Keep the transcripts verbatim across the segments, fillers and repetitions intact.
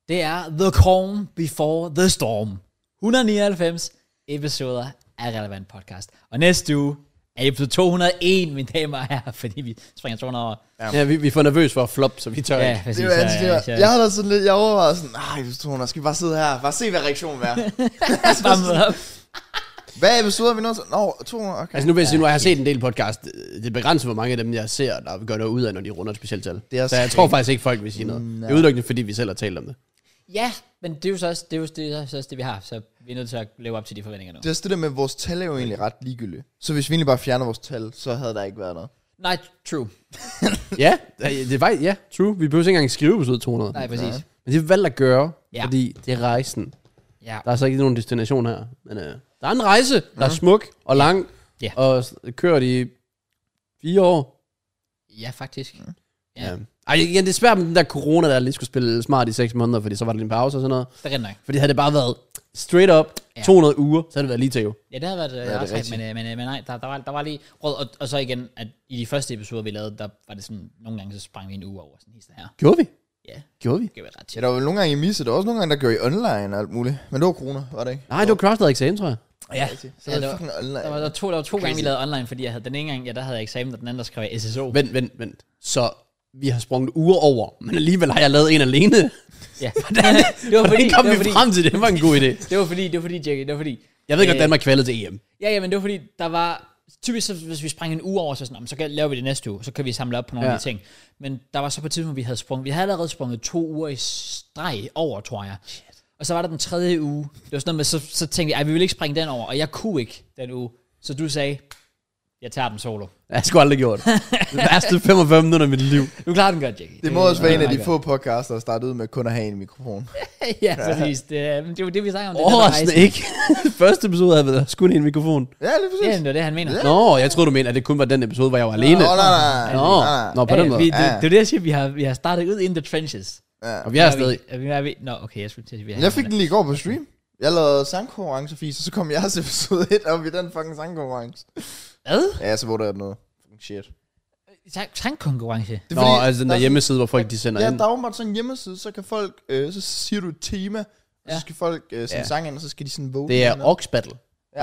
Det er The Calm Before the Storm. et hundrede nioghalvfems episoder af Relevant Podcast. Og næste uge er episode to hundrede og en, mine damer og herrer, fordi vi springer to hundrede år. Ja, ja vi, vi får nervøs for at flop, så vi tør ja, ikke. Præcis, det var, så, det var, så, jeg havde været sådan lidt, jeg overvejede sådan, nej, to hundrede, skal vi bare sidde her, bare se, hvad reaktionen er. Bare møde op. Hvad episode er vi nu til? Nå, to hundrede, okay. Altså nu vil jeg sige, nu har jeg set en del podcast. Det er begrænset, hvor mange af dem, jeg ser, der gør noget ud af, når de runder et specielt tal. Så jeg tror faktisk ikke, folk vil sige noget. Det er udelukkende, fordi vi selv har talt om det. Ja, men det er jo så også det, er jo, det, er så også det vi har, så vi er nødt til at leve op til de forventninger nu. Det er også det der med, vores tal er jo egentlig ret ligegyldigt. Så hvis vi egentlig bare fjerner vores tal, så havde der ikke været noget. Nej, true. ja, det er faktisk, ja, true. Vi behøver ikke engang skrive episode to hundrede. Nej, præcis. Ja. Men det er valgt at gøre, ja. fordi det er rejsen. Ja. Der er så ikke nogen destination her. Men uh, der er en rejse, der mm. er smuk og lang, ja. og kører de fire år. Ja, faktisk. Mm. Ja. ja. Ej, igen, det er svært med den der corona, der lige skulle spille smart i seks måneder, fordi så var der en pause og sådan noget. Det er nok. Fordi havde det bare været straight up ja. to hundrede uger, så havde det været lige til jo. Ja, det havde været ja, også rigtigt, men, men, men nej, der, der, var, der var lige råd, og, og så igen, at i de første episoder, vi lavede, der var det sådan, nogle gange så sprang vi en uge over sådan hister her. Gjorde vi? Ja. Gjorde vi? Det var ret ja, der var nogle gange, I missede, der var også nogle gange, der gjorde I online og alt muligt. Men det var corona, var det ikke? Nej, det var cross, der havde eksamen, tror jeg. Ja, så ja, der, var, online. Der var, der var to, der var to gange, vi lavede online, fordi jeg havde den ene gang, ja, der havde jeg eksamen, og den anden, der skrev jeg S S O. Vent, vent, vent. Så vi har sprunget uger over, men alligevel har jeg lavet en alene. Ja. Hvordan, det var fordi, kom det var vi fordi, frem til det? Det var en god idé. Det var fordi, det var fordi, Jackie, det var fordi. Jeg ved godt, øh, Danmark kvalede til E M. Ja, ja, men det var fordi, der var, typisk så, hvis vi sprang en uge over, så sådan, så laver vi det næste uge, så kan vi samle op på nogle ja. af de ting. Men der var så på et tidspunkt, vi havde sprunget, vi havde allerede sprunget to uger i streg over, tror jeg. Shit. Og så var der den tredje uge, det var sådan noget med, så, så tænkte vi, ej, vi vil ikke springe den over, og jeg kunne ikke den uge. Så du sagde, jeg tager den solo. Jeg skulle aldrig gjort det. Det værste femogfyrre minutter af mit liv. Du klarer den godt, Jackie. Det må også være en af de få podcaster, der startede ud med kun at have en mikrofon. ja, præcis. Det, det var det, vi sagde om det. Overraskende ikke. Første episode havde været kun en mikrofon. Ja, lige præcis. Ja, det var det, han mener. Ja. Nå, jeg troede, du mente, at det kun var den episode, hvor jeg var alene. Nå, nej, nej. Nå, nej. Nå på ja, den måde. Vi, det, det er det, jeg siger, vi har, vi har startet ud in the trenches. Ja. Og vi er stadig. Vi, vi, vi, nå, okay, jeg skulle til at sige, vi jeg fik den lige i går på stream. Jeg lavede sangkonkurrencefis, og så kom jeres episode et op i den fucking sangkonkurrence. Hvad? Ja, så hvor der er noget fucking shit. Sangkonkurrence? Nå, fordi, altså den der, der hjemmeside, hvor folk de sender ja, ind. Ja, der er åbenbart sådan en hjemmeside, så kan folk, øh, så siger du et tema, og ja. så skal folk øh, sende ja. sang ind, og så skal de sådan vote. Det er Ox Battle. Ja.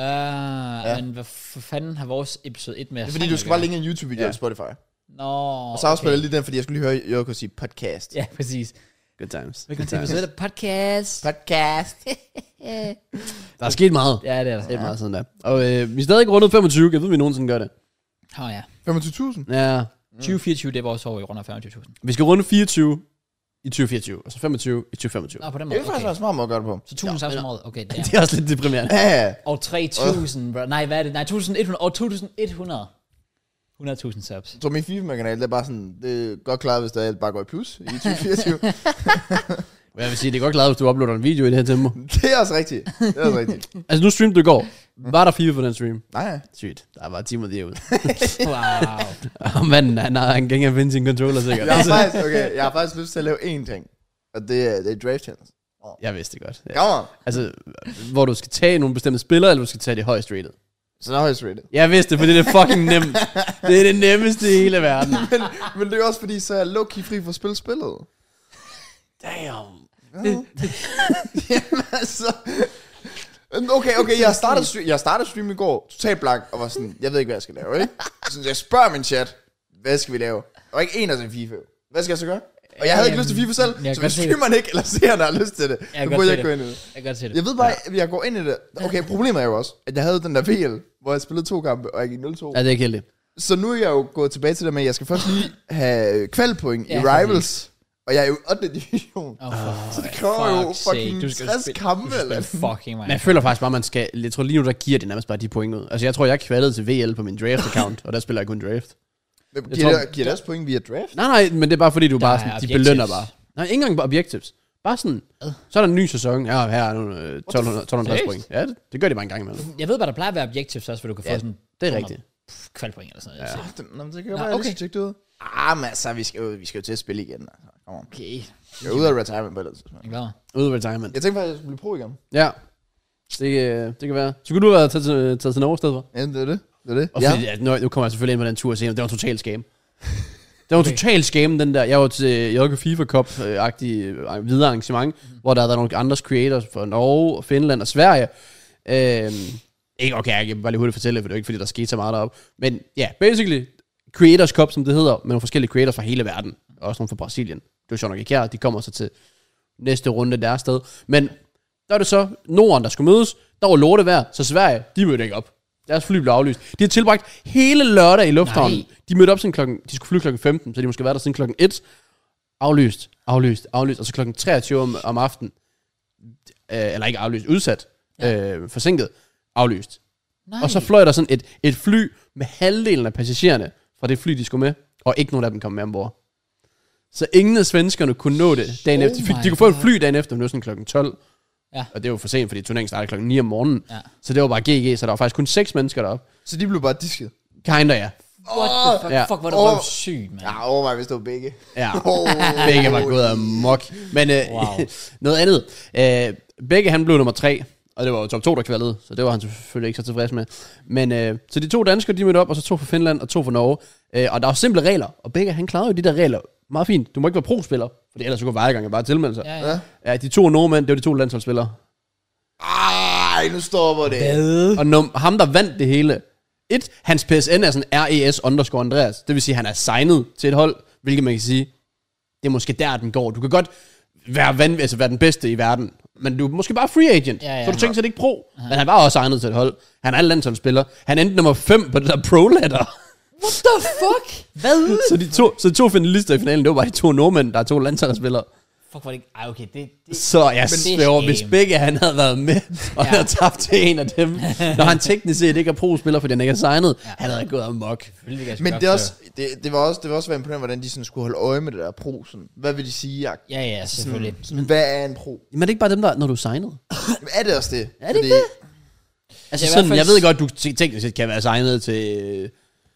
Uh, ja. Men hvad for fanden har vores episode et med? Det er fordi, du skal bare linke en YouTube-video ja. eller Spotify. Nå, og så afspiller okay. jeg lige den, fordi jeg skulle lige høre Jørgen sige podcast. Ja, præcis. Good times. Velkommen til episode af podcast. Podcast. Der er sket meget. Ja, det er der. Det er meget sådan der. Og øh, vi er stadig rundet femogtyve. Jeg ved, vi nogensinde gør det. Åh oh, ja. femogtyve tusind? Ja. tyve fireogtyve, det er vores år, vi runder femogtyve tusind. Vi skal runde fireogtyve i tyve fireogtyve, og så femogtyve i tyve femogtyve. Nå, på den måde. Det er faktisk okay. smart måde at gøre det på. Så tusind ja, om året. Okay, det er. det er også lidt deprimerende. Ja. Og tre tusind, bro. Nej, hvad er det? Nej, to tusind et hundrede. Og to tusind et hundrede. hundrede tusind subs. Jeg tror, min FIFA-kanal, det er bare sådan, det er godt klaret, hvis det bare går i plus i tyve fireogtyve. Jeg vil sige, det er godt klaret, hvis du uploader en video i det her tempo. Det er også rigtigt. Det er også rigtigt. Altså, nu streamede du i går. Var der FIFA på den stream? Nej. Sygt. Der var timer derude. Wow. Og manden, han har en gang at finde sin controller sikkert. Jeg har faktisk, okay, jeg har faktisk lyst til at lave én ting. Og det er, det er draft challenge. Oh. Jeg vidste det godt. Ja. Come on. Altså, hvor du skal tage nogle bestemte spillere, eller du skal tage de højst rated? Så er højst rated. Jeg vidste det, fordi det er fucking nemt. Det er det nemmeste i hele verden. men, men det er også fordi, så er jeg low-key fri for at spille spillet. Damn. Det, det. Jamen altså. Okay, okay, jeg startede, stream, jeg startede stream i går, totalt blank, og var sådan, jeg ved ikke, hvad jeg skal lave, ikke? Så jeg spørger min chat, hvad skal vi lave? Der var ikke en af sin FIFA. Hvad skal jeg så gøre? Og jeg havde ikke lyst til FIFA selv, så hvis streameren ikke, eller seeren har lyst til det, så burde jeg ikke gå ind i det. Jeg kan godt se det. Jeg ved bare, at jeg går ind i det. Okay, problemet er jo også, at jeg havde den der V L, hvor jeg spillede to kampe, og jeg gik nul to. Ja, det er ikke heldigt. Så nu er jeg jo gået tilbage til det med, at jeg skal først lige have kvalpoint ja, i Rivals. Og jeg er jo ottende division. Oh, så det kræver jo fucking tres kampe. Eller fucking Men jeg føler faktisk bare, man skal... Jeg tror lige nu, der giver det nærmest bare de point ud. Altså jeg tror, jeg kvalede til V L på min draft-account, og der spiller jeg kun draft. Men giver, tror, der, giver det også point via draft? Nej, nej, men det er bare fordi, du bare sådan, de belønner bare. Nej, ikke engang objectives. Bare sådan, så er der en ny sæson. Ja, her er nu tolv hundrede point. Ja, det, det gør de bare en gang imellem. Jeg ved bare, der plejer at være objectives også, hvor du kan ja, få sådan... det er rigtigt. Kvalpoint eller sådan noget. Ja. Det, nå, det kan jo være, at jeg skal tjekke det ud. Ah, men altså, vi skal jo, vi skal jo til at spille igen. Altså. Kom on. Okay. Jeg er ude af retirement på det. Jeg er klar. Ude af retirement. Jeg tænkte faktisk, at jeg skulle blive pro igen. Ja. Det, det kan være. Så kunne du have taget til, taget til Norge stedet for? Ja, det er det. Det er det. Og ja. fordi, ja, nu, nu kommer jeg selvfølgelig ind på den tur og se, det var en total scam. Det var okay. Totalt scam, den der. Jeg var til J K FIFA Cup-agtig øh, videre arrangement, mm. hvor der havde været nogle andres creators fra Norge, Finland og Sverige. Øhm, ikke, okay, jeg kan bare lige hurtigt fortælle, for det er ikke fordi, der skete så meget deroppe. Men ja, yeah, basically, Creators Cup, som det hedder, med nogle forskellige creators fra hele verden. Også nogle fra Brasilien. Det var sjovt nok ikke her, de kommer så til næste runde deres sted. Men der var det så Norden, der skulle mødes. Der var lortevejr, så Sverige, de mødte ikke op. Deres fly blev aflyst. De har tilbragt hele lørdag i lufthavnen. Nej. De mødte op sådan klokken, de skulle flyve klokken femten, så de måske være der siden klokken et. Aflyst, aflyst, aflyst, og så klokken treogtyve om, om aftenen. Øh, eller ikke aflyst, udsat, ja. øh, forsinket, aflyst. Nej. Og så fløj der sådan et, et fly med halvdelen af passagererne fra det fly, de skulle med, og ikke nogen af dem kom med ombord. Så ingen af svenskerne kunne nå det dagen oh efter. De, fik, de kunne få et fly dagen efter, men det var sådan klokken tolv. Ja. Og det var for sent, fordi turneringen startede klokken ni om morgenen. Ja. Så det var bare G G, så der var faktisk kun seks mennesker deroppe. Så de blev bare disket? Kinda, ja. What the fuck, ja. Fuck hvor det var sygt, mand. Ja, over mig, hvis det var begge. Ja, oh. Begge var gået amok. Men øh, wow. noget andet. Øh, begge han blev nummer tre, og det var jo top to, der kvalede, så det var han selvfølgelig ikke så tilfreds med. Men øh, så de to danskere, de mødte op, og så to fra Finland og to fra Norge. Øh, og der var simple regler, og begge han klarede jo de der regler meget fint. Du må ikke være pro-spiller, for ellers så kunne hver gang bare tilmelde sig. Ja, ja. Ja, de to nordmænd, det var de to landsholdsspillere. Ej, nu stopper det. Hvad? Og num- ham, der vandt det hele. Et, hans P S N er sådan R E S underscore Andreas. Det vil sige, at han er signet til et hold, hvilket man kan sige, det er måske der, den går. Du kan godt være, van- altså være den bedste i verden, men du er måske bare free agent. Ja, ja. Så du tænker, at det ikke pro. Ja. Men han var også signet til et hold. Han er en landsholdsspiller. Han endte nummer fem på det der pro-ladder. What the fuck? Hvad? Så de to, så de to finalister i finalen, det var bare de to nordmænd, der er to landsholdsspillere. Fuck, var det ikke? Ej, okay, det... det så jeg sværger, hvis begge han havde været med, og ja. han havde tabt til en af dem, når han teknisk set ikke er pro-spiller, fordi han ikke er signet, ja. han havde gået amok. Men det, også, det, det, var også, det var også være imponerende, hvordan de sådan skulle holde øje med det der pro. Sådan. Hvad vil de sige? Ja, ja, selvfølgelig. Sådan, sådan, hvad er en pro? Men er det ikke bare dem, der, når du er signet? Er det også det? Er det fordi, det? Altså sådan, jeg ved godt, du teknisk set kan være signet til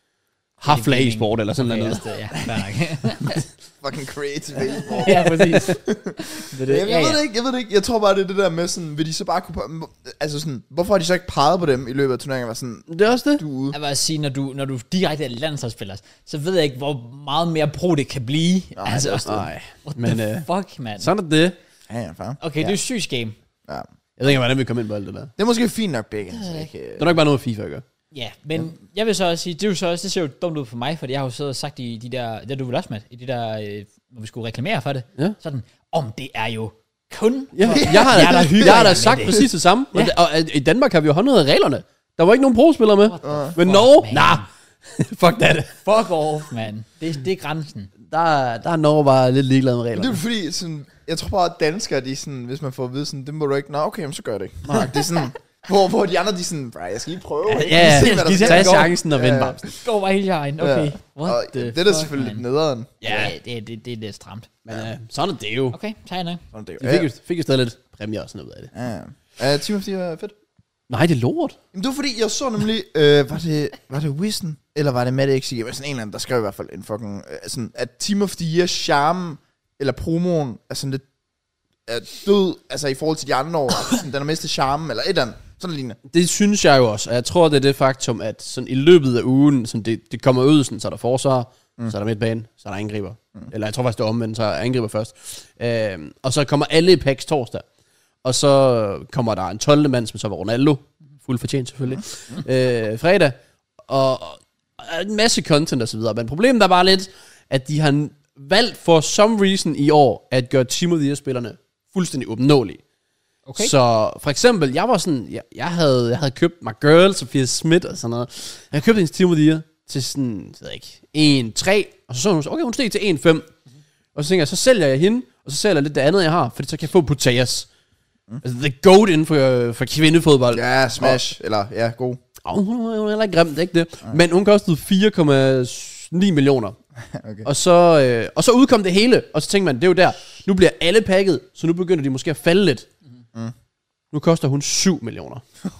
Hafla e-sport, eller sådan okay, noget. Ja, fair nok. Fucking creative e-sport. Ja, præcis. Det det. Jeg, jeg ja, ved det ikke, jeg ved det ikke. Jeg tror bare, det er det der med sådan, vil de så bare kunne... Altså sådan, hvorfor har de så ikke peget på dem i løbet af turneringen? Sådan, det er også det. Du ude. Jeg vil sige, når du, når du direkte er landsholdsspiller, så ved jeg ikke, hvor meget mere pro det kan blive. Nej, altså, det nej. What men, the uh, fuck, man. Sådan er det. Ja, ja, fair. Okay, ja. Det er jo sygt game. Ja. Jeg ved ikke, hvordan vi kommer ind på alt det der. Det er måske fint nok begge. Det, ikke, det er nok bare noget FIFA at gøre. Ja, men ja. Jeg vil så også sige, det er jo så også, det ser jo dumt ud for mig, fordi jeg har jo siddet og sagt i de der, det du vil også med, i de der, øh, når vi skulle reklamere for det, ja. Sådan, om det er jo kun ja. For, jeg har, jeg, der jeg har da sagt præcis det samme, ja. og, og i Danmark har vi jo håndhævet reglerne. Der var ikke nogen pro-spillere med, uh. men Norge, nah, fuck that. Fuck off, man. Det, det er grænsen. Der, der er Norge bare lidt ligeglad med reglerne. Men det er fordi, sådan, jeg tror bare, at danskere, de sådan, hvis man får at vide sådan, det må du ikke, nå okay, så gør det ikke. Nej, det er sådan... Hvor, hvor de andre, de er sådan, jeg skal lige prøve. Ja, ja, ja. De tager chancen og vinde bare. Gå bare helt i egen, okay. Ja. What the det er da selvfølgelig lidt nederen. Ja, det, det, det er lidt stramt. Men ja. uh, sådan er det jo. Okay, tager jeg nok. Sådan er det jo. De fik, jo, fik jo stadig lidt præmier og sådan noget af det. Ja, ja. Uh, Team of the Year er fedt. Nej, det er lort. Jamen det var fordi, jeg så nemlig, øh, var det, var det Wissen, eller var det Matt X? Sådan en eller anden, der skrev i hvert fald en fucking, øh, sådan, at Team of the Year charme, eller promoen, er sådan lidt er død, altså i forhold til de andre år, altså, sådan, den er mistet charme, eller et eller andet. Sådan lignende. Det synes jeg jo også. Jeg tror, det er det faktum, at sådan i løbet af ugen, sådan det, det kommer ud, sådan, så er der forsvar, mm. så er der midtbane, så er der angriber. Mm. Eller jeg tror faktisk, det er omvendt, så er angriber først. Øhm, og så kommer alle i packs torsdag. Og så kommer der en tolvte mand, som så var Ronaldo. Fuld fortjent selvfølgelig. Mm. Øh, fredag. Og, og en masse content og så videre. Men problemet er bare lidt, at de har valgt for some reason i år, at gøre Team of the Year-spillerne fuldstændig opnåelige. Okay. Så for eksempel, jeg var sådan, jeg, jeg, havde, jeg havde købt mig Girl, Sophia Smith og sådan noget. Jeg købte hendes Team of the Year til sådan, jeg ved ikke, en komma tre, og så så hun, okay, hun steg til en komma fem. Mm-hmm. Og så tænker jeg, så sælger jeg hende, og så sælger jeg lidt det andet, jeg har, fordi så kan jeg få Putellas. Mm. Altså, the goat inden for, for kvindefodbold. Ja, smash, og, eller ja, god. Og hun, hun er heller ikke grim, det er ikke det. Okay. Men hun kostede fire komma ni millioner. Okay. Og, så, øh, og så udkom det hele, og så tænkte man, det er jo der, nu bliver alle pakket, så nu begynder de måske at falde lidt. Mm. Nu koster hun syv millioner.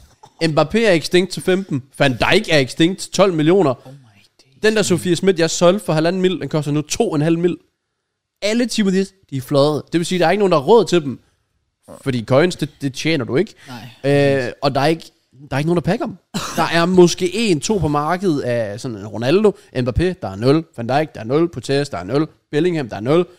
Mbappé er extinct til femten. Van Dijk er extinct til tolv millioner. Oh den der Sophia Smith, jeg solgte for halvanden mil, den koster nu to komma fem mil. Alle Team of the Year, de er fløjet. Det vil sige, der er ikke nogen, der har råd til dem. Fordi coins, det, det tjener du ikke. Nej. Øh, og der er ikke Der er ikke nogen, der pakker dem. Der er måske en, to på markedet af sådan en Ronaldo, Mbappé, der er nul, Van Dijk, der er nul, Potes, der er nul, Bellingham, der er nul.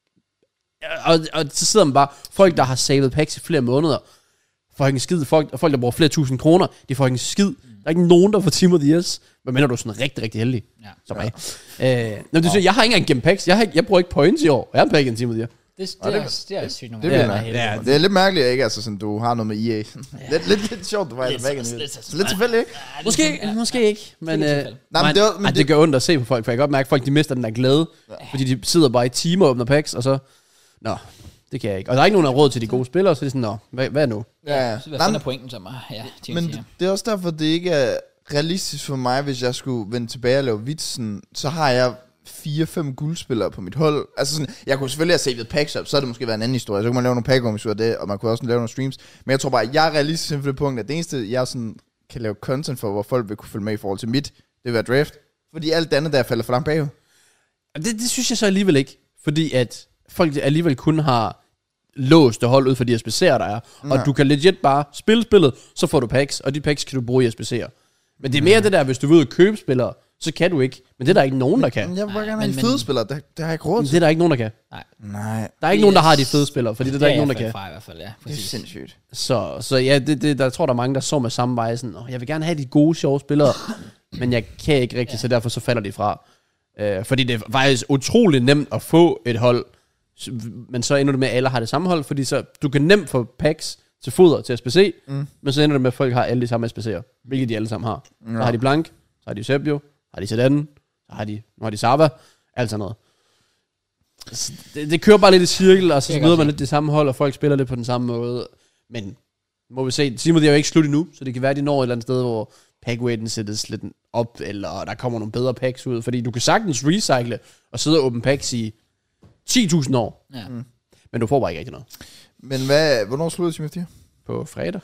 Og, og så sidder man bare, folk, der har savet packs i flere måneder, får ikke en skid. Folk, og folk, der bruger flere tusind kroner, de får ikke en skid. Der er ikke nogen, der får Team of the Years. Men mener du er sådan rigtig, rigtig heldig. Ja. Som mig. Øh, Nå, du siger, jeg har ikke engang gemt packs. Jeg, har ikke, jeg bruger ikke points i år. Jeg har ikke en Team of the Year. Det, det, det, er, det, det er sygt nogle det, gange. det, Ja, ja, det er lidt mærkeligt, ikke? Altså, sådan, du har noget med E A. Ja. lidt, lidt, lidt sjovt, du var lidt, tilbage. lidt, Lidt, lidt, lidt tilfældigt, ikke? Ja, Måske, ja. måske ikke. Men, Det er øh, tilfælde. Nej, men man, det var- men ej, det- det gør ondt at se på folk, for jeg kan godt mærke, at folk de mister den der glæde. Ja. Fordi de sidder bare i timer og åbner packs, og så, nå, det kan jeg ikke. Og der er ikke nogen, der har råd til de gode spillere, så det er sådan, nå, hvad, hvad nu? Ja, ja. Så hvad Nej, fanden er pointen så mig? Ja, Team men siger. det, det er også derfor, det ikke er realistisk for mig, hvis jeg skulle vende tilbage og lave vitsen. Så har jeg fire fem guldspillere på mit hold. Altså sådan, jeg kunne selvfølgelig have savet packs op, så havde det måske været en anden historie. Så kunne man lave nogle pack af det, og man kunne også lave nogle streams. Men jeg tror bare, at jeg er realistisk inden for det punkt, at det eneste, jeg sådan kan lave content for, hvor folk vil kunne følge med i forhold til mit, det vil være draft. Fordi alt det andet, der falder for langt bagud. Det, det synes jeg så alligevel ikke. Fordi at folk alligevel kun har låst det hold ud for de S B C'er, der er. Og Ja. du kan legit bare spille spillet, så får du packs, og de packs kan du bruge i S B C'er. Men det er mere det der, hvis du vil ud og købe spillere, så kan du ikke. Men det er der ikke nogen, der kan. Jeg vil bare gerne have men- en fede spiller, det, det har jeg ikke råd Men til. det er der ikke nogen, der kan. Nej, Der er ikke nogen, der har de fede spillere, fordi det er der ikke nogen, der kan. Fra, i hvert fald, ja. det er Præcis. sindssygt. Så, så ja, det, det, der jeg tror der er mange, der så med samme vej, sådan, oh, jeg vil gerne have de gode, sjove spillere, men jeg kan ikke rigtig, så derfor så falder de fra. Uh, fordi det er faktisk utrolig nemt at få et hold, s- men så ender det med, at alle har det samme hold, fordi så, du kan nemt få packs til foder til S B C, mm. men så ender det med, at folk har alle de samme S B C'er, hvilket de alle sammen har. Ja. Så har de Blank, så har de Eusebio, så har de Zidane, så har de, nu har de Sava, alt sådan noget. Så Det, det kører bare lidt i cirkel, og så Det kan møder jeg man godt lidt det samme hold, og folk spiller lidt på den samme måde. Men må vi se, Team of the Year er jo ikke slut endnu, så det kan være, at de når et eller andet sted, hvor packweighten sættes lidt op, eller der kommer nogle bedre packs ud. Fordi du kan sagtens recycle og sidde og åbne packs i ti tusind år, Ja. Mm. men du får bare ikke rigtig noget Men hvad, hvornår slutter Team of the Year? på fredag.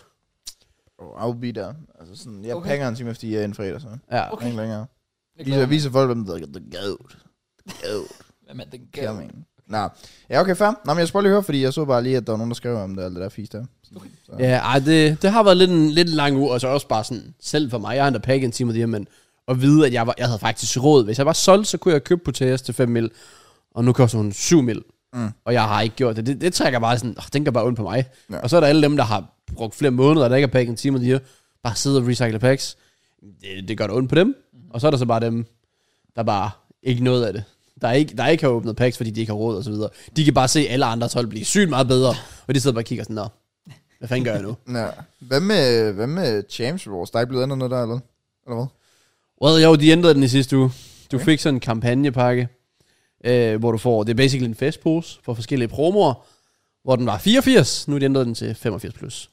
Oh, I'll be there. Altså sådan, jeg Okay. okay. pakker en Team of the Year inden fredag, så. Ja, Okay. Ikke længere. Det Viser, viser folk, hvem der er the goat. The goat. Hvem er den Coming. Nå. Ja, okay, fair. Nå, men jeg skal bare lige høre, fordi jeg så bare lige, at der var nogen, der skrev om det, alt det der fisk der. Okay. Så. ja ej, det, det har været lidt en, lidt en lang uge, og så også bare sådan, selv for mig, jeg har endda pakket en Team of the Year, men at vide, at jeg, var, jeg havde faktisk råd. Hvis jeg var solgt, så kunne jeg købe Potes til fem mil, og nu koster hun syv mil. Mm. Og jeg har ikke gjort det. Det, det trækker bare sådan, oh, den gør bare ondt på mig. Ja. Og så er der alle dem, der har brugt flere måneder, der ikke har pakket en Team of the Year, bare sidder og recycle packs. Det, det gør der ondt på dem. Mm. Og så er der så bare dem, der bare ikke noget af det. Der ikke, der ikke har åbnet packs, fordi de ikke har råd og så videre. De kan bare se alle andres hold blive sygt meget bedre, og de sidder bare og kigger sådan, nå, hvad fanden gør jeg nu? Ja. Hvad med, hvad med Champs Wars? Der er ikke blevet ændret noget der, eller, eller hvad? Well, jo, de ændrede den i sidste uge. Du Okay. fik sådan en kampagnepakke, øh, hvor du får, det er basically en festpose for forskellige promoer, hvor den var fireogfirs, nu er de ændret den til femogfirs plus.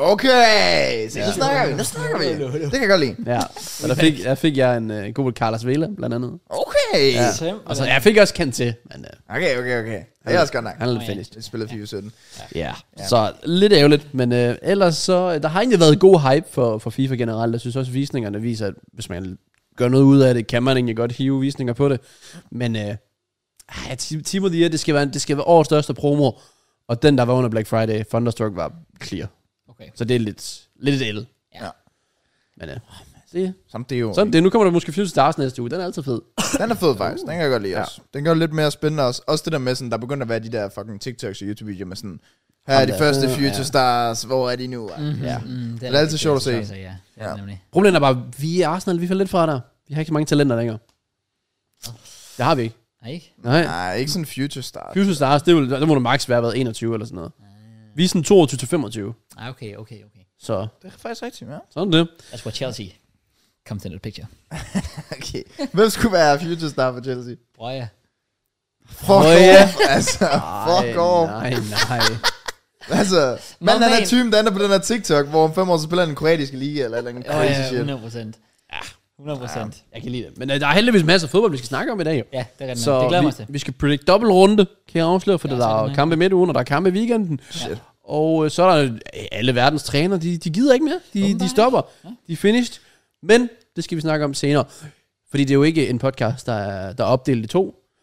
Okay, så ja. Nu snakker vi, nu snakker vi. Det kan jeg godt lide. Ja, og der fik, der fik jeg en uh, god Carlos Vela, blandt andet. Okay. Ja. Ja. Og så jeg fik også kendt til, men uh, Okay, okay, okay. Det er også godt nok. han er lidt Nå, ja. finished. Jeg spillede FIFA sytten. Ja, Ja. så lidt ærgerligt, men uh, ellers så, der har egentlig været god hype for, for FIFA generelt. Jeg synes også, visningerne viser, at hvis man gør noget ud af det, kan man egentlig godt hive visninger på det. Men uh, ja, Team of the Year, det skal være, det skal være årets største promo, og den, der var under Black Friday, Thunderstruck, var clear. Okay. Så det er lidt, lidt et el. Ja. Ja. Men uh, det, Samt det er jo. sådan det. Nu kommer der måske Future Stars næste uge, den er altid fed. Den er fed faktisk. Den kan jeg godt lide Ja. også. Den gør det lidt mere spændende også. Også det der med sådan, der begynder at være de der fucking TikToks og YouTube-videoer med sådan, her er Ham de der. første Ja. Future Stars, hvor er de nu? Mm-hmm. Ja. Mm, det, Det er altid sjovt at se. Ja, det er Ja. nemlig. Problemet er bare, vi er Arsenal, vi falder lidt fra der. Vi har ikke så mange talenter længere. Det har vi ikke. Nej, ikke? Nej. Nej, ikke sådan Future Stars. Future Stars, det, vil, der må du max være været enogtyve eller sådan noget. Vi er sådan toogtyve til femogtyve. Ah, okay, okay, okay. Så Det er faktisk rigtigt, ja. sådan det. That's where Chelsea comes into the picture. Okay. Hvem skulle være Future Star for Chelsea? Brøja. Fuck Åh, ja. off, altså. Fuck off. Nej, nej. Altså, manden han er man. typen, der er på den her TikTok, hvor om fem år så spiller han en kroatiske liga, eller, eller en Ja, crazy ja, shit. hundrede procent. Ja, hundrede procent. Jeg kan lide det. Men uh, der er heldigvis masser af fodbold, vi skal snakke om i dag. Jo. Ja, det er rigtigt. Så Det glæder mig vi, til. vi skal predict dobbelt runde, kan jeg afsløre, for Ja, der så er er det jo med. kampe i midtugen, og der er kampe i weekenden. Shit. Og øh, så er der øh, alle verdens træner, de, de gider ikke mere. De, Åbenbart de stopper. Ja. De er finished. Men det skal vi snakke om senere. Fordi det er jo ikke en podcast, der er, der er opdelt i to.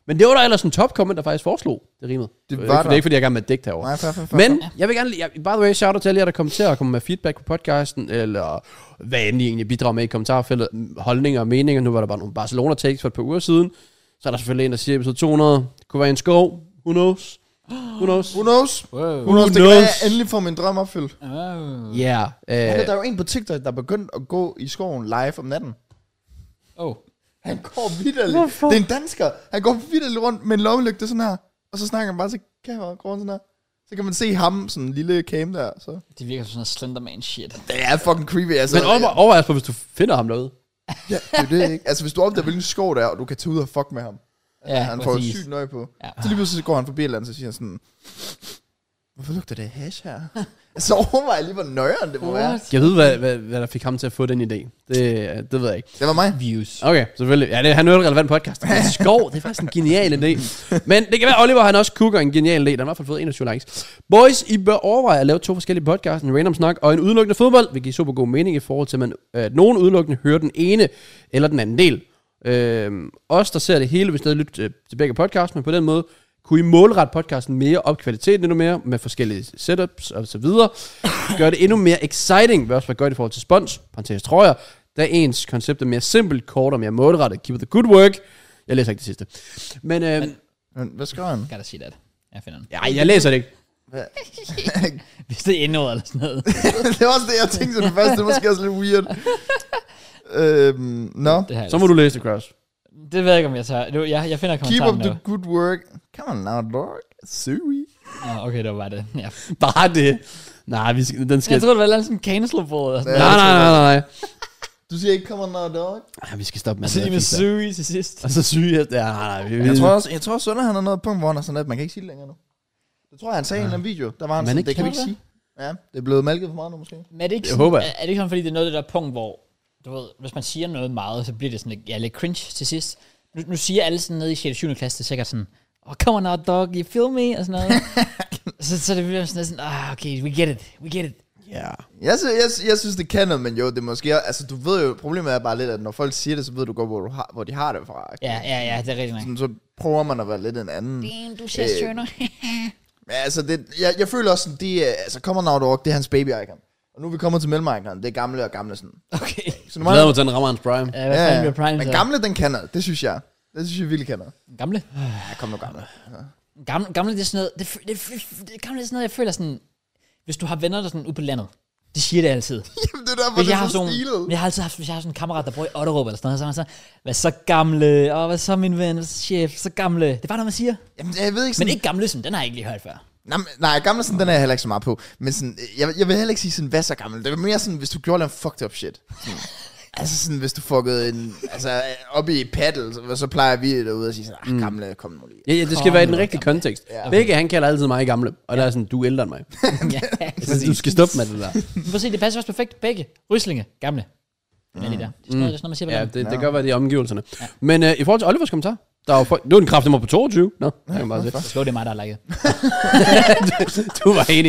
Men det var der ellers en top comment, der faktisk foreslog, det rimede. Det Det var er der. ikke, fordi jeg gerne med at dække derovre. Nej, fair, fair, fair, Men jeg vil gerne, jeg, by the way, shout out til alle jer, der kommenterer og kommer med feedback på podcasten, eller hvad end I egentlig bidrager med i kommentarfeltet, holdninger og meninger. Nu var der bare nogle Barcelona-takes for et par uger siden. Så er der selvfølgelig en, der siger, at episode to hundrede kunne være en skov. Who knows? Who knows? Who knows? Wow. Who knows? Det kan være, at jeg endelig får min drøm opfyldt. Oh. Ja. Yeah, Der øh, er jo en på TikTok, der er begyndt at gå i skoven live om natten. Oh. Han går vidderligt. Det er en dansker. Han går vidderligt rundt med en lommelygte sådan her. Og så snakker han bare til kameraet, går sådan her. Så kan man se ham, sådan en lille cam der. Så. Det virker som sådan noget Slenderman shit. Det er fucking creepy. Altså, men over, overvej på, hvis du finder ham derude. Ja, det er det, ikke? Altså, hvis du opdager, hvilken skov der er, og du kan tage ud og fuck med ham. Ja, Han får præcis. sygt nøje på. Ja. Så lige pludselig går han forbi et eller andet, så siger han sådan, hvorfor lugter det hash her? Så overvej lige, hvor nøjeren det må være. Jeg ved, hvad, hvad, hvad der fik ham til at få den idé. Det, det ved jeg ikke. Det var mig. Views. Okay, selvfølgelig. Ja, det, han er jo et relevant podcast. Men skov, det er faktisk en genial idé. Men det kan være, Oliver han også cooker en genial idé. Den har i hvert fald fået enogtyve likes. Boys, I bør overveje at lave to forskellige podcasts. En random snak og en udelukkende fodbold. Det give super god mening i forhold til, at man, øh, nogen udelukkende hører den ene eller den anden del. Øh, os, der ser det hele, vil stadig lytte til, til begge podcasts, men på den måde kunne I målrette podcasten mere, op kvaliteten endnu mere, med forskellige setups og så videre. Gør det endnu mere exciting, vil også være godt i forhold til spons, parentes trøjer, da ens koncept er mere simpelt, kort og mere målrettet. Keep it the good work. Jeg læser ikke det sidste. Men, øh, Men- Men hvad skriver han? Gotta see that. Jeg finder den. ja, jeg læser det ikke. Hvis det er indord eller sådan noget. Det var også det, jeg tænkte til det første. Det er måske også lidt weird. øhm, Nå. Det, her, Så må du læse det, Cross. det ved jeg ikke, om jeg tager. Det, jeg, jeg finder Keep kommentaren up the good work. Come on now, dog. Sui. Nå, okay, det var bare det. Ja. Bare det. Nej, vi skal, den skal... Jeg tror, det var sådan en cancelable eller sådan Ja. noget. Nej, nej, nej, nej. Du siger ikke, come on now, dog. Ja, vi skal stoppe med Og så lige med feedback. Sui til sidst. Og så syge. Ja, nej, nej. Vi, Jeg tror også, jeg tror også, Sønder, han har noget punkt, hvor han er sådan, at man kan ikke sige det længere nu. Det tror jeg, han sagde i en eller anden video. Der var han Man sådan, ikke det kan vi kan ikke sige. Ja, det er blevet malket for meget nu, måske. Men er det ikke Jeg sådan, håber er, jeg. er det ikke sådan, fordi det er noget af det der punkt, hvor, du ved, hvis man siger noget meget, så bliver det sådan lidt, ja, lidt cringe til sidst. Nu, nu siger alle sådan nede i sjette og syvende klasse, det er sikkert sådan, oh, come on now, dog, you feel me? Og sådan noget. så, så det bliver sådan lidt sådan, ah, okay, we get it, we get it. ja. Jeg, sy- jeg, jeg synes, det kan noget, men jo, det er måske... Altså, du ved jo, problemet er bare lidt, at når folk siger det, så ved du godt, hvor, du har, hvor de har det fra. Ja, ja, ja, det er rigtigt nok. Sådan, så prøver man at være lidt en anden. Damn, du ser Øh, sønder. Ja, altså, det, jeg, jeg føler også sådan, det er... Altså, Come On Now Dog, det er hans baby-icon. Og nu er vi kommet til mellemicon. Det er gamle og gamle sådan. Okay. Så nu Jeg glæder mig til, at den rammer hans prime. Ja, hvad fanden bliver Prime men så? gamle, den kan noget. Det synes jeg. Det synes jeg virkelig kan noget. Gamle? Ja, kom nu gamle. Ja. Gamle, gamle, det er sådan noget, det, det, det, det, gamle, det er sådan noget, jeg føler sådan, hvis du har venner, der sådan ude på landet, de siger det altid. Jamen, det er derfor, Hvis det jeg, er har så sådan, stilet. jeg har altid haft, hvis jeg har sådan en kammerat, der bor i Otterup eller sådan noget, så er man så, hvad så gamle, og hvad så min ven, hvad så chef, så gamle. Det er bare noget, man siger. Jamen, jeg ved ikke Men sådan... ikke gamle, sådan, den har jeg ikke lige hørt før. Nej, men- nej, gamle sådan, den er jeg heller ikke så meget på. Men sådan, jeg, jeg vil heller ikke sige sådan, hvad så gammel. Det er mere sådan, hvis du gjorde en fucked up shit. Sådan, altså sådan, hvis du fuckede en... Altså, op i paddle, så, så plejer vi derude at sige sådan, ah, gamle, kom nu lige. Ja, ja, det skal Kom være i den nu, rigtige gamle. kontekst. Ja. Begge, han kalder altid mig gamle, og der er sådan, du er ældre end mig. ja, Så du skal stoppe med det der. Du får se, det passer også perfekt. Begge. Ryslinge, gamle. Det er lige der. Det er sådan noget, det er sådan noget, man siger på Ja, landet. det, det gør, hvad det er omgivelserne. Ja. Men uh, i forhold til Olivers kommentar, der er jo folk, nu er den kraft nummer på toogtyve. Nå, jeg kan bare se. Så det er mig, der har liket. Du var enig.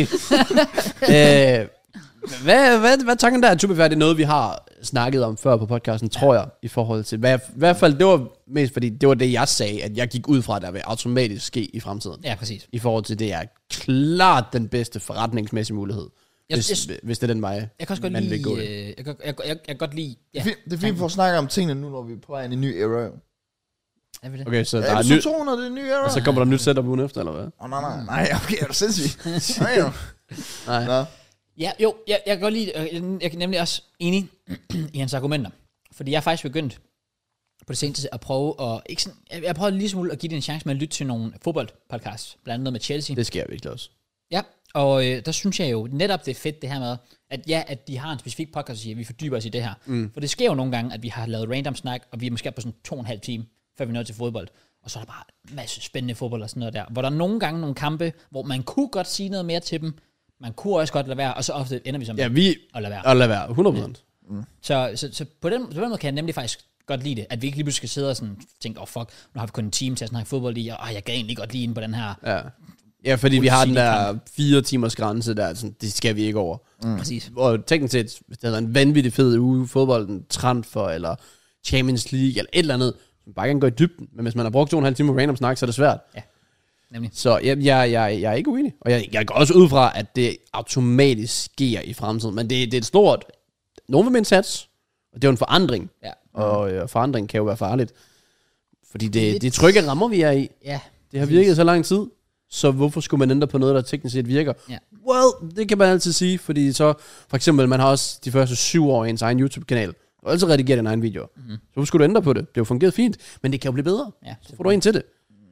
øh, hvad, hvad, hvad tanken der er, Tubifær, det er noget, vi har snakket om før på podcasten, tror jeg, i forhold til, hvad, i hvert fald, det var mest fordi, det var det, jeg sagde, at jeg gik ud fra, at der vil automatisk ske i fremtiden. Ja, præcis. I forhold til, det er klart den bedste forretningsmæssige mulighed, Jeg- hvis, jeg- hvis det er den vej, Jeg kan også godt man vil lide, gå det. øh, jeg, kan, jeg, jeg, jeg kan godt lide, ja. Det er fint, det er fint for at snakke om tingene nu, når vi er på vej ind i en ny era. jo. Er vi det? Okay, så Ja, der er episode ny, to hundrede, det er en ny era. og så kommer der nyt setup ugen efter, eller hvad? Åh, oh, nej, nej, nej, okay, er du sindssyg? Nej, jo. Nej. Nå. Ja, jo, jeg, jeg kan godt lide, jeg, jeg er nemlig også enig i hans argumenter. Fordi jeg er faktisk begyndt på det seneste at prøve at, ikke sådan, jeg, jeg prøver lige smule at give det en chance med at lytte til nogle fodboldpodcasts, blandt andet med Chelsea. Det sker virkelig også. Ja, og øh, der synes jeg jo netop, det er fedt det her med, at ja, at de har en specifik podcast, og siger, at vi fordyber os i det her. Mm. For det sker jo nogle gange, at vi har lavet random snak, og vi er måske på sådan to og en halv time, før vi når til fodbold. Og så er der bare en masse spændende fodbold og sådan noget der. Hvor der er nogle gange nogle kampe, hvor man kunne godt sige noget mere til dem, man kunne også godt lade være, og så ofte ender vi som Ja, vi... at lade være. Og lad være, hundrede procent. Så, så, så på, den, på den måde kan jeg nemlig faktisk godt lide det, at vi ikke lige pludselig skal sidde og sådan tænke, åh oh, fuck, nu har vi kun en time til at snakke fodbold i, og oh, jeg kan egentlig godt lide ind på den her. Ja. Ja, fordi vi har den der Kamp. fire timers grænse der, sådan, det skal vi ikke over. Mm. Præcis. Og teknisk set, hvis det havde været en vanvittig fed uge, fodbolden, transfer, eller Champions League, eller et eller andet, man bare gerne gå i dybden. Men hvis man har brugt to og en halv time på random snak, så er det svært. Ja, nemlig. Så jeg, jeg, jeg, jeg er ikke uenig. Og jeg, jeg går også ud fra, at det automatisk sker i fremtiden. Men det, det er et stort... Nogen vil med en sats, og det er jo en forandring. Ja. Og øh, forandring kan jo være farligt. Fordi det, det trygge rammer, vi er i. Ja. Det har virket så lang tid. Så hvorfor skulle man ændre på noget, der teknisk set virker? Ja. Well, det kan man altid sige. Fordi så, for eksempel, man har også de første syv år i ens egen YouTube-kanal. Og altid redigeret din egen video. Mm-hmm. Så hvorfor skulle du ændre på det? Det har jo fungeret fint. Men det kan jo blive bedre. Ja, så får du en til det.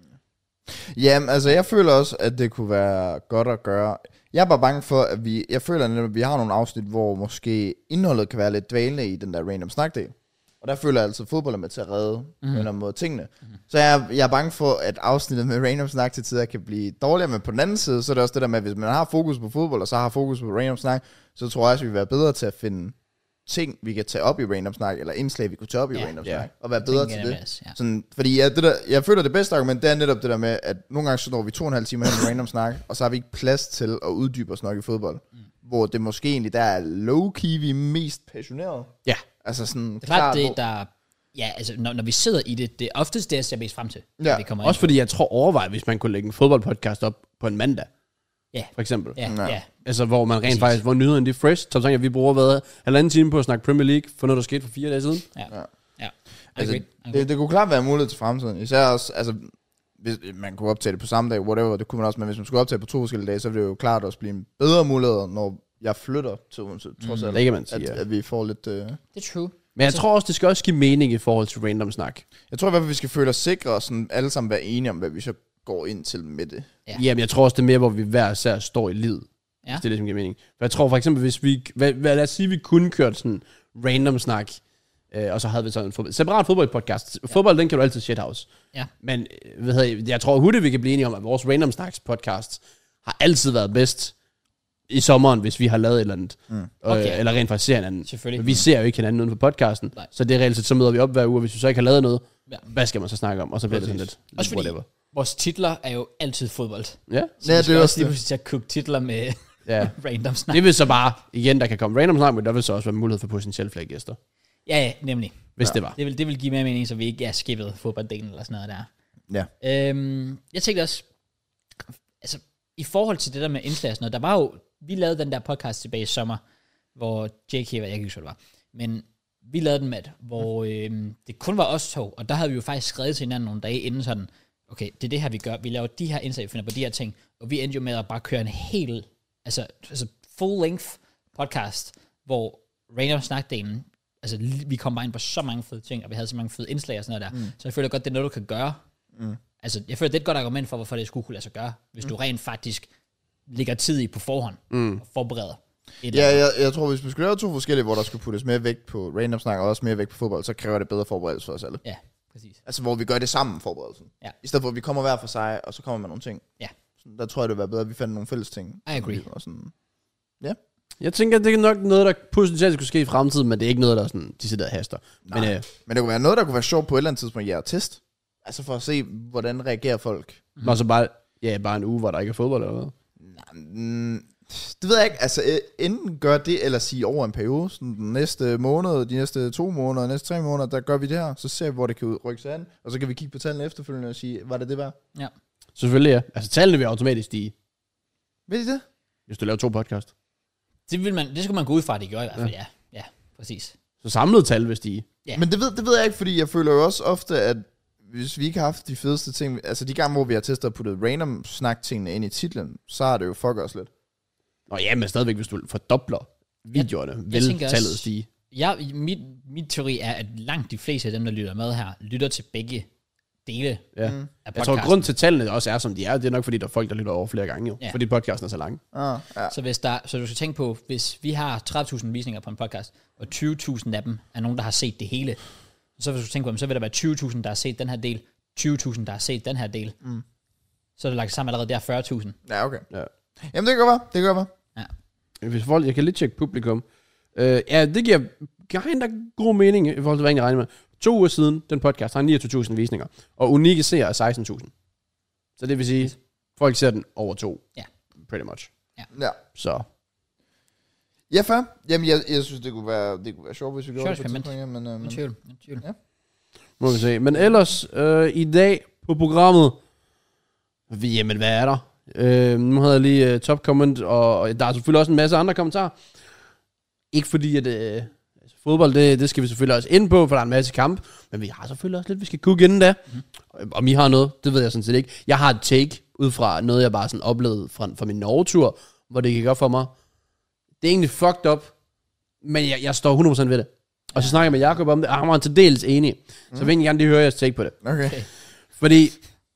Jamen, altså, jeg føler også, at det kunne være godt at gøre. Jeg er bare bange for, at vi... Jeg føler, at vi har nogle afsnit, hvor måske indholdet kan være lidt dvalende i den der random snak-del. Og der føler jeg altså, at fodbold er med til at redde mm. på en måde tingene. Mm. Så jeg, jeg er bange for, at afsnittet med random snak til tider kan blive dårligere, men på den anden side, så er det også det der med, at hvis man har fokus på fodbold, og så har fokus på random snak, så tror jeg også, at vi vil være bedre til at finde ting, vi kan tage op i random snak, eller indslag, vi kunne tage op i ja, random snak, ja. og være bedre til det. Masse, ja. Sådan, fordi ja, det der, jeg føler, det bedste argument, det er netop det der med, at nogle gange så når vi to og en halv timer hen i random snak, og så har vi ikke plads til at uddybe os nok i fodbold. Mm. Hvor det måske egentlig, der er low-key, vi er mest passionerede. Ja. Altså sådan... Det er klart, det der... Ja, altså når, når vi sidder i det, det er oftest det, jeg ser mest frem til. Ja. Vi kommer også fordi jeg tror overvej, hvis man kunne lægge en fodboldpodcast op på en mandag. Ja. For eksempel. Ja, ja. ja. Altså hvor man rent Præcis. faktisk, hvor nyhederne de er fresh. Så tænker vi bruger hvad, halvanden time på at snakke Premier League, for noget der skete for fire dage siden. Ja, ja. ja. Altså, det, det kunne klart være muligt til fremtiden. Især også, altså, hvis man kunne optage det på samme dag, whatever, det kunne man også, men hvis man skulle optage på to forskellige dage, så ville det jo klart også blive en bedre mulighed, når jeg flytter til Odense, trods alt, det kan man sige, at, ja. at vi får lidt... Uh... Det er true. Men jeg tror også, det skal også give mening i forhold til random snak. Jeg tror i hvert fald, vi skal føle os sikre, og sådan alle sammen være enige om, hvad vi så går ind til med det. Ja. Jamen, jeg tror også, det er mere, hvor vi hver især står i livet. Ja. Hvis det er det, som giver mening. For jeg tror for eksempel, hvis vi... Hvad, hvad, lad os sige, vi kunne kørt sådan random snak, øh, og så havde vi sådan en fodbold, separat fodboldpodcast. Ja. Fodbold, den kan du altid shithouse. Ja. Men hvad hedder jeg, jeg tror hurtigt, vi kan blive enige om, at vores random snacks podcast har altid været bedst i sommeren, hvis vi har lavet et eller andet. Mm. Okay. Øh, eller rent faktisk ser hinanden. Selvfølgelig. Men vi ser jo ikke hinanden uden for podcasten. Nej. Så det er reelt set, så møder vi op hver uge, og hvis vi så ikke har lavet noget, ja. hvad skal man så snakke om? Og så bliver det sådan lidt, også fordi whatever. Vores titler er jo altid fodbold. Ja. Så ja, vi skal det er også lige det. pludselig til at cook titler med ja. random snak. Det vil så bare, igen, der kan komme random snak, men der vil så også være mulighed for potentielt flere gæster. Ja, ja, nemlig. Hvis ja. det var. Det vil, det vil give mere mening, så vi ikke er skippet fodbolddelen eller sådan noget der. Ja. Øhm, jeg tænkte også, altså i forhold til det der med indslag og sådan noget, der var jo, vi lavede den der podcast tilbage i sommer, hvor J K, hvad jeg kan huske, hvad det var, men vi lavede den med, hvor øhm, det kun var os to, og der havde vi jo faktisk skrevet til hinanden nogle dage inden sådan, okay, det er det her, vi gør, vi laver de her indslag, vi finder på de her ting, og vi endte jo med at bare køre en hel, altså, altså full-length podcast, hvor random snakdelen, altså vi kom bare ind på så mange fede ting, og vi havde så mange fede indslag og sådan noget der, mm. så jeg føler godt, det er noget, du kan gøre. Mm. Altså, jeg føler, det er et godt argument for, hvorfor det skulle kunne lade sig gøre, hvis mm. du rent faktisk ligger tid i på forhånd, mm. og forbereder. Ja, jeg, jeg tror, hvis vi skulle lave to forskellige, hvor der skulle puttes mere vægt på random snak, og også mere vægt på fodbold, så kræver det bedre forberedelse for os alle. Ja, præcis. Altså, hvor vi gør det sammen, forberedelsen. Ja. I stedet for, at vi kommer hver for sig, og så kommer med nogle ting. Ja. Så der tror jeg, det vil være bedre, at vi fandt nogle fælles ting. I agree. Og sådan. Ja. Jeg tænker, det er nok noget, der potentielt skulle ske i fremtiden, men det er ikke noget, der sådan, de sidder haster. Nej. Men, øh, men det kunne være noget, der kunne være sjovt på et eller andet tidspunkt, ja, test. Altså for at se, hvordan reagerer folk. mm. Og så bare, ja, bare en uge, hvor der ikke er fodbold eller noget. Nej, det ved jeg ikke. Altså, enten gør det, eller sige over en periode. Sådan den næste måned, de næste to måneder, de næste tre måneder, der gør vi det her. Så ser vi, hvor det kan rykke sig an. Og så kan vi kigge på tallene efterfølgende og sige, var det det værd? Ja. Selvfølgelig, ja. Altså, tallene vil automatisk stige. Ved I det? Hvis du laver to podcast. Det, vil man, det skulle man gå ud fra, at det gør i hvert fald, ja. Ja, ja, præcis. Så samlet tal vil stige. Ja. Men det ved, det ved jeg ikke, fordi jeg føler jo også ofte, at hvis vi ikke har haft de fedeste ting, altså de gange, hvor vi har testet og puttet random snak-tingene ind i titlen, så har det jo fuck os lidt. Nå ja, men stadigvæk, hvis du fordobler videoerne, jeg, jeg vil tallet også, stige. Ja, mit, mit teori er, at langt de fleste af dem, der lytter med her, lytter til begge dele ja. af podcasten. Jeg tror, grund til tallene også er, som de er, det er nok, fordi der er folk, der lytter over flere gange jo. Ja. Fordi podcasten er så lang. Ah, ja. Så, hvis der, så du skal tænke på, hvis vi har tredive tusind visninger på en podcast, og tyve tusind af dem er nogen, der har set det hele, så hvis du tænker på, så vil der være tyve tusind, der har set den her del, tyve tusind, der har set den her del. Mm. Så er det lagt sammen allerede der fyrre tusind. Ja, okay. Ja. Jamen, det gør være. Det gør være. Ja. Hvis folk, jeg kan lige tjekke publikum. Uh, ja, det giver kinda god mening i forhold til, hvad jeg regner med. To uger siden, den podcast har niogtyve tusind visninger, og unikke seere er seksten tusind. Så det vil sige, folk ser den over to. Ja. Pretty much. Ja. Ja. Så. Ja, fair. Jamen, jeg, jeg synes, det kunne være, det kunne være sjovt, hvis vi gjorde sure, det på et tidspunkt. Men, uh, men, tvivl. tvivl. Ja. Må vi se. Men ellers, øh, i dag på programmet, jamen hvad er der? Øh, nu havde jeg lige uh, top comment, og, og der er selvfølgelig også en masse andre kommentarer. Ikke fordi, at øh, altså, fodbold, det, det skal vi selvfølgelig også ind på, for der er en masse kamp, men vi har selvfølgelig også lidt, vi skal kugge inden da. Mm. Om I har noget, det ved jeg sådan set ikke. Jeg har et take ud fra noget, jeg bare sådan oplevede fra, fra min Norge-tur, hvor det gik op for mig. Det er egentlig fucked up, men jeg, jeg står hundrede procent ved det. Og så snakker jeg med Jacob om det, og han var til dels enig. Mm. Så vil jeg gerne lige høre jeres take på det. Okay. Fordi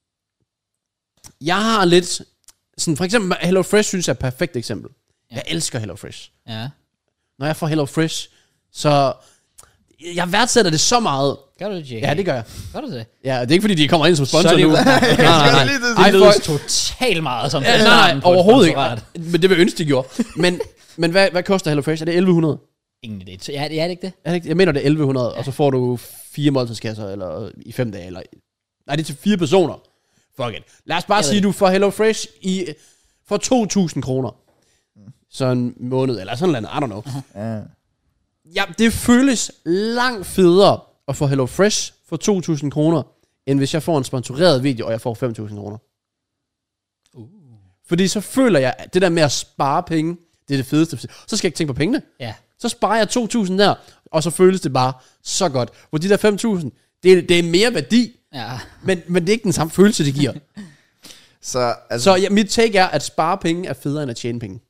jeg har lidt sådan, for eksempel Hello Fresh synes jeg er et perfekt eksempel. Ja. Jeg elsker Hello Fresh. Ja. Når jeg får Hello Fresh, så jeg værdsætter det så meget. Gør du det, J K? Ja, det gør jeg. Gør du det? Ja, det er ikke fordi de kommer ind som sponsor så er det nu. okay. nej, nej, nej. Det lyder totalt meget som ja, nej, nej, overhovedet ikke. Men det vil jeg ønske, de gjorde. Men, men hvad, hvad koster Hello Fresh? Er det elleve hundrede? Ingen idé. Ja, det er det ikke det? Er det ikke? Jeg mener, det er elleve hundrede, ja. Og så får du fire måltidskasser eller i fem dage. Eller, nej, det er til fire personer. Fuck it. Lad os bare sige, at du får Hello Fresh i, for to tusind kroner. Så en måned, eller sådan noget, I don't know. Ja. Ja, det føles langt federe at få Hello Fresh for to tusind kroner, end hvis jeg får en sponsoreret video, og jeg får fem tusind kroner. Uh. Fordi så føler jeg, at det der med at spare penge, det er det fedeste. Så skal jeg ikke tænke på pengene. Ja. Så sparer jeg to tusind der, og så føles det bare så godt. Hvor de der fem tusind, det, det er mere værdi, ja. men, men det er ikke den samme følelse, det giver. så altså, så ja, mit take er, at spare penge er federe end at tjene penge.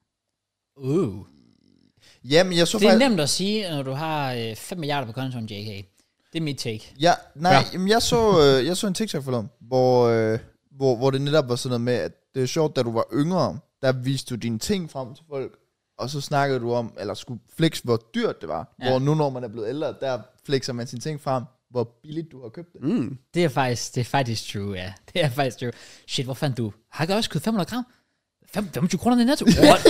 Uh. Jamen, jeg så det er faktisk... nemt at sige, når du har øh, fem milliarder på kontoen, J K. Det er mit take. Ja, nej, ja. Jamen, jeg, så, øh, jeg så en TikTok forleden, hvor, øh, hvor, hvor det netop var sådan noget med, at det er sjovt, da du var yngre, der viste du dine ting frem til folk, og så snakkede du om, eller skulle flex, hvor dyrt det var. Ja. Hvor nu, når man er blevet ældre, der flexer man sine ting frem, hvor billigt du har købt det. Mm. Det er faktisk, det er faktisk true, ja. Det er faktisk true. Shit, hvor fandt du? Har jeg også købt fem hundrede gram? femogtyve kroner i netto?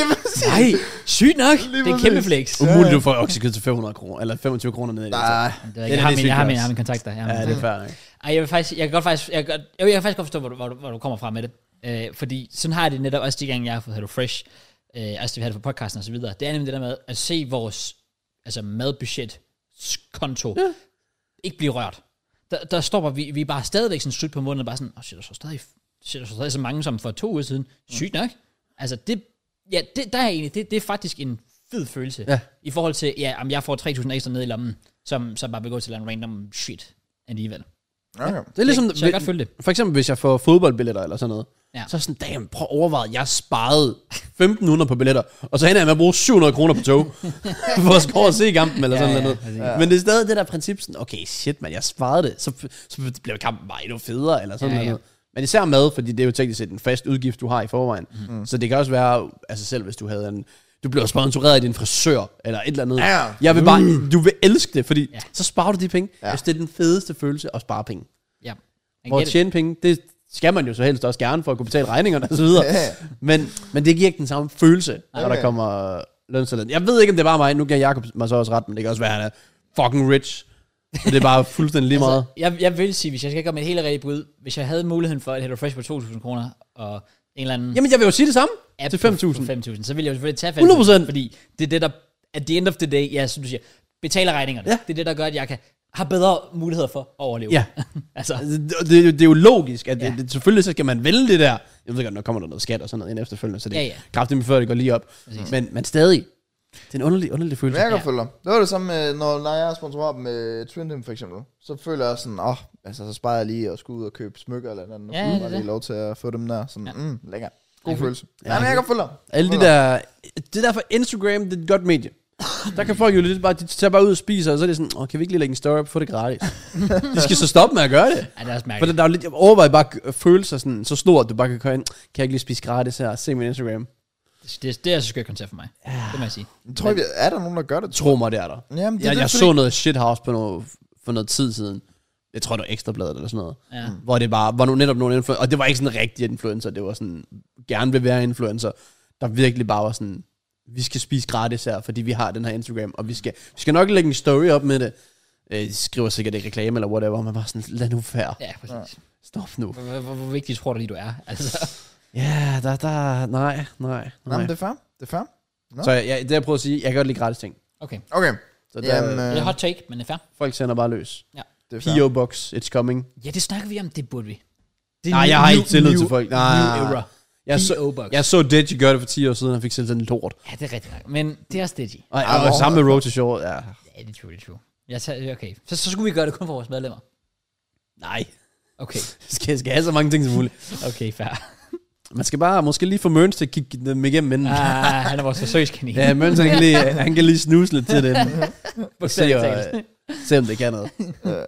Nej, sygt nok. Det er en kæmpe flex. Umuligt, du får oksekød til fem hundrede kroner, eller femogtyve kroner ned i det. Nej, det er, jeg, har min, jeg har min, jeg har min kontakter. Jeg ja, det er fair, ikke? Ej, jeg vil faktisk, jeg kan godt faktisk, jeg kan, jeg kan faktisk godt forstå, hvor du, hvor du, hvor du kommer fra med det. Øh, fordi sådan har jeg det netop også de gange, jeg har fået Hello Fresh, øh, altså det vi har det for podcasten og så videre. Det er nemlig det der med at se vores altså madbudget konto ja. ikke blive rørt. Der, der stopper vi, vi er bare stadigvæk sådan slut på måneden, bare sådan, åh oh, shit, der så stadig, shit, der så stadig så mange som for to uger siden. Sygt nok. Altså det, ja, det, der er egentlig, det, det er faktisk en fed følelse. Ja. I forhold til, ja, om jeg får tre tusind ekstra ned i lommen, som, som bare vil gå til en random shit alligevel. Okay. Ja, det er ligesom, så jeg kan godt følge det. For eksempel, hvis jeg får fodboldbilletter eller sådan noget, ja. Så er sådan, damn, prøv at overveje, jeg sparede femten hundrede på billetter, og så ender jeg med at bruge syv hundrede kroner på tog, for at gå og se kampen, eller sådan ja, noget. Ja. Men det er stadig det der princip, sådan, okay, shit, man, jeg sparede det, så, så bliver kampen bare endnu federe, eller sådan ja, noget. Ja. Men især mad, fordi det er jo teknisk set en fast udgift, du har i forvejen. Mm. Så det kan også være, altså selv hvis du havde en, du bliver sponsoreret af din frisør, eller et eller andet. Ja. Jeg vil bare, du vil elske det, fordi ja. Så sparer du de penge. Ja. Altså, det er den fedeste følelse at spare penge. Ja. Hvor at tjene penge, det skal man jo så helst også gerne for at kunne betale regningerne og så videre. Ja. Men, men det giver ikke den samme følelse, når okay. der kommer lønsalden. Jeg ved ikke, om det er bare mig. Nu giver Jacob mig så også ret, men det kan også være, at han er fucking rich. Så det er bare fuldstændig lige meget. Altså, jeg, jeg vil sige, hvis jeg skal gøre med et helt rigtigt bud, hvis jeg havde muligheden for et Hello Fresh på to tusind kroner, og en eller anden... Jamen, jeg vil jo sige det samme. Til fem tusind. fem tusind, så vil jeg jo selvfølgelig tage fem tusind. Fordi det er det, der, at the end of the day, ja, som du siger, betaler regningerne. Ja. Det er det, der gør, at jeg kan have bedre muligheder for at overleve. Ja. altså. det, det, det er jo logisk, at ja. det, det, selvfølgelig så skal man vælge det der. Jeg ved godt, når kommer der noget skat og sådan noget ind efterfølgende, så det er ja, ja. kraftigt før det går lige op. Men, men stadig, det er en underlig, underlig følelse. Jeg kan følge dig. Det var det samme, med, når, når jeg er sponsoreret med Twintim for eksempel. Så føler jeg sådan, åh, oh, altså så sparer jeg lige og skulle ud og købe smykker eller andet. Ja, og det bare lige lov til at få dem der. Sådan, ja. mm, lækker. God okay. følelse. Ja, ja, men jeg kan følge dig. Alle de der, det er derfor Instagram, det er et godt medie. Der kan folk jo lidt bare, de tager bare ud og spiser, og så er det sådan, åh, kan vi ikke lige lægge en story op, få det gratis? De skal så stoppe med at gøre det. Ja, det er også mærkeligt. For der er jo lidt, jeg overvejer bare at føle sig sådan, så stor, at du bare kan komme ind, kan jeg ikke lige spise gratis her, se min Instagram. Det, det, det er så skørt koncept for mig, ja. Det må jeg sige. Jeg tror, men, er der nogen, der gør det? Tro mig, det er der. Jamen, det jeg det, jeg fordi... så noget shithouse på noget, for noget tid siden. Jeg tror, det var Ekstrabladet eller sådan noget. Ja. Hvor det bare var no, netop nogle influencer, og det var ikke sådan en rigtig influencer, det var sådan, gerne vil være influencer, der virkelig bare var sådan, vi skal spise gratis her, fordi vi har den her Instagram, og vi skal, vi skal nok lægge en story op med det. De skriver sikkert ikke reklame eller whatever, men bare sådan, lad nu være. Ja, præcis. Stop nu. Hvor, hvor, hvor vigtigt tror du lige, du er? Altså. Ja, der, der, nej, nej, nej. Jamen, det er fair. Det er fair. No. Så jeg, det jeg prøver at sige, jeg kan godt lide gratis ting. Okay. Okay. Så der, Jamen, det er hot take, men det er fair. Folk sender bare løs. Ja. Det er P O Box, it's coming. Ja, det snakker vi om, det burde vi. Det Nej, new, jeg har new, ikke tillid new, til folk. Nej, New era. jeg så, P O Box. jeg så Deji gøre det for ti år siden, han fik selv sådan en lort. Ja, det er rigtigt nok. Men det er også Digi. Og, Ja, og hvor- sammen med Road to Shore, ja. Ja, det er true, det er true. Jeg tager, okay. Så, så skulle vi gøre det kun for vores medlemmer. Nej, Okay. skal, skal have så mange ting som muligt. Okay, fair. Man skal bare måske lige få Mørns til at kigge dem igennem inden. Ah, han er vores forsøgskanin. Ja, Mørns han kan lige, han kan lige snuse lidt til det. Og se, Bogstaveligt og, talt. se om det kan noget.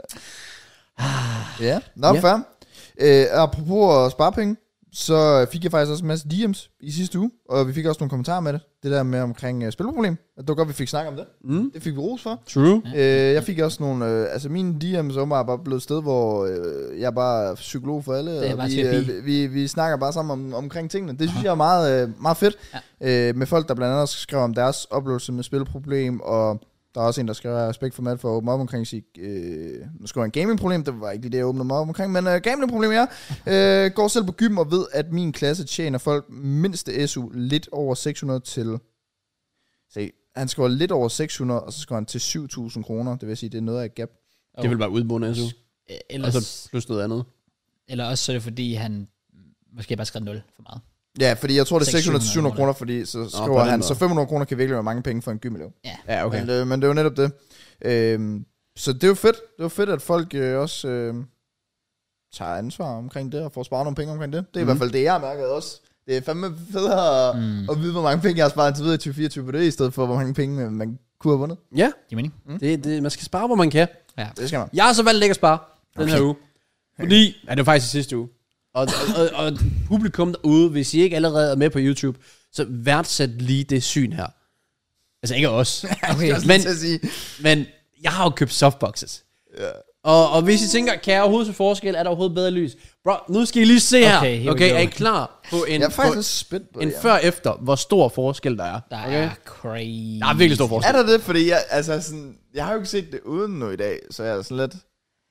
Ja, nå, Ja. fair. Øh, apropos at spare penge, så fik jeg faktisk også en masse D M's i sidste uge, og vi fik også nogle kommentarer med det. Det der med omkring uh, spilproblem. Det var godt, vi fik snakket om det. Mm. Det fik vi ros for. True. Øh, jeg fik også nogle, øh, altså mine D M's er bare blevet et sted, hvor øh, jeg er bare psykolog for alle, Det er og bare vi, terapi. øh, vi, vi, vi snakker bare sammen om, omkring tingene. Det synes jeg er meget, øh, meget fedt, Ja. øh, med folk, der blandt andet skriver om deres oplevelse med spilproblem, og der er også en, der skriver respekt for Matt for at åbne op omkring sig, øh, nu skriver en gamingproblem, det var ikke lige det, jeg åbnede mig op omkring, men øh, gamingproblem, ja. øh, går selv på gym og ved, at min klasse tjener folk mindste S U lidt over seks hundrede til, se, han skriver lidt over seks hundrede, og så skriver han til syv tusind kroner, det vil sige, det er noget af et gap. Det vil bare udbunde, S U. Eller, Og så plus noget andet. eller også så er det fordi, han måske bare skrev nul for meget. Ja, fordi jeg tror, det er seks seks hundrede til syv hundrede kroner. kroner, fordi så på skriver den han, måde. så fem hundrede kroner kan virkelig være mange penge for en gymelev. Ja, okay. Men, øh, men det er jo netop det. Øhm, så det er jo fedt. Det er jo fedt, at folk øh, også øh, tager ansvar omkring det, og får sparet nogle penge omkring det. Det er mm. i hvert fald det, jeg har mærket også. Det er fandme federe at, Mm. at vide, hvor mange penge jeg har sparet indtil videre i tyve fireogtyve på det, i stedet for, hvor mange penge man kunne have vundet. Ja, Giver mening? det, det, man skal spare, hvor man kan. Det skal man. Jeg har så valgt ikke at spare den Okay. her uge. Fordi, ja, det var faktisk i sidste uge. Og, og, og, og publikum derude, hvis I ikke allerede er med på YouTube, så værdsæt lige det syn her. Altså ikke os. Okay. Men, Til at sige. men jeg har jo købt softboxes. Ja. Og, og hvis I tænker, kan jeg overhovedet se forskel? Er der overhovedet bedre lys? Bro, nu skal I lige se her. Okay, here we Okay, go. er I klar på en, Jeg er faktisk på lidt spændt på en det, ja. før-efter, hvor stor forskel der er? Der Okay? er crazy. Der er virkelig stor forskel. Er der det? Fordi jeg, altså sådan, jeg har jo ikke set det uden nu i dag, så jeg er sådan lidt...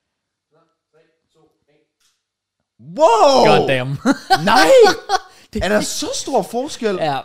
Wow! God damn. Nej! Er der så stor forskel? Ja.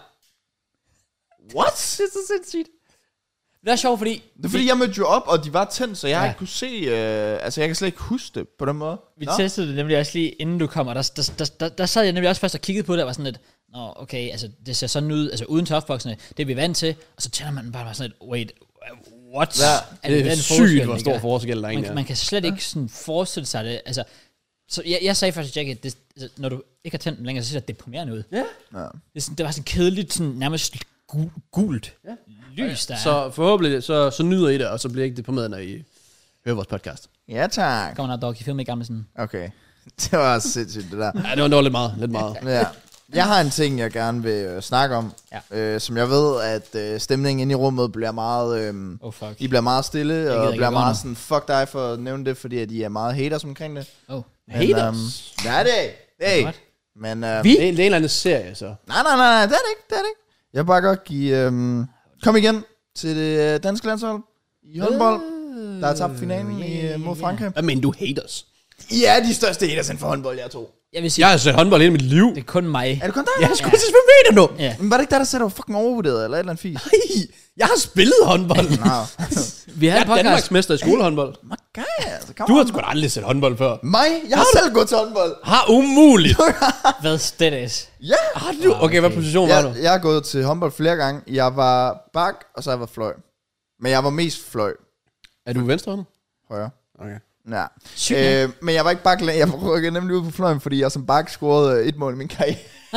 What? Det er så sindssygt. Det er sjovt, fordi... Det er fordi, jeg mødte jo op, og de var tændt, så jeg har Ja. ikke kunne se... Øh, altså, jeg kan slet ikke huske det på den måde. Vi Nå. testede det nemlig også lige inden du kom, og der, der, der, der, der sad jeg nemlig også først og kiggede på det, og var sådan lidt, nå okay, altså det ser sådan ud, altså uden softboxene, det er vi vant til, og så tænder man bare bare sådan lidt, wait, what? Ja, Er Det er den sygt, forskel, hvor det stor gør? forskel der egentlig man, er. man kan slet ikke sådan forestille sig det, altså, så jeg, jeg sagde først til Jackie, det, altså, når du ikke har tændt den længere, så ser det deprimerende ud. Ja. Ja. Det, er sådan, det var sådan kedeligt, sådan nærmest gu, gult Ja. lys, der er. Så forhåbentlig, så, så nyder I det, og så bliver I ikke deprimeret, når I hører vores podcast. Ja, tak. Kommer der dog i film i gamle sådan. Okay. Det var sindssygt, det der. Ja, det var, det var lidt meget. Lidt meget. Ja. Jeg har en ting, jeg gerne vil øh, snakke om, Ja. øh, som jeg ved, at øh, stemningen inde i rummet bliver meget... Øh, Oh fuck. I bliver meget stille, gider og ikke bliver gå meget nu. sådan, fuck dig for at nævne det, fordi at I er meget haters omkring det. Oh. Men, Haters? øhm, nej, det er ikke. Det er ikke. What? Men, øh, Vi? Det, er, det er en eller anden serie, så. nej, nej, nej, nej, det er det ikke, det er det ikke. Jeg vil bare godt give... Øhm, kom igen til det øh, danske landshold i håndbold, der har tabt finalen i, øh, mod Frankrig. Hvad mener du, haters? I er de største haters inden for håndbold, jeg to. Jeg vil sige, Jeg har set håndbold hele mit liv. det er kun mig. Er det kun dig? Jeg har sgu til hvad mener du? Ja. Men var det ikke der, der sagde, du var fucking overvurderet, eller et eller andet fis? Nej, jeg har spillet håndbold. Nå. Vi har Jeg en er podcast. Danmarks mester i skolehåndbold. Okay, altså, kom Du har on. sgu da aldrig set håndbold før. Mig? Jeg har selv gået til håndbold. Har umuligt. Hvad status? Ja. Har du? Okay, hvad position var du? Jeg, jeg har gået til håndbold flere gange. Jeg var bak, og så har jeg været fløj. Men jeg var mest fløj. Er du venstrehåndet? Højre. Okay. Ja. Sygt. Øh, men jeg var ikke bak længere. Jeg rykkede nemlig ud på fløjen, fordi jeg som bak scorede øh, et mål i min karriere.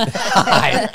Nej.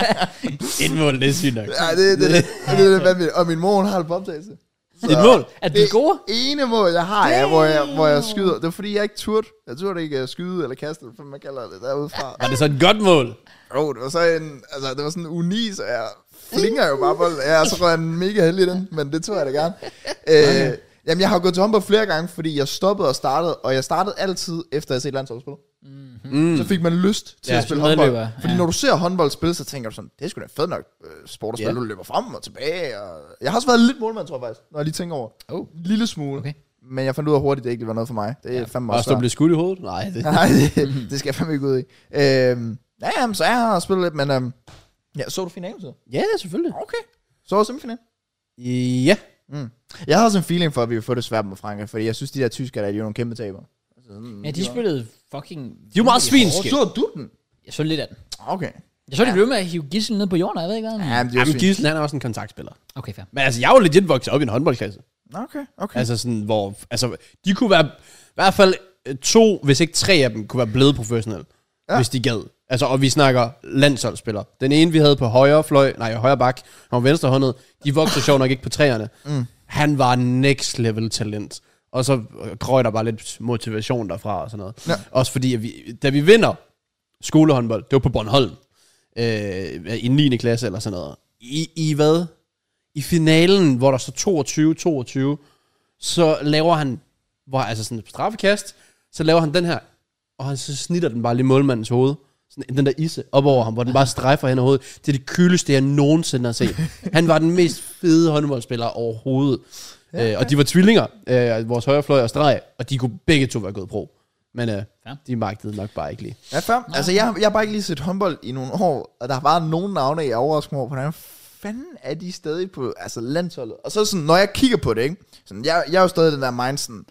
Et mål, det er sygt nok. Ja, det, det, det, det, det, det er vanvittigt. Og min mor, hun har det på optagelse. Et mål? Er du Det gode? ene mål, jeg har, er, hvor jeg, hvor jeg skyder. Det er fordi, jeg ikke turde. Jeg turde ikke uh, skyde eller kaste, som man kalder det derudefra. Var det så et godt mål? Oh, det var så en, altså, det var sådan en uni, så jeg flinger jo bare bolden. Ja, så var jeg mega heldig i den, men det tror jeg da gerne. Øh, jamen, jeg har gået til håndbold flere gange, fordi jeg stoppede og startede, og jeg startede altid, efter jeg havde set landsholdsspil. Mm. Så fik man lyst til Ja, at spille som håndbold. medløber, Fordi ja. når du ser håndbold spille, så tænker du sådan, det er sgu da fedt nok øh, sport at spille, Ja. du løber frem og tilbage. Og jeg har også været lidt målmand, tror jeg faktisk, når jeg lige tænker over. Oh. En lille smule. Okay. Men jeg fandt ud af hurtigt, at det ikke var noget for mig. Det er fandme Også også du svært. blev skudt i hovedet? Nej, det... Nej, det, det skal jeg fandme ikke ud i. Øhm, ja, jamen, så jeg har spillet lidt, men øhm, ja, så du finalen så? Ja, selvfølgelig. Okay. Så var semifinalen? Ja. Mm. Jeg har også en feeling for, at vi vil få det svært med Frankrig, fordi jeg synes, de der tyskere, der er jo nogle kæmpe taber. Altså, sådan, Ja, de spillede fucking... De er jo meget svinske. Så du den? Jeg så lidt af den. Okay. Jeg så, de Ja. blev med at hive Gissel ned på jorden, jeg ved ikke hvad. Ja, men det er Jamen, jo Gislen, han er også en kontaktspiller. Okay, fair. Men altså, jeg er jo legit vokset op i en håndboldklasse. Okay, okay. Altså sådan, hvor... Altså, de kunne være... I hvert fald to, hvis ikke tre af dem, kunne være blevet professionelle. Ja. Hvis de gad. Altså, og vi snakker landsholdsspillere. Den ene, vi havde på højre fløj... Nej, højre bak. Han var venstrehåndet. De voksede sjovt nok ikke på træerne. Mm. Han var next level talent. Og så krøg der bare lidt motivation derfra og sådan noget. Ja. Også fordi, at vi, da vi vinder skolehåndbold, det var på Bornholm. Øh, I niende klasse eller sådan noget. I, I hvad? I finalen, hvor der så toogtyve toogtyve, så laver han, hvor, altså sådan et straffekast, så laver han den her, og han så snitter den bare lige målmandens hoved. Sådan, den der isse op over ham, hvor den bare strejfer hen over hovedet. Det er det kyldeste, jeg nogensinde har set. Han var den mest fede håndboldspiller overhovedet. Ja, okay. øh, og de var tvillinger, øh, vores højrefløj og streg, og de kunne begge to være gået pro. Men øh, ja. De magtede nok bare ikke lige. Ja, fair. Altså, jeg, jeg har bare ikke lige set håndbold i nogle år, og der har bare nogle navne, jeg overrasker mig over, hvordan fanden er de stadig på altså, landsholdet? Og så sådan, når jeg kigger på det, ikke? Sådan, jeg, jeg er jo stadig den der mind sådan,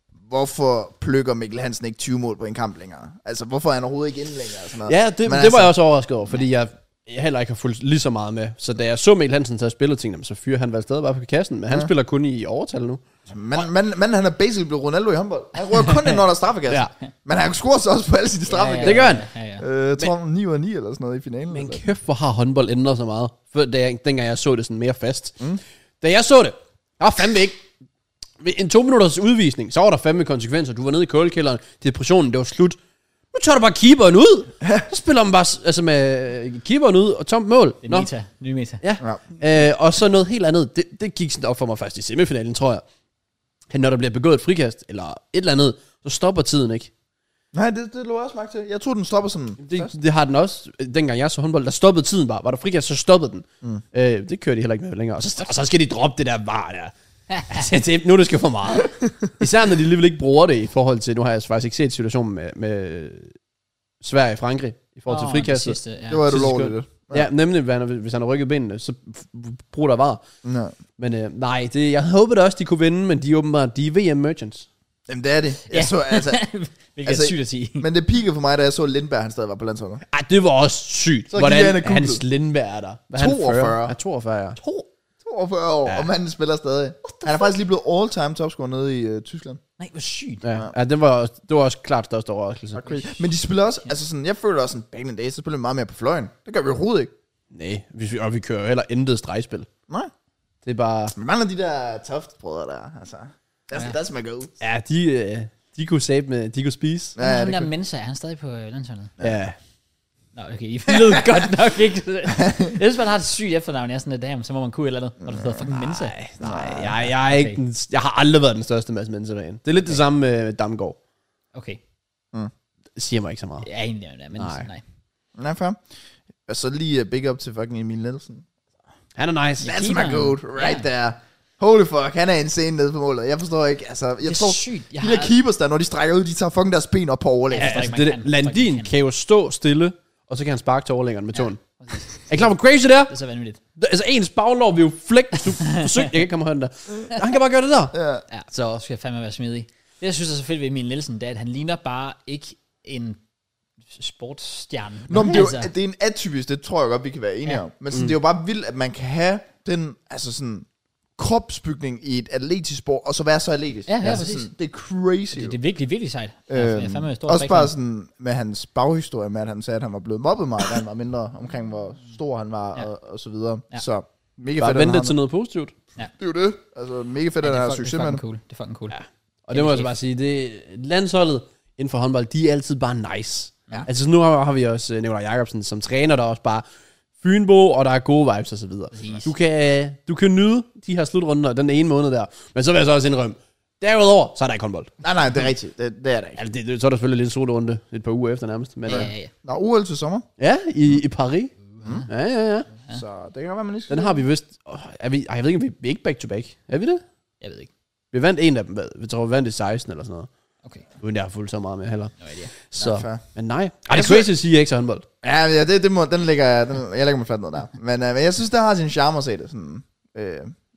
hvorfor plukker Mikkel Hansen ikke tyve mål på en kamp længere? Altså, hvorfor er han overhovedet ikke inde længere? Og sådan noget. Ja, det, det altså, var jeg også overrasket over, fordi jeg, jeg heller ikke har fulgt lige så meget med. Så da jeg så Mikkel Hansen tage spillet, tænkte jeg, så fyrer han vel stadig bare på kassen, men han ja. spiller kun i overtal nu. Men, men, men han er basically blevet Ronaldo i håndbold. Han rører kun ind, når der er straffekast. Ja. Men han scorer så også på alle sine straffekast. Ja, ja, ja. Det gør han. Ja, ja. Øh, jeg tror, ni ud af ni eller sådan noget i finalen. Men kæft, hvor har håndbold ændret så meget. Før, da jeg, dengang jeg så det sådan mere fast. Mm. Da jeg så det, jeg var fandme ikke. Ved en to minutters udvisning, så var der fandme konsekvenser. Du var nede i kålkælderen, depressionen, det var slut. Nu tager du bare keeperen ud. Så spiller man bare altså med keeperen ud og tomt mål. Det er meta. Ny meta. Ja. ja. Øh, og så noget helt andet. Det, det gik sådan op for mig først i semifinalen, tror jeg. Når der bliver begået et frikast, eller et eller andet, så stopper tiden ikke. Nej, det, det lå også mærke til. Jeg tror, den stopper sådan. Det, det har den også. Dengang jeg så håndbold, der stoppede tiden bare. Var der frikast, så stoppede den. Mm. Øh, det kører de heller ikke med længere. Og så, og så skal de droppe det der var der. Altså, nu er det skal for meget. Især når de alligevel ikke bruger det i forhold til, nu har jeg faktisk ikke set situationen med, med Sverige og Frankrig, i forhold oh, til frikastet. Det, ja. det var det lovligt. Ja. ja, nemlig, hvis han har rykket benene, så bruger der var. Ja. Men øh, nej, det, jeg håber også, de kunne vinde, men de er åbenbart, de er V M Merchants. Jamen det er det. Jeg ja. så, altså, Hvilket altså, er sygt at sige. Men det peakede for mig, da jeg så Lindberg, han stadig var på landsholdet. Ej, det var også sygt. Så hvordan Hans Lindberg er der. Hvad toogfyrre. Han, ja, toogfyrre, ja. toogfyrre år, ja. Og manden spiller stadig. Han er faktisk lige blevet all-time topscorer nede i uh, Tyskland. Nej, hvor sygt. Ja, ja det, var, det var også klart største overraskelse. Okay. Men de spiller også, altså sådan, jeg føler også sådan, back in the days, så spiller vi meget mere på fløjen. Det gør vi overhovedet ikke. Nej, vi, og vi kører jo heller intet stregspil. Nej. Det er bare... Men mangler de der Toft-brødre der, altså. That's, ja. that's my goal. Ja, de, de kunne save med, de kunne spise. Ja, ja, han der Mensa, er han stadig på landsholdet? Ja. ja. Nå, okay, I ved godt nok ikke. Jeg synes, man har et sygt efternavn. Jeg er sådan lidt, damn, så må man kunne et eller andet. Og du hedder fucking Mensa. Nej, nej, jeg, jeg, er ikke den, jeg har aldrig været den største Mads Mensa-fan. Det er lidt okay. Det samme med Damgaard. Okay. Mm. Det siger mig ikke så meget. Ja, egentlig, men nej. nej. Nej, fair. Og så lige big up til fucking Emil Nielsen. Han er nice. That's my goat, right yeah. there. Holy fuck, han er insane nede på målet. Jeg forstår ikke, altså, jeg det er tror, sygt. Jeg de har... der keepers der, når de strækker ud, de tager fucking deres ben op på overlæg. Ja, altså, det, kan. Landin kan. kan jo stå stille, og så kan han sparke til overlæggeren med tåen. Ja, er I klar, hvor crazy det er? Det er så vanvittigt. Altså, ens baglov vil jo flække, hvis du forsøger. Jeg kan ikke komme og høre den der. Han kan bare gøre det der. Ja, ja så skal jeg fandme være smidig. Det, jeg synes er så fedt ved Emil Nielsen, det er, at han ligner bare ikke en sportsstjerne. Nå, men det er, jo, altså. det er en atypisk, det tror jeg godt, vi kan være enige ja. om. Men sådan, mm. det er jo bare vildt, at man kan have den, altså sådan, kropsbygning i et atletisk sport, og så være så atletisk. Ja, ja, altså, sådan, det er crazy. Det, det er virkelig, virkelig sejt. Øhm, ja, fandme også bare sådan, med hans baghistorie, med at han sagde, at han var blevet mobbet meget, da han var mindre, omkring hvor stor han var, ja. og, og så videre. Ja. Så mega bare fedt. Bare vente til noget positivt. Ja. Det er jo det. Altså, mega fedt, at han har succes med det. Cool. Det er fucking cool. Ja. Og det må jeg så bare sige, det landsholdet inden for håndbold, de er altid bare nice. Ja. Altså så nu har, har vi også uh, Nikolaj Jacobsen som træner, der også bare Fynbo, og der er gode vibes og så videre. Du kan, du kan nyde de her slutrunder den ene måned der, men så vil jeg så også indrømme, derudover, så er der ikke håndbold. Nej, nej, det er rigtigt. Det, det er det ikke. Altså, det, det, så er der selvfølgelig lidt slutrunde et par uger efter nærmest. Men, ja, ja, ja. Nå, U L til sommer. Ja, i, i Paris. Mm. Ja, ja, ja, ja. Så det kan godt være, man ikke skal. Den har vi vist, er vi, jeg ved ikke, om vi er ikke back to back. Er vi det? Jeg ved ikke. Vi vandt en af dem, vi tror, vi vandt i seksten eller sådan noget. Okay. Uden jeg har fulgt så meget med heller. No idea. Så, ja, men nej. Ej, det er crazy at sige, at jeg ikke så håndbold. Ja, ja det, det må, den lægger, den, jeg lægger mig flat ned der. Men, øh, men jeg synes, det har sin charme at se det. Sådan, øh,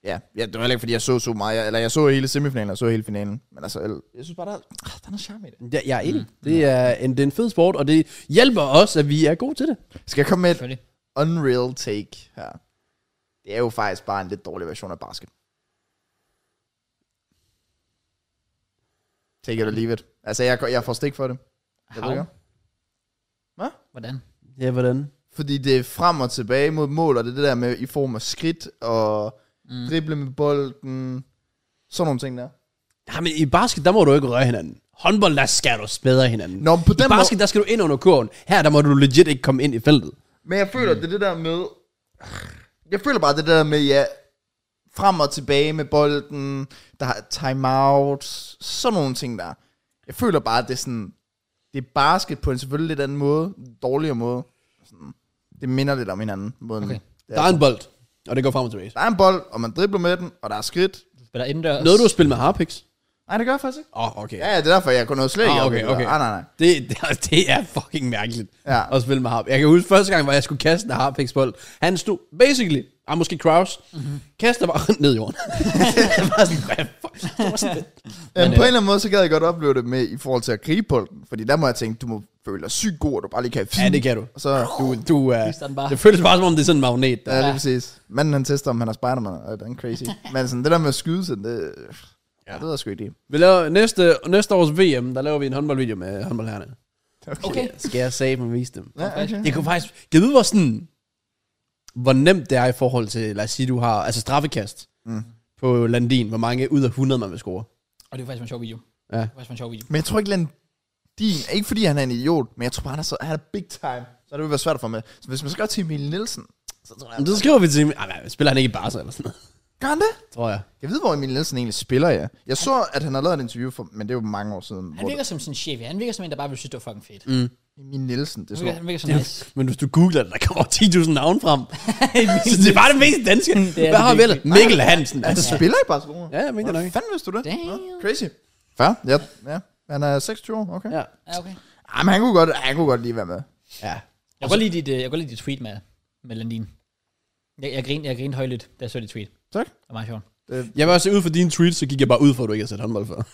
Ja, ja, det var heller ikke, fordi jeg så så meget. Eller jeg så hele semifinalen, og så hele finalen. Men altså, jeg synes bare, der er, ah, der er noget charme i det. Ja, jeg er enig. Mm. Det, er en, det er en fed sport, og det hjælper os, at vi er gode til det. Skal jeg komme med et unreal take her? Det er jo faktisk bare en lidt dårlig version af basket. Take it or leave it. Altså, jeg, jeg får stik for det. Jeg ved ikke. Hvad? Hvordan? Ja, hvordan? Fordi det er frem og tilbage mod mål, og det er det der med i form af skridt, og mm. drible med bolden, sådan nogle ting der. Ja, men i basket, der må du ikke røre hinanden. Håndbold, der skal du spædre hinanden. Nå, på den I basket, der skal du ind under kurven. Her, der må du legit ikke komme ind i feltet. Men jeg føler, mm. det er det der med... Jeg føler bare, det der med, ja, frem og tilbage med bolden, der har timeout, sådan nogle ting der. Jeg føler bare, at det er sådan... Det er basket på en selvfølgelig lidt anden måde, en dårligere måde. Sådan, det minder lidt om hinanden. Måden, okay. Der er en bold, og det går frem og tilbage. Der er en bold, og man dribler med den, og der er skridt. Du spiller indendørs. Noget du har spillet med harpiks? Nej, det gør jeg faktisk ikke. Åh, oh, okay. Ja, det er derfor, jeg kunne noget slet ikke. Oh, okay, okay. Ah, nej, nej. Det, det, det er fucking mærkeligt ja. at spille med harp. Jeg kan huske første gang, hvor jeg skulle kaste en harpiksbold. Han stod, basically, ah, måske Kraus, mm-hmm. kaster bare ned i jorden. Det var sådan, hvad fuck, det var sådan ja, på en eller anden måde, så gad jeg godt opleve det med, i forhold til at gribe bolden. Fordi der må jeg tænke, du må føle dig sygt god, og du bare lige kan... Ja, det kan du. Og så, du, du uh, det føles bare, som om det er sådan en magnet. Der. Ja, det er præcis. Manden, han tester, om han er Spider-Man, og det er crazy. Men sådan, det der med at skyde sådan, det... Ja, det er sgu ikke det. Vi laver næste, næste års V M, der laver vi en håndboldvideo med håndboldherrene. Okay. okay. Skal jeg sige dem og vise dem? Ja, okay. Det kunne faktisk... Kan du vide, hvor sådan... Hvor nemt det er i forhold til, lad os sige, du har... Altså straffekast mm. på Landin. Hvor mange ud af hundrede man vil score. Og det er faktisk en sjov video. Ja. Det er faktisk en sjov video. Men jeg tror ikke, Landin... Ikke fordi han er en idiot, men jeg tror bare, han er, så, han er big time. Så det vil være svært for mig. Så hvis man skal til Emil Nielsen... Så tror jeg... Men så skriver vi til Emil... Ej, spiller han ikke i Barca eller sådan noget? Gør han det? Tror jeg. Jeg ved, hvor Emil Nielsen egentlig spiller, ja. Jeg så, at han har lavet et interview, for, men det er jo mange år siden. Han virker det... som sådan en chef, ja. Han virker som en, der bare vil synes, det var fucking fedt. Mm. Emil Nielsen, det er så... Han virker så nice. Men hvis du googler det, der kommer ti tusind navn frem. Så det er bare det mest danske. Det Hvad har vi ellers? Mikkel Hansen. Han spiller i Barcelona. Ja, jeg mener nok. Hvad fanden vidste du det? Damn. Crazy. Fair, ja. ja. Han er seksogtyve år, okay. Ja, ja okay. Ej, men han kunne godt, han kunne godt lige være med. Ja. Jeg kan godt lide dit, jeg kan godt lide dit tweet med, med Landin. Jeg, jeg grinede jeg grin højlydt, da jeg så dit tweet. Tak. Det var meget sjovt. Det... Jeg var også ud for dine tweets, så gik jeg bare ud for, at du ikke har set håndbold før.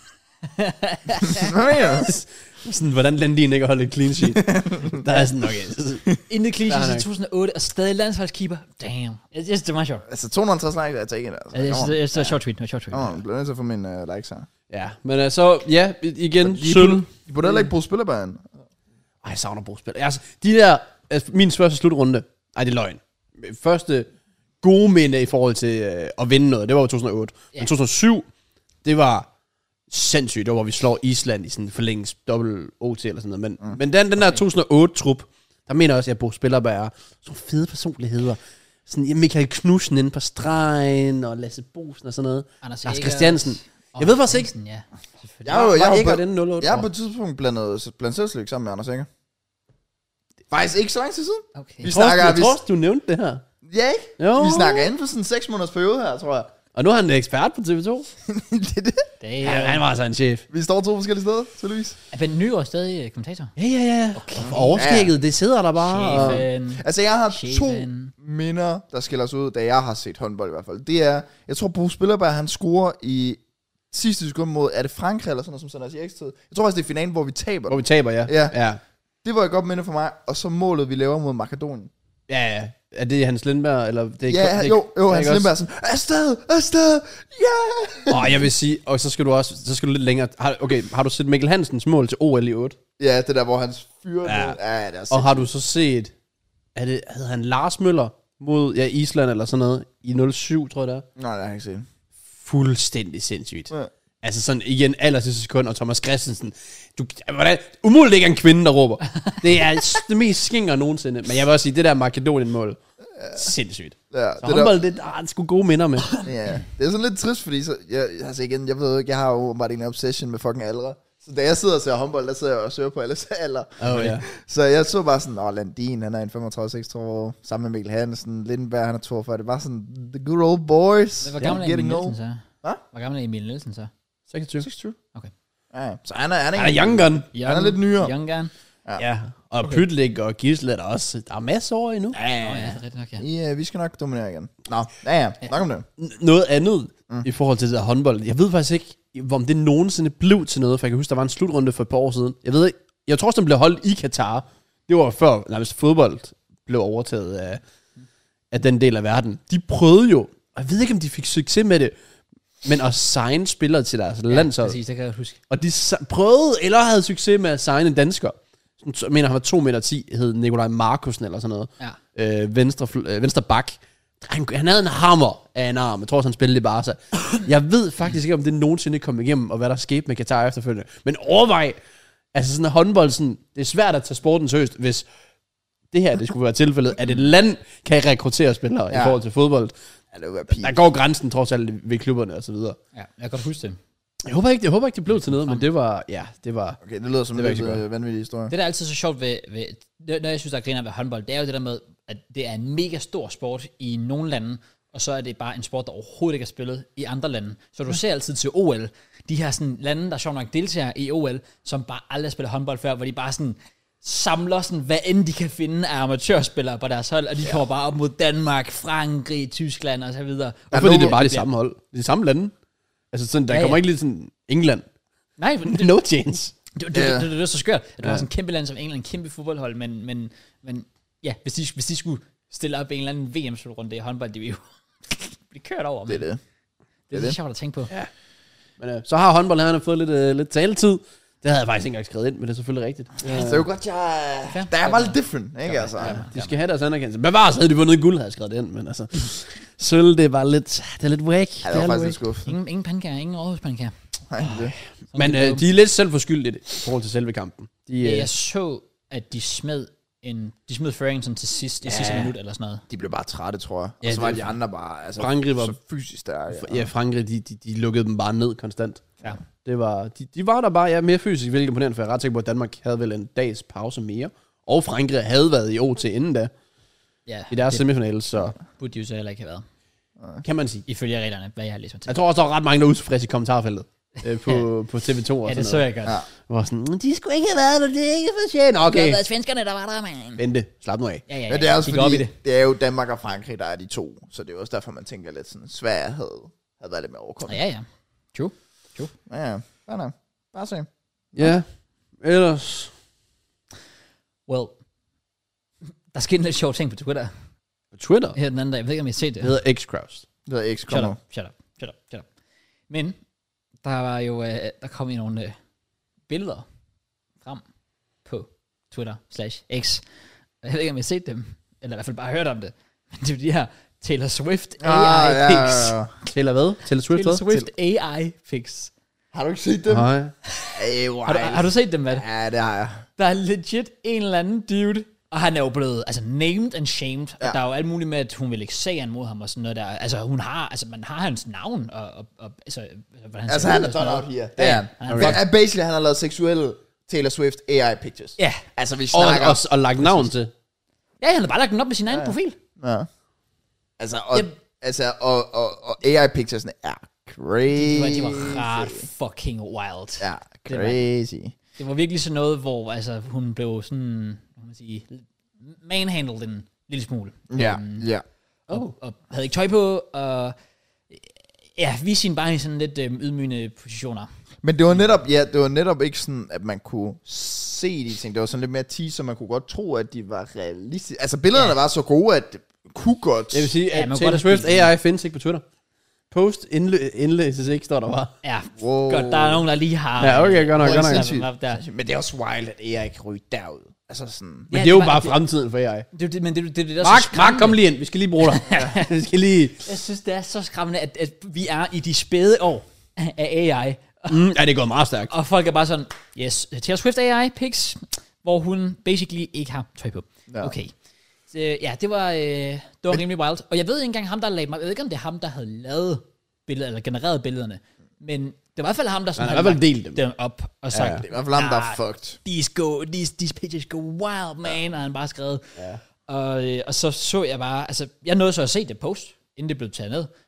Hvad mener du? Sådan, hvordan Landin ikke har holdt et clean sheet. Der er sådan, okay. Inden clean sheet i to tusind og otte, og stadig landsholdskeeper. Damn. Jeg synes, det var meget sjovt. Altså to hundrede og halvtreds likes, jeg tager ikke det. Altså. Jeg synes, det er et sjovt tweet. Det er et sjovt tweet. Åh, jeg bliver nødt til at få mine uh, likes her. Ja, men altså, ja, igen, sølv. De burde heller ikke bruge spillerbaren. Ej, jeg savner at bruge spil. Altså, de der, altså, min første slutrunde, ej, det er løgn. Første gode minde i forhold til øh, at vinde noget, det var jo to tusind og otte. Yeah. Men to tusind og syv, det var sindssygt, det var, hvor vi slår Island i sådan en forlængens dobbelt O T eller sådan noget. Men, mm. men den, den der to tusind og otte-trup, der mener jeg også, at Bo Spillerberg er sådan fede personligheder. Sådan ja, Michael Knudsen inde på stregen, og Lasse Bosen og sådan noget. Anders Lars Christiansen. Jeg ved faktisk ikke. Ja, jeg har jo jeg, jeg, jeg, nul otte jeg har på et tidspunkt blandet, blandet selvslyk sammen med Anders Enger. Faktisk ikke så lang tid siden. Okay. Vi snakker, jeg tror, du nævnte det her. Ja, ikke? Jo. Vi snakker inden for sådan en seks måneders periode her, tror jeg. Og nu er han en ekspert på T V to. det er det. det er, ja, han var altså en chef. Vi står to forskellige steder, tydeligvis. Er Ben Nygaard stadig kommentator? Ja, ja, ja. Okay. Overskægget, ja. Det sidder der bare. Og... Altså, jeg har Chefen. to minder, der skiller os ud, da jeg har set håndbold i hvert fald. Det er, jeg tror, Bo Spillerberg, han scorer i sidste sekund mod, er det Frankrig eller sådan noget, som sender os i ekstra tid? Jeg tror faktisk, det er finalen, hvor vi taber. Hvor vi taber, ja. Ja. ja. Det var et godt minde for mig. Og så målet, vi laver mod Makedonien. Ja, ja. Er det Hans Lindberg, eller... Det er, ja, det, jo, jo, Hans Lindberg er sådan, afsted, afsted, ja! Yeah! Og jeg vil sige, og så skal du også, så skal du lidt længere... Har, okay, har du set Mikkel Hansens mål til O L i otte? Ja, det der, hvor han fyrer ja. ja, det er og har du så set, er det, hedder han Lars Møller mod ja, Island eller sådan noget, i nul syv, tror jeg det er? Nej, det har jeg ikke set. Fuldstændig sindssygt. Ja. Altså sådan igen, aller sidste sekund, og Thomas Christensen. Du, hvordan, umuligt ikke er en kvinde, der råber. Det er det mest skinger nogensinde. Men jeg vil også sige, det der Makedonien-mål, ja. Sindssygt. Ja, så det håndbold, der... det er sgu gode minder med. Ja, det er sådan lidt trist, fordi så, jeg, altså igen, jeg ved ikke, jeg har jo bare en obsession med fucking aldre. Så da jeg sidder og ser håndbold, der sidder jeg og søger på alles alder. Oh, ja. Så jeg så bare sådan, åh, Landin, han er en femogtredive seksogtredive år, sammen med Mikkel Hansen, Lindenberg, han er toogfyrre. Det var sådan, the good old boys. Hvor gammel er Emil Nielsen så? Hvad? Hvor gammel er Emil Nielsen så? seksogtyve. seksogtyve. Okay. Ja, så han er, han er, han er young gun. Han er lidt nyere. Young gun. Ja. Ja, og okay. Pytlik og Gisle er der også. Der er masser over endnu. Ja, ja, ja, det er rigtigt nok, ja. Ja, vi skal nok dominere igen. Nå, ja, ja, nok om det. N- noget andet mm. i forhold til det der håndbold. Jeg ved faktisk ikke, om det nogensinde blev til noget, for jeg kan huske, der var en slutrunde for et par år siden. Jeg ved ikke, jeg tror også, den blev holdt i Katar. Det var før, nærmest fodbold blev overtaget af, af den del af verden. De prøvede jo, og jeg ved ikke, om de fik succes med det, men at signe spillere til deres ja, landshold. Præcis, det kan jeg huske. Og de prøvede, eller havde succes med at signe en dansker. Jeg mener, han var to meter ti, hed Nikolaj Markusen eller sådan noget. Ja. Øh, venstre, øh, venstre bak. Han, han havde en hammer af en arm. Jeg tror også, han spillede i Barca. Jeg ved faktisk ikke, om det nogensinde kom igennem, og hvad der skete med Katar efterfølgende. Men overvej, altså sådan en håndbold, sådan, det er svært at tage sporten seriøst, hvis det her, det skulle være tilfældet, at et land kan rekruttere spillere ja. i forhold til fodbold. Ja, det var der går grænsen trods alt ved klubberne og så videre. Ja, jeg kan godt huske det. Jeg håber ikke, jeg håber ikke det blev til noget, men det var, ja, det var... Okay, det lyder som det en lidt vanvittig historie. Det, der er altid så sjovt ved, ved det, når jeg synes, der er griner ved håndbold, det er jo det der med, at det er en mega stor sport i nogle lande, og så er det bare en sport, der overhovedet ikke er spillet i andre lande. Så du ser altid til O L, de her sådan lande, der sjovt nok deltager i O L, som bare aldrig spiller håndbold før, hvor de bare sådan samler sådan, hvad end de kan finde af amatørspillere på deres hold, og de ja. kommer bare op mod Danmark, Frankrig, Tyskland og så videre. Og fordi det er bare de samme hold, de samme lande. Altså sådan, der ja, kommer ja. ikke lige sådan England. Nej, det, no chance. Det, det, det, det, det er så skørt, at du ja. har sådan en kæmpe land som England, en kæmpe fodboldhold, men, men, men ja, hvis de, hvis de skulle stille op i en eller anden V M-slutrunde i håndbold, de vil jo blive kørt over. Det er det. Det er, det er lidt sjovt at tænke på. Ja. Men øh, så har håndboldherrerne fået lidt, øh, lidt taletid. Det havde jeg faktisk ikke engang skrevet ind, men det er selvfølgelig rigtigt. Ja. Det er jo godt, jeg... Ja. Der er bare lidt different, ikke ja, altså? Ja, de skal have deres anerkendelse. Men bare så havde de vundet guld, havde jeg skrevet det ind, men altså... Sølv, det er bare lidt... Det er lidt whack. Ja, det var faktisk lidt skuffet. Ingen, ingen pandekager, ingen Aarhus-pandekager. Nej, det. Men øh, de er lidt selvforskyldt i forhold til selve kampen. De, øh, ja, jeg så, at de smed en, de smed føringen sådan til sidst, i ja. sidste minut eller sådan noget. De blev bare trætte, tror jeg. Ja, og så var de andre bare altså, Frankrig var så fysisk stærke. Ja, ja Frankrig, de, de, de lukkede dem bare ned konstant. Ja. Det var, de, de var der bare ja, mere fysisk, hvilket imponerende, for jeg er ret sikker på, at Danmark havde vel en dags pause mere. Og Frankrig havde været i O T inden da. Ja, i deres semifinale, så... Burde de jo så heller ikke have været. Kan man sige. Ifølge reglerne, hvad jeg har læst mig til. Jeg tror også, der var ret mange, der var utilfredse i kommentarfeltet. øh, på, på T V to og ja, det så noget. jeg godt. Ja. Hvor sådan, de skulle ikke have været der, det er ikke fortjent. Okay. Det havde været svenskerne, der var der, man. Vente, slap nu af. Ja, ja, ja. Men det er også de fordi, det. det er jo Danmark og Frankrig, der er de to. Så det er også derfor, man tænker lidt sådan, Sverige havde, havde været lidt mere overkommet. Ja, ja. True. True. Ja, ja. Bare nej. Bare se. Ja, ellers... Well, der skete en lidt sjov ting på Twitter. På Twitter? Her den anden dag, jeg ved ikke, om I har set det. Det hedder X-Kraus. Det hedder X, shut up, shut up, shut up, shut up. Men, der var jo, øh, der kom i nogle øh, billeder frem på Twitter slash X. Jeg ved ikke, om I har set dem, eller i hvert fald bare hørt om det. Men det er de her Taylor Swift A I ah, pics. Ja, ja, ja. Taylor hvad? Taylor Swift Taylor Swift A I pics. Har du ikke set dem? Nej. Hey, har, du, har du set dem, hvad? Ja, det har jeg. Der er legit en eller anden dude, og han er jo blevet altså, named and shamed. Ja. Og der er jo alt muligt med, at hun vil ikke sige mod ham og sådan noget der. Altså, hun har, altså, man har hans navn, og, og, og altså, hvordan altså, han er done out here. Det er han. Okay. Basically, han har lavet seksuelle Taylor Swift A I pictures. Ja. Altså, vi snakker... Og, og, og lagt navn til. Ja, han har bare lagt den op med sin egen ja. profil. Ja. Altså, og, yep. altså, og, og, og A I picturesne er crazy. De var, de var ret fucking wild. Ja, crazy. Det var, det var virkelig sådan noget, hvor altså, hun blev sådan, hvad man sige, manhandled en lille smule. Ja, um, ja. Og, oh. og havde ikke tøj på, og ja, viste sin bare i sådan lidt øhm, ydmygende positioner. Men det var netop, ja, det var netop ikke sådan, at man kunne se de ting. Det var sådan lidt mere teaser, man kunne godt tro, at de var realistiske. Altså billederne ja. var så gode, at det kunne godt... Jeg vil sige, at ja, Taylor Swift A I findes ikke på Twitter. Post indlæ- indlæses ikke, står der bare. Ja, wow. Godt, der er nogen, der lige har... Ja, okay, godt nok, godt nok. Men det er også wild, at A I kan ryge derud. Altså sådan... Men ja, det er jo det bare det, fremtiden for A I. Det, det, men det, det, det, det er Mark, Mark, kom lige ind. Vi skal lige bruge dig. ja. Vi skal lige... Jeg synes, det er så skræmmende, at, at vi er i de spæde år af A I. Mm, ja, det er gået meget stærkt. Og folk er bare sådan, yes, Taylor Swift A I pics, hvor hun basically ikke har tøj på. Ja. Okay. Så, ja, det var, øh, det var men, rimelig wild. Og jeg ved ikke engang ham, der lavede mig. Jeg ved ikke, om det er ham, der havde lavet billeder, eller genereret billederne. Men det var i hvert fald ham, der sådan havde lagt delt dem. dem op og sagt, ja, det er i hvert fald ham, der er fucked. These, go, these, these pictures go wild, man. Ja. Og han bare skrevet. Ja. Og, øh, og så så jeg bare, altså, jeg nåede så at se det post, inden det blev taget ned.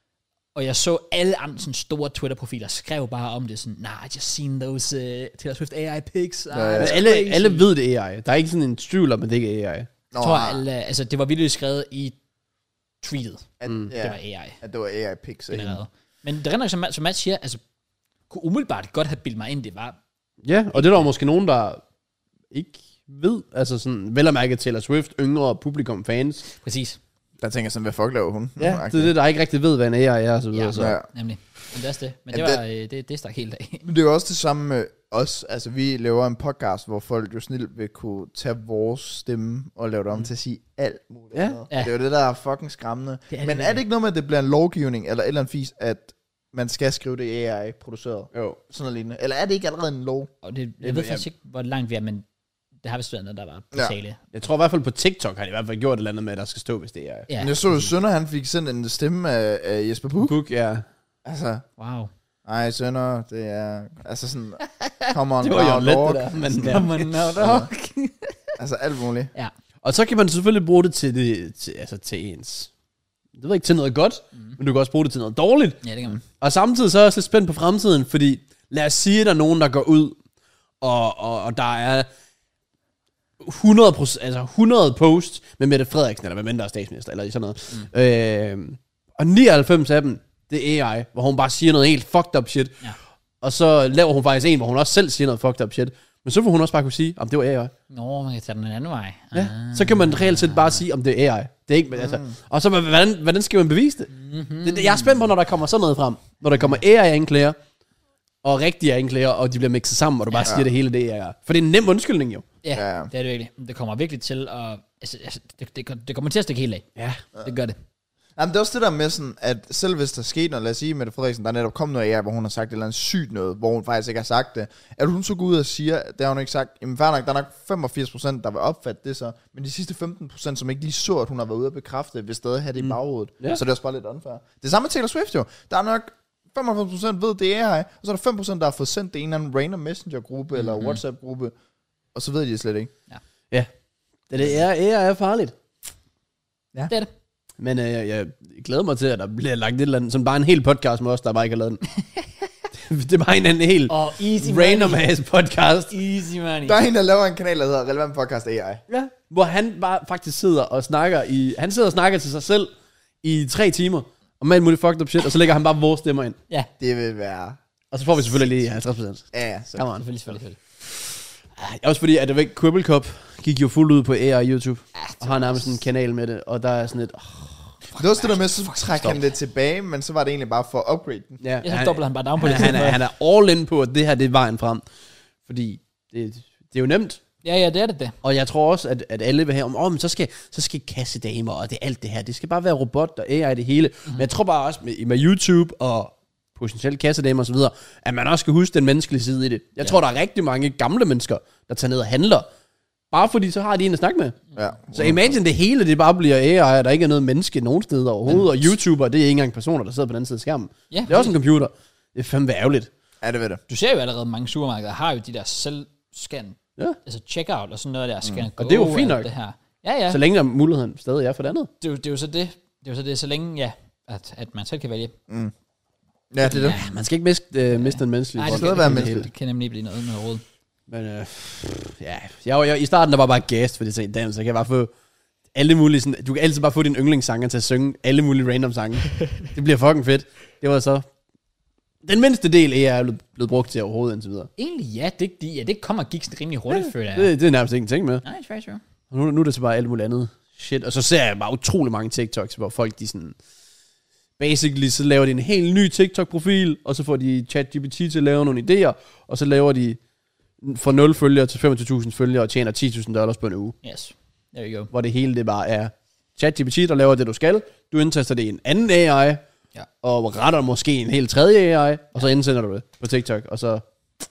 Og jeg så alle andre sådan store Twitter-profiler skrev bare om det, sådan, nah, I just seen those uh, Taylor Swift A I pics. Uh, Ja, ja. Men alle, alle ved det er A I. Der er ikke sådan en tvivl om, at det ikke er A I. Nå, Jeg tror, alle, altså, det var virkelig skrevet i tweetet. at, Mm. ja, Det var A I. at det var A I pics. Generelt. Men det render som, som Matt siger, altså, kunne umiddelbart godt have bildet mig ind, det var... Ja, og det er der måske nogen, der ikke ved. Altså sådan, vel at mærke Taylor Swift, yngre publikum, fans. Præcis, Der tænker jeg sådan, hvad fuck laver hun? Ja, det er det, der ikke rigtig ved, hvad en A I er, og så videre. Ja. Så. Ja. nemlig. Men det er også det. Men Ja, det var, det, det, det stak helt af. Men det er jo også det samme med os. Altså, vi laver en podcast, hvor folk jo snilt vil kunne tage vores stemme og lave det om mm. til at sige alt muligt. Ja. andet. Ja. Det er jo det, der er fucking skræmmende. Det er det Men er virkelig. det ikke noget med, at det bliver en lovgivning, eller et eller andet fis, at man skal skrive det A I-produceret? Jo. Sådan noget lignende. Eller er det ikke allerede en lov? Og det, jeg Jeg- ved jeg- faktisk ikke, hvor langt vi er, men det har vist været noget, der var på Ja. tale. Jeg tror i hvert fald på TikTok har de i hvert fald gjort et eller andet med, at der skal stå, hvis det er A I. Ja, Men jeg så jo Sønder, han fik sendt en stemme af, af Jesper Buch. Book, ja. Altså, wow. nej Sønder, det er... Altså sådan... Come on, Det var jo now, let, dog. det der. Men, ja. Jamen, no, dog. Altså alt muligt. Ja. Og så kan man selvfølgelig bruge det til, det, til, altså til ens... Det ved jeg ikke, til noget godt, mm. men du kan også bruge det til noget dårligt. Ja, det kan man. Og samtidig så er jeg også lidt spændt på fremtiden, fordi lad os sige, at der er nogen, der går ud, og, og, og der er hundrede, procent, altså hundrede posts med Mette Frederiksen, eller med mindre statsminister, eller sådan noget. Mm. Øh, og nioghalvfems af dem, det er A I, hvor hun bare siger noget helt fucked up shit. Ja. Og så laver hun faktisk en, hvor hun også selv siger noget fucked up shit. Men så får hun også bare kunne sige, om det var A I. Nå, man kan tage den en anden vej. Ja. Så kan man reelt set bare sige, om det er A I. Det er ikke, altså. Og så, hvordan, hvordan skal man bevise det? Mm-hmm. det, det? Jeg er spændt på, når der kommer sådan noget frem. Når der kommer A I-anklager, og rigtige anklager, og de bliver mixet sammen, og du bare Ja. siger det hele, det er A I. For det er en nem undskyldning jo. Ja, Ja. det er det virkelig. Det kommer virkelig til at... Altså, altså det, det, det kommer til at stikke helt af. Ja. Det gør det. Jamen, det er også det der med sådan, at selv hvis der skete noget, lad os sige, Mette Frederiksen, der er netop kommet noget af, hvor hun har sagt et eller andet sygt noget, hvor hun faktisk ikke har sagt det. Er hun så går ud og siger, det har hun ikke sagt, jamen fair nok, der er nok femogfirs procent, der vil opfatte det så, men de sidste femten procent, som ikke lige så, at hun har været ude og bekræfte, vil stadig have det i baghovedet. Ja. Så det er også bare lidt unfair. Det samme med Taylor Swift jo. Der er nok femoghalvfems procent ved, det er A I, og så er der fem procent, der har fået sendt det i en eller anden random messenger-gruppe, eller Mhm. WhatsApp-gruppe, og så ved de det slet ikke. Ja. Det, det er, A I er farligt. Det er det. Men øh, jeg, jeg glæder mig til, at der bliver lagt et eller andet, som bare en hel podcast med os, der bare ikke har lavet den. Det er bare en anden helt Og easy random money. ass podcast. Easy money. Der er en, der laver en kanal, der hedder Relevant Podcast A I. Ja. Hvor han bare faktisk sidder og snakker i... Han sidder og snakker til sig selv i tre timer. Og med alt muligt fucked up shit. Og så lægger han bare vores stemmer ind. Ja, Det vil være... Og så får vi selvfølgelig lige halvtreds procent. Ja, ja, så. Come on. selvfølgelig, selvfølgelig. selvfølgelig. Også fordi, at det væk Quibble Cup gik jo fuldt ud på A I YouTube. Og har nærmest en kanal med det. Og der er sådan et... Oh, Det var også det der med, så trækker han det tilbage, men så var det egentlig bare for at upgrade den. ja, Ja, så dobler han bare down på han, det. han, er, han er all in på, at det her det er vejen frem. Fordi det, det er jo nemt. Ja, ja, det er det det. Og jeg tror også, at, at alle vil have om, åh, men så skal, så skal kassedamer, og det er alt det her. Det skal bare være robot og A I det hele. Mm-hmm. Men jeg tror bare også med, med YouTube og potentielt kassedamer og så videre, at man også skal huske den menneskelige side i det. Jeg ja. tror, der er rigtig mange gamle mennesker, der tager ned og handler. Bare fordi så har de en at snakke med. Ja. Så imagine det hele, det bare bliver A I, og der ikke er noget menneske nogen steder overhovedet. Og YouTuber, det er ikke engang personer, der sidder på den anden side af skærmen. Ja, Det er også en computer. Det er fandme ærgerligt. Ja, det ved det. Du ser jo allerede mange supermarkeder, har jo de der selvscan, Ja. altså checkout og sådan noget der, scan mm. Og det er jo fint nok. Det her. Ja, ja. Så længe der muligheden stadig er for det andet. Det er, jo, det er jo så det. Det er jo så det, så længe, ja, at, at man selv kan vælge. Ja, det er det. Ja, man skal ikke miste, uh, miste den menneskelige Nej, det bånd. skal kan, være det, menneskeligt. det, det kan nemlig blive noget med råd. Men øh, ja, jeg, var- jeg, i starten der var bare gast, fordi jeg tænkte, damn, så kan jeg bare få alle mulige sådan, du kan altid bare få din yndlingssanger til at synge alle mulige random sange. Det bliver fucking fedt. Det var så den mindste del af er blevet, blevet brugt til overhovedet indtil videre. Egentlig ja, det, de, ja, det kommer gik rimelig hurtigt, ja, føler jeg. Det, det er nærmest ingenting med. Nej, det er true. Og nu, nu er det så bare alt muligt andet shit. Og så ser jeg bare utrolig mange TikToks, hvor folk de sådan, basically så laver de en helt ny TikTok-profil, og så får de ChatGPT til at lave nogle idéer, og så laver de fra nul følgere til femogtyve tusind følgere og tjener ti tusind dollars på en uge. Yes, there you go. Hvor det hele det bare er ChatGPT, der laver det, du skal. Du indtaster det i en anden A I, Ja. og retter måske en helt tredje A I, og så indsender du det på TikTok, og så...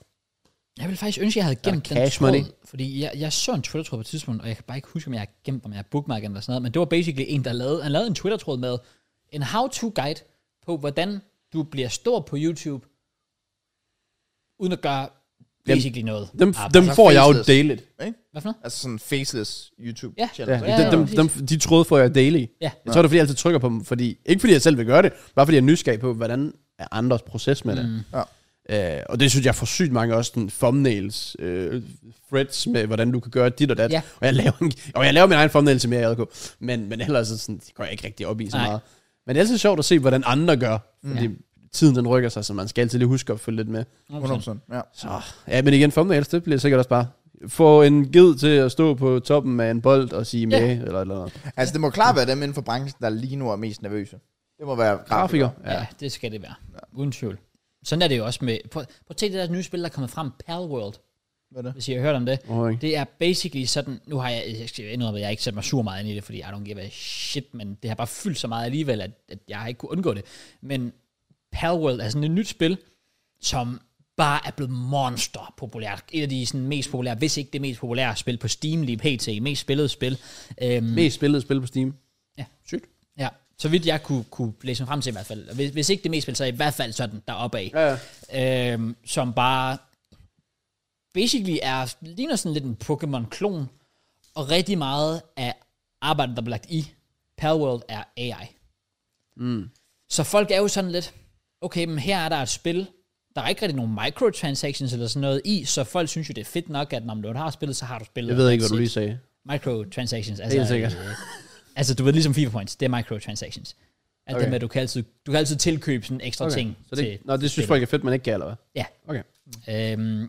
Jeg vil faktisk ønske, at jeg havde gemt den cash tråd, money. fordi jeg, jeg så en Twitter-tråd på et tidspunkt, og jeg kan bare ikke huske, om jeg har gemt, om jeg har bookmarket eller sådan noget, men det var basically en, der lavede, han lavede en Twitter-tråd med en how-to-guide på, hvordan du bliver stor på YouTube, uden at gøre basically noget. Dem, arbejde. dem får jeg jo faceless. daily. Ikke? Hvad for noget? Altså sådan faceless YouTube Ja. channel. Ja, Ja, ja, dem, dem, dem, de tråde får jeg daily. Ja. Jeg tror, det er fordi, jeg altid trykker på dem, fordi, ikke fordi jeg selv vil gøre det, bare fordi jeg er nysgerrig på, hvordan er andres proces med det. Mm. Ja. Øh, og det synes jeg får sygt mange også, den thumbnails, øh, threads med, hvordan du kan gøre dit og dat. Ja. Og, jeg laver en, og jeg laver min egen thumbnail til mere i J K, men, men ellers så sådan, det går jeg ikke rigtig op i så Nej. meget. Men det er altid sjovt at se, hvordan andre gør, fordi Ja. tiden den rykker sig, så man skal altid lige huske at følge lidt med. hundrede procent. Ja. Så, ja, men igen, thumbnails, det bliver sikkert også bare, få en ged til at stå på toppen af en bold og sige med, Ja. eller eller noget. Altså, det må klart være dem inden for branchen, der lige nu er mest nervøse. Det må være Grafiker. Ja. ja, det skal det være. Ja. Uden tvivl. Sådan er det jo også med... Prøv, prøv at tænke det der nye spil, der er kommet frem, Palworld. Hvad er det? Hvis I har hørt om det. Okay. Det er basically sådan... Nu har jeg... Jeg skal indrømme, at jeg ikke sat mig sur meget ind i det, fordi I don't give a shit, men det har bare fyldt så meget alligevel, at, at jeg ikke kunne undgå det. Men Palworld er sådan et nyt spil, som bare er blevet monster populært. Et af de sådan, mest populære, hvis ikke det mest populære spil på Steam lige pt. Mest spillede spil. Øhm, Mest spillet spil på Steam. Ja. Sygt. Ja, så vidt jeg kunne, kunne læse mig frem til i hvert fald. Hvis, hvis ikke det mest spil, så i hvert fald sådan deroppe af. Ja, ja. Øhm, som bare basically er, ligner sådan lidt en Pokémon-klon, og rigtig meget af arbejdet, der bliver lagt i Palworld, er A I. Mm. Så folk er jo sådan lidt, okay, men her er der et spil, der er ikke rigtig nogen microtransactions eller sådan noget i, så folk synes jo, det er fedt nok, at når du har spillet, så har du spillet. Jeg ved ikke, hvad du lige sagde. Microtransactions. Helt Altså, sikkert. øh, altså, du ved, ligesom FIFA Points, det er microtransactions. At Okay. det med, at du kan altid, du kan altid tilkøbe sådan ekstra Okay. ting. Så det, til nå, det synes spillet. folk er fedt, man ikke kan, eller hvad? Ja. Okay. Øhm,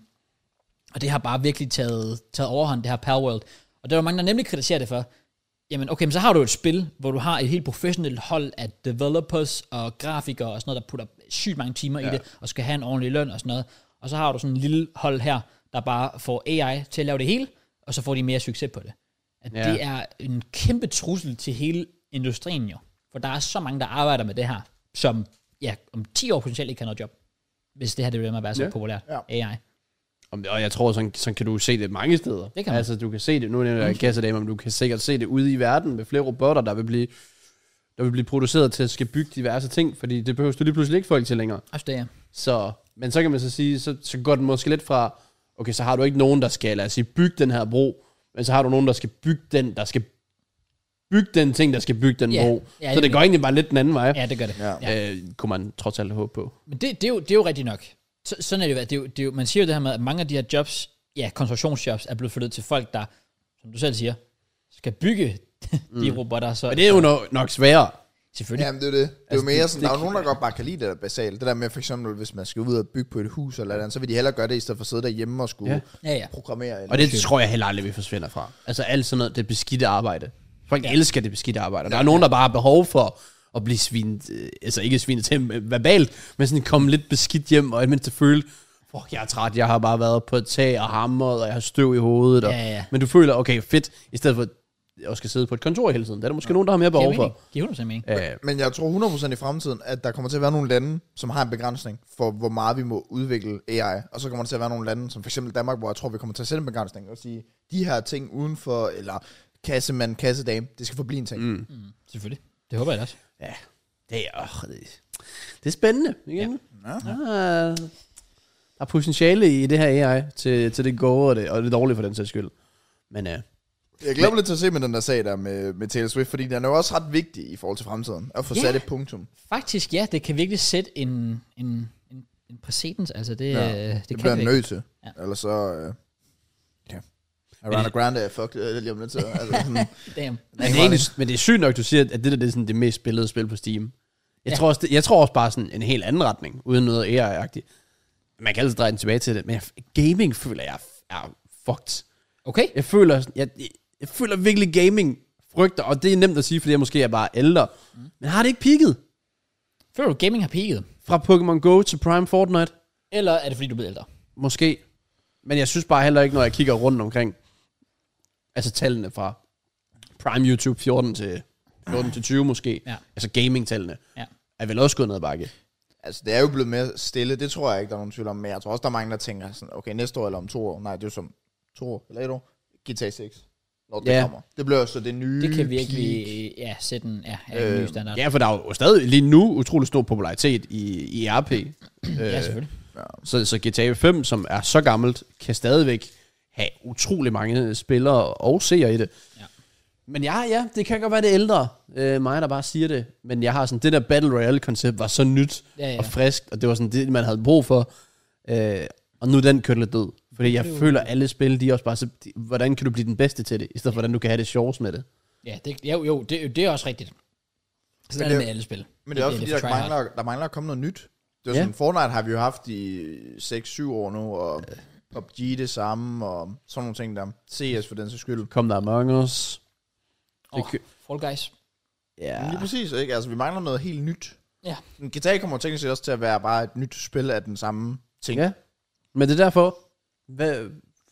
og det har bare virkelig taget, taget overhånd, det her Palworld. Og der er jo mange, der nemlig kritiserer det for, jamen okay, men så har du et spil, hvor du har et helt professionelt hold af developers og grafikere og sådan noget, der putter sygt mange timer ja. i det, og skal have en ordentlig løn og sådan noget. Og så har du sådan en lille hold her, der bare får A I til at lave det hele, og så får de mere succes på det. At Ja. det er en kæmpe trussel til hele industrien jo. For der er så mange, der arbejder med det her, som ja, om ti år potentielt ikke kan noget job, hvis det her det bliver med at være så Ja. populært. Ja. A I. Om- Og jeg tror, sådan, sådan kan du se det mange steder. Det kan man. Altså, du kan se det, nu er det kassedame, men du kan sikkert se det ude i verden med flere robotter, der vil blive, der vil blive produceret til at skal bygge diverse ting, fordi det behøver du lige pludselig ikke folk til længere. Også det, ja. Så, men så kan man så sige, så, så går den måske lidt fra, okay, så har du ikke nogen, der skal, lad os sige, bygge den her bro, men så har du nogen, der skal bygge den, der skal bygge den ting, der skal bygge den Ja. bro. Ja, Så det det går mener- egentlig bare lidt den anden vej. Ja, det gør det. Ja. Ja. Øh, kunne man trods alt håbe på. Men det, det, er jo, det er jo rigtigt nok. Så, sådan er det jo. Det er jo, det er jo. Man siger jo det her med, at mange af de her jobs, ja, konstruktionsjobs, er blevet flyttet til folk, der, som du selv siger, skal bygge de mm. robotter. Så, Men det er jo nok, nok sværere. selvfølgelig. Jamen, det er jo det. Det er jo Altså, mere det- sådan, det der er jo kan- nogen, der godt bare kan lide det der basalt. Det der med for eksempel, hvis man skal ud og bygge på et hus eller andet, så vil de hellere gøre det, i stedet for at sidde derhjemme og skulle Ja. Ja, ja. programmere. Eller Og det tror jeg heller aldrig, vi forsvinder fra. Altså alt sådan noget, det beskidte arbejde. Folk Ja. ja. elsker det beskidte arbejde. Og der er nogen, der bare har behov for at blive svinet, øh, altså ikke svinet til øh, verbalt, men sådan komme lidt beskidt hjem, og mindst at føle, fuck, jeg er træt, jeg har bare været på et tag og hamret, og jeg har støv i hovedet. Og, Ja, ja. Men du føler, okay, fedt, i stedet for, at jeg skal sidde på et kontor hele tiden. Der er der måske ja. nogen, der har mere Giver behov mening. for. Giver hundrede procent mening. Øh, Men jeg tror hundrede procent i fremtiden, at der kommer til at være nogle lande, som har en begrænsning for, hvor meget vi må udvikle A I. Og så kommer der til at være nogle lande, som for eksempel Danmark, hvor jeg tror, vi kommer til at sætte en begrænsning og sige, de her ting uden for, eller kassemand, kassedame, det skal forblive en ting. Mm. Mm, selvfølgelig. Det håber jeg da også. ja, det er, åh, det, det er spændende. Igen. Ja. Ja. Der er potentiale i det her A I til, til det gode og det, og det dårlige for den sags skyld. Men øh, Jeg glæder mig lidt til at se med den der sag der med, med Taylor Swift, fordi den er jo også ret vigtig i forhold til fremtiden, at få Ja. sat et punktum. Faktisk, ja, det kan virkelig sætte en, en, en, en præcedens. Altså, det, Ja. ja, det, Det, det kan bliver det en nødt til. Ja. Ja. Ellers så... Øh, ja. Ariana Grande er fucked øh, lige om lidt til. Altså, sådan, Damn. Men det, er egentlig, men det er sygt nok, du siger, at det der det er sådan det mest spillede spil på Steam. Jeg, Ja. tror også, det, jeg tror også bare sådan en helt anden retning, uden noget A I-agtigt. Man kan altid dreje den tilbage til det, men jeg, gaming føler jeg er fucked. Okay. Jeg føler, sådan- jeg, jeg, jeg føler virkelig gaming frygter, og det er nemt at sige, fordi jeg måske er bare ældre. Mm. Men har det ikke peaked? Føler du, gaming har peaked? Fra Pokémon Go til Prime Fortnite? Eller er det, fordi du er blevet ældre? Måske. Men jeg synes bare heller ikke, når jeg kigger rundt omkring, altså tallene fra Prime YouTube fjorten til fjorten til tyve måske, Ja. altså gaming-tallene, Ja. er vel også gået ned ad bakke. altså, det er jo blevet mere stille. Det tror jeg ikke, der er nogen tvivl om. Men jeg tror også, der er mange, der tænker sådan, okay, næste år eller om to år. Nej, det er jo som to år eller et år. G T A seks. Når det Ja. kommer. Det bliver så det nye Det kan peak. virkelig ja, sætte en, ja, en Øh, ny standard. Ja, for der er jo stadig lige nu utrolig stor popularitet i, i R P. Ja, selvfølgelig. Ja. Så, så G T A fem, som er så gammelt, kan stadigvæk have utrolig mange spillere og seere i det. Ja. Men ja, ja, det kan godt være det ældre, øh, mig der bare siger det. Men jeg har sådan, det der Battle Royale-koncept var så nyt Ja, ja. og frisk, og det var sådan det, man havde brug for. Øh, og nu er den kørt lidt død. Fordi jeg Det er jo- føler, at alle spil, de er også bare så, de, hvordan kan du blive den bedste til det, i stedet for, hvordan du kan have det sjovt med det. Ja, det, jo, jo det, det er også rigtigt. Sådan er det- det med alle spil. Men det er også fordi, lidt der for tryhard. mangler, der mangler at komme noget nyt. Det er Ja. sådan, Fortnite har vi jo haft i seks syv år nu, og P U B G det samme, og sådan nogle ting der. C S for den sags skyld. Kom der Among Us. Åh, Det kø- Fall Guys. Ja. Men lige præcis, ikke? Altså, vi mangler noget helt nyt. Ja. Men G T A kommer teknisk set også til at være bare et nyt spil af den samme ting. Ja. Men det er derfor, hvad,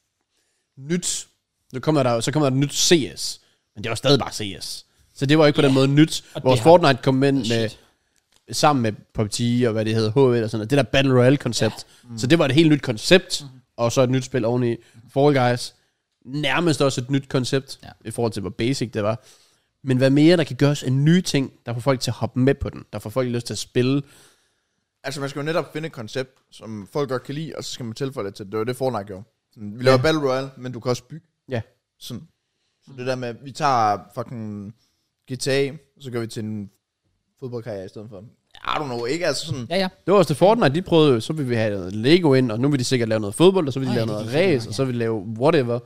nyt, nu kommer der, så kommer der et nyt C S, men det var stadig bare C S. Så det var ikke på Ja. den måde nyt. Og Vores det har- Fortnite kom ind med, Shit. sammen med P U B G og hvad det hedder, H et og sådan noget. Det der Battle Royale-koncept. Ja. Mm. Så det var et helt nyt koncept, mm. og så et nyt spil oveni. Fall Guys, nærmest også et nyt koncept, Ja. i forhold til, hvor basic det var. Men hvad mere, der kan gøres af nye ting, der får folk til at hoppe med på den, der får folk lyst til at spille. Altså, man skal jo netop finde et koncept, som folk godt kan lide, og så skal man tilføje det til. Det var det, Fortnite gjorde. Sådan, vi laver Ja. Battle Royale, men du kan også bygge. Ja. Sådan. Så det der med, vi tager fucking G T A, og så gør vi til en fodboldkarriere i stedet for. I don't know, ikke? Altså sådan, Ja, ja. Det var også det Fortnite, de prøvede, så vil vi have noget Lego ind, og nu vil de sikkert lave noget fodbold, og så vil de Ej, lave det noget gik fandme race, nok, og så vil de lave whatever.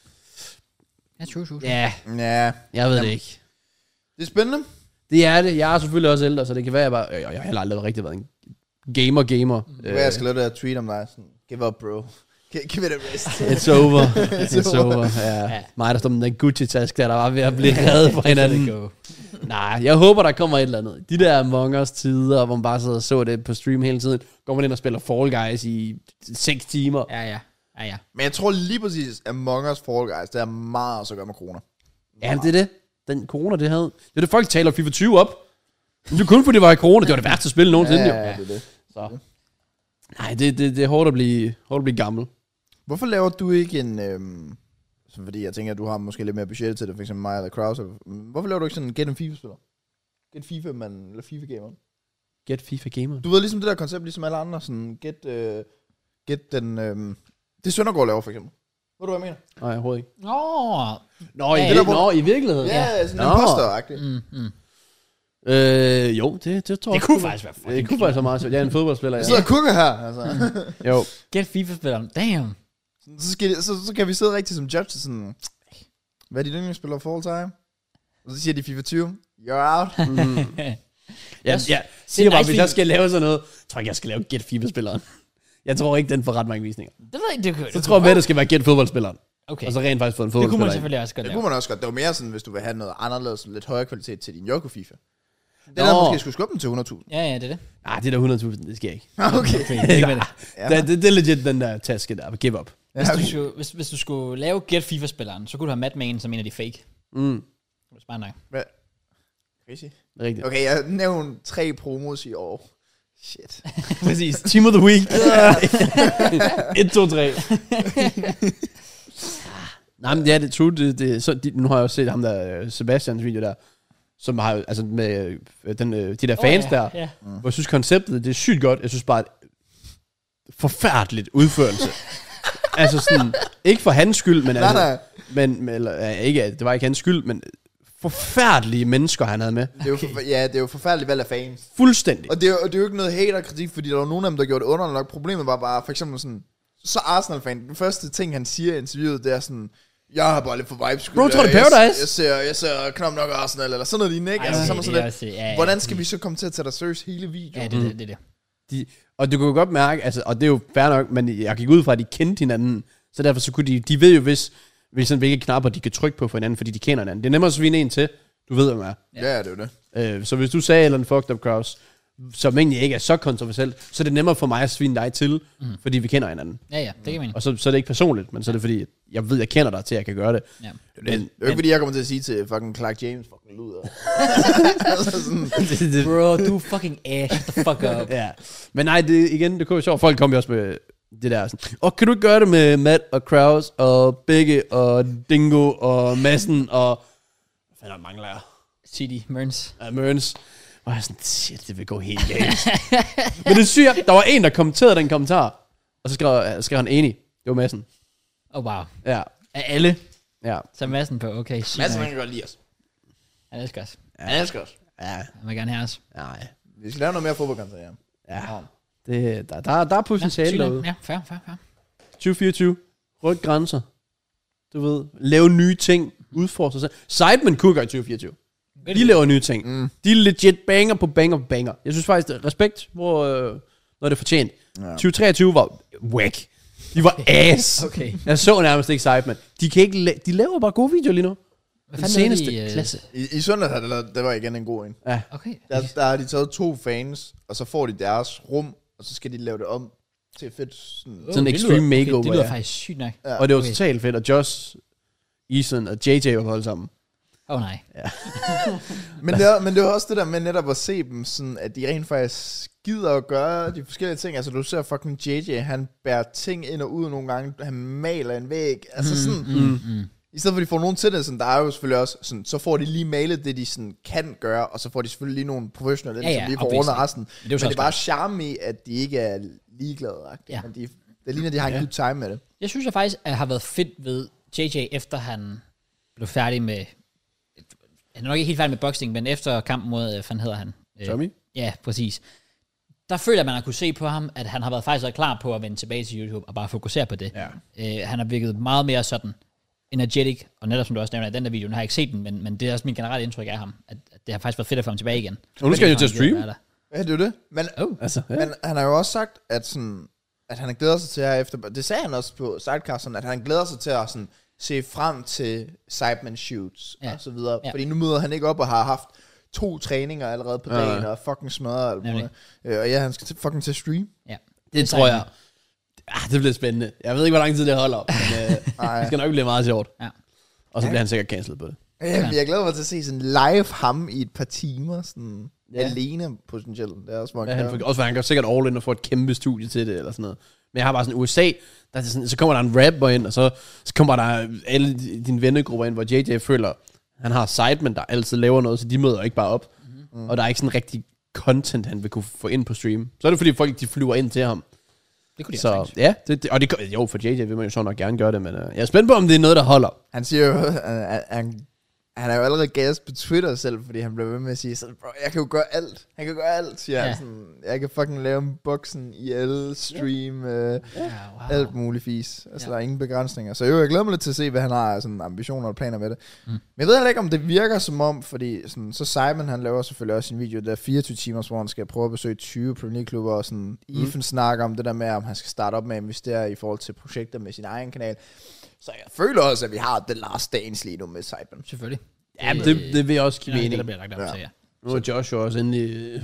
Ja, true, true, true. Ja, ja, jeg ved Jamen. det ikke. det er spændende. Det er det. Jeg er selvfølgelig også ældre, så det kan være, jeg bare... Jeg, jeg har heller aldrig rigtig været en gamer-gamer. Nu er jeg skal lave det her tweet om dig. Sådan, give up, bro. Gi- Give it a rest. It's over. It's over. over. Ja. Ja. Mig, der stod med den Gucci-taske, der, der var ved at blive reddet fra Let it hinanden. go. Nej, jeg håber, der kommer et eller andet. De der Among Us tider, hvor man bare sidder og så det på stream hele tiden. Går man ind og spiller Fall Guys i seks timer. Ja, ja. Ja, ja. Men jeg tror lige præcis, at Among Us Fall Guys, det er meget så gør med kroner. Ja, det er det. Den corona, det havde... Det er det, folk taler FIFA tyve op. Men det er kun fordi, det var i corona. Det var det værste spil nogensinde, jo. Ja, det er det. Så. Nej, det, det, det er hårdt at blive, hårdt at blive gammel. Hvorfor laver du ikke en... Øhm, så fordi jeg tænker, at du har måske lidt mere budget til det, for eksempel mig eller Kraus. Hvorfor laver du ikke sådan en Get en FIFA-spiller? Get FIFA, man, eller FIFA-gamer? Get FIFA Gamer. Du ved ligesom det der koncept, ligesom alle andre, sådan get, øh, get den... Øh, det Søndergaard laver, for eksempel. Ved du, hvad jeg mener? Nej, overhovedet ikke. Nå. Nå, i, Ja, ja, ja. Nå, i virkeligheden. Ja, ja sådan en Nå. imposter-agtigt. Mm, mm. Øh, jo, det, det tror Det jeg kunne også, faktisk være Det fucking kunne faktisk være meget sjovt. Jeg er en fodboldspiller, Jeg ja. sidder og kukker her, altså. Jo. Get FIFA-spilleren. Damn. så, skal de, så, så kan vi sidde rigtig som judge sådan... Hvad er de yndlingsspillere for all time? Og så siger de FIFA tyve. You're out. Mm. Yes. Ja, ja, siger Det er bare, nice hvis jeg film. skal lave sådan noget, tror jeg ikke, jeg skal lave Get FIFA-spilleren. Jeg tror ikke, den får ret mange visninger. Det ved jeg ikke, det kunne Så tror jeg med, det skal være Get fodboldspilleren. Okay. Og så rent faktisk få en Det kunne man fodboldspiller ind. selvfølgelig også godt Det lave. kunne man også godt. Det var mere sådan, hvis du vil have noget anderledes, lidt højere kvalitet til din Yoko FIFA. Den Nå. der måske skulle skubbe den til hundrede tusind. Ja, ja, det er det. Ah, det der hundrede tusind, det sker ikke. Okay. Okay, det er ikke med det. Ja. Det, det, det er legit den der taske der. Give up. Hvis, Ja, du okay. skulle, hvis, hvis du skulle lave Get FIFA-spilleren, så kunne du have Madman som en af de fake. Mm. Det var bare nok. Hvad? Crazy. Rigtigt. Okay, jeg nævnte tre promos i år. Shit. Præcis. Team of the week. et, to, tre. Nej, men ja, det er true. Det, det, så, de, nu har jeg også set ham der, øh, Sebastians video der, som har jo, altså med øh, den, øh, de der fans oh, oh, ja, der, Ja. hvor jeg synes konceptet, det er sygt godt. Jeg synes bare, forfærdeligt udførelse. Altså sådan, ikke for hans skyld, men Nej, altså, nej. men, eller, ja, ikke, det var ikke hans skyld, men forfærdelige mennesker, han havde med. Det er jo for, ja, det er jo forfærdeligt valg af fans. Fuldstændig. Og det er, jo, det er jo ikke noget hater-kritik, fordi der var nogen af dem, der gjorde det underligt nok. Problemet var bare, for eksempel sådan, så Arsenal-fan, den første ting, han siger i interviewet, det er sådan, jeg har bare lidt for vibes. Bro, tror det jeg, Paradise? jeg, jeg, ser, jeg ser knap nok Arsenal, eller sådan noget lignende, ikke? Ej, Altså, okay, så er man det sådan er lidt, også- ja, ja, hvordan skal fordi- vi så komme til at tage dig seriøst hele videoen? Ja, det er det, det, er det. De, og du kunne jo godt mærke, altså, og det er jo fair nok, men jeg gik ud fra, at de kendte hinanden, så derfor så kunne de, de ved jo, hvis, hvis sådan, hvilke knapper de kan trykke på for hinanden, fordi de kender hinanden. Det er nemmere at svine en til, du ved, hvem er. Ja, det er jo det. Øh, så hvis du sagde et eller andet fucked up Kraus, som egentlig ikke er så kontroversielt, så er det nemmere for mig at svine dig til, mm. fordi vi kender hinanden. Ja, ja, det kan man. Og så, så er det ikke personligt, men så er det fordi, jeg ved, jeg kender dig til, at jeg kan gøre det. Ja. Det er jo ikke, fordi jeg kommer til at sige til fucking Clark James, fucking luder. altså sådan, det, det, Bro, du er fucking ass. Shut the fuck up. ja. Men nej, det, igen, det kunne være sjovt. Folk kom jo også med det der sådan, og kan du ikke gøre det med Matt og Kraus og Begge og Dingo og Madsen og hvad fanden mangler jeg? C D, Merns. Uh, Mørns. Og jeg sådan, shit, det vil gå helt galt. Men det syger, der var en, der kommenterede den kommentar, og så skrev, skrev han enig. Det var Madsen. Oh, wow. Ja. Af alle, Ja. så er Madsen på, okay, shit. Madsen, han kan godt lide os. Han elsker os. Ja. Han elsker os. Ja. Han vil gerne have os. Nej. Vi skal lave noget mere fodboldkontra, ja. Ja. Det, der, der, der er potentiale ja, derude. Ja, fair, fair, fair. tyve fireogtyve. Ryk grænser. Du ved. Lave nye ting. Udfordre sig selv. Sidemen kunne gøre i tyve fireogtyve. De laver nye ting. Mm. De er legit banger på banger på banger. Jeg synes faktisk, det respekt, hvor, øh, når det er fortjent. Ja. tyve treogtyve var whack. De var ass. Okay. Jeg så nærmest ikke Sidemen. De, kan ikke la- de laver bare gode videoer lige nu. Hvad Den fanden seneste de, øh, klasse. I, i søndag har det, lavet- det var igen en god en. Ja. Okay. Der, der har de taget to fans, og så får de deres rum, og så skal de lave det om til et fedt sådan... Sådan en det extreme lyder- makeover, Okay, det lyder ja. faktisk sygt nok. Ja. Og det var Okay. totalt fedt. Og Josh, Ethan og J J var holdt sammen. Åh oh, nej. Men det, er, men det er også det der med netop at se dem, sådan, at de rent faktisk gider at gøre de forskellige ting. Altså du ser fucking J J, han bærer ting ind og ud nogle gange, han maler en væg. Altså sådan, Mm, mm, mm. i stedet for at de får nogen til det, sådan, der er jo selvfølgelig også sådan, så får de lige malet det, de sådan, kan gøre, og så får de selvfølgelig lige nogle professionelle, Ja, ja, som lige får obviously. rundt resten. Men det er Men jo det så er også bare godt. charme i, at de ikke er ligeglade. Ja. Men de, det ligner, de har en Ja. good time med det. Jeg synes jeg faktisk, at har været fedt ved J J, efter han blev færdig med... Han er nok ikke helt færdig med boxing, men efter kampen mod, hvad fanden hedder han? Øh, Tommy? Ja, præcis. Der føler jeg, at man har kunne se på ham, at han har været faktisk været klar på at vende tilbage til YouTube og bare fokusere på det. Ja. Øh, han har virket meget mere sådan energetic, og netop som du også nævner i den der video, nu har jeg ikke set den, men, men det er også min generelle indtryk af ham, at, at det har faktisk været fedt at få ham tilbage igen. Og nu skal han jo til at streame. Ja, det er jo det. Men, Oh. Altså, ja. men han har jo også sagt, at, sådan, at han glæder sig til her efter... Det sagde han også på Sidecasten, at han glæder sig til at sådan, se frem til Sidemen shoots Ja. og så videre. Ja. Fordi nu møder han ikke op og har haft to træninger allerede på Ja, ja. dagen, og fucking smadret alt Nemlig. muligt. Øh, Og ja, han skal til, fucking til at stream. Ja. Det tror jeg. Ah, det bliver spændende. Jeg ved ikke, hvor lang tid det holder. Men, øh, Nej. det skal nok blive meget sjovt. Ja. Og så Ja. bliver han sikkert cancelled på det. Ja, jeg glæder mig til at se sådan live ham i et par timer, sådan Ja. ja. alene potentielt. Det er også meget Ja, han ja, får, også for han kan sikkert all in og få et kæmpe studie til det, eller sådan noget. Men jeg har bare sådan U S A, der er sådan, så kommer der en rapper ind, og så, så kommer der alle dine vennegrupper ind, hvor J J føler, han har sidemen, der altid laver noget, så de møder ikke bare op. Mm. Og der er ikke sådan rigtig content, han vil kunne få ind på stream. Så er det fordi folk, de flyver ind til ham. Det kunne de Så også ja, det, det, og det, jo, for J J vil man jo så nok gerne gøre det, men uh, jeg er spændt på, om det er noget, der holder. Han siger jo, at han, han er jo allerede gas på Twitter selv, fordi han blev ved med at sige sådan, bro, jeg kan jo gøre alt. Han kan gøre alt, siger Ja. han sådan. Jeg kan fucking lave en boksen i alle stream, øh, Ja, wow. alt muligt fis. Altså, Ja. der er ingen begrænsninger. Så jo, jeg glæder mig lidt til at se, hvad han har af sådan ambitioner og planer med det. Mm. Men jeg ved heller ikke, om det virker som om, fordi sådan, så Simon, han laver selvfølgelig også en video, der er fireogtyve timer, hvor han skal prøve at besøge tyve Premier League-klubber, og sådan, mm. Ethan snakker om det der med, om han skal starte op med at investere i forhold til projekter med sin egen kanal. Så jeg føler også, at vi har The Last Dance lige nu med Simon. Selvfølgelig. Ja, det, det vil jeg også give Ja, det, mening. der bliver lagt op Ja. til, ja. Nu er Joshua også endelig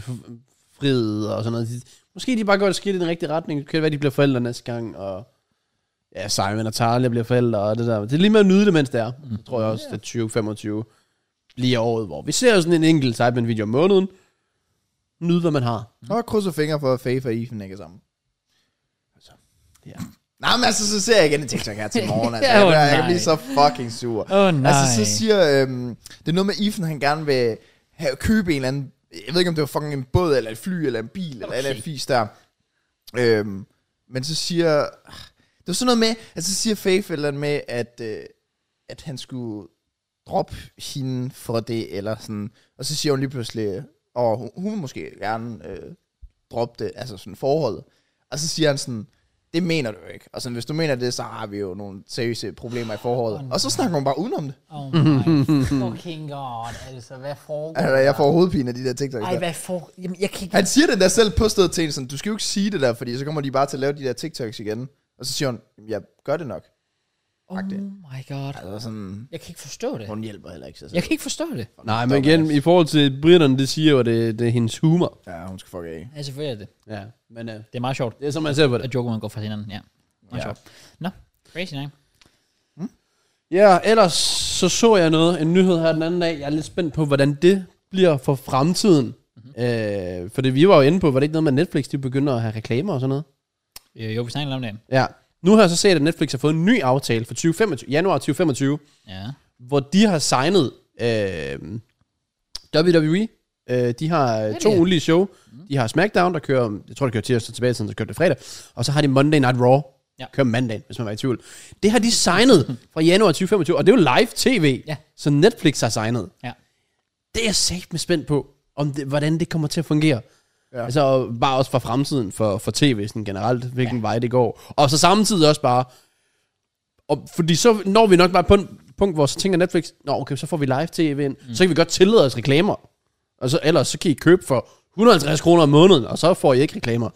friet og sådan noget. De, måske de bare går et skridt i den rigtige retning. Det kan være, de bliver forældre næste gang, og ja, Simon og Talia bliver forældre, og det der. Det er lige med at nyde det, mens det er. Så tror jeg også, at tyve femogtyve bliver året, hvor vi ser jo sådan en enkelt Simon-video om måneden. Nyde, hvad man har. Og krydser fingre for, at Faith og Ethan ikke er sammen. Altså. Ja. Nej, men altså, så ser jeg igen en TikTok her til morgen. Altså, Ja, jeg, åh, jeg, jeg kan nej. blive så fucking sur. Åh, oh, nej. Altså, så siger... Øhm, det er noget med Ethan, han gerne vil have, købe en eller anden... Jeg ved ikke, om det var fucking en båd, eller et fly, eller en bil, okay. eller eller et fis der. Øhm, men så siger... Det var sådan noget med... Altså, så siger Faith eller andet med, at, øh, at han skulle droppe hende for det, eller sådan... Og så siger hun lige pludselig... Og hun, hun vil måske gerne øh, droppe det, altså sådan forholdet. Og så siger han sådan... Det mener du ikke. Og sådan, hvis du mener det, så har vi jo nogle seriøse problemer i forholdet. Oh, og så snakker hun bare udenom det. Oh my fucking god, altså, hvad foregår Altså, jeg får hovedpine af de der TikToks Ej, der. hvad for... Jamen, jeg kan ikke... Han siger det der selv på stedet til en sådan, du skal jo ikke sige det der, fordi så kommer de bare til at lave de der TikToks igen. Og så siger hun, jeg gør det nok. Oh my god. Altså sådan, Jeg kan ikke forstå det. hun hjælper heller ikke sig selv. Jeg kan ikke forstå det. Nej, men igen, i forhold til britterne, det siger jo, at det, det er hendes humor. Ja, hun skal fuck af. Ja, selvfølgelig er det. Ja, men uh, Det er meget sjovt, det er som man ser på det. at joker man går fra hinanden. Ja, meget Ja. sjovt. Nå, crazy, nej. Ja, ellers så så jeg noget, en nyhed her den anden dag. Jeg er lidt spændt på, hvordan det bliver for fremtiden. Mm-hmm. Øh, for det, vi var jo inde på, var det ikke noget med Netflix, de begynder at have reklamer og sådan noget? Øh, jo, vi snakker om det. Ja. Nu har jeg så set, at Netflix har fået en ny aftale for tyve femogtyve, januar tyve femogtyve, Ja. hvor de har signet øh, W W E, Øh, de har øh, to ugenlige show. De har SmackDown, der kører, jeg tror, det kører tirsdag tilbage, så kører det fredag. Og så har de Monday Night Raw, ja. kører mandag, hvis man var i tvivl. Det har de signet fra januar tyve femogtyve, og det er jo live tv, ja. så Netflix har signet. Ja. Det er jeg sagt med spændt på, om det, hvordan det kommer til at fungere. Ja. Altså bare også for fremtiden for, for tv sådan generelt, hvilken ja. vej det går. Og så samtidig også bare, og fordi så når vi nok bare på en punkt, hvor så tænker Netflix, nå okay, så får vi live tv ind, mm. så kan vi godt tillade os reklamer. Og så, ellers så kan I købe for et hundrede og halvtreds kroner om måneden, og så får I ikke reklamer.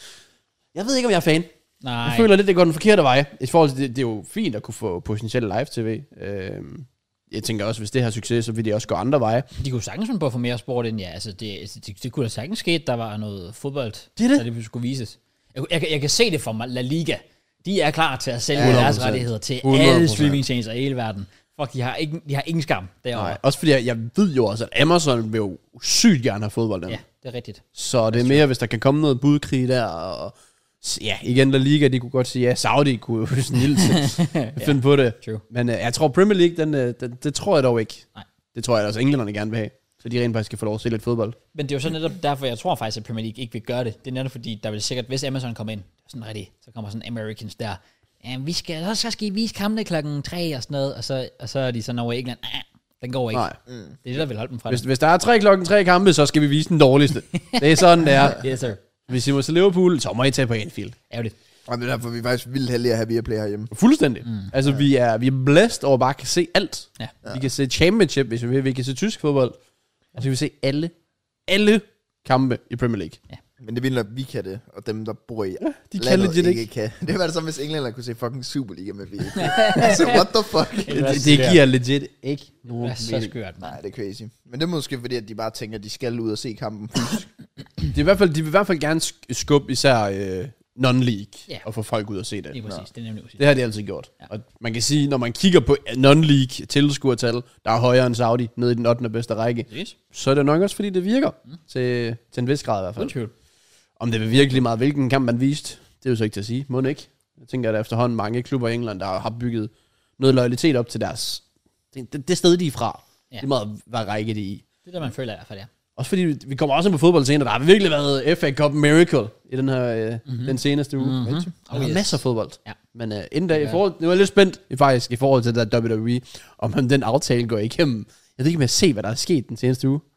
Jeg ved ikke, om jeg er fan. Nej. Jeg føler lidt, det går den forkerte vej. I forhold til det, det er jo fint at kunne få potentielle live-tv. Øhm, jeg tænker også, hvis det har succes, så vil det også gå andre veje. De kunne sagtens finde på at få mere sport ind, ja. Altså, det, det, det kunne da sagtens ske, der var noget fodbold, det er det. der det skulle vises. Jeg, jeg, jeg kan se det for La Liga. De er klar til at sælge hundrede procent deres rettigheder til hundrede procent alle streamingtjenester i hele verden. Fuck, de har ikke, de har ingen skam derovre. Nej, også fordi jeg, jeg ved jo også, at Amazon vil jo sygt gerne have fodbold den. Ja, det er rigtigt. Så det er mere, hvis der kan komme noget budkrig der, og ja, igen, La Liga, de kunne godt sige, ja, Saudi kunne jo sådan lille finde ja, på det. True. Men uh, jeg tror, Premier League, den, uh, den, det tror jeg dog ikke. Nej. Det tror jeg også, englænderne gerne vil have. Så de rent faktisk skal få lov at se lidt fodbold. Men det er jo så netop derfor, jeg tror faktisk, at Premier League ikke vil gøre det. Det er netop fordi, der vil sikkert, hvis Amazon kommer ind, sådan rigtig, så kommer sådan Americans der, ja, vi skal, så skal I vise kampene klokken tre og sådan noget, og så, og så er de sådan over i England, ah, den går ikke. Nej. Mm. Det er det, der vil holde dem fra hvis, hvis der er tre klokken tre kampe, så skal vi vise den dårligste. Det er sådan, det er. Yes, sir. Hvis I må til Liverpool, så må I tage på Anfield. Ærgerligt. Og det er derfor, vi er faktisk vildt heldige at have Viaplay herhjemme. Fuldstændig. Mm. Altså, ja. vi er vi er blæst over bare kan se alt. Ja. Vi kan se Championship, hvis vi vil. Vi kan se tysk fodbold. Altså, vi kan se alle, alle kampe i Premier League. Ja. Men det vildt, at vi kan det, og dem, der bor i ja, de kan legit ikke. Kan. Det var det samme, hvis England kunne se fucking Superliga med Viaplay. Altså, what the fuck? det, det, det giver legit ikke nogen mening. Det er så skørt, man. Nej, det er crazy. Men det er måske fordi, at de bare tænker, at de skal ud og se kampen fysisk. Det er i hvert fald, de vil i hvert fald gerne skubbe især øh, non-league, yeah. og få folk ud og se det. Det er præcis, det er nemlig præcis. Det har de altid gjort. Ja. Og man kan sige, når man kigger på non-league tilskuertal, der er højere end Saudi, nede i den ottende bedste række, yes. så er det nok også, fordi det virker, mm. til, til en vis grad i hvert fald. Undskyld. Om det vil virkelig meget, hvilken kamp man viste, det er jo så ikke til at sige. Må ikke. Jeg tænker, at der efterhånden mange klubber i England, der har bygget noget loyalitet op til deres, det, det, det sted, de er fra. Ja. Det er meget, hvad række de i. Det er det, man føler i hvert fald, ja. Også fordi vi kommer også ind på fodbold senere. Der har virkelig været F A Cup Miracle i den her øh, mm-hmm. den seneste uge. Mm-hmm. Og der er masser af fodbold. Ja. Men øh, inden da, i forhold, nu er jeg lidt spændt faktisk i forhold til det der W W E, om den aftale går igennem. Jeg ved ikke, om jeg ser, hvad der er sket den seneste uge.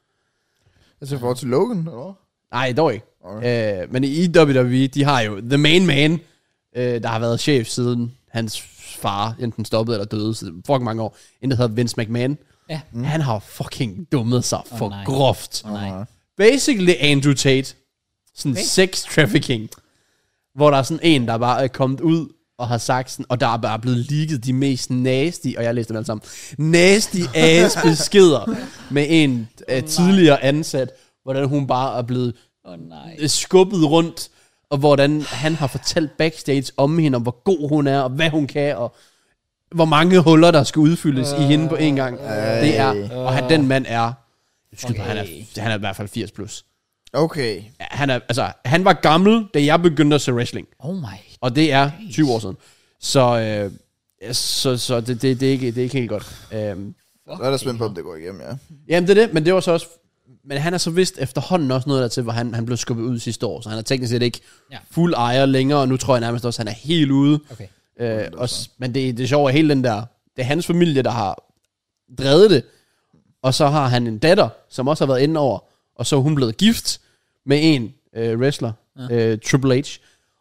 Altså i forhold til Logan, eller? Nej, dog ikke. Okay. Øh, men i W W E, de har jo The Main Man, øh, der har været chef siden hans far enten stoppede eller døde, så fucking mange år. En, der hedder Vince McMahon. Ja. Mm. Han har fucking dummet sig oh, for nej. groft. Oh, nej. Basically Andrew Tate. Sådan okay. sex trafficking. Hvor der er sådan en, der bare er kommet ud og har sagt sådan, og der er bare blevet leaget de mest nasty, og jeg læste dem alle sammen, nasty ass beskeder med en uh, oh, tidligere ansat, hvordan hun bare er blevet oh, nej. skubbet rundt, og hvordan han har fortalt backstage om hende, om hvor god hun er, og hvad hun kan, og hvor mange huller, der skal udfyldes uh, i hende på en gang. Uh, det er, og han, den mand er, okay. han er, han er i hvert fald firs plus. Okay. Han er, altså, han var gammel, da jeg begyndte at se wrestling. Oh my. Og det er tyve år siden. Så, øh, så, så det, det, det, er ikke, det er ikke helt godt. Um, så er der spændt på, om det går igennem, ja. Jamen det er det, men det var så også, men han er så vist efterhånden også noget der til, hvor han, han blev skubbet ud sidste år, så han er teknisk set ikke ja. fuld ejer længere, og nu tror jeg nærmest også, at han er helt ude. Okay. Øh, også, men det, det er sjovt, at hele den der, det er hans familie, der har drevet det, og så har han en datter, som også har været inde over, og så er hun blevet gift med en øh, wrestler, ja. øh, Triple H,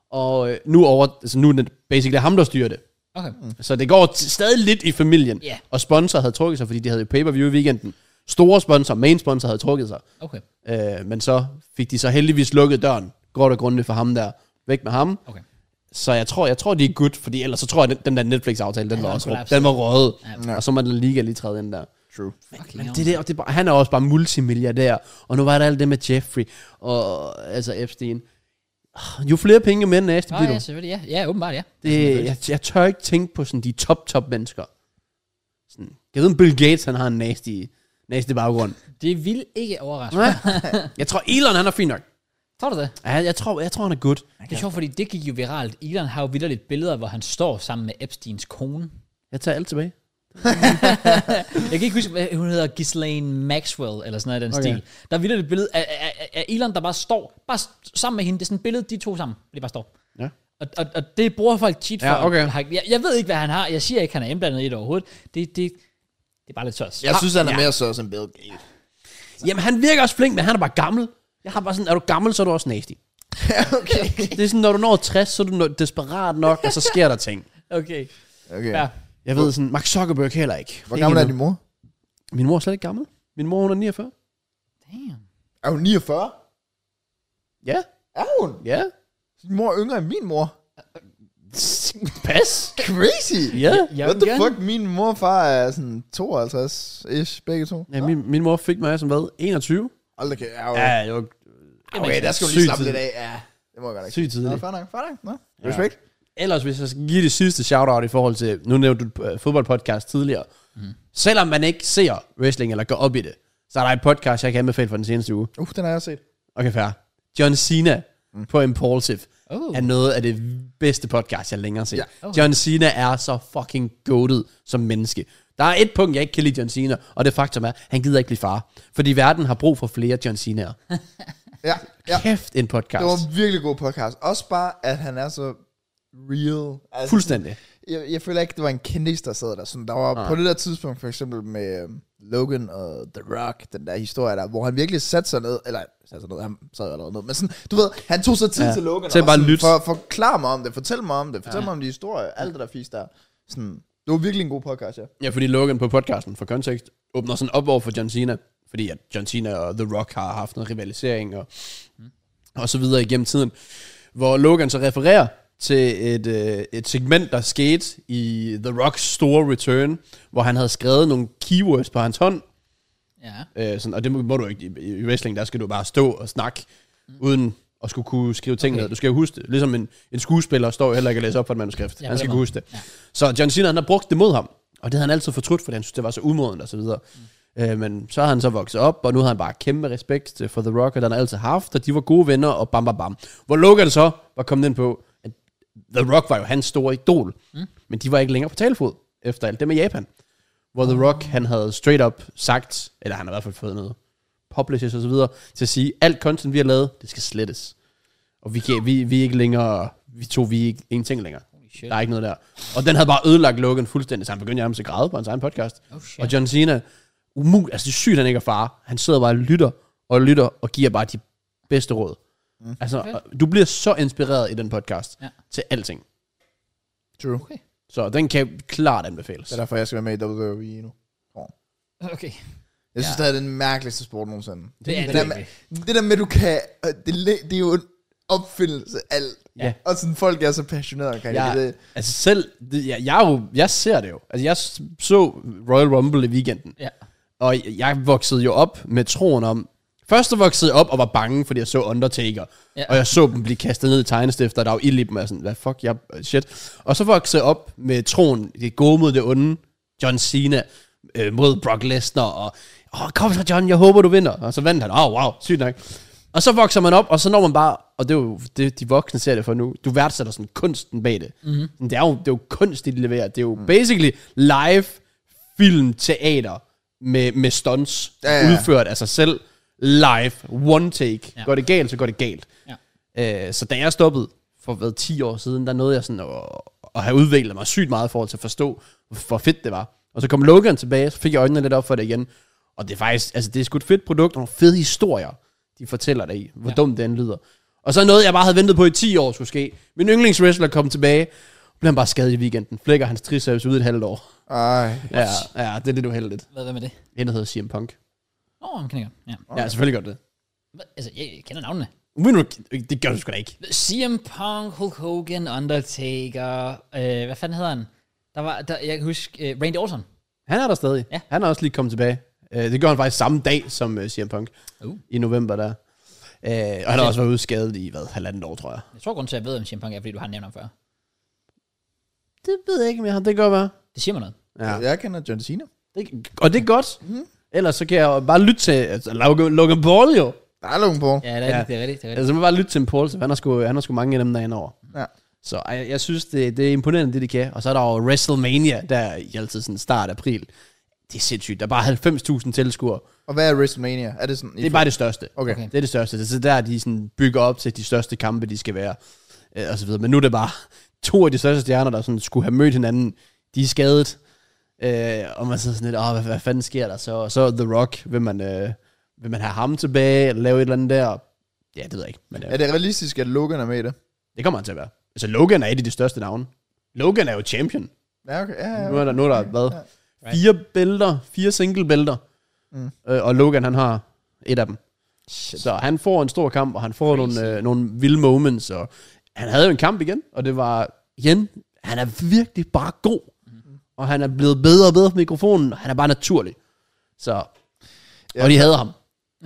og øh, nu, over, altså nu er det basically ham, der styrer det. Okay. Mm. Så det går t- stadig lidt i familien, yeah. og sponsor havde trukket sig, fordi de havde pay-per-view i weekenden. Store sponsor, main sponsor havde trukket sig. Okay. Øh, men så fik de så heldigvis lukket døren, godt og grundigt for ham der, væk med ham. Okay. Så jeg tror, jeg tror, de er good, fordi ellers så tror jeg, at den der Netflix-aftale, den, ja, var også, den var røget. Ja. Og så må den liga lige træde ind der. True. Men, men det der, det er bare, han er også bare multimilliardær, og nu var der alt det med Jeffrey, og altså Epstein. Jo flere penge med end Aston Villa. Ja, selvfølgelig, ja. Ja, åbenbart, ja. Det, jeg, jeg tør ikke tænke på sådan de top-top mennesker. Sådan, jeg ved, Bill Gates, han har en nasty, nasty baggrund. Det vil ikke overraske. Jeg tror, Elon, han er fin nok. Tror du det? Ja, jeg tror, jeg tror han er good. Det er sjovt, fordi det gik jo viralt. Elon har jo vildt lidt billeder, hvor han står sammen med Epsteins kone. Jeg tager alt tilbage. Jeg kan ikke huske, hvad hun hedder, Ghislaine Maxwell, eller sådan noget i den Okay. stil. Der er vildt et billede af, af, af Elon, der bare står, bare sammen med hende. Det er sådan et billede, de to sammen, de bare står. Ja. Og, og, og det bruger folk cheat for. Ja, okay. Jeg, jeg ved ikke, hvad han har. Jeg siger ikke, han er indblandet i det overhovedet. Det, det, det er bare lidt tørs. Jeg synes, han er Ja. mere så som Bill Gates. Jamen, han virker også flink, men han er bare gammel. Jeg har bare sådan, er du gammel, så er du også nasty. Ja, okay. Det er sådan, når du når tres, så er du nå- desperat nok, og så sker der ting. Okay. Okay. Ja. Jeg ved sådan, Mark Zuckerberg heller ikke. Hvor Ikke gammel er endnu. din mor? Min mor er slet ikke gammel. Min mor, hun er niogfyrre. Damn. Er hun niogfyrre? Ja, Er hun? ja. Din mor er yngre end min mor. Pas. Crazy. Ja. Jeg What vil the gerne- fuck? Min mor og far er sådan tooghalvtreds-ish, begge to. Ja, min, min mor fik mig som hvad? enogtyve? Aldrig kan jeg. Okay. Ja, det var Okay, der skal du sygt lige slappe tid. lidt af. Ja, det må jeg godt ikke. sygt Nå, tidligt. fair nok, fair nok. Nå, Ja. respekt. Ellers, hvis jeg skal give det sidste shout-out i forhold til, nu nævnte du uh, fodboldpodcast tidligere. Mm. Selvom man ikke ser wrestling eller går op i det, så er der et podcast, jeg kan anbefale for den seneste uge. Uh, den har jeg set. Okay, fair. John Cena mm. på Impulsive Oh. er noget af det bedste podcast, jeg længere har set. Ja. Oh. John Cena er så fucking goated som menneske. Der er et punkt, jeg ikke kan lide John Cena, og det faktum er, han gider ikke blive far. Fordi verden har brug for flere John Cena'er. Ja, ja. Kæft en podcast. Det var en virkelig god podcast. Også bare, at han er så real. Altså, Fuldstændig. Jeg, jeg føler ikke, det var en kendis, der sad der. Sådan, der var Nej. på det der tidspunkt, for eksempel med um, Logan og The Rock, den der historie der, hvor han virkelig satte sig ned, eller satte sig ned, han sad jo allerede ned, men sådan, du ved, han tog sig tid Ja. til Logan, Til og bare sådan, lytte. for, forklare mig om det, fortæl mig om det, fortæl Ja. mig om de historier, alt det der fisk der. Sådan, det var virkelig en god podcast, ja. Ja, fordi Logan på podcasten, for kontekst, åbner sådan op over for John Cena, fordi at John Cena og The Rock har haft noget rivalisering og, mm. og så videre igennem tiden, hvor Logan så refererer til et, øh, et segment, der skete i The Rocks store return, hvor han havde skrevet nogle keywords på hans hånd, Ja. øh, sådan, og det må, må du ikke, i, i wrestling, der skal du bare stå og snakke, mm. uden at skulle kunne skrive ting Okay. ned. Du skal jo huske det. Ligesom en, en skuespiller står jo heller ikke og læser op på et manuskript. Ja, Han på skal den kunne måde. huske det. Ja. Så John Cena, han har brugt det mod ham, og det havde han altid fortrudt, fordi han synes, det var så umodent og så videre. Mm. Øh, men så har han så vokset op, og nu har han bare kæmpe respekt for The Rock, og den har altid haft, og de var gode venner, og bam, bam, bam. Hvor Logan så var kommet ind på, at The Rock var jo hans store idol, mm. men de var ikke længere på talefod, efter alt det med Japan. Hvor The Rock, han havde straight up sagt, eller han har i hvert fald fået noget publishers og så videre, til at sige, alt content, vi har lavet, det skal slettes. Og vi, kan, vi, vi er ikke længere, vi to, vi er ikke ingenting længere. Shit. Der er ikke noget der. Og den havde bare ødelagt Logan fuldstændig, så han begyndte nærmest at græde på hans egen podcast. Oh, shit. Og John Cena, umuligt, altså det er sygt, han ikke er far. Han sidder bare og lytter, og lytter, og giver bare de bedste råd. Mm. Altså, Okay. du bliver så inspireret i den podcast, Ja. til alting. True. Okay. Så den kan klart anbefales. Det er derfor, jeg skal være med i W W E nu. Okay. Jeg synes, Ja. det er den mærkeligste sport nogensinde. Det er det, det der med, virkelig. det der med, du kan... øh, Det, le- det er jo en opfindelse af alt. Ja. Og sådan, folk er så passionerede omkring Ja, det. altså selv, det, jeg, jeg, er jo, jeg ser det jo. Altså jeg s- så Royal Rumble i weekenden, Ja. og jeg, jeg voksede jo op med troen om, først så voksede jeg op og var bange, fordi jeg så Undertaker, Ja. og jeg så dem blive kastet ned i tegnestifter, og der var ild i dem, og jeg sådan, hvad fuck, jeg, shit. Og så voksede jeg op med troen, det gode mod det onde, John Cena øh, mod Brock Lesnar, og åh, kom så John, jeg håber du vinder. Og så vandt han, åh oh, wow, sygt nok. Og så vokser man op, og så når man bare, og det er jo det, de voksne ser det for nu, du værdsætter sådan kunsten bag det. Mm-hmm. Det, er jo, det er jo kunst, de leverer. Det er jo mm. basically live film, teater med, med stunts, Ja, ja, ja. udført af sig selv, live, one take. Ja. Går det galt, så går det galt. Ja. Øh, så da jeg stoppede for hvad, ti år siden, der nåede jeg sådan at, at have udviklet mig sygt meget i forhold til at forstå, hvor fedt det var. Og så kom Logan tilbage, så fik jeg øjnene lidt op for det igen. Og det er faktisk, altså det er sgu et fedt produkt, og nogle fede historier, de fortæller dig i, hvor ja. dumt det end lyder. Og så noget, jeg bare havde ventet på i ti år skulle ske. Min yndlingswrestler kom tilbage, og blev han bare skadet i weekenden. Flækker hans triceps ud i et halvt år. Ej. Ja, ja, det er lidt uheldigt. Hvad, hvad med det? En, der hedder C M Punk. Åh, oh, han kender godt. Ja. Ja, selvfølgelig godt det. Hvad, altså, jeg, jeg kender navnene. Men nu, det gør du sgu da ikke. C M Punk, Hulk Hogan, Undertaker, øh, hvad fanden hedder han? Der var, der, jeg kan huske, uh, Randy Orton. Han er der stadig. Ja. Han er også lige kommet tilbage. Uh, det gør han faktisk samme dag som uh, C M Punk. Uh. I november der. Uh, og han har også været udskadet i, hvad, halvandet år, tror jeg. Jeg tror, grunden til, at jeg ved, om C M Punk er, fordi du har nævnt ham før. Det ved jeg ikke mere. Det kan godt være. Det siger mig noget. Ja. Jeg kender John Cena. Det, og det er godt. Mm. Ellers så kan jeg jo bare lytte til altså, Logan, Logan Paul jo. Der er Logan Paul. Ja, det er, Ja. ja. det er rigtigt. Det er rigtigt. Altså, man bare lytte til en Paul, så han har sgu, han har sgu mange af dem derinde over. Ja. Så jeg, jeg synes, det, det er imponerende, det de kan. Og så er der jo WrestleMania, der i altid sådan start april. Det er sindssygt. Der er bare halvfems tusind tilskuere. Og hvad er WrestleMania? Er det sådan... Det er bare det største. Okay. Okay. Det er det største. Det er der, de sådan bygger op til de største kampe, de skal være. Øh, og så videre. Men nu er det bare to af de største stjerner, der sådan skulle have mødt hinanden. De er skadet. Øh, og man sidder sådan lidt, åh, hvad, hvad fanden sker der så? Og så The Rock, vil man, øh, vil man have ham tilbage, eller lave et eller andet der? Ja, det ved jeg ikke. Men, øh, Er det realistisk, at Logan er med i det? det kommer han til at være. Altså, Logan er et af de største navne. Logan er jo champion. Ja, okay. Ja, ja, Nu er der, nu er der okay. hvad? Ja. Fire bælter, fire single bælter. Mm. Øh, og Logan, han har et af dem. Shit. Så han får en stor kamp, og han får nogle, øh, nogle vilde moments. Og han havde jo en kamp igen, og det var igen, han er virkelig bare god. Mm. Og han er blevet bedre og bedre på mikrofonen, og han er bare naturlig. Så, ja, og de hader ham.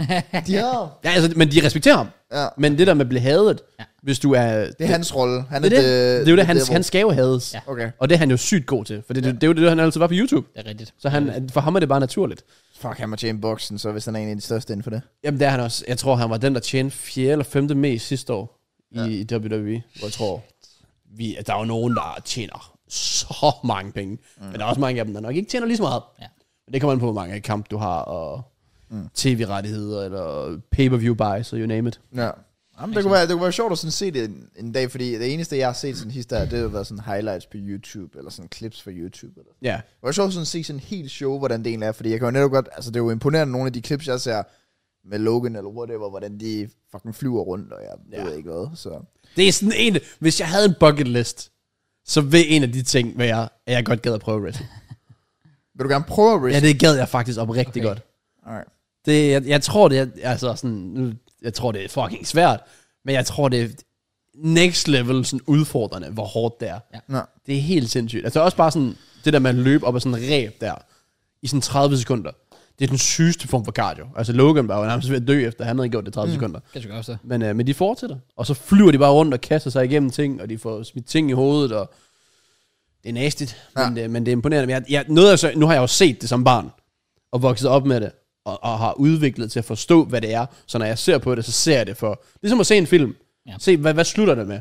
De hader. Ja, altså, men de respekterer ham. Ja. Men det der med at blive hadet, ja. hvis du er... Det er hans rolle. Han det, er er det, det. det er jo det, han, han skal jo hades. Ja. Okay. Og det er han jo sygt god til. For det, ja. det, det er jo det, han altid var på YouTube. Det er rigtigt. Så han, for ham er det bare naturligt. Fuck, han må tjene boksen, så hvis han er en af de største inden for det. Jamen det er han også. Jeg tror, han var den, der tjente fjerde eller femte mest sidste år ja. i W W E. Hvor jeg tror, vi, der er jo nogen, der tjener så mange penge. Mm. Men der er også mange af dem, der nok ikke tjener lige så meget. Ja. Men det kommer an på, hvor mange kamp du har, og mm. tv-rettigheder, eller pay-per-view buys, og you name it. Ja. Jamen, det, kunne være, det kunne være sjovt at sådan se det en, en dag, fordi det eneste, jeg har set sådan hister, det har været sådan highlights på YouTube, eller sådan clips fra YouTube. Eller. Ja. Det var sjovt sådan at se sådan en helt show, hvordan det egentlig er, fordi jeg kan jo netop godt, altså det er jo imponerende, nogle af de clips, jeg ser med Logan eller whatever, hvordan de fucking flyver rundt, og jeg ja. ved ikke hvad, så... Det er sådan en, hvis jeg havde en bucket list, så vil en af de ting være, at jeg godt gad at prøve at wrestle. Vil du gerne prøve at wrestle? Ja, det gad jeg faktisk op rigtig okay. godt. Alright. Det, jeg, jeg tror, det er, altså sådan, jeg tror, det er fucking svært, men jeg tror, det er next level sådan udfordrende, hvor hårdt det er. Ja. Det er helt sindssygt. Altså også bare sådan, det der med at løbe op ad sådan en ræb der, i sådan tredive sekunder, det er den sygeste form for cardio. Altså Logan var jo nærmest ved at dø, efter han havde gjort det tredive mm. sekunder. Det skal også. Men, øh, men de fortsætter, og så flyver de bare rundt og kaster sig igennem ting, og de får smidt ting i hovedet, og det er nastigt, ja. men, øh, men det er imponerende. Men jeg, jeg, noget altså, nu har jeg jo set det som barn, og vokset op med det, og, og har udviklet til at forstå, hvad det er. Så når jeg ser på det, så ser jeg det for... Ligesom at se en film. Ja. Se, hvad, hvad slutter det med?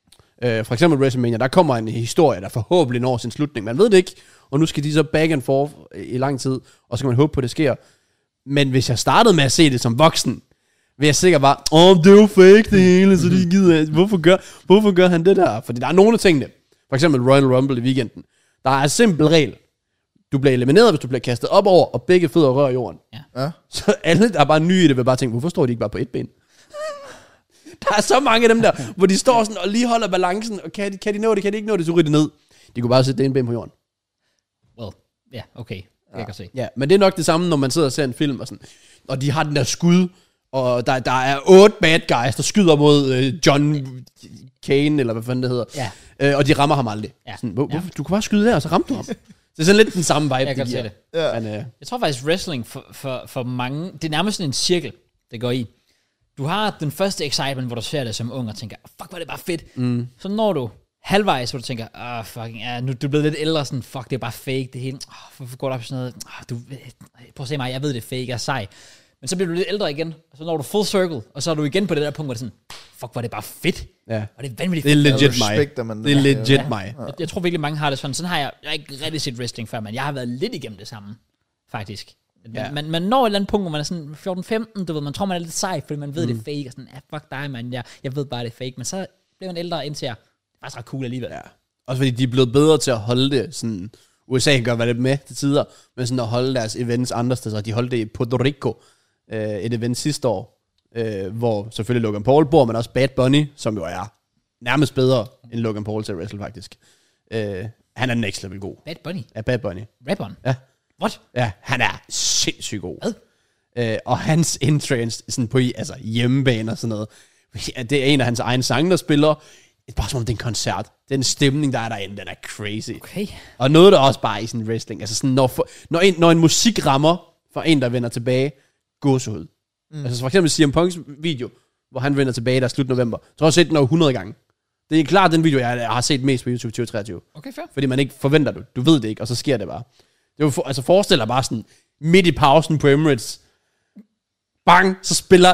Øh, for eksempel WrestleMania, der kommer en historie, der forhåbentlig når sin slutning. Man ved det ikke, og nu skal de så back and forth i lang tid, og så kan man håbe på, at det sker. Men hvis jeg startede med at se det som voksen, vil jeg sikkert bare, åh, det er jo fake det hele, så de gider, hvorfor gør, hvorfor gør han det der? Fordi der er nogle af tingene, for eksempel Royal Rumble i weekenden, der er en simpel regel. Du bliver elimineret, hvis du bliver kastet op over, og begge fødder rører jorden. Ja. Ja. Så alle, der er bare nye i det, vil bare tænke, hvorfor står de ikke bare på et ben? Der er så mange af dem der, hvor de står sådan og lige holder balancen, og kan de, kan de nå det, kan de ikke nå det, så ryger det ned. De kunne bare sætte det ene ben på jorden. Well, ja, yeah, okay. Det ja. kan se. Ja, men det er nok det samme, når man sidder og ser en film, og, sådan, og de har den der skud, og der, der er otte bad guys, der skyder mod øh, John Kane, eller hvad fanden det hedder. Ja. Øh, og de rammer ham aldrig. Ja. Sådan, hvor, ja. Du kunne bare skyde der, og så ramte du ham. Det er sådan lidt den samme vibe, jeg kan de se det. Ja. Men, øh, jeg tror faktisk, wrestling for, for, for mange, det er nærmest sådan en cirkel, det går i. Du har den første excitement, hvor du ser det som ung, og tænker, fuck, hvor er det bare fedt. Mm. Så når du halvvejs, hvor du tænker, ah, fucking, ja, nu er du blevet lidt ældre, sådan, fuck, det er bare fake, det hele. Oh, hvorfor går der op sådan noget? Oh, du, prøv at se mig, jeg ved, det er fake, jeg er sej. Men så bliver du lidt ældre igen, og så når du full circle, og så er du igen på det der punkt, hvor det er sådan, fuck, hvor er det bare fedt. Ja. Og det er vanvittigt fedt. Det er legit mig. Det er legit ja. mig. Jeg, jeg tror virkelig, mange har det sådan. Sådan har jeg, jeg har ikke rigtig set wrestling før, men jeg har været lidt igennem det samme, faktisk. Ja. Man, man når et eller andet punkt, hvor man er sådan fjorten femten, du ved, man tror, man er lidt sej, fordi man ved, mm. det er fake, og sådan, ja, fuck dig, man, jeg, jeg ved bare, det er fake, men så bliver man ældre, indtil jeg, det er faktisk ret cool alligevel. Ja. Også fordi de er blevet bedre til at holde det, sådan, U S A kan godt være lidt med til tider, men sådan at holde deres events andre steder, de holdt det i Puerto Rico, øh, et event sidste år, øh, hvor selvfølgelig Logan Paul bor, men også Bad Bunny, som jo er nærmest bedre end Logan Paul til at wrestle, faktisk. Øh, han er next level god. Bad Bunny? Ja, Bad Bunny. Rapperen? Ja. What? Ja, han er sindssygt god. Hvad? Øh, og hans entrance sådan på altså, hjemmebane og sådan noget, det er en af hans egne sange, der spiller. Det er bare som om det er en koncert. Den stemning, der er derinde, den er crazy. Okay. Og noget, der også bare i sådan wrestling, altså sådan, når, for, når, en, når en musik rammer for en, der vender tilbage, gåsehud. Mm. Altså for eksempel C M Punks video, hvor han vender tilbage, der er slut november. Så har jeg set den over hundrede gange. Det er klart den video, jeg har set mest på YouTube tyve treogtyve. Okay, fair. Fordi man ikke forventer det. Du ved det ikke, og så sker det bare. Det var for, altså forestil dig bare sådan, midt i pausen på Emirates, bang, så spiller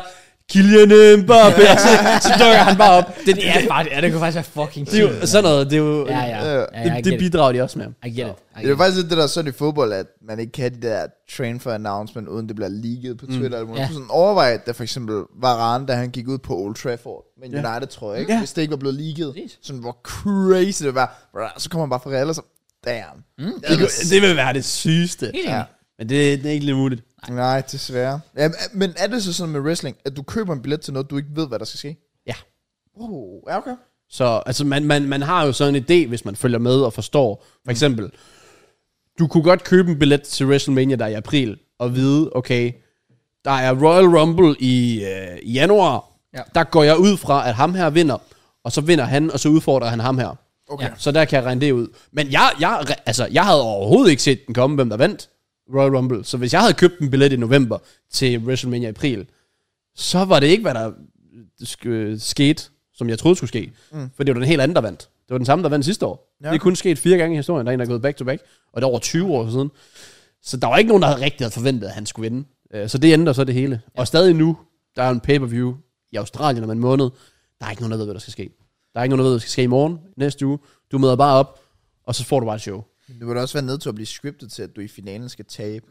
Kylian Mbappé, så, så dukker han bare op. Det, det er bare, ja, det kunne faktisk være fucking Det er jo sådan noget, det er jo, Ja, ja. ja, ja det, det bidrager de også med. I get it. I Det get er it. faktisk lidt det der sådan i fodbold, at man ikke kan de der train for announcement, uden det bliver leaget på Twitter. Mm. Ja. Sådan overvej, da for eksempel Varane, da han gik ud på Old Trafford med en Ja. United, tror jeg, ikke? Ja. Hvis det ikke var blevet leaget. Præcis. Sådan hvor crazy det var. Bro, så kommer han bare fra Real, og så damn. Mm. Det, kunne- det vil være det sygeste. Helt Ja. enig. Men det, det er ikke lidt muligt. Nej, desværre. Ja, men er det så sådan med wrestling, at du køber en billet til noget, du ikke ved, hvad der skal ske? Ja. Oh, ja, okay. Så altså, man, man, man har jo sådan en idé, hvis man følger med og forstår. For eksempel, du kunne godt købe en billet til WrestleMania, der er i april, og vide, okay, der er Royal Rumble i, øh, i januar. Ja. Der går jeg ud fra, at ham her vinder, og så vinder han, og så udfordrer han ham her. Okay. Ja. Så der kan jeg regne det ud. Men jeg, jeg, altså, jeg havde overhovedet ikke set den komme, hvem der vandt Royal Rumble. Så hvis jeg havde købt en billet i november til WrestleMania i april, så var det ikke, hvad der sk- skete, som jeg troede skulle ske. Mm. For det var den helt anden, der vandt. Det var den samme, der vandt sidste år. Ja. Det er kun sket fire gange i historien. Der er en, der er gået back to back. Og det er over tyve år siden. Så der var ikke nogen, der havde rigtig havde forventet, at han skulle vinde. Øh, Så det ændrer så det hele. Ja. Og stadig nu, der er en pay-per-view i Australien om en måned. Der er ikke nogen, der ved, hvad der skal ske. Der er ikke nogen, der ved, hvad der skal ske i morgen, næste uge. Du møder bare op, og så får du bare et show. Du vil også være nødt til at blive scriptet til, at du i finalen skal tabe.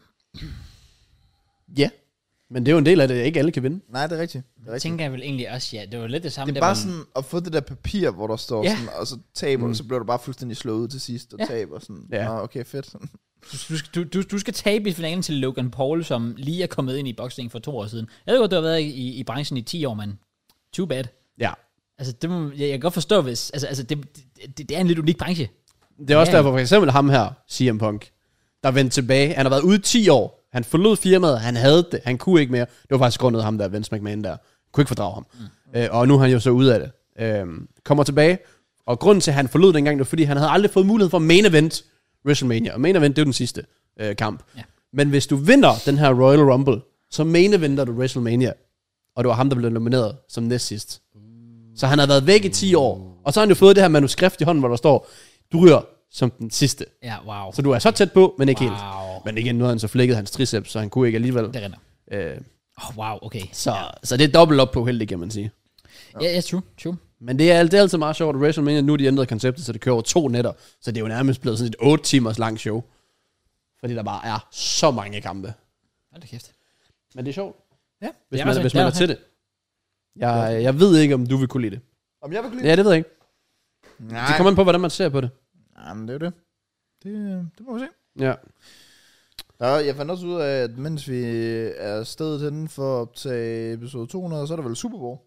Ja. Men det er jo en del af det, ikke alle kan vinde. Nej, det er rigtigt. Det er Jeg rigtigt. tænker jeg vel egentlig også, ja, det var lidt det samme. Det er der, bare hvor- sådan at få det der papir, hvor der står Ja. sådan, og så taber du, så bliver du bare fuldstændig slået ud til sidst og Ja. taber sådan. Ja. Nå, okay, fedt. Du, du, skal- du, du, du skal tabe i finalen til Logan Paul, som lige er kommet ind i boksning for to år siden. Jeg ved godt, du har været i, i branchen i ti år, men too bad. Ja. Altså, det må, jeg, jeg kan godt forstå, hvis... Altså, altså det, det, det er en lidt unik branche. Det er også Ja. derfor, for eksempel ham her, C M Punk, der vendte tilbage. Han har været ude i ti år. Han forlod firmaet. Han havde det. Han kunne ikke mere. Det var faktisk grundet af ham der, Vince McMahon der. Kunne ikke fordrage ham. Mm. Øh, og nu er han jo så ude af det. Øh, kommer tilbage. Og grunden til, at han forlod dengang, det var, fordi han havde aldrig fået mulighed for main event WrestleMania. Og main event, det er jo den sidste øh, kamp. Ja. Men hvis du vinder den her Royal Rumble, så main eventer du WrestleMania. Og det var ham, der blev nomineret som næst sidst. Så han har været væk i ti år. Og så har han jo fået det her manuskript i hånden, hvor der står, du ryger som den sidste. Ja, wow. Så du er så tæt på, men ikke wow. helt. Men igen, nu har han så flækket hans triceps, så han kunne ikke alligevel. Det render. Øh, Oh, wow, okay. så, ja. så det er dobbelt op på heldigt, kan man sige. Ja, ja, true, true. Men det er, det er altid meget sjovt, at WrestleMania, nu har de ændret konceptet, så det kører over to nætter. Så det er jo nærmest blevet sådan et otte timers langt show. Fordi der bare er så mange kampe. Hold da kæft. Men det er sjovt, Ja, hvis det er man, også- hvis det er man er også- til det. Jeg, jeg ved ikke, om du vil kunne lide det. Om jeg vil kunne lide Ja, det ved jeg ikke. Nej. Det kommer an på, hvordan man ser på det. Nej, men det er jo det. Det, det må vi se. Ja. Ja, jeg fandt også ud af, at mens vi er stedet henne for at optage episode to hundrede, så er der vel Super Bowl.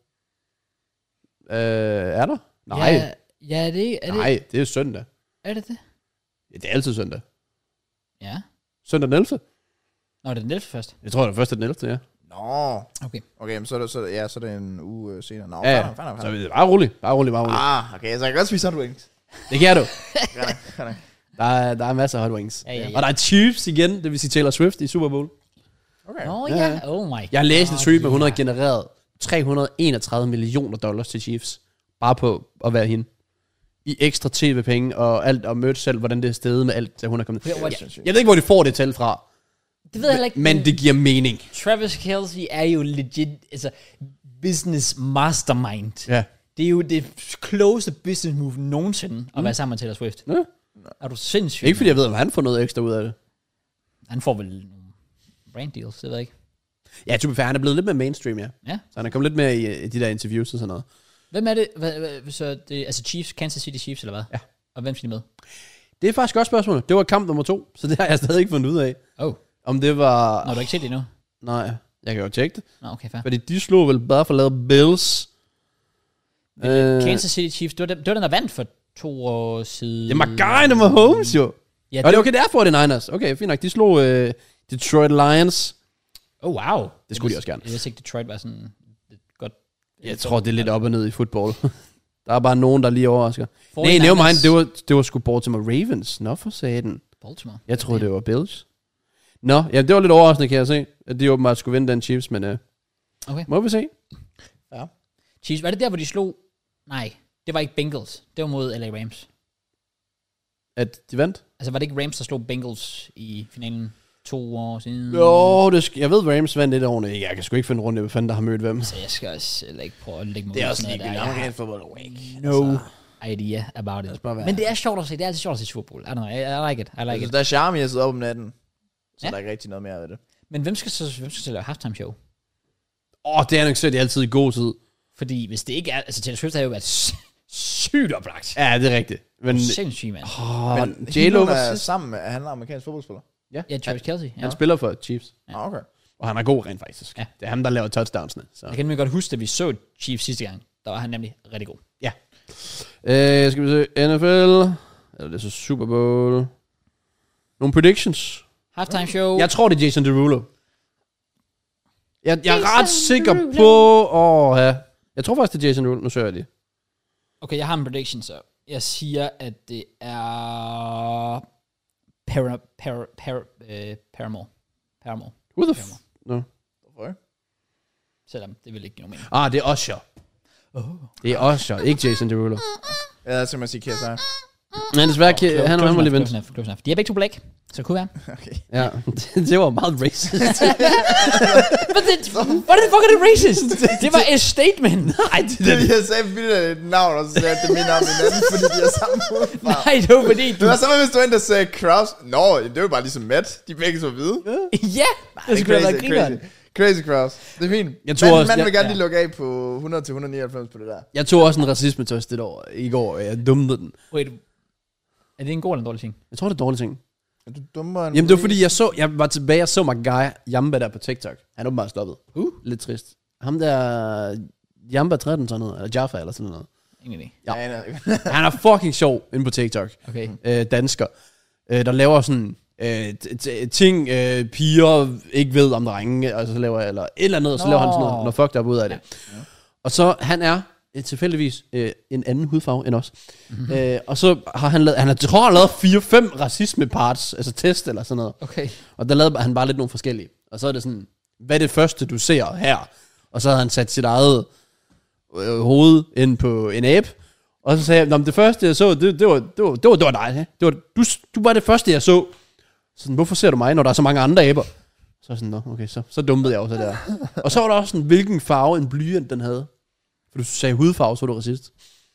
Øh, er der? Nej. Ja, ja er det, er det, Nej, det er søndag. er det det? Ja, det er altid søndag. Ja. Søndag den ellevte Nå, det er den ellevte først. Jeg tror, det er først den ellevte ja. Nå. Okay. Okay, men så er det, så, er det- ja, så er det en uge øh, senere. Nå, Ja, fair ja. nok, fair nok, Så fair nok. det er bare roligt. Bare roligt, bare roligt. Ah, okay, så jeg kan godt spise hot wings. Det kan du. Fair nok, fair nok. Der er, der er masser af hot wings. Ja, ja, ja. Og der er Chiefs igen, det vil sige Taylor Swift i Super Bowl. Okay. Nå Ja, ja, ja. oh my. Jeg har læst en God, tweet med, hun ja. har genereret tre hundrede og enogtredive millioner dollars til Chiefs. Bare på at være hende. I ekstra tv-penge og alt, og mødt selv, hvordan det er steget med alt, da hun er kommet. Ja, Jeg, jeg ved ikke, hvor de får det tal fra, Det ved jeg heller ikke. men det giver mening. Travis Kelce er jo legit, altså, business mastermind. Ja. Det er jo det klogeste business move nogensinde, at være sammen med Taylor Swift. Ja. Er du sindssyg? Ikke fordi jeg ved, om han får noget ekstra ud af det. Han får vel nogle brand deals, det ved jeg ikke. Ja, to be fair, han er blevet lidt mere mainstream, ja. Ja. Så han er kommet lidt mere i, i de der interviews og sådan noget. Hvem er det? Hvad, hvad, så det altså Chiefs, Kansas City Chiefs, eller hvad? Ja. Og hvem skal de med? Det er faktisk godt spørgsmål. Det var kamp nummer to, så det har jeg stadig ikke fundet ud af. Oh, Om det var... nå, du har ikke set det endnu? Nej, jeg kan jo tjekke det. Nå, okay, fair. Fordi de slog vel bare for at lave Bills. Øh, Kansas City Chiefs, det var, den, det var den, der vandt for to år siden. Ja, McGuire med Holmes jo. Ja, Og det er okay, det er forty-niners. Okay, fint nok. De slog uh, Detroit Lions. Oh, wow. Det skulle de også gerne. Jeg vidste ikke, Detroit var sådan et godt... Jeg tror, det er lidt op og ned i fodbold. Der er bare nogen, der lige overrasker. Nej, forty-niners. never mind. Det var, det var sgu Baltimore Ravens. Nå, for satan. Baltimore. Jeg troede, det var Bills. Nå, ja, det var lidt overraskende, kan jeg se. At de åbenbart skulle vinde den Chiefs, men uh, Okay. må vi se. Ja. Chiefs, var det der, hvor de slog... Nej, det var ikke Bengals. Det var mod L A Rams. At de vandt? Altså, var det ikke Rams, der slog Bengals i finalen? to år siden. Jo, det sk- jeg ved, Rams vandt det årene. Jeg kan sgu ikke finde rundt, hvad fanden der har mødt hvem. Så jeg skal også heller ikke prøve at lægge mig Det er ud også sådan noget ligegyldigt. der. Jeg Amerikansk fodbold er whack. No idea about it. bare være. Men det er sjovt at se. Det er altid sjovt at se Super Bowl. I don't know. I, I like it. I like Altså, it. der er charme i at sidde op om natten. Så Ja. der er ikke rigtig noget mere af det. Men hvem skal så, hvem skal så lave halftime show? Åh, oh, det er nok så, det er altid i god tid. Fordi hvis det ikke er... Altså, Taylor Swift har jo været s- sygt oplagt. Ja, det er rigtigt. Men, Sindssygt, mand. oh, Men J-Lo J-Lo var er sidst. sammen med, han er amerikansk fodboldspiller. Ja, Ja, Travis Kelce. Ja. han spiller for Chiefs. Ja. Ah, okay. Og han er god rent faktisk. Ja. Det er ham, der laver touchdownsene. Så. Jeg kan nemlig godt huske, at vi så Chiefs sidste gang. Der var han nemlig rigtig god. Ja. Øh, skal vi se. N F L. Eller det er så Super Bowl. Nogle predictions. Halftime show. Jeg tror, det er Jason Derulo. Jeg, jeg er ret Jason sikker Derulo. på... Åh, ja. Jeg tror faktisk, det er Jason Derulo. Nu søger jeg lige. Okay, jeg har en prediction, så. Jeg siger, at det er... Para, para, para, uh, Paramore. Paramore. Who the f... Paramore. No. Hvorfor? Selvom det vil ikke give nogen mening. Ah, det er Usher. Oh. Det er Usher, ikke Jason Derulo. Ja, jeg skal man sige K S I. Men desværre, oh, han, han må lige vente. Close enough, close enough. De er begge to black, så det kunne være. Okay. Ja, det, det var meget racist. But det, what the fuck er det racist? Det var et statement. Nej, det, Det, jeg sagde vildt et navn, og så sagde jeg, at det minder om hinanden, fordi de er samme hudfarve. Nej, det var fordi du... Det var samme, hvis du endte og sagde Kraus. Nå, det var bare ligesom Matt. De er begge så hvide. Ja, det Det er skulle have været crazy, grineren. crazy. Crazy Kraus. Det er fint. Jeg tror man, også- man vil jeg- gerne ja. lige lukke af på hundrede til hundrede nioghalvfems på det der. jeg tog også en racisme-test det år, i går, og jeg dummede den. Wait, er det en god eller en dårlig ting? Jeg tror, det er dårlige ting. Er du dummere end Jamen, det var fordi, jeg så, jeg var tilbage og så Magai Jamba der på TikTok. Han er åbenbart stoppet. Uh. Lidt trist. Ham der, Jamba tretten sådan noget, eller Jaffa eller sådan noget. Ingen idé. Ja. Ja, nej. Han er fucking sjov inde på TikTok. Okay. Øh, dansker. Øh, der laver sådan øh, t- t- ting, øh, piger ikke ved om drenge, og så laver eller et eller andet, og så Nå. laver han sådan noget, noget fucked up ud af det. Ja. Og så, han er øh, tilfældigvis øh, en anden hudfarve end os. Mm-hmm. Øh, og så har han lavet, han har, jeg tror, han har lavet fire fem racisme parts, altså test eller sådan noget. Okay. Og der lavede han bare lidt nogle forskellige. Og så er det sådan, hvad er det første, du ser her? Og så havde han sat sit eget øh, hoved ind på en abe. Og så sagde jeg, "Nå, men det første, jeg så, det, det, var, det, var, det, var, det var dig. Det var, du, du var det første, jeg så. Sådan, hvorfor ser du mig, når der er så mange andre aber? Så sådan, nå, okay, så, så dumpede jeg også der. Og så var der også sådan, hvilken farve en blyant den havde. For du sagde hudfarve, så var du racist.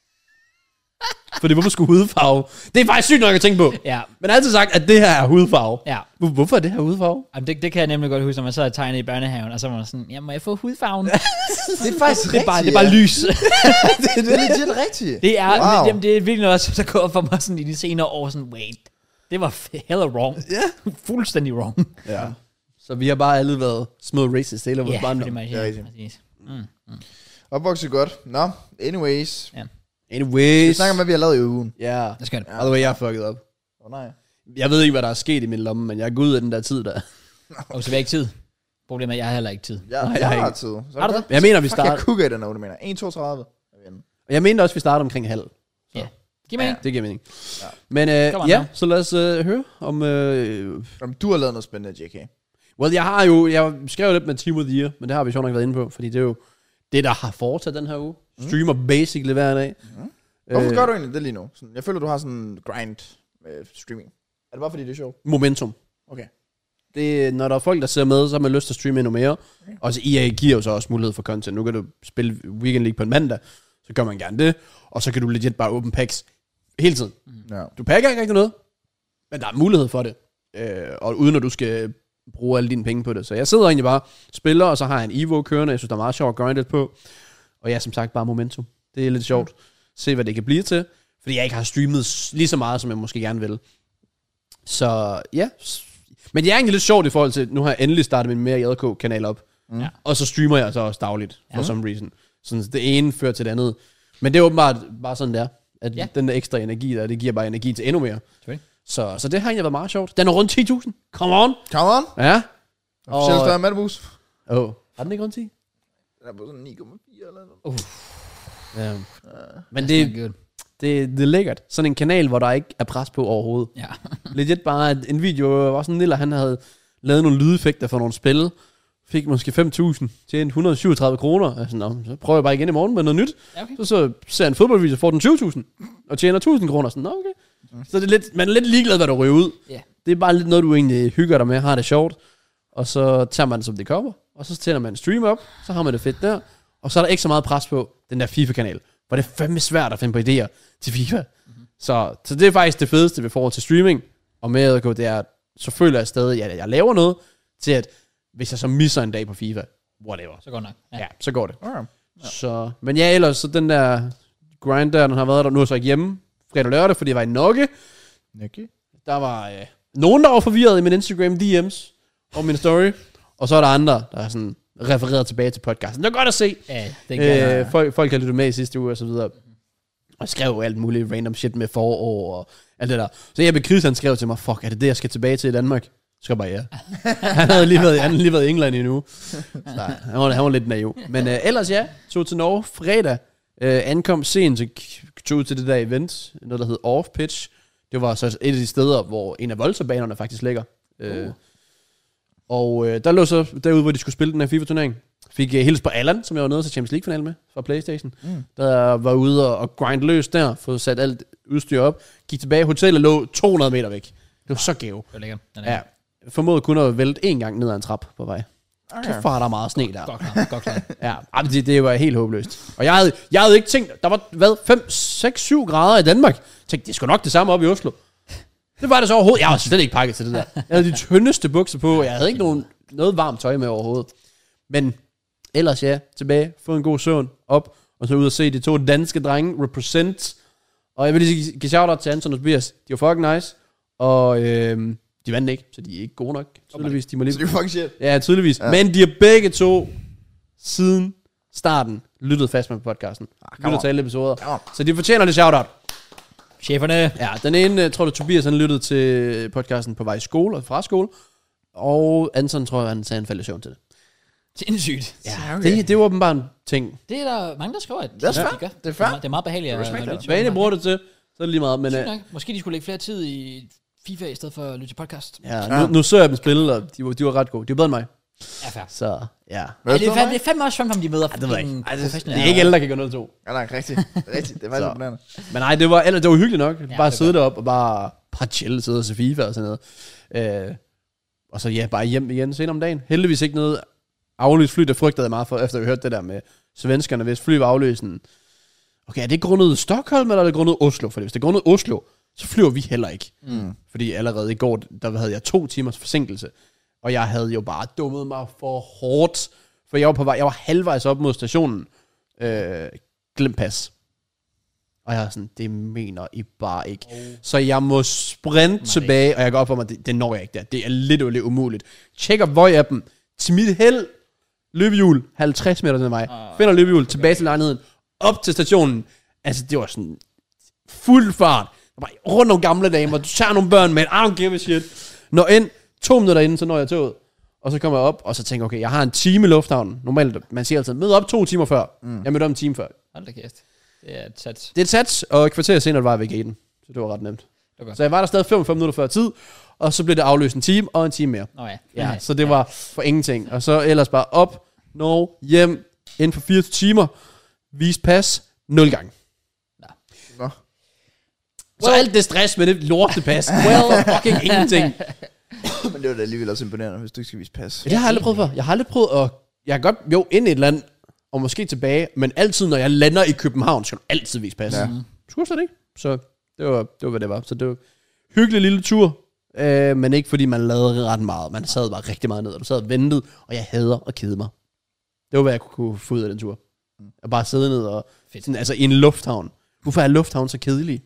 Fordi hvorfor skulle hudfarve? Det er faktisk sygt nok at tænke på. Ja, Men jeg har altid sagt, at det her er hudfarve. ja. Hvor- Hvorfor er det her hudfarve? Jamen, det, det kan jeg nemlig godt huske, når man så er tegnet i børnehaven, og så var man sådan, ja, må jeg få hudfarven? Det er faktisk det er bare, rigtigt, det er bare ja. lys. Det er legit rigtigt. Det er, Wow. wow. Jamen, det er virkelig noget, der går op for mig sådan i de senere år, sådan, wait, det var f- hella wrong. Ja. Fuldstændig wrong. Ja. Så vi har bare alle været små racist hele vores Ja, barndom. pretty much, Det er ja. rigtigt. Præcis. Mm. Opvokset godt. Nå, anyways. Vi Anyways. snakker om, hvad vi har lavet i ugen. Ja. Det skal det. By the way, jeg er fucket op. Åh oh, nej. Jeg ved ikke, hvad der er sket i min lomme, men jeg er gået ud af den der tid der. Og så vil jeg ikke tid. Problemet er, at jeg har heller ikke tid. Jeg, Nej, jeg, jeg har har ikke. tid. Så Har du godt. det? Jeg mener, vi Fuck, jeg starter... kukker i den her, du mener. en toogtredive. Og jeg mener også, vi starter omkring halv. Giv mig Ja. ja. Det giver mening. Ja. Men øh, Come on ja, now. så lad os øh, høre om... Øh, Jamen, du har lavet noget spændende, J K. well, jeg har jo... Jeg skrev lidt med Team of the Year, men det har vi sjovt nok været inde på, fordi det er jo det, der har foretaget den her uge. Streamer basically hver dag. Mm. Hvorfor Øh, gør du egentlig det lige nu? Sådan, jeg føler, du har sådan en grind med streaming. Er det bare fordi, det er sjovt? Momentum. Okay. Det, når der er folk, der ser med, så har man lyst til at streame endnu mere. Okay. Og så E A giver jo så også mulighed for content. Nu kan du spille Weekend League på en mandag, så gør man gerne det. Og så kan du legit bare åbne packs hele tiden. Ja. Du pakker ikke rigtig noget, men der er mulighed for det. Øh, og uden at du skal bruge alle dine penge på det. Så jeg sidder egentlig bare spiller, og så har jeg en Evo kørende. Jeg synes, der er meget sjovt at grind lidt på. Og ja, som sagt, bare momentum. Det er lidt sjovt. Se, hvad det kan blive til. Fordi jeg ikke har streamet lige så meget, som jeg måske gerne vil. Så ja. Men det er egentlig lidt sjovt i forhold til, nu har jeg endelig startet min mere J K-kanal op. Mm. Ja. Og så streamer jeg så også dagligt, for Ja. some reason. Sådan, det ene fører til det andet. Men det er åbenbart bare sådan der. At Ja. den der ekstra energi der, det giver bare energi til endnu mere. Selvfølgelig. Så, så det har egentlig været meget sjovt. Den er rundt ti tusind. Come on. Come on. Ja. Officielt Og- større Matbus. Åh. Oh. Har den ikke rundt ti? Den er på sådan ni komma fire eller noget. Ja. Men That's det, not good. det, det er lækkert. Sådan en kanal, hvor der ikke er pres på overhovedet. Ja. Legit bare, at en video var sådan en lille, han havde lavet nogle lydeffekter for nogle spil. Fik måske fem tusind til et hundrede og syvogtredive kroner. Altså, nå, så prøver jeg bare igen i morgen med noget nyt. Ja, okay. Så, så ser jeg en fodboldvideo, får den tyve tusind og tjener tusind kroner. Sådan, nå, okay. Mm. Så det er lidt, man er lidt ligeglad, hvad der ryger ud. Ja. det er bare lidt noget, du egentlig hygger dig med, har det sjovt. Og så tager man det, som det kommer. Og så tænder man en stream op. Så har man det fedt der. Og så er der ikke så meget pres på den der FIFA-kanal. For det er fandme svært at finde på idéer til FIFA. Mm-hmm. Så, så det er faktisk det fedeste ved forhold til streaming. Og med at gå, det er, så føler jeg stadig, at jeg laver noget til, at hvis jeg så misser en dag på FIFA, whatever. Så går det nok. Ja, ja så går det. Okay. Ja. Så, men ja, ellers så den der grind der, den har været der, nu er så ikke hjemme fredag og lørdag, fordi jeg var i Nokke. Okay. Der var øh, nogen, der var forvirret i min Instagram D M's og min story. Og så er der andre, der er sådan refereret tilbage til podcasten. Det er godt at se. Ja, det øh, folk, folk har lyttet med i sidste uge og så videre. Og skrev alt muligt random shit med forår og alt det der. Så Jeppe Chris, han skrev til mig, fuck, er det det, jeg skal tilbage til i Danmark? Så jeg bare, ja. han havde lige været, han havde lige været i England endnu. Så han var, han var lidt naiv. Men øh, ellers ja, tog til Norge fredag. Øh, ankom sent, så tog til det der event, noget der hed Off Pitch. Det var så et af de steder, hvor en af Volta-banerne faktisk ligger. Uh. Øh, og øh, der lå så derude, hvor de skulle spille den her FIFA-turnering. Fik uh, hils på Allan, som jeg var nede til Champions League-finale med fra PlayStation. Mm. Der var ude og, og grind løs der, fået sat alt udstyr op. Gik tilbage, hotellet lå to hundrede meter væk. Det var så gave. Det var lækkert. Ja, formåede kun at vælte en gang ned ad en trap på vej. Okay. Kæft, der er meget sne der. Godt klar, godt klar. Ja, det, det var helt håbløst. Og jeg havde, jeg havde ikke tænkt, der var, hvad, fem, seks, syv grader i Danmark. Jeg tænkte, det er sgu nok det samme op i Oslo. Det var det så overhovedet. Jeg var slet ikke pakket til det der. Jeg havde de tyndeste bukser på, og jeg havde ikke nogen, noget varmt tøj med overhovedet. Men ellers ja, tilbage, få en god søvn, op, og så ud og se de to danske drenge represent. Og jeg vil lige give shout-out til Anton og Tobias. De var fucking nice. Og øh, de vandt ikke, så de er ikke gode nok. Tydeligvis, de må lige... Så det er fucking shit. Ja, tydeligvis. Ja. Men de har begge to siden starten lyttet fast med på podcasten. Ah, lyttet til alle episoder. Så de fortjener det shout-out. Cheferne. Ja, den ene, tror du, Tobias, han lyttede til podcasten på vej i skole og fra skole. Og Anton, tror jeg, han sagde, han faldt i søvn til det. Sindssygt. Ja, okay. det, det var åbenbart en ting. Det er der mange, der skriver, at det er, ja, de gør. Det er fair. Det er meget behageligt. Hvad er det, bruger det til? Så er det lige meget. Men, uh, måske de skulle lægge flere tid i FIFA i stedet for at lytte til podcast. Ja, nu, nu så jeg dem spille, og de var, de var ret gode. De var bedre end mig. Ja, fair. Så, ja. Ja, det, er fandme, det er fandme også fandme, om de møder ja, det ved jeg ikke. Ej, det, det er ikke alle, der kan gøre noget to. Ja, nej, rigtigt. Rigtigt. Det var så imponerende. Men nej, det var, eller, det var hyggeligt nok. Ja, bare sidde deroppe og bare, bare chille, sidde og se FIFA og sådan noget. Øh, og så ja, bare hjem igen senere om dagen. Heldigvis ikke noget aflyst fly, der frygtede jeg meget for, efter vi hørte det der med svenskerne, hvis fly var afløsen. Okay, er det grundet Stockholm, eller er det grundet Oslo? For hvis det er grundet Oslo, så flyver vi heller ikke. Mm. Fordi allerede i går, der havde jeg to timers forsinkelse. Og jeg havde jo bare dummet mig for hårdt. For jeg var på vej, jeg var halvvejs op mod stationen. Øh, glem pas. Og jeg er sådan, det mener I bare ikke. Oh. Så jeg må sprinte tilbage, og jeg går op for mig, det, det når jeg ikke der. Det er lidt, lidt umuligt. Tjekker Voy-appen. Til mit held, løbehjul, halvtreds meter til mig. Oh, finder løbehjul, okay. Tilbage til lejligheden. Op til stationen. Altså, det var sådan fuld fart. Bare rundt nogle gamle damer. Du tager nogle børn med. I don't give a shit. Når ind, to minutter inden, så når jeg toget. Og så kommer jeg op, og så tænker jeg, okay, jeg har en time i lufthavnen. Normalt, man siger altid, mød op to timer før. Mm. Jeg mødte op en time før. Hold da kæft. Det er et sats. Det er et sats, og et kvarter senere var jeg ved gaten. Så det var ret nemt. Okay. Så jeg var der stadig femogfyrre minutter før tid, og så blev det afløst en time, og en time mere. Nå ja. Ja, så det var for ingenting. Og så ellers bare op, nå, hjem, inden for fireogtyve timer, vis pas, nul gange. Nå. Nå. Så well, alt det stress med det lorte pas, well, fucking ingenting. Men det var da alligevel også imponerende, hvis du ikke skal vise pas. Det har jeg aldrig prøvet før. Jeg har aldrig prøvet at... Jeg kan godt, jo, ind i et land, og måske tilbage, men altid, når jeg lander i København, skal du altid vise pas. Ja. Skulle slet ikke. Så det var, det var, hvad det var. Så det var hyggelig lille tur, øh, men ikke fordi man lavede ret meget. Man sad bare rigtig meget ned, og du sad og ventede, og jeg hader at kede mig. Det var, hvad jeg kunne få ud af den tur. Jeg bare sidde ned og... Sådan, altså i en lufthavn. Hvorfor er lufthavn så kedelig?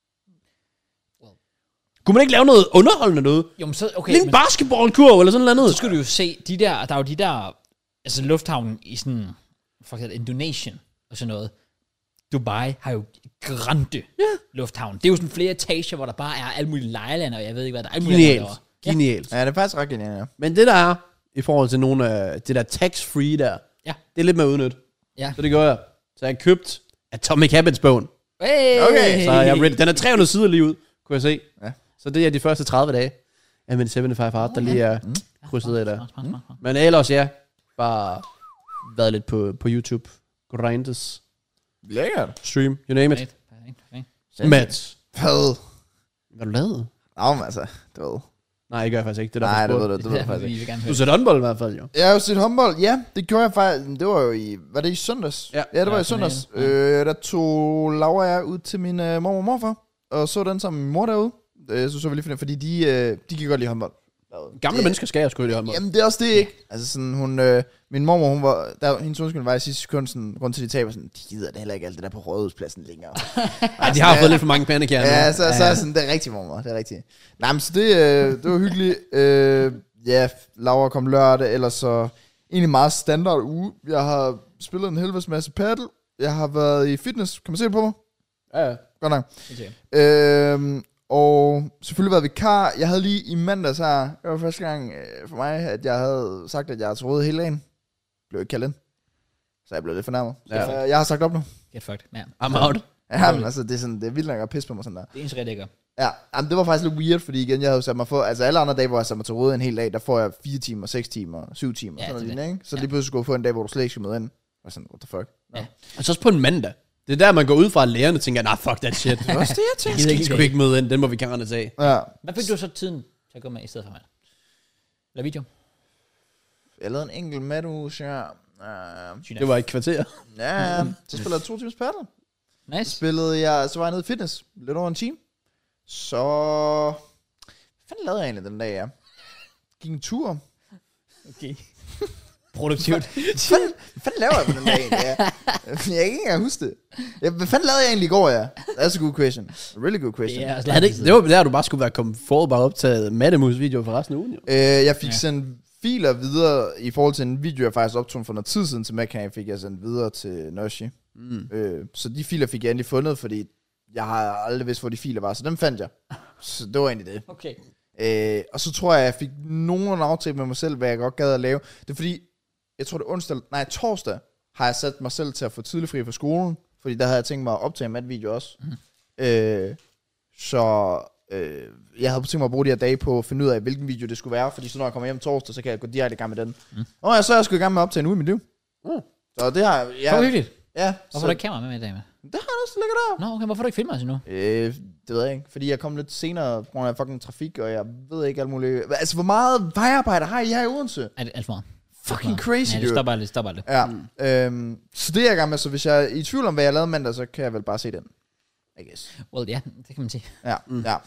Kunne man ikke lave noget underholdende noget? Jo, men så, okay, en basketballkurv eller sådan noget. Så skulle du jo se, de der, der er jo de der, altså lufthavnen i sådan, for eksempel Indonesien og sådan noget. Dubai har jo grande yeah. lufthavn. Det er jo sådan flere etager, hvor der bare er alle mulige lejlander, og jeg ved ikke, hvad der er. Genialt. Genialt. Ja, det er faktisk ret genialt, ja. Men det der er, i forhold til nogle af det der tax-free der, ja. Det er lidt mere udnyttet. Ja. Så det gør jeg. Så jeg har købt Atomic Habits-bogen. Hey. Okay. Så jeg ready. Den er tre hundrede sider lige ud, kunne jeg se. Ja. Så det er de første tredive dage af min syvoghalvfems Hard, der lige er mm. krydset af der. Mm. Men ellers, ja, bare været lidt på, på YouTube. Grindes. Lækkert. Stream, you name it. Okay. Mads. Hvad? Hvad har du lavet? Nå, men altså, du ved. Nej, det gør jeg faktisk ikke. Det er Nej, derfor, det ved du, det ved jeg Ja, faktisk vi ikke. vil gerne Du høre. sætter håndbold i hvert fald, jo. Jeg har jo set håndbold, ja, det gjorde jeg faktisk, det var jo i, var det i søndags? Ja. ja det var Ja, i søndags. finalen. Øh, der tog Laura og jeg ud til min øh, mor og morfar, og så den sammen med min mor derude. Øh, så så vi lige finde, fordi de, øh, de kan godt lide håndbold. Gamle det, mennesker skal jeg sgu i det håndbold. Jamen, det er også det, ikke? Altså sådan, hun, øh, min mormor, hun var, der, hendes undskyld var i sidste sekund, sådan, rundt til de taber, sådan, de gider det heller ikke alt det der på Rådhuspladsen længere. Ej, de har jo fået lidt for mange pandekager. Ja, så, så er sådan, det er rigtigt, mormor, det er rigtigt. Nej, men så det, øh, det var hyggeligt. Øh, ja, Laura kom lørdag, ellers så egentlig meget standard uge. Jeg har spillet en helvedes masse paddle. Jeg har været i fitness. Kan man se det på mig? Ja, ja. Godt nok. Okay. Øh, og selvfølgelig været vikar. Jeg havde lige i mandags her, det var første gang øh, for mig, at jeg havde sagt, at jeg havde troet hele dagen. Blev ikke kaldt ind. Så jeg blev lidt fornærmet. Ja. Ja. Jeg har sagt op nu. Get fucked. Ja. I'm out. Ja, men altså, det er, sådan, det er vildt nok at pisse på mig sådan der. Det er eneste rigtigt, jeg gør. Ja, jamen, det var faktisk lidt weird, fordi igen, jeg havde jo sat mig for, altså alle andre dage, hvor jeg satte mig til råd en hel dag, der får jeg fire timer, seks timer, syv timer, Ja, sådan det er noget, ikke? Så Ja. lige pludselig skulle jeg få en dag, hvor du slet ikke skal møde ind. Og sådan, what the fuck? Ja. Og så også på en mandag. Det er der, man går ud fra, at lærerne tænker, nah, fuck that shit. Det er også det, jeg tænkte. Jeg skal sgu ikke møde ind, den må vi gerne tage. Ja, Hvad fik du så tiden til at gå med i stedet for mig? Eller video? jeg lavede en enkelt madhus, ja. Uh, Det var et kvarter. ja, så spillede jeg to timers paddle. Nice. Spillede jeg, så var jeg nede i fitness, lidt over en time. Så, hvad fanden lavede jeg egentlig den dag, ja? Gik en tur. Okay. Produktivt. Hvad fanden, hvad fanden laver jeg på den dag egentlig? Ja. Jeg kan ikke engang huske det. Ja, hvad fanden lavede jeg egentlig i går, ja? That's a good question. A really good question. Det er også Ja, det, lang tid det var der, du bare skulle være kommet for bare optaget Mattemus-video for resten af ugen, jo. Øh, jeg fik Ja. ja. sendt filer videre i forhold til en video, jeg faktisk optog for noget tid siden til Mac, fik jeg sendt videre til Noshi. Mm. Øh, så de filer fik jeg endelig fundet, fordi jeg har aldrig vidst, hvor de filer var, så dem fandt jeg. Så det var egentlig det. Okay. Øh, og så tror jeg, jeg fik nogen aftale med mig selv, hvad jeg godt gad at lave. Det er fordi, jeg tror det er onsdag, nej torsdag, har jeg sat mig selv til at få tidlig fri fra skolen, fordi der havde jeg tænkt mig at optage en mat-video også. Mm. Øh, så øh, jeg havde tænkt mig at bruge de her dage på at finde ud af, hvilken video det skulle være, fordi så når jeg kommer hjem torsdag, så kan jeg gå direkte i gang med den. Mm. Og ja, så er jeg sgu i gang med at optage en uge i mit liv. Mm. Så det har Ja. jeg... For hyggeligt. Ja, Hvorfor så, har du ikke kamera med med i dag, med? det har jeg også ligget der. Nå, okay, hvorfor har du ikke filmet os endnu? Øh, det ved jeg ikke, fordi jeg kom lidt senere på grund af fucking trafik, og jeg ved ikke alt muligt. Altså, hvor meget vejarbejde har I her i Odense? Er det alt for meget? Fucking crazy, Ja, det dude. stopper aldrig, det stopper aldrig. Ja, mm. øhm, så det er jeg i gang med, så hvis jeg er i tvivl om, hvad jeg lavede mandag, så kan jeg vel bare se den. I guess. Well, ja, det kan man sige. Ja, mm. ja.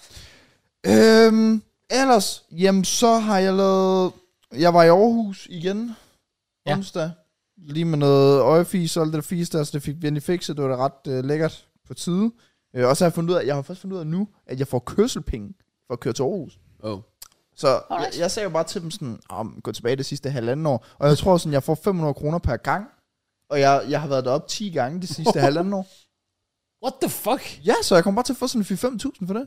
Øhm, ellers, jamen, så har jeg lavet... Jeg var i Aarhus igen, Ja. onsdag. Lige med noget øjefis og alt det der fis der, så det fik vi endelig fikset. Det var da ret øh, lækkert på tide. Øh, og så har jeg fundet ud af, jeg har først fundet ud af nu, at jeg får kørselpenge for at køre til Aarhus. Oh. Så Oh, jeg, nice. jeg sagde jo bare til dem sådan, om gå tilbage det sidste halvanden år. Og jeg tror sådan, jeg får fem hundrede kroner per gang. Og jeg, jeg har været deroppe ti gange det sidste halvanden år. What the fuck? Ja, så jeg kommer bare til at få sådan fire til fem tusind for det.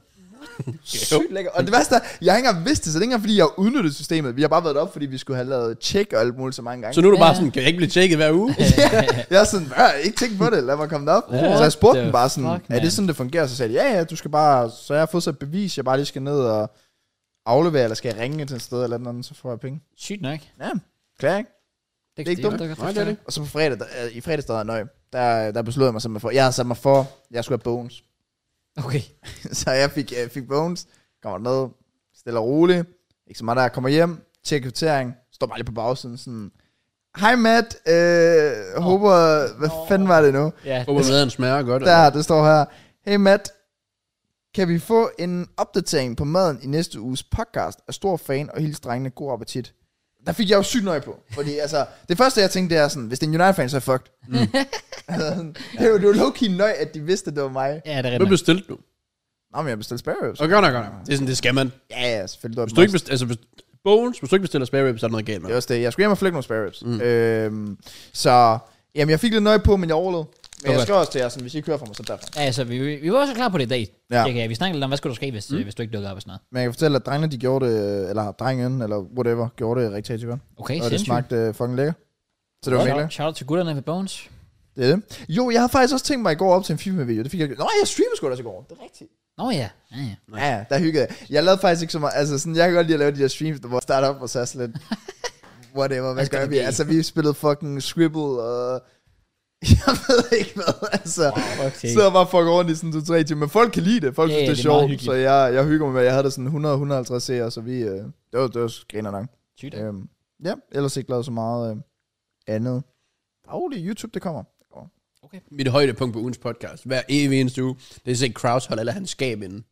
Sygt lækker. Og det værste er, jeg har ikke engang vidst det, så det er ikke engang fordi, jeg har udnyttet systemet. Vi har bare været deroppe, fordi vi skulle have lavet tjek og alt muligt så mange gange. Så nu er du Ja, bare ja. sådan, kan jeg ikke blive tjekket hver uge? ja, jeg er sådan, jeg har ikke tænkt på det, lad mig komme derop. Ja. Så jeg spurgte the dem bare sådan, fuck, er det man? sådan, det fungerer? Så sagde de, ja, ja, du skal bare, så jeg har fået så et bevis, jeg bare lige skal ned og aflevere, eller skal jeg ringe til et sted, eller andet, så får jeg penge. Sygt nok. Ja, klar, ikke? Det er ikke dumt. Det, Nej, det er det. Og så på fredag, der, øh, i fredags, der er nøje, der, der besluttede jeg mig simpelthen for, jeg havde sat mig for, jeg skulle have bones. Okay. Så jeg fik, jeg fik bones, kommer ned, stille og roligt, ikke så meget der, jeg kommer hjem, tjekker kvittering, står bare lige på bagsiden, sådan, hej Matt, øh, oh. håber, hvad Nå. fanden var det nu? Ja, Håber maden smager godt. Der, det står her, hey Matt, kan vi få en opdatering på maden i næste uges podcast? Er stor fan og hils drengene, god appetit. Der fik jeg jo sygt nøje på, fordi altså, det første jeg tænkte, det er sådan, hvis det er en United-fan, så er jeg fucked. Mm. altså, det er jo, det er jo low-key nøje, at de vidste, at det var mig. ja, det er Hvad rigtigt. bestilte du? Nå, men jeg bestilte spare ribs. Og godt nok, godt nok. Det er sådan, det skal man. Ja, ja, selvfølgelig. Det var Hvis et du ikke must. bestiller, altså, hvis, bones, hvis du ikke bestiller spare ribs, så er der noget galt med. Det er også det. Jeg skulle hjem og flække nogle spare ribs. Mm. Øhm, så, jamen, jeg fik lidt nøje på, men jeg overlevede. Men Okay. jeg skrev også til jer, sådan, hvis I ikke hører fra mig, så derfor. Ja, altså, vi, vi var også klar på det i dag. Ja. Ja. Vi snakkede lidt om, hvad skulle du ske, hvis, mm. hvis du ikke dukker op og sådan noget. Men jeg kan fortælle, at drengene, de gjorde det, eller drengen, eller whatever, gjorde det rigtig, rigtig godt. Okay, Og det sindssygt. smagte øh, fucking lækker. Så det var mega lækkert. Shout out til gutterne ved Bones. Det er det. Jo, jeg havde faktisk også tænkt mig i går op til en FIFA-video. Det fik jeg ikke. Nå, jeg streamede sgu da også i går. Det er rigtigt. Nå ja. Ja, ja. Ja, ja, der hyggede jeg. Jeg lavede faktisk ikke så meget. Altså, sådan, jeg kan godt lide at lave de der streams, hvor jeg starter op og så er sådan lidt, whatever, hvad skal gør det vi? blive? Altså, vi spillede fucking Scribble og Jeg ved ikke hvad, altså. Wow, okay. Sidder bare fucker rundt i sådan to tre timer. Men folk kan lide det. Folk Ja, synes, ja, det er, det er meget sjovt. hyggeligt. Så jeg, jeg hygger mig med, jeg havde det sådan hundrede til hundrede og halvtreds seere, så vi, øh, det var, det var griner nok. Sygt. Øhm, ja, ellers ikke lavet så meget øh, andet. Rolig, YouTube, det kommer. Okay. Mit højdepunkt på ugens podcast, hver evig eneste uge, det er at se Kraus holde eller hans skab inden.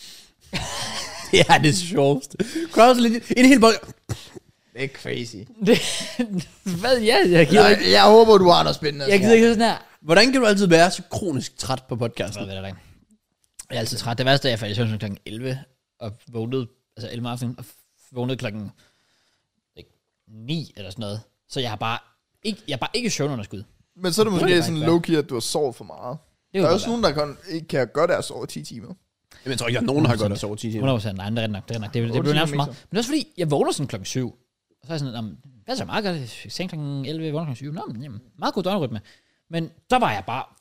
Det er det sjoveste. Kraus er lidt en hel bold. Det er crazy. Det, hvad? Ja, jeg gider ikke. Jeg, jeg håber, du har noget spændende. Jeg gider ikke sådan her. Hvordan kan du altid være så kronisk træt på podcasten? Jeg ved det ikke. Jeg er altid træt. Det værste er, at jeg faldt i søvn klokken elleve, og vågnede, altså elleve om aftenen, og vågnede klokken ikke, ni eller sådan noget. Så jeg har bare ikke, jeg har bare ikke søvnunderskud. Men så er det Det måske er sådan ikke low-key, at du har sovet for meget. Det Der er jo også nogen, der kan, ikke kan gøre deres over ti timer. Jamen, jeg tror ikke, at nogen har godt at sove ti timer. hundrede procent. Nej, det er rigtig nok. Det er nok. Det, det, det bliver nærmest for meget. Men det er også fordi, jeg vågner sådan klokken syv. Og så er jeg sådan, om, hvad så meget godt? Jeg fik seng klokken elleve, vågner klokken syv. Nå, men jamen, meget god døgnrytme. Men der var jeg bare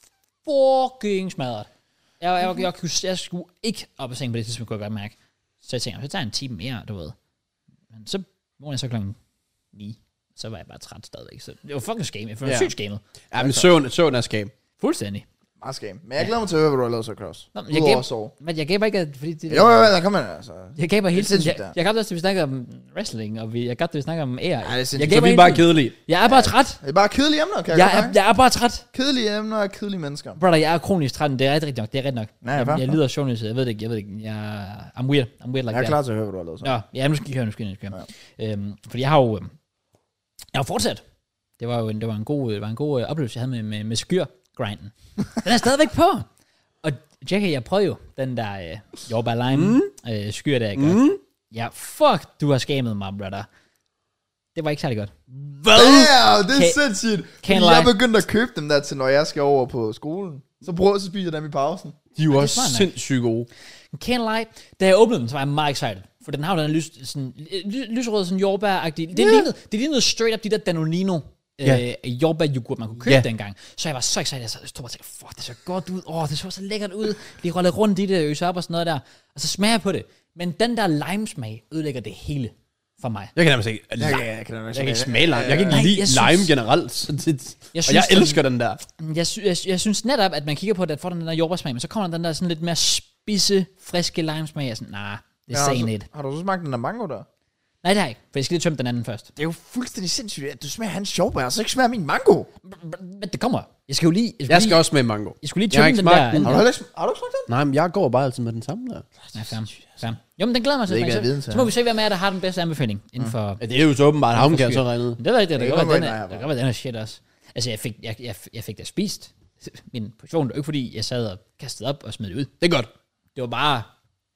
fucking smadret. Jeg, jeg, jeg, jeg, jeg, jeg skulle ikke op af sengen på det tidspunkt, kunne jeg godt mærke. Så jeg tænkte, så tager jeg en time mere, du ved. Men så vågner jeg så klokken ni. Så var jeg bare træt stadigvæk. Så det var fucking skam. Jeg følte mig Ja. sygt skamet. Ja, men søvn, søvn er skab. Fuldstændig. Meget skam. Men jeg glæder mig til at høre, hvad du har lavet så, Kraus. Nå, men jeg Udover gav- at sove. Men jeg gav bare ikke, fordi det... Jo, jo, jo, der kommer man altså. Jeg gav bare hele Det er tiden. sindssygt, Jeg, der. jeg gav det også, til vi snakker om wrestling, og vi, jeg gav det, vi snakker om ære. Ej, det er sindssygt. Jeg Så gav vi er hele bare tiden. kedelige. Jeg er bare træt. Det er bare kedelige emner, kan jeg, Jeg godt er, mærke. jeg er bare træt. Kedelige emner og kedelige mennesker. Brother, jeg er kronisk træt, det er rigtig nok. Det er rigtig nok. Nej, jeg, hvad? jeg lider af søvnløshed. Jeg ved det ikke. Jeg ved det ikke. Jeg, I'm weird. I'm weird like Jeg er that. klar til at høre, hvad du har lavet så. Ja, ja, nu skal I høre, nu skal I høre, nu skal I høre. Øhm, fordi jeg har jo, øhm, jeg har jo fortsat. Det var jo en, det var en god, det var en god øh, oplevelse, jeg havde med, med, med skyr-grinden. Den er stadigvæk på. Og Jackie, jeg prøvede jo den der øh, jordbær lime mm. øh, skyr, der jeg gør. Mm. Ja, fuck, du har skamet mig, brother. Det var ikke særlig godt. Hvad? Damn, det er Can't- sindssygt. can't Fordi jeg er lie. begyndt at købe dem der til, når jeg skal over på skolen. Så prøver så spiser jeg dem i pausen. De er jo det er også smart nok. sindssygt gode. Can't lie. Da jeg åbnede den, så var jeg meget excited. For den har jo den her lys, sådan, ly, lyserød, sådan jordbær-agtig. Det, Ja. yeah. lignede, det lignede straight up de der Danonino Ja. øh, jordbær-yoghurt, man kunne købe Ja. dengang. Så jeg var så excited. Jeg stod bare og tænkte, fuck, det så godt ud. Åh, det så så lækkert ud. Lige rollet rundt i det, øse op og sådan noget der. Og så smager jeg på det. Men den der lime-smag ødelægger det hele for mig. Jeg kan nærmest ikke, Jeg, jeg, jeg, jeg, jeg, kan, jeg kan ikke smage lime. Jeg kan ikke Nej, lide jeg synes- lime generelt. Så det, Jeg og synes, jeg den- elsker den der. Jeg, sy- jeg, jeg synes netop, at man kigger på det, at får den der jordbærsmag, men så kommer der den der sådan lidt mere spidse, friske limesmag. Jeg er sådan, nah, det er ja, saying så, it. har du så smagt den der mango der? Nej, det har jeg ikke, for jeg skal lige tømme den anden først. Det er jo fuldstændig sindssygt, at du smager hans jordbær, og så ikke smager min mango. Men det kommer. Jeg skal jo lige... Jeg skal, Jeg skal lige, også med mango. jeg skulle lige Jeg har tømme ikke den smagt der... den. Har du heller ikke, sm- har du ikke smagt den? Nej, men jeg går bare altid med den samme der. Ja, fair. Fair. Jo, men den glæder mig til. Det er ikke Så, af viden til, så må vi se, hvem af jer, der har den bedste anbefaling inden for... Ja, det er jo så åbenbart havnkær så regnet. Det ved jeg ikke, det, Det det, kan det, godt det, være, det, den er det kan være, den er shit også. Altså, jeg fik, jeg, jeg, jeg fik da spist min portion. Det var ikke, fordi jeg sad og kastede op og smed det ud. Det er godt. Det var bare...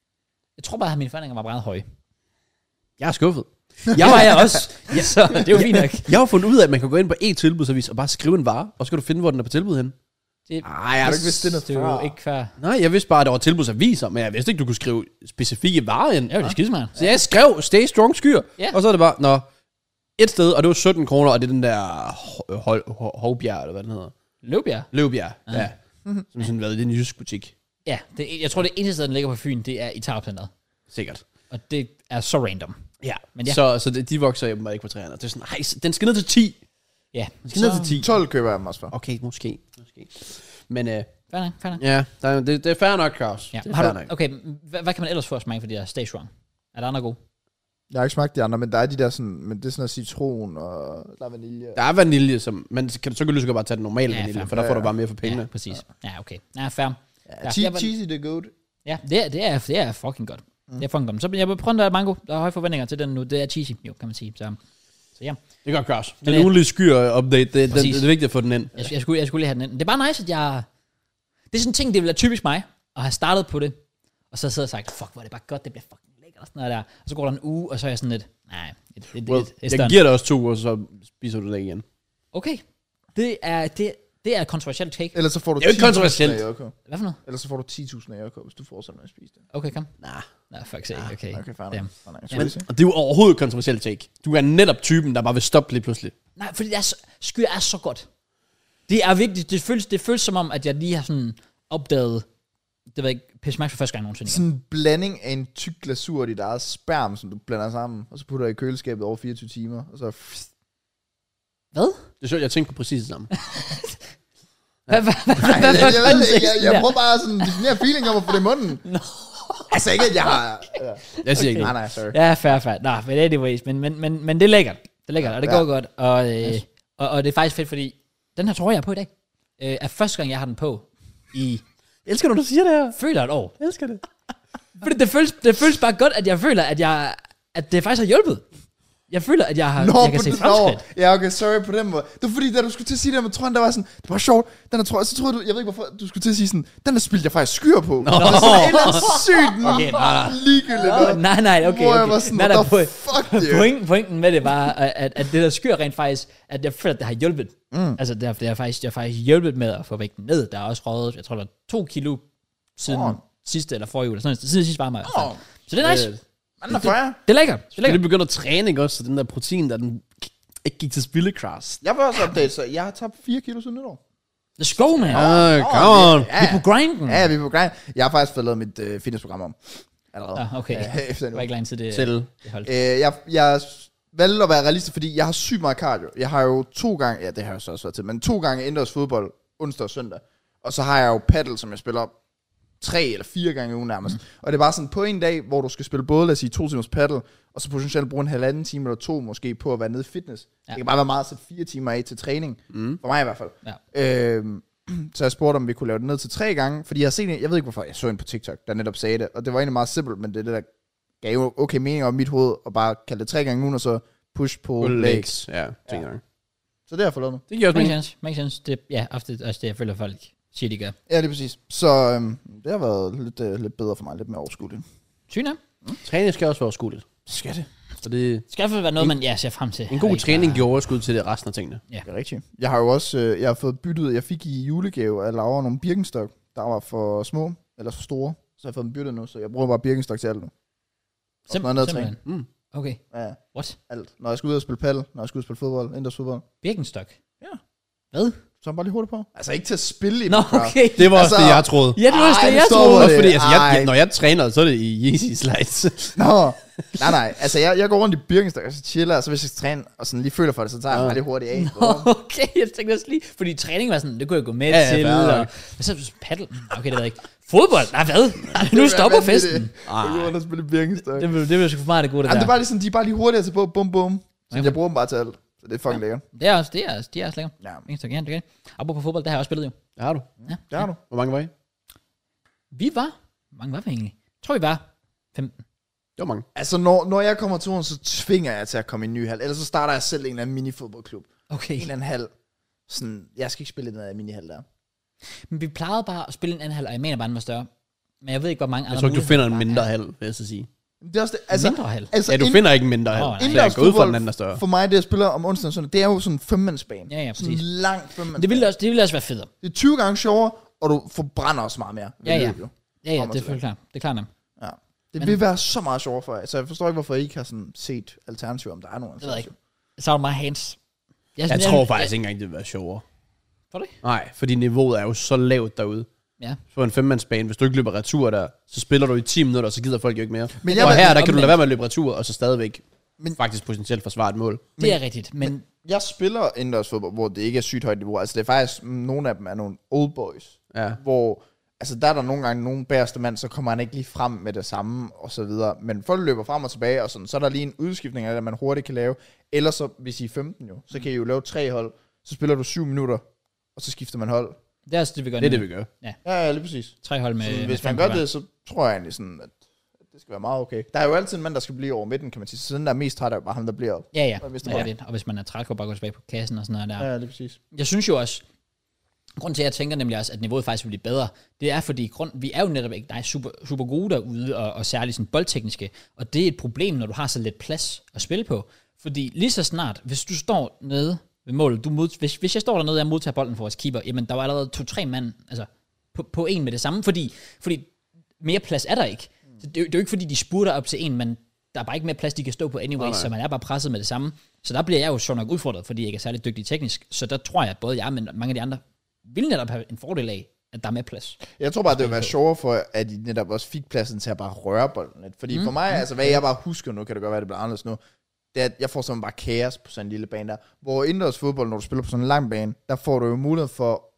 Jeg tror bare, at mine forventninger var meget høje. Jeg er skuffet. Jeg var jeg også. Ja, så det er jo fint nok. Jeg har fundet ud af, at man kan gå ind på e-tilbudsavis og bare skrive en vare, og så kan du finde, hvor den er på tilbud henne. Det, Ej, jeg har du ikke vidst det noget det er før. jo ikke fair. Nej, jeg vidste bare, at der var tilbudsaviser, men jeg vidste ikke, du kunne skrive specifikke varer ind. Ja, det er skidesmart. Så jeg skrev Stay Strong Skyr, Ja. og så er det bare, nå, et sted, og det var sytten kroner, og det er den der Ho- Ho- Ho- Hovbjerg, eller hvad den hedder. Løvbjerg. Løvbjerg, ja. Som sådan, hvad, det er en jysk butik. Ja, det, jeg tror, det eneste sted, den ligger på Fyn, det er i Tarpcenteret. Sikkert. Og det er så random. Ja, Men men ja. ja. Så, så det, de vokser jo bare ikke på træerne. Det er sådan, ej, den skal ned til ti. Ja, Den skal ned til ti. tolv køber jeg dem også for. Okay, måske. måske. Men øh, fair nok, fair nok. ja, der, er- det, det er fair nok, Kraus. Ja. Det er Har fair du, nok. okay, hvad, hvad kan man ellers få at smage for de der Stay Strong? Er der andre gode? Jeg har ikke smagt de andre, men der er de der sådan, men det er sådan noget citron og der er vanilje. Der er vanilje, som, men så kan, så kan du lige så godt bare tage den normale Ja, ja, vanilje, fair. for der Ja, får du ja. bare mere for pengene. Ja, præcis. Ja, okay. Ja, fair. Ja, Ja, che- jeg var- cheesy, det er good. Ja, det er, det er, det er fucking godt. Mm. Det er fucking godt. Så jeg vil prøve den der mango. Der er høje forventninger til den nu. Det er cheesy, jo, kan man sige. Så, så ja. Det gør Kraus. Men, Den øh, ugenlige skyr-update, det, det, det, præcis. det er vigtigt at få den ind. Jeg, jeg, skulle, jeg skulle lige have den ind. Det er bare nice, at jeg... Det er sådan en ting, det vil være typisk mig, at have startet på det, og så sidder og sagt, fuck, hvor er det bare godt, det bliver fucking lækkert, og sådan noget der. Og så går der en uge, og så er jeg sådan lidt, nej, it, it, Well, it, it's jeg done. giver dig også to, og så spiser du det igen. Okay. Det er, det, det er et kontroversielt take. Ellers så får du Det er jo ikke ti tusind kontroversielt. af Jørko. Hvad for noget? Ellers så får du ti tusind af Jørko, hvis du fortsætter med at spise det. Okay, kom. Nah. Nej, fuck sake, okay. Okay, fair Damn. nok. Fair nok. Ja. Men, Og det er jo overhovedet et kontroversielt take. Du er netop typen, der bare vil stoppe lige pludselig. Nej, fordi det er så, skyr er så godt. Det er vigtigt. Det føles, det føles som om, at jeg lige har sådan opdaget, det var ikke, Pepsi Max for første gang nogensinde. sådan en blanding af en tyk glasur og dit eget sperm, som du blander sammen, og så putter i køleskabet over fireogtyve timer, og så... Hvad? Det er sjovt, jeg tænkte på præcis det samme. Hvad, hvad, hvad, Nej, hvad, jeg, jeg, hvad, ved det ikke. jeg, jeg der? prøver bare sådan at definere feeling om at få det i munden. Nå. Altså ikke, at jeg har... Ja. Jeg siger ikke Nej, noget. nej, sorry. Ja, fair, fair. Nå, men anyways, men, men, men, men det er lækkert. Det er lækkert, og det Ja. går godt. Og, øh, og, og det er faktisk fedt, fordi den her trøje, jeg er på i dag, øh, er første gang, jeg har den på i, Jeg elsker, når du siger det her. føler et år. Jeg elsker det. Fordi det føles, det føles bare godt, at jeg føler, at, jeg, at det faktisk har hjulpet. Jeg føler, at jeg, har, Nå, jeg kan på se den- fremskridt. nå. Ja, okay, sorry på den måde. Det var fordi, da du skulle til at sige det med trøjen, der var sådan, det var sjovt. Den er trøje, så troede du, jeg ved ikke hvorfor, du skulle til at sige sådan, den der spildte jeg faktisk skyer på. Nå. Det var sådan et eller andet sygt Okay, nej, nej. ligegyldigt. Nå, noget. nej, nej, okay. Hvor jeg okay. var sådan, nej, what nej, the fuck, dude? Pointen, pointen med det var, at, at det der skyr rent faktisk, at jeg føler, at det har hjulpet. Mm. Altså, det har, det har faktisk, det har faktisk hjulpet med at få vægten ned. Der er også røget, jeg tror, der var to kilo siden Åh. sidste eller forrige uge, eller sådan noget, siden sidste varme. Åh. Så det er nice. Øh, Man er fire. Det er lækkert. Det er Skal lækkert. det begynde at træne, ikke også? Så den der protein, der den ikke gik til spildekras. Jeg vil også update, så jeg har tabt fire kilo siden nytår. Let's go, man. Ah, come on. Vi er på grinden. Ja, vi er på grind. Jeg har faktisk fået lavet mit øh, fitnessprogram om. Allerede. Ah, okay. Ja, efter Det nu. var ikke lang tid, det, Til. det holdt. Øh, jeg, jeg valgte at være realist, fordi jeg har sygt meget cardio. Jeg har jo to gange, ja det har jeg så også været til, men to gange indendørs fodbold, onsdag og søndag. Og så har jeg jo paddle, som jeg spiller tre eller fire gange i ugen nærmest. Mm. Og det er bare sådan på en dag, hvor du skal spille både, lad os sige, to timers paddle, og så potentielt bruge en halvanden time eller to måske på at være nede i fitness. Ja. Det kan bare være meget at sætte fire timer af til træning. Mm. For mig i hvert fald. Ja. Øhm, så jeg spurgte, om vi kunne lave det ned til tre gange, fordi jeg har set en, jeg ved ikke hvorfor, jeg så en på TikTok, der netop sagde det, og det var egentlig meget simpelt, men det er det, der gav jo okay mening om mit hoved, og bare kalde det tre gange ugen, og så push på Full legs. legs. Ja, tænker jeg. Så det har jeg fået lavet nu. Det giver også Makes mening. sense. Makes sense. Det, ja, ofte også det, jeg føler, folk siger, de gør. Ja, det er præcis. Så øhm, det har været lidt, øh, lidt bedre for mig, lidt mere overskueligt. Sygt nok. Træning skal også være overskueligt. Skal det? Så det Det skal i hvert fald være noget, man ja, ser frem til. en god Ikke træning bare- giver overskud til det resten af tingene. Ja. Det er rigtigt. Jeg har jo også, øh, jeg har fået byttet, jeg fik i julegave af Laura nogle Birkenstock, der var for små, eller for store. Så jeg har fået dem byttet nu, så jeg bruger bare Birkenstock til alt nu. Sim- noget ned at simpelthen. Mm. Okay. Ja, What? alt. Når jeg skal ud og spille paddle, når jeg skal ud og spille fodbold, indendørs fodbold, Birkenstock? Ja. Hvad? så er bare lige hurtigt på. Altså ikke til at spille i Nå, den, okay. Det var også Altså- det, jeg troede. Ja, det var også Ej, det, nu jeg stopper troede. Også fordi, altså, jeg, Ej. jeg, når jeg træner, så er det i Yeezy Slides. Nå, nej, nej. Altså, jeg, jeg går rundt i Birkenstock, og så chiller, og så hvis jeg skal træne, og sådan lige føler for det, så tager jeg Ja. bare lige hurtigt af. Okay, jeg tænkte også lige, fordi træning var sådan, det kunne jeg gå med Ja, ja, til, fair og, nok. og så paddle, okay, det ved jeg ikke. Fodbold, nej hvad? Nu stopper festen. Jeg går rundt og spiller Birkenstock. Det vil, det vil sgu for meget det gode, det Jamen, det er der. bare lige sådan, de er bare lige hurtigere til på, bum bum. Så Okay. jeg bruger dem bare til alt. Så det er fucking lækkert. Det er også, det er, de er også lækkert. Ja, Birkenstock, ja, det kan. Apropos fodbold, det har jeg også spillet jo. Det har du. Ja. det har du. Hvor mange var I? Vi var, hvor mange var vi egentlig? Jeg tror, vi var femten. Det var mange. Altså, når, når jeg kommer turen, så tvinger jeg til at komme i en ny hal. Ellers så starter jeg selv en eller anden minifodboldklub. Okay. En eller anden hal. Sådan, jeg skal ikke spille i den der minihal der. Men vi plejede bare at spille en anden halv, og jeg mener bare, den var større. Men jeg ved ikke, hvor mange Jeg andre tror ikke, du finder en muligheder mindre der hal, vil jeg så sige. Det er også det. er. Altså, Mindre halv. altså Ja, du ind- finder ikke en mindre hal. Åh, nej. Så jeg går ud fra, at den anden er større. for mig, det jeg spiller om onsdagen og søndag, det er jo sådan en femmandsbane. Ja, ja, Sådan præcis. en lang Men femmandsbane. det ville også, det ville også være federe. Det er tyve gange sjovere, og du forbrænder også meget mere. ved Ja, ja. løb, jo. Ja, ja, Frem og det er tilbage. selvfølgelig klart. Det er klart nemt. Ja. Det Men- vil være så meget sjovere for jer. Så jeg forstår ikke, hvorfor I ikke har sådan set alternativer, om der er nogen. Det ved jeg ikke. Så er det meget hands. Jeg, Jeg tror faktisk ikke engang, det vil være sjovere. For det? Nej, fordi niveauet er jo så lavt derude. Ja. På en femmandsbane, hvis du ikke løber retur der, så spiller du i ti minutter, så gider folk jo ikke mere. Men Og jeg, her, der men kan du omvendt. lade være med at løbe retur, og så stadigvæk Men- men, faktisk potentielt forsvare et mål. Det er rigtigt, men jeg spiller indendørs fodbold, hvor det ikke er sygt højt niveau. Altså det er faktisk, mm, nogle af dem er nogle old boys. Ja. Hvor, altså der er der nogle gange nogen bæreste mand, så kommer han ikke lige frem med det samme, og så videre. Men folk løber frem og tilbage, og sådan, så er der lige en udskiftning af det, man hurtigt kan lave. Ellers så, hvis I er femten jo, så kan I jo lave tre hold. Så spiller du syv minutter, og så skifter man hold. det er også det, vi gør Det er nu. det, vi gør. Ja, ja, lige præcis. Tre hold med... Så med hvis fem man gør på hver. det, så tror jeg egentlig sådan, at det skal være meget okay. Der er jo altid en mand, der skal blive over midten, kan man sige. Så den der er mest træt er jo bare ham, der bliver. Ja, ja. Og hvis det ja bare- det. Og hvis man er træt, kan man bare gå tilbage på kassen og sådan noget der. Ja, lige præcis. Jeg synes jo også, grund til, at jeg tænker nemlig også, at niveauet faktisk vil blive bedre, det er fordi, grund, vi er jo netop ikke nej, super, super gode derude, og, og særligt sådan boldtekniske, og det er et problem, når du har så lidt plads at spille på. Fordi lige så snart, hvis du står nede ved målet, du mod, hvis, hvis jeg står dernede, og jeg modtager bolden for vores keeper, jamen der var allerede to-tre mand altså, på, på en med det samme, fordi, fordi mere plads er der ikke. Så det, er jo- det er jo ikke fordi, de spurter op til en, men der er bare ikke mere plads, de kan stå på anyway, Nej, nej. så man er bare presset med det samme. Så der bliver jeg jo sjovt nok udfordret, fordi jeg ikke er særlig dygtig teknisk. Så der tror jeg, at både jeg, men mange af de andre, vil netop have en fordel af, at der er mere plads. Jeg tror bare, det ville være sjovere for, at I netop også fik pladsen til at bare røre bolden lidt. Fordi mm. for mig, altså hvad jeg bare husker nu, kan det godt være, det bliver anderledes nu, det er, at jeg får sådan bare kaos på sådan en lille bane der. Hvor indendørs fodbold, når du spiller på sådan en lang bane, der får du jo mulighed for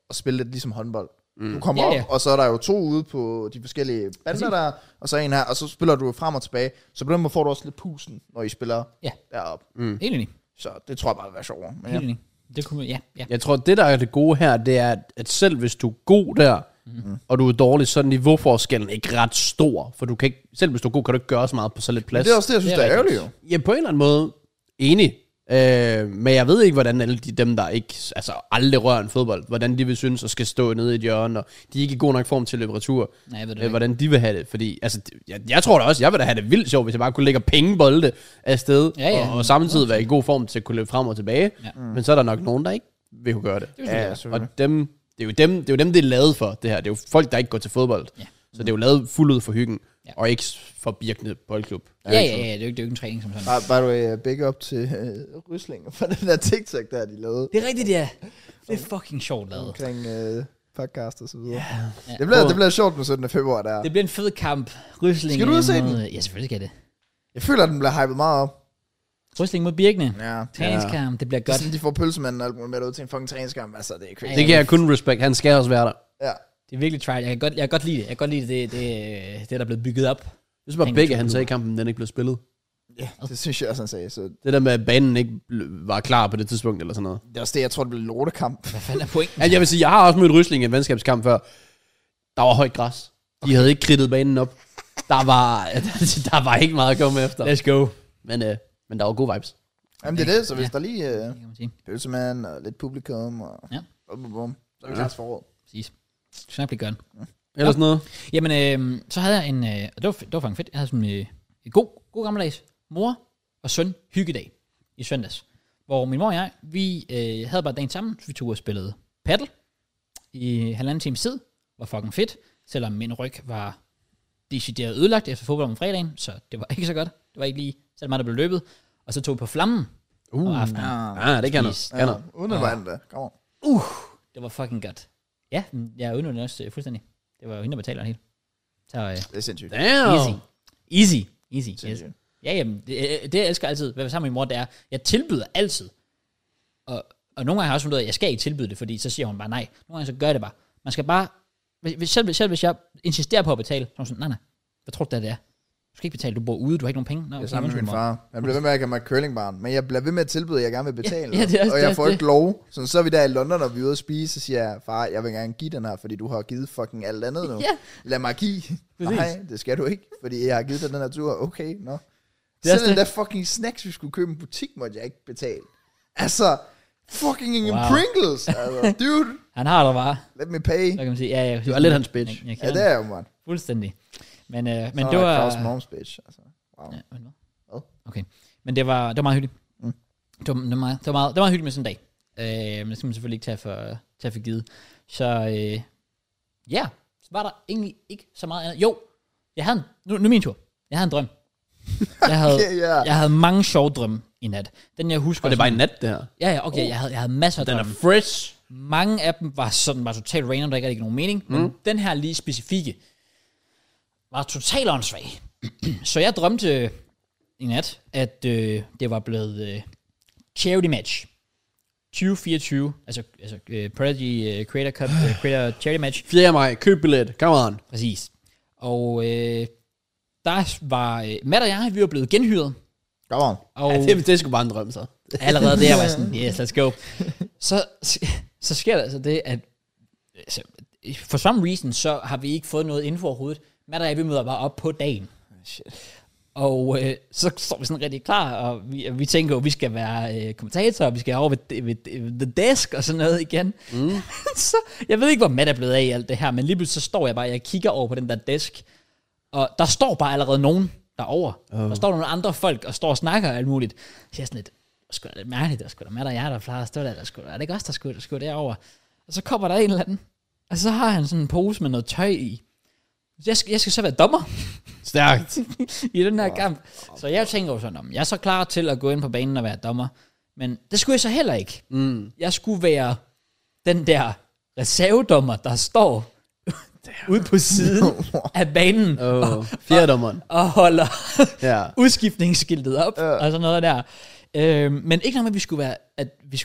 at spille det ligesom håndbold. Mm. Du kommer ja, op, ja. og så er der jo to ude på de forskellige bander der, og så en her, og så spiller du frem og tilbage. Så på den måde får du også lidt pusen, når I spiller ja. derop. Mm. Helt enig. Så det tror jeg bare vil være sjovere. Men Helt ja. enig. Det kunne, ja, ja. Jeg tror, det der er det gode her, det er, at selv hvis du er god der, mm. og du er dårlig, så er niveauforskellen ikke ret stor. For du kan ikke, selv hvis du er god, kan du ikke gøre så meget på så lidt plads. Men det er også det, jeg synes, det er, det er ærgerligt jo. Ja, på en eller anden måde enig. Øh, men jeg ved ikke, hvordan alle de, dem, der ikke altså aldrig rører en fodbold, hvordan de vil synes at skal stå nede i et hjørne, og de er ikke i god nok form til litteratur, Nej, jeg ved det øh, hvordan de vil have det. Fordi, altså, jeg, jeg tror da også, jeg vil da have det vildt sjovt, hvis jeg bare kunne lægge pengebolde afsted, ja, ja. Og, og samtidig være i god form til at kunne løbe frem og tilbage. Ja. Mm. Men så er der nok nogen, der ikke vil kunne gøre det. det ja, og dem, det er jo dem, det er jo dem, det er lavet for, det her. Det er jo folk, der ikke går til fodbold. Ja. Så det er jo lavet fuldt ud for hyggen, ja. Og ikke for Birkene boldklub. Ja, ja, ja, det er jo ikke, det er jo ikke en træning som sådan. Bare, bare du uh, big up til uh, Rysling for den der TikTok, der de lavede. Det er rigtigt, ja. Det er fucking sjovt lavet. Omkring uh, podcast og så videre. Ja. Det bliver, det bliver sjovt med syttende februar der. Det bliver en fed kamp. Rysling skal du ud og se mod, den? Ja, selvfølgelig skal det. Jeg føler, at den bliver hypet meget op. Rysling mod Birkene. Ja. Træningskamp, det bliver Det er godt. sådan, de får pølsemanden og alt muligt med ud til en fucking træningskamp. Altså, det er crazy. Det kan jeg kun respekt. Han skal også være der. Ja. Det er virkelig try. Jeg kan godt, jeg kan godt lide det. Jeg kan godt lide det, det, det, det der er blevet bygget op. Det er bare begge, han sagde i kampen, den ikke blev spillet. Ja, det synes jeg også, han sagde. Så det der med, at banen ikke var klar på det tidspunkt, eller sådan noget. det er også det, jeg tror, det blev lortekamp. Hvad fanden er pointen? Altså, jeg vil sige, jeg har også mødt Rysling i en venskabskamp før. Der var højt græs. De okay. havde ikke kridtet banen op. Der var, der var ikke meget at komme efter. Let's go. Men, øh, men der var gode vibes. Jamen det er det, så hvis ja. der lige uh, Det kan man sige. pølsemand og lidt publikum og Ja. bum, bum, bum, så er vi klar til foråret. Præcis. Det skal nok blive godt. Ellers Ja. noget? Jamen, øh, så havde jeg en, øh, og det var, det var faktisk fedt, jeg havde sådan en, øh, en god, god gammeldags mor og søn hyggedag i søndags, hvor min mor og jeg, vi øh, havde bare dagen sammen, så vi tog og spillede paddle i halvanden times tid, var fucking fedt, selvom min ryg var decideret ødelagt efter fodbold om fredagen, så det var ikke så godt, det var ikke lige så meget, der blev løbet, og så tog vi på flammen Uh, om aftenen. Ja, ah, det kan Spis. noget. Kan noget. uden at vand da. Kom on. Uh, det var fucking godt. Ja, jeg udnyttede også øh, fuldstændig. Det var jo hende, der betaler det hele. Så øh, Det er sindssygt. Damn. easy. Easy. Easy. Yes. Sindssygt. Ja, jamen, det, det jeg elsker altid, hvad sammen med min mor, det er, jeg tilbyder altid. Og, og nogle gange har jeg også fundet ud af, at jeg skal ikke tilbyde det, fordi så siger hun bare nej. Nogle gange så gør det bare. Man skal bare, hvis, selv, selv hvis jeg insisterer på at betale, så er hun sådan, nej, nej, hvad tror du, det er? Du skal ikke betale, du bor ude, du har ikke nogen penge. Nå, Jeg er okay, sammen med undskyld, min mor. far. Han bliver ved med at kalde mig curlingbarn, men jeg bliver ved med at tilbyde, at jeg gerne vil betale. Ja, ja, det er også- og det er jeg får også ikke lov. Så, så er vi der i London, og vi er ude at spise, så siger jeg, far, jeg vil gerne give den her, fordi du har givet fucking alt andet nu. Ja. Lad mig give. Nej, det skal du ikke, fordi jeg har givet dig den her tur. Okay, nå. Det er Selv også den det. der fucking snacks, vi skulle købe i en butik, måtte jeg ikke betale. Altså, fucking ingen Wow. Pringles. Altså, dude, Han har der bare. let me pay. Så kan man sige, ja, ja. Du er lidt hans bitch. Jeg, jeg Ja, kender det er jeg jo, man. fuldstændig. Men, øh, men Men det var... Claus moms bitch. Altså, wow. Ja, men hvad? Hvad? Okay. Men det var, det var meget hyggeligt. Mm. Det, var, det, var meget, det, var meget, det var meget hyggeligt med sådan en dag. Øh, men det skal man selvfølgelig ikke tage for, tage for givet. Så øh, ja, så var der egentlig ikke så meget andet. Jo, jeg havde en, nu, nu er min tur. Jeg havde en drøm. Jeg havde, Okay, ja. jeg havde mange sjove drømme i nat. Den jeg husker... Og det var sådan- en nat, det her. Ja, ja, okay. Jeg havde, jeg havde masser af Den er drømme. fresh. Mange af dem var sådan var totalt random, der ikke havde ikke nogen mening. Mm. Men den her lige specifikke var totalt åndssvag. Så jeg drømte i nat, at øh, det var blevet øh, charity match. tyve fireogtyve, altså, altså øh, Prodigy øh, Creator Cup, øh, Creator Charity Match. fjerde maj, køb billet. Come on. Præcis. Og øh, der var øh, Matt og jeg, vi var blevet genhyret. Come on. Og Ja, det, det er sgu bare en drøm, så. allerede der var jeg sådan, yes, let's go. Så, så sker der altså det, at altså, for some reason, så har vi ikke fået noget info overhovedet. Matt og jeg, vi møder bare op på dagen. Shit. Og øh, så står vi sådan rigtig klar, og vi, vi tænker jo, at vi skal være øh, kommentatorer, vi skal over ved, ved, ved the desk og sådan noget igen. Mm. Så jeg ved ikke, hvor Matt er blevet af i alt det her, men lige pludselig så står jeg bare, jeg kigger over på den der desk, og der står bare allerede nogen derovre. Oh. Der står nogle andre folk og står og snakker og alt muligt. Så jeg er sådan lidt, det skulle da lidt mærkeligt, der skulle da Matt og jeg, der plejer at stå der, der skulle, er det ikke os, der skulle, der skulle derovre? Og så kommer der en eller anden, og så har han sådan en pose med noget tøj i. Jeg skal, jeg skal så være dommer. Stærkt. I den her kamp. Så jeg tænker jo sådan, om jeg er så klar til at gå ind på banen og være dommer. Men det skulle jeg så heller ikke. Mm. Jeg skulle være den der reservedommer, der står ude på siden af banen Oh, og, fjerdommeren. og holder Ja. udskiftningsskiltet op Ja. og sådan noget der. Øhm, men ikke noget med, at vi skulle være, at vi skulle være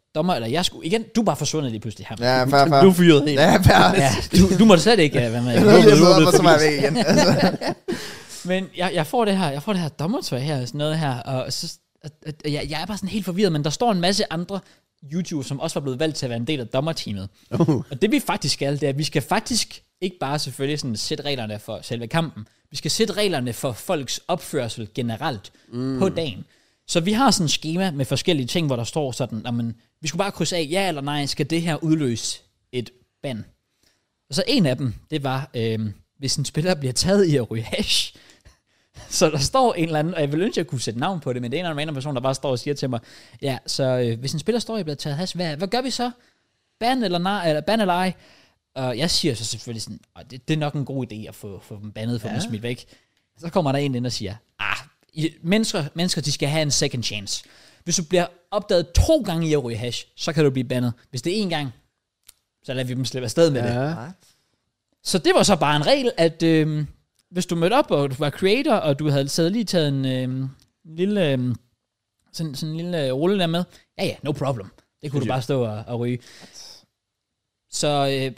dommer, eller jeg skulle, igen, du er bare forsvundet lige pludselig her. Ja, fair, fair. Du er fyret helt. Ja, fair. Ja, du, du måtte slet ikke uh, være med. Jeg ved lige, jeg så var jeg væk igen. Altså. Men jeg, jeg får det her, jeg får det her dommertøj her, og sådan noget her, og så, at, at, jeg, jeg er bare sådan helt forvirret, men der står en masse andre YouTubere, som også var blevet valgt til at være en del af dommerteamet. Uh. Og det vi faktisk skal, det er, at vi skal faktisk ikke bare selvfølgelig sådan sætte reglerne for selve kampen, vi skal sætte reglerne for folks opførsel generelt mm. på dagen. Så vi har sådan et schema med forskellige ting, hvor der står sådan, jamen, vi skulle bare krydse af, ja eller nej, skal det her udløse et ban. Og så en af dem, det var, øh, hvis en spiller bliver taget i at ryge hash. Så der står en eller anden, og jeg vil ønske, at jeg kunne sætte navn på det, men det er en eller anden person, der bare står og siger til mig, ja, så øh, hvis en spiller står i at blive taget hash, hvad, hvad gør vi så? Ban eller nej, eller ban eller ej? Og jeg siger så selvfølgelig sådan, det, det er nok en god idé at få, få dem bandet, få ja. dem smidt væk. Så kommer der en ind og siger, ah, mennesker, mennesker, de skal have en second chance. Hvis du bliver opdaget to gange i at ryge hash, så kan du blive bandet. Hvis det er en gang, så lader vi dem slippe afsted med ja. det. Så det var så bare en regel, at øh, hvis du mødte op, og du var creator, og du havde sad lige taget en øh, lille, øh, sådan, sådan en lille rulle der med, ja ja, no problem. Det kunne du bare stå og, og ryge. Så... Øh,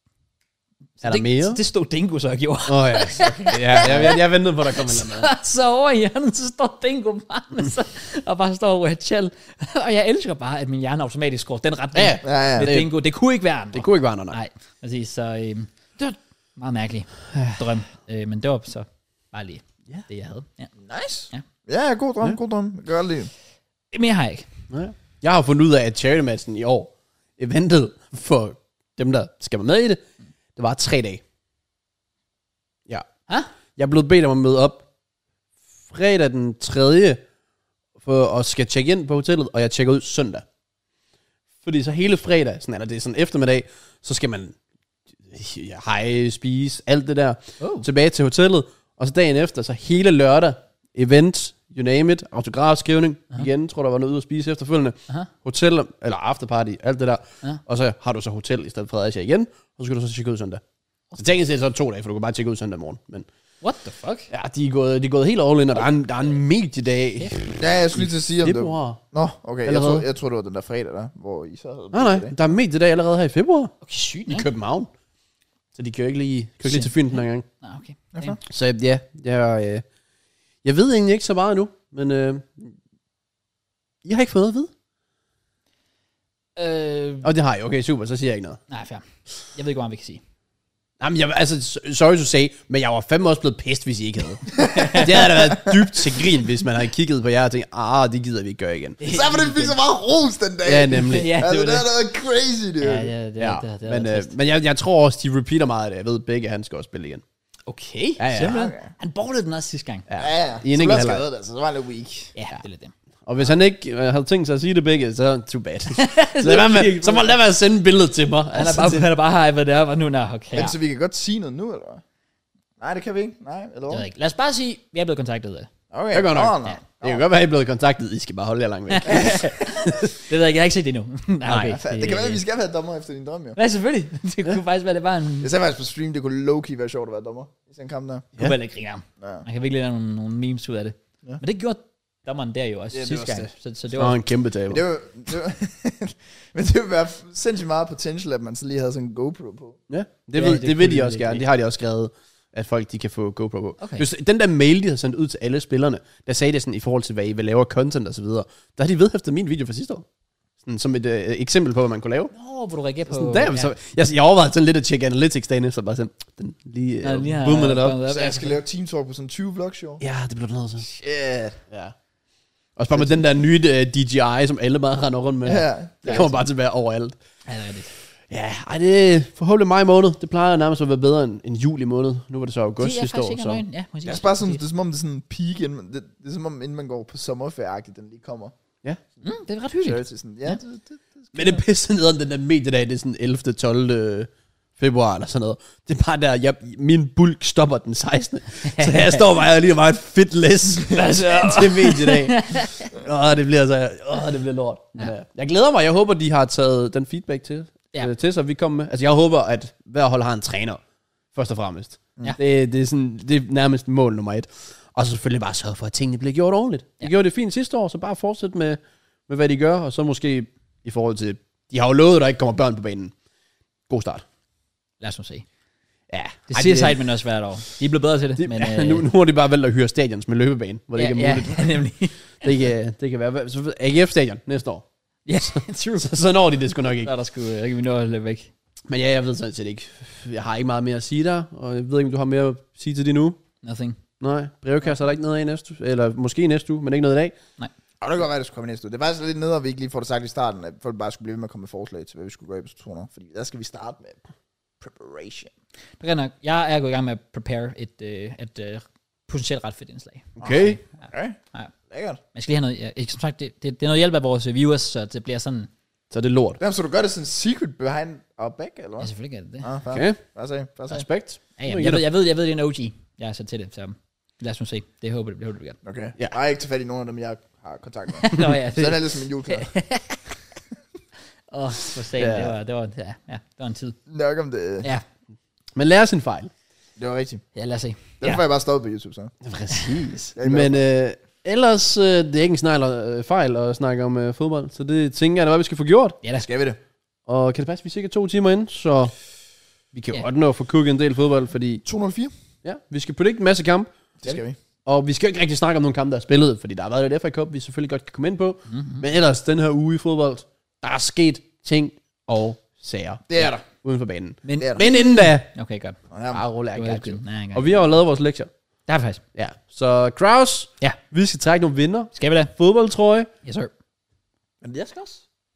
er der det, mere? Det stod Dingo så og gjorde. Åh oh, ja, okay. ja jeg, jeg, jeg ventede på, at der kom en eller anden. Så, så over i hjernen, så står Dingo bare med sig, og bare står over et chill. Og jeg elsker bare, at min hjerne automatisk går den retning ja, ja, ja. med det, Dingo. Det kunne ikke være andre. Det kunne ikke være andre, nej. Nej, præcis. Så øhm, det var meget mærkeligt drøm. Øh, men det var så bare lige ja. det, jeg havde. Ja. Nice. Ja, ja god drøm, ja. god drøm. Jeg gør aldrig. Mere har jeg ikke. Ja. Jeg har fundet ud af, at charity-matchen i år, eventet for dem, der skal være med i det, det var tre dage. Ja. Hæ? Jeg er blevet bedt om at møde op fredag den tredje for at skal tjekke ind på hotellet, og jeg tjekker ud søndag. Fordi så hele fredag, sådan, eller det er sådan eftermiddag, så skal man ja, hej, spise, alt det der, oh. tilbage til hotellet, og så dagen efter, så hele lørdag, event, you name it, autografskrivning, uh-huh. igen, tror der var noget ude at spise efterfølgende, uh-huh. hotel, eller afterparty, alt det der, uh-huh. og så har du så hotel i stedet for Fredericia igen, og så skal du så tjekke ud søndag. Så tænker jeg så to dage, for du kan bare tjekke ud søndag morgen, men... What the fuck? Ja, de er gået, de er gået helt all in, og der er en, der er en mediedag. Ja, jeg skulle lige til at sige, om det februar. Nå, okay, jeg tror, jeg tror, det var den der fredag der, hvor I så havde... Nej, nej, der er mediedag allerede her i februar. Okay, sygt, I København. Så de kan jo ikke lige, kan ikke lige til Fyn den her gang. Nej, okay. Ja, så ja, jeg, øh, jeg ved egentlig ikke så meget endnu, men øh, jeg har ikke fået noget at vide. Øh, Og det har jeg, okay, super, så siger jeg ikke noget. nej, fair. Jeg ved ikke, hvad vi kan sige. Jamen, jeg, altså, sorry to say, men jeg var fandme også blevet pissed, hvis I ikke havde. Det havde da været dybt til grin, hvis man havde kigget på jer og tænkt, ah, det gider vi ikke gøre igen. Så for det fik så meget ros den dag. Ja, nemlig. Ja, det altså, var det det. har været crazy, det. Ja, ja, det, Ja, det, det, det, men, det, øh, men jeg, jeg tror også, de repeater meget af det. Jeg ved, begge han skal også spille igen. Okay, Ja, ja. simpelthen. Okay. Han bordede den også sidste gang. Ja, Ja, ja. I en så enkelt blev halvleg. skadet, altså. Så var han lidt weak. Ja, det er lidt det. Og hvis han ikke øh, havde tænkt sig at sige det begge, så too bad. så, lad være med, så må lad være at sende billedet til mig. Han er bare, han er bare hypet der, og nu er okay. Men så vi kan godt sige noget nu, eller hvad? Nej, det kan vi ikke. Nej, eller Jeg ved hvad? ikke. Lad os bare sige, vi er blevet kontaktet af. Okay, Det gør nok. Nå, nå. Ja. Det kan godt være, at I er blevet kontaktet. I skal bare holde jer langt væk. Det ved jeg ikke, jeg har ikke set det endnu. Nej, okay. Det kan være, at vi skal være dommer efter din drøm, jo. Ja, selvfølgelig. Det kunne faktisk være, det var en... Jeg sagde faktisk på stream, det kunne low-key være sjovt at være dommer i sådan en kamp der. Kunne vel ikke grine ham. Ja. Man kan virkelig lave nogle, nogle memes ud af det. Ja. Men det gjorde dommeren der jo også Ja, det sidste var gang. Så, så det Det var var... en kæmpe taber. Men det var, det var men det ville være sindssygt meget potential, at man så lige havde sådan en GoPro på. Ja, det, Ja, ved, det det, kunne vil de de også virkelig. gerne. Det har de også skrevet, at folk de kan få GoPro på. Okay. Hvis, den der mail, de har sendt ud til alle spillerne, der sagde det sådan i forhold til, hvad I vil lave af content og så videre. Der har de vedhæftet min video fra sidste år. Sådan, som et øh, eksempel på, hvad man kunne lave. Nå, hvor du reagerer på... Sådan, damn, så, jeg, jeg overvejede sådan lidt at tjekke analytics dagen efter, bare sådan, den lige, Ja, lige har- øh, boomede lidt op. Så jeg skal lave team talk på sådan tyve vlogs, jo. Ja, det blev det noget så. Shit. Ja. Og bare med den der nye uh, D J I, som alle bare render rundt med. Ja. Det kommer bare til at være overalt. Ja, det er rigtigt. Ja, ej, det er forhåbentlig maj måned. Det plejer nærmest at være bedre end, end juli måned. Nu var det så august Det er sidste faktisk år. ikke Så. løgn. Ja, præcis. Det er bare sådan, det er som om det er sådan en peak, inden man, det, det er som om inden man går på sommerferie-agtigt, den lige kommer. Ja. Mm, det er ret hyggeligt. Charity, sådan, ja, det, det, det, Men det er pisse nederen, den der mediedag, det er sådan ellevte tolvte februar eller sådan noget. Det er bare der, jeg, min bulk stopper den sekstende Så jeg står bare lige og var et fedt læs til mediedag. Åh, det bliver så, åh, det bliver lort. Men, ja. Jeg glæder mig, jeg håber, de har taget den feedback til, Ja. ja. til sig, vi kommer med. Altså, jeg håber, at hver hold har en træner, først og fremmest. Ja. Det, det, er sådan, det er nærmest mål nummer et. Og så selvfølgelig bare sørge for, at tingene bliver gjort ordentligt. De Ja. gjorde det fint sidste år, så bare fortsæt med, med hvad de gør, og så måske i forhold til, de har jo lovet, at der ikke kommer børn på banen. God start. Lad os nu se. Ja. Det siger sig, men også hvert år. De er blevet bedre til det. De, men, ja, øh, nu, nu har de bare valgt at hyre stadions med løbebane, hvor det ja, ikke er muligt. Ja, nemlig. det, kan, det kan være. Så A G F-stadion næste år. Ja, true. Så, så når de det sgu nok ikke. Så er der sgu, jeg kan vi nå at løbe væk. Men ja, jeg ved sådan set ikke. Jeg har ikke meget mere at sige der, og jeg ved ikke, om du har mere at sige til det nu. Nothing. Nej, brevkast er der ikke noget af i næste uge. Eller måske i næste uge, men ikke noget i dag. Nej. Og det kan godt være, det skulle komme næste uge. Det er faktisk lidt nede, at vi ikke lige får det sagt i starten, at folk bare skulle blive ved med at komme med forslag til, hvad vi skulle gøre i episode to hundrede. Fordi der skal vi starte med preparation. Det er nok. Jeg er gået i gang med at prepare et, øh, et øh, potentielt ret fedt indslag. Okay. Okay. Ja. Lækkert. Man skal lige have noget, ja, som sagt, det, det, det er noget hjælp af vores viewers, så det bliver sådan, Så er det lort. Jamen, så du gør det sådan secret behind our back, eller ja, hvad? selvfølgelig er det det. Ah, fair. Okay. Hvad sagde Hvad sagde Respekt. Ja, jamen, jeg, ved, jeg, ved, jeg ved, det er en O G, jeg er sat til det, så lad os nu se. Det håber, det, det håber det bliver. Okay. Ja. Ja. Jeg er ikke til fat i nogen af dem, jeg har kontakt med. Nå ja, Så den er lidt som en juleklæder. åh, oh, for sagen, Ja. det var, det var, ja, ja, det var en tid. Nok om det. Ja, Men lærer sin fejl. Det var rigtigt. ja lad os se. Derfor Ja. får jeg bare stoppet på YouTube, så. Præcis. Jeg er glad Men øh, ellers, øh, det er ikke en snegl, øh, fejl at snakke om øh, fodbold. Så det tænker jeg, det er, hvad vi skal få gjort. Ja da. Skal vi det? Og kan det passe, vi er cirka to timer ind, så vi kan jo Ja. godt nå at få kukket en del fodbold, fordi to nul fire ja, vi skal predict en masse kamp. Det skal vi. Og vi skal jo ikke rigtig snakke om nogle kampe, der er spillet, fordi der har været et F A Cup, vi selvfølgelig godt kan komme ind på. Mm-hmm. Men ellers, den her uge i fodbold, der er sket ting og sager Det er der. uden for banen. Men, Det er der. Men inden da, okay, godt. Og her, bare rulle Det var jeg ikke godt. Nej, jeg Og vi har jo lavet vores lektier. Det har vi faktisk. Ja, så Kraus, Ja. vi skal trække nogle vinder. Skal vi det? Fodboldtrøje. Yes, sir. Men jeg skal også.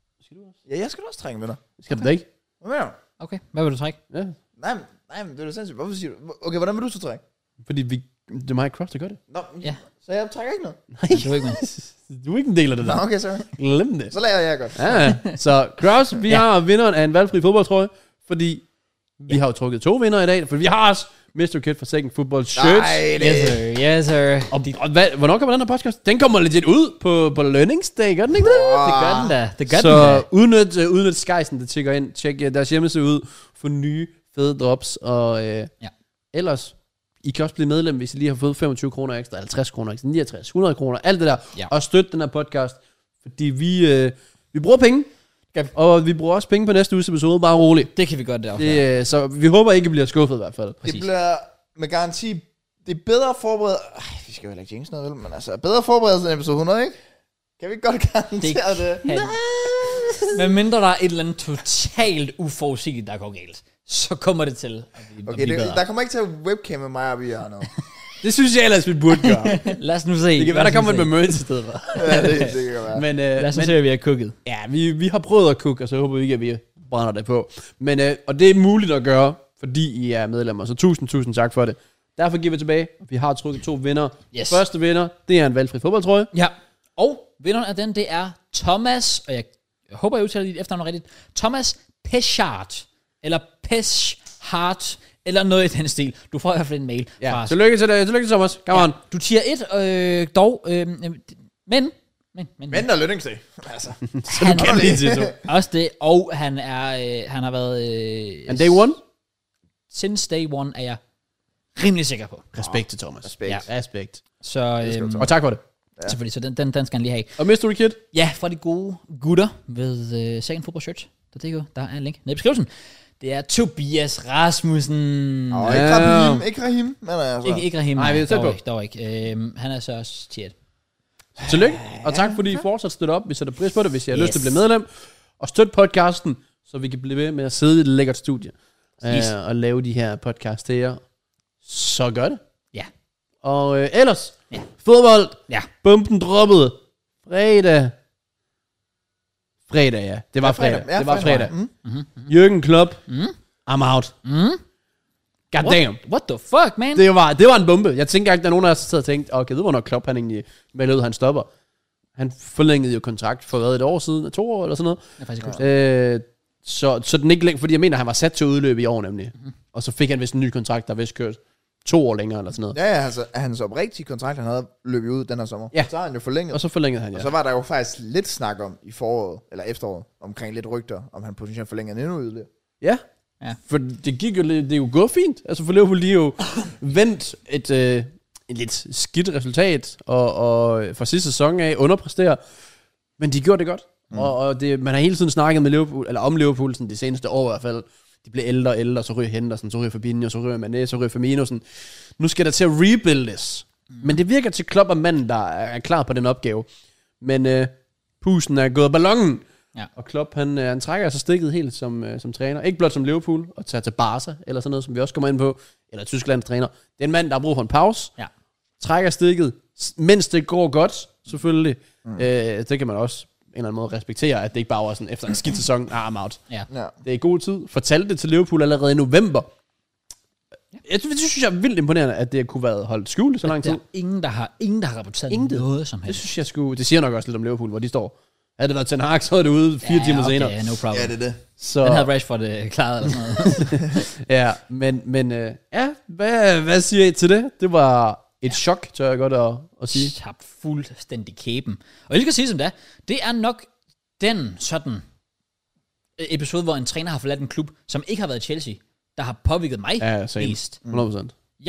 Ja, jeg skal da også trænge med dig. Skal du da ikke? Hvad mener du? Okay, hvad vil du trække? Ja, Nej, men- nej, men det er da sindssygt. Hvorfor siger du? Okay, hvordan vil du så trække? fordi vi, det er mig og Kraus, der gør det. Nå, Ja. så jeg trækker ikke noget. Nej, Du er ikke med. du er ikke en del af det Nå, der. okay, sorry. Glem det. Så lader jeg godt. Ja, så Kraus, vi Ja. har vinderen af en valgfri fodboldtrøje, fordi vi har jo trukket to vinder i dag, for vi har også mister Kid for Second Football Shirts. Nej, det Yes, sir. Yes, sir. Og, og hvad, hvornår kommer den her podcast? Den kommer legit ud på, på Learningsday, gør den ikke det? Det gør den da. Det gør Så den da. udnyt, uh, udnyt skejsen, der tjekker ind. Tjek uh, deres hjemmeside ud for nye fede drops. Og uh, ja. ellers, I kan også blive medlem, hvis I lige har fået femogtyve kroner ekstra, halvtreds kroner ekstra, niogtres, hundrede kroner, alt det der. Ja. Og støt den her podcast, fordi vi, uh, vi bruger penge. Og vi bruger også penge på næste uges episode, bare roligt. Det kan vi godt det Det, uh, så vi håber ikke, I bliver skuffet i hvert fald. Præcis. Det bliver med garanti, det er bedre forberedt. Ej, vi skal jo heller ikke jinx noget, vel? Men altså, bedre forberedt end episode hundrede, ikke? Kan vi ikke godt garantere det? det? Han, men mindre der er et eller andet totalt uforudsigeligt, der går galt, så kommer det til at blive, Okay, at blive det, bedre. der kommer ikke til at webcam med mig og vi har noget. Det synes jeg ellers, vi burde gøre. Lad os nu se. Det kan være, Lad der os nu kommer se. en merge i stedet for. Ja, det, det kan godt være. Men, uh, Lad os nu men se, hvad vi har cooket. ja, vi, vi har prøvet at cook, og så håber vi ikke, at vi brænder det på. Men, uh, og det er muligt at gøre, fordi I er medlemmer. Så tusind, tusind tak for det. Derfor giver vi tilbage. Vi har trykket to vinder. Yes. Første vinder, det er en valgfri fodboldtrøje. Ja. Og vinderen af den, det er Thomas, og jeg, jeg håber, jeg udtaler dit efternavn rigtigt, Thomas Peschardt, eller Peschardt, eller noget i den stil. Du får i hvert fald en mail fra Ja, os. tillykke til dig. Tillykke til Thomas. Come on. Du tier et, øh, dog, øh, men, men, men, men, Men der er lønningsdag. Altså. han, Kan lige til to. også det, og han er, øh, han har været, øh, And day one? since day one, er jeg rimelig sikker på. Respekt til Thomas. Respekt. Ja. Respekt. Så, skal du øh, tage. Og tak for det. Ja. selvfølgelig, så den, den, den skal han lige have. Og Mystery Kid? Ja, fra de gode gutter ved øh, Sagen Fodbold Shirt. Der, det der er en link nede i beskrivelsen. Det er Tobias Rasmussen. Og Ja. ikke Rahim, ikke Rahim, men altså. Ikke, ikke Rahim. Nej, vi er tæt dog på. ikke, dog ikke. Øhm, han er så også tiet. Tillykke. Og tak fordi I fortsat støtter op. Vi sætter pris på det, hvis I har Yes. lyst til at blive medlem. Og støt podcasten, så vi kan blive ved med at sidde i et lækkert studie. Præcis. Øh, og lave de her podcasts til jer. Så gør det. Ja. Og øh, ellers, Ja. fodbold, Ja. bomben droppede, fredag. Fredag, ja. Det var Ja, fredag. Ja, Det var fredag. Mm. Jürgen Klopp, Mm. I'm out. Mm. God What, damn. what the fuck, man? Det var, det var en bombe. Jeg tænker ikke, der er nogen af os, der sidder og tænkt, okay, ved hvornår Klopp han egentlig melder ud, han stopper. Han forlængede jo kontrakt for hvad, et år siden, to år eller sådan noget. Jeg er faktisk ikke huske. Øh, så, så den ikke længere, fordi jeg mener, han var sat til at udløbe i år nemlig. Mm-hmm. Og så fik han vist en ny kontrakt, der vist kørt to år længere eller sådan noget. Ja, ja, altså, hans oprigtige kontrakt, han havde løbet ud den her sommer. Ja. Så har han jo forlænget. Og så forlængede han, ja. Og så var der jo faktisk lidt snak om i foråret, eller efteråret, omkring lidt rygter, om han potentielt forlængede endnu yderligere. Ja. Ja. For det gik jo lidt, det er jo gået fint. Altså for Liverpool, de er jo vendt et, øh, et lidt skidt resultat, og, og fra sidste sæson af underpræsterer. Men de gjorde det godt. Mm. Og, og det, man har hele tiden snakket med Liverpool, eller om Liverpool, sådan de seneste år i hvert fald. De bliver ældre og ældre, så ryger Henderson, så ryger Fabinho, så ryger Mané, så ryger Firmino. Sådan. Nu skal der til at rebuildes. Mm. Men det virker til Klopp og manden, der er klar på den opgave. Men øh, pusen er gået af ballonen. Ja. Og Klopp, han, han trækker sig stikket helt som, øh, som træner. Ikke blot som Liverpool, og tager til Barca, eller sådan noget, som vi også kommer ind på. Eller Tysklands træner. Det er en mand, der har brug for en pause. Ja. Trækker stikket, mens det går godt, selvfølgelig. Mm. Øh, det kan man også en eller anden måde respektere, at det ikke bare var sådan, efter en skidt sæson, ah, I'm out. Ja. Det er i god tid. Fortalte det til Liverpool allerede i november. Ja. Jeg synes, det synes jeg er vildt imponerende, at det kunne være holdt skjult så lang tid. Der er ingen, der har, ingen, der har rapporteret ingen noget som helst. Det synes jeg skulle, det siger nok også lidt om Liverpool, hvor de står. Havde det været Ten Hag, så var det ude fire ja, timer okay, senere. Ja, no problem. Ja, det er det. Så... Den havde Rashford uh, klaret eller sådan noget. Ja, men, men uh, ja, hvad, hvad siger I til det? Det var et ja. chok, tør jeg godt at, at sige. Jeg har fuldstændig kæben. Og jeg skal sige som det er, det er nok den sådan episode, hvor en træner har forladt en klub, som ikke har været Chelsea, der har påvirket mig ja, mest. hundrede procent. Jeg,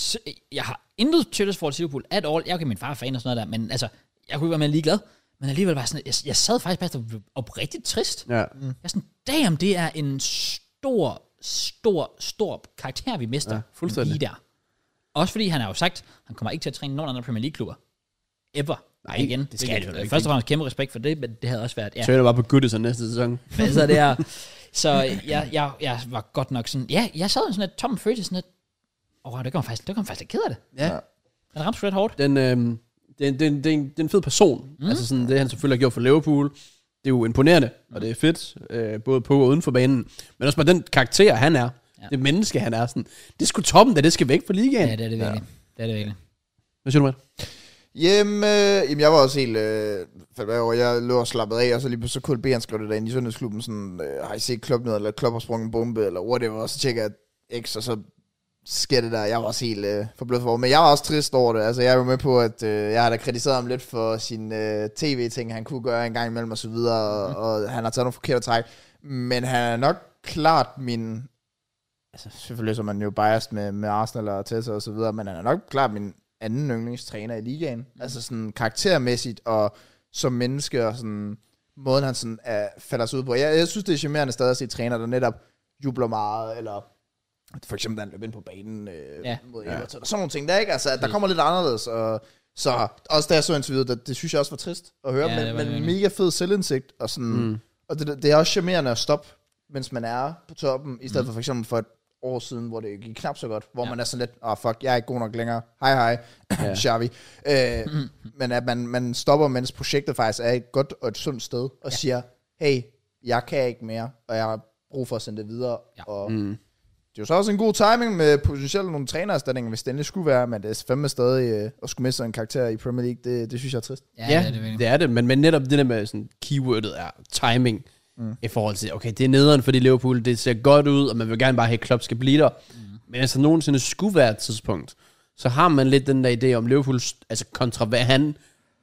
jeg har intet Chelsea forhold til Liverpool at all. Jeg er jo min far fan og sådan noget der, men altså, jeg kunne ikke være mere ligeglad. Men alligevel var sådan, jeg, jeg sad faktisk bare og blev oprigtigt trist. Ja. Mm. Jeg er sådan, damn, det er en stor, stor, stor karakter, vi mister. Ja, fuldstændig. Lige der. Også fordi han har jo sagt, han kommer ikke til at træne nogen andre Premier League-klubber. Ever. Nej, igen. Det skal det, det Først og fremmest kæmpe respekt for det, men det havde også været... Ja. Så jeg var på Goodison næste sæson. Men så det er... Så jeg, jeg, jeg var godt nok sådan... Ja, jeg sad sådan et tom følelse sådan et... Åh, oh, det kom faktisk, det kom faktisk lidt ked af det. Ja. Han ramte sgu lidt hårdt. Den, øh, det, er, det, er, det, er en, det er en fed person. Mm. Altså sådan, det han selvfølgelig har gjort for Liverpool, det er jo imponerende, mm. og det er fedt, øh, både på og uden for banen. Men også bare den karakter, han er. Ja. Det menneske, han er. Sådan, det er sgu toppen, da det skal væk fra ligaen. Ja, det er det virkelig. Ja. Det er det virkelig. Hvad siger du, Matt? Jamen, øh, jamen, jeg var også helt øh, faldt over. Jeg lå og slappet af, og så lige så K L B, han skrev det derinde i Søndagsklubben, sådan, øh, har I set Klopp noget, eller Klopp har sprunget en bombe, eller whatever, og så tjekker jeg X, og så sker det der. Jeg var også helt øh, forbløffet over, men jeg var også trist over det. Altså, jeg er jo med på, at øh, jeg har da kritiseret ham lidt for sine øh, tv-ting, han kunne gøre en gang imellem, og så videre, mm. og, og han har taget nogle forkerte træk, men han er nok klart min, altså selvfølgelig så er man jo biased med, med Arsenal og Tessa og så videre, men han er nok klart min anden yndlingstræner i ligaen. Mm. Altså sådan karaktermæssigt og som menneske og sådan måden han sådan er, falder sig ud på. Jeg, jeg synes det er charmerende stadig at se træner der netop jubler meget, eller for eksempel da han løb ind på banen øh, ja. mod Everton, og sådan nogle ting der, ikke? Altså der kommer lidt anderledes, og så også da jeg så interviewet, det, det synes jeg også var trist at høre, ja, men, men mega fed selvindsigt og sådan, mm. og det, det er også charmerende at stoppe, mens man er på toppen, i stedet mm. for for eksempel for et år siden, hvor det gik knap så godt, hvor ja. man er sådan lidt, åh oh, fuck, jeg er ikke god nok længere, hej hej, ja. Xavi. Øh, mm. Men at man, man stopper, mens projektet faktisk er et godt og et sundt sted, og ja. siger, hey, jeg kan ikke mere, og jeg har brug for at sende det videre, ja. og mm. det er jo så også en god timing med potentielt nogle trænererstatninger, hvis det endelig skulle være, men det er fandme stadig øh, at skulle miste en karakter i Premier League, det, det synes jeg er trist. Ja, ja det, er det, det er det, men, men netop det der med sådan, keywordet er timing, mm. i forhold til, okay, det er nederen, fordi Liverpool, det ser godt ud, og man vil gerne bare have, at Klopp skal blive der. Mm. Men altså nogensinde skulle være et tidspunkt, så har man lidt den der idé om Liverpool, altså kontra hvad han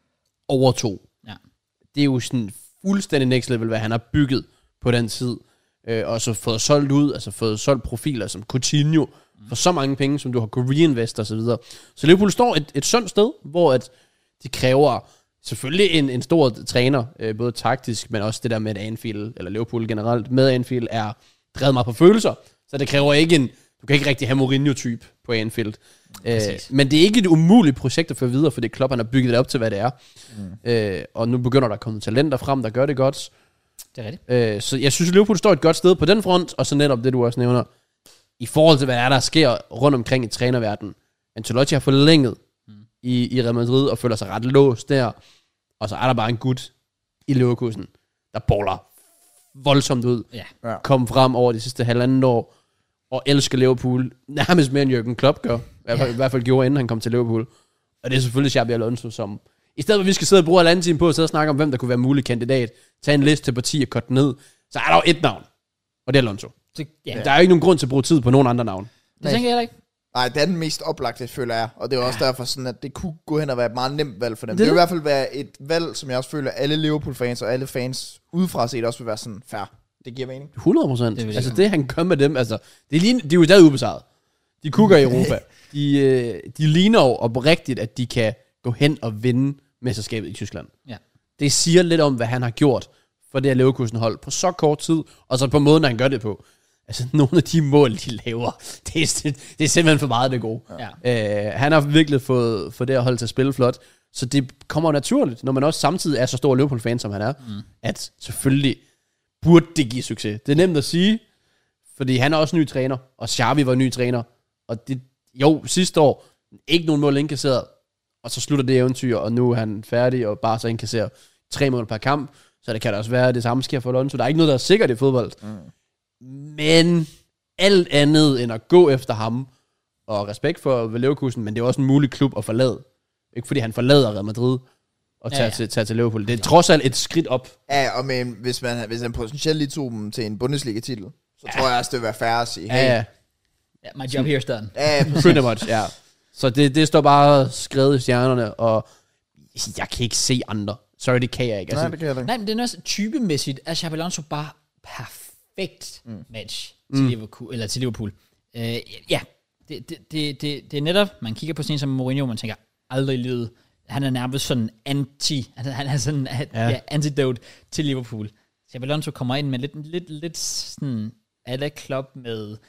overtog. Ja. Det er jo sådan fuldstændig next level, hvad han har bygget på den tid, øh, og så fået solgt ud, altså fået solgt profiler som Coutinho, mm. for så mange penge, som du har kunne reinveste og så videre. Så Liverpool står et, et sundt sted, hvor at de kræver selvfølgelig en, en stor træner, øh, både taktisk, men også det der med at Anfield, eller Liverpool generelt, med Anfield er drevet meget på følelser, så det kræver ikke en, du kan ikke rigtig have Mourinho-type på Anfield. Øh, men det er ikke et umuligt projekt at føre videre, fordi Klopp han har bygget det op til, hvad det er. Mm. Øh, og nu begynder der at komme talenter frem, der gør det godt. Det er rigtigt. Øh, så jeg synes, at Liverpool står et godt sted på den front, og så netop det, du også nævner, i forhold til, hvad der, er, der sker rundt omkring i trænerverdenen. Ancelotti har forlænget mm. i, i Real Madrid, og føler sig ret låst der. Og så er der bare en gut i Leverkusen, der boller voldsomt ud. Ja. Kom frem over de sidste halvanden år, og elsker Liverpool nærmest mere end Jürgen Klopp gør. I hvert fald, ja. i hvert fald gjorde, inden han kom til Liverpool. Og det er selvfølgelig Xabi Alonso, som i stedet for, at vi skal sidde og bruge halvanden time på at sidde og snakke om, hvem der kunne være mulig kandidat, tage en liste til parti og korte ned, så er der jo et navn, og det er Alonso. Det, ja. Der er jo ikke nogen grund til at bruge tid på nogen andre navn. Det tænker jeg ikke. Nej, det er den mest oplagte, føler jeg. Og det er også derfor sådan, at det kunne gå hen og være et meget nemt valg for dem. Det, det vil i hvert fald være et valg, som jeg også føler, alle Liverpool-fans og alle fans udefra set også vil være sådan, fair. Det giver mening. hundrede procent. Det altså det, han gør med dem, altså, det ligner, de er jo stadig ubesejret. De kukker i Europa. De, øh, de ligner jo oprigtigt, at de kan gå hen og vinde mesterskabet i Tyskland. Ja. Det siger lidt om, hvad han har gjort for det her Leverkusen-hold på så kort tid, og så på måden, han gør det på. Altså, nogle af de mål, de laver, det er, det er simpelthen for meget det gode. Ja. Øh, han har virkelig fået, fået det her hold til at spille flot, så det kommer naturligt, når man også samtidig er så stor Liverpool-fan, som han er, mm. at selvfølgelig burde det give succes. Det er nemt at sige, fordi han er også ny træner, og Xavi var ny træner, og det, jo, sidste år, ikke nogen mål indkasseret, og så slutter det eventyr, og nu er han færdig, og bare så indkasserer tre mål per kamp, så det kan da også være, at det samme sker for Alonso. Der er ikke noget, der er sikkert i fodbold. Mm. Men alt andet end at gå efter ham, og respekt for Leverkusen, men det er også en mulig klub at forlade. Ikke fordi han forlader Real Madrid, og tager, ja, ja. Til, tager til Liverpool. Det er trods alt et skridt op. Ja, og men, hvis, man, hvis han potentielt lige tog dem til en Bundesliga-titel, så ja. tror jeg også, det vil være fair at sige, hey. Ja, ja. Yeah, my job here is done. Ja, pretty much, ja. Så det, det står bare skrevet i stjernerne, og jeg kan ikke se andre. Sorry, det kan jeg ikke. Nej, altså, det kan jeg ikke. Nej, men det er også typemæssigt, at Xabi Alonso bare perfekt mm. match til, mm. Liverpool, eller til Liverpool. Uh, ja, det, det, det, det, det er netop, man kigger på sådan en som Mourinho, man tænker, aldrig i livet. Han er nærmest sådan anti, han, han er sådan ja. Ja, antidote til Liverpool. Xabi Alonso kommer ind med lidt, lidt, lidt sådan, alle klub med,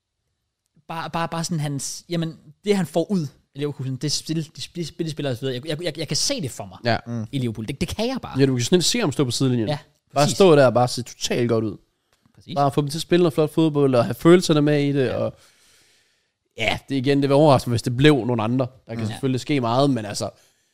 bare, bare, bare sådan hans, jamen, det han får ud af Liverpool, det spil, de spillespillere og så videre, jeg, jeg, jeg kan se det for mig ja. mm. i Liverpool. Det, det kan jeg bare. Ja, du kan sådan se ham stå på sidelinjen. Ja, bare stå der og bare se totalt godt ud. Præcis. Bare få dem til at spille noget flot fodbold, og have følelserne med i det, ja. Og ja, det igen, det var overraskende, hvis det blev nogle andre. Der kan mm. selvfølgelig ske meget, men altså,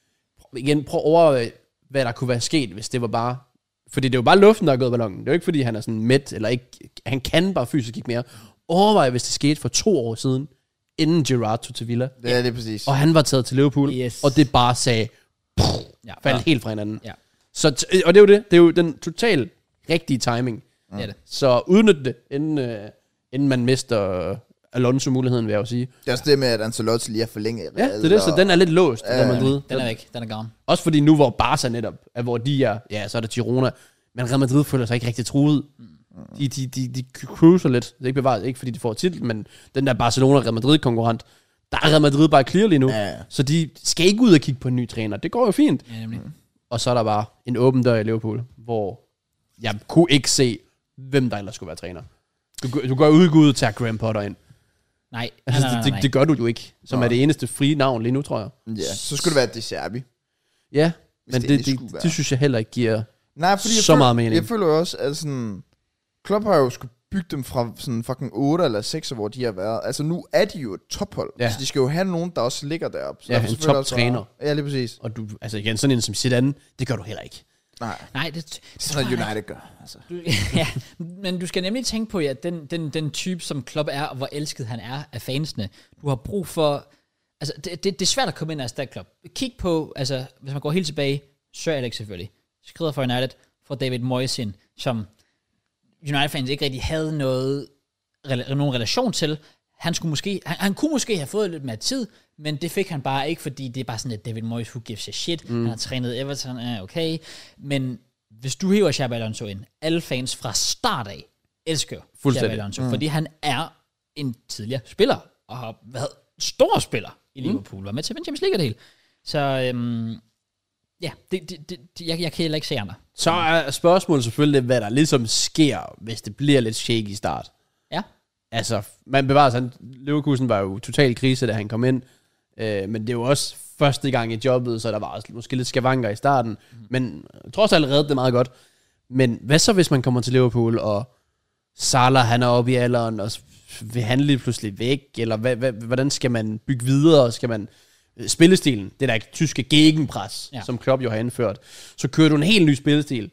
igen, prøv at overveje, hvad der kunne være sket, hvis det var bare, fordi det er jo bare luften, der er gået ballongen. Det er jo ikke, fordi han er sådan mæt, eller ikke, han kan bare fysisk ikke mere. Overvej, hvis det skete for to år siden, inden Gerrard tog til Villa. Det er det præcis. Og han var taget til Liverpool, yes. og det bare sagde, pff, ja. faldt ja. helt fra hinanden. Ja. Så, og det er jo det, det er jo den totalt rigtige timing. Mm. Det er det. Så udnyt det, inden, uh, inden man mister Alonso-muligheden, vil jeg jo sige. Det er også det med, at Ancelotti lige er forlænget. Ja, det er det, så den er lidt låst. Ja, der Madrid. Den er væk, den er gone. Også fordi nu, hvor Barca netop er, hvor de er, ja, så er der Girona, men Real Madrid føler sig ikke rigtig truet. Mm. De, de, de, de cruiser lidt. Det er ikke bevaret, ikke fordi de får titel, men den der Barcelona-Real Madrid-konkurrent, der er Real Madrid bare clear lige nu. Ja, ja. Så de skal ikke ud og kigge på en ny træner. Det går jo fint. Ja, mm. Og så er der bare en åben dør i Liverpool, hvor jeg kunne ikke se, hvem der ellers skulle være træner. Du, du går ud ud og tager Graham Potter ind. Nej, altså, nej, nej, nej. Det, det, det gør du jo ikke, som nej. er det eneste frie navn lige nu, tror jeg. Ja, så skulle det være De Serbi. Ja, men det, det, det, det, det synes jeg heller ikke giver Nej, fordi så jeg meget føler, mening. Jeg føler jo også, at sådan, Klopp har jo skulle bygge dem fra sådan fucking otte eller seks, hvor de har været. Altså nu er de jo et tophold, ja. Så de skal jo have nogen, der også ligger deroppe. Så ja, en top-træner. Ja, lige præcis. Og du, altså igen, sådan en som Zidane, det gør du heller ikke. Nej, Nej det, det sådan noget United gør. Altså. Du, ja, men du skal nemlig tænke på, ja, den, den, den type, som Klopp er, og hvor elsket han er af fansene. Du har brug for, altså det, det, det er svært at komme ind af Stad Klopp. Kig på, altså hvis man går helt tilbage, Sir Alex selvfølgelig, skrider for United, for David Moyes ind, som United-fans ikke rigtig havde noget, nogen relation til. Han, skulle måske, han, han kunne måske have fået lidt mere tid, men det fik han bare ikke, fordi det er bare sådan, at David Moyes, who gives a shit. Mm. Han har trænet Everton, er okay. Men hvis du hiver Xabi Alonso ind, alle fans fra start af elsker Xabi Alonso, mm. fordi han er en tidligere spiller, og har været stor spiller i Liverpool, mm. var med til Champions League og det hele. Så øhm, ja, det, det, det, jeg, jeg kan heller ikke se andre. Så er spørgsmålet selvfølgelig, hvad der ligesom sker, hvis det bliver lidt shaky i start. Ja. Altså, man bevarer sig, Leverkusen var jo total krise, da han kom ind, øh, men det er jo også første gang i jobbet, så der var også måske lidt skavanker i starten, mm. men trods alt redde det meget godt. Men hvad så, hvis man kommer til Liverpool, og Salah, han er oppe i alderen, og vil han lige pludselig væk, eller hvad, hvad, hvordan skal man bygge videre, skal man spillestilen, det der tyske gegenpres, ja. Som Klopp jo har indført, så kører du en helt ny spillestil,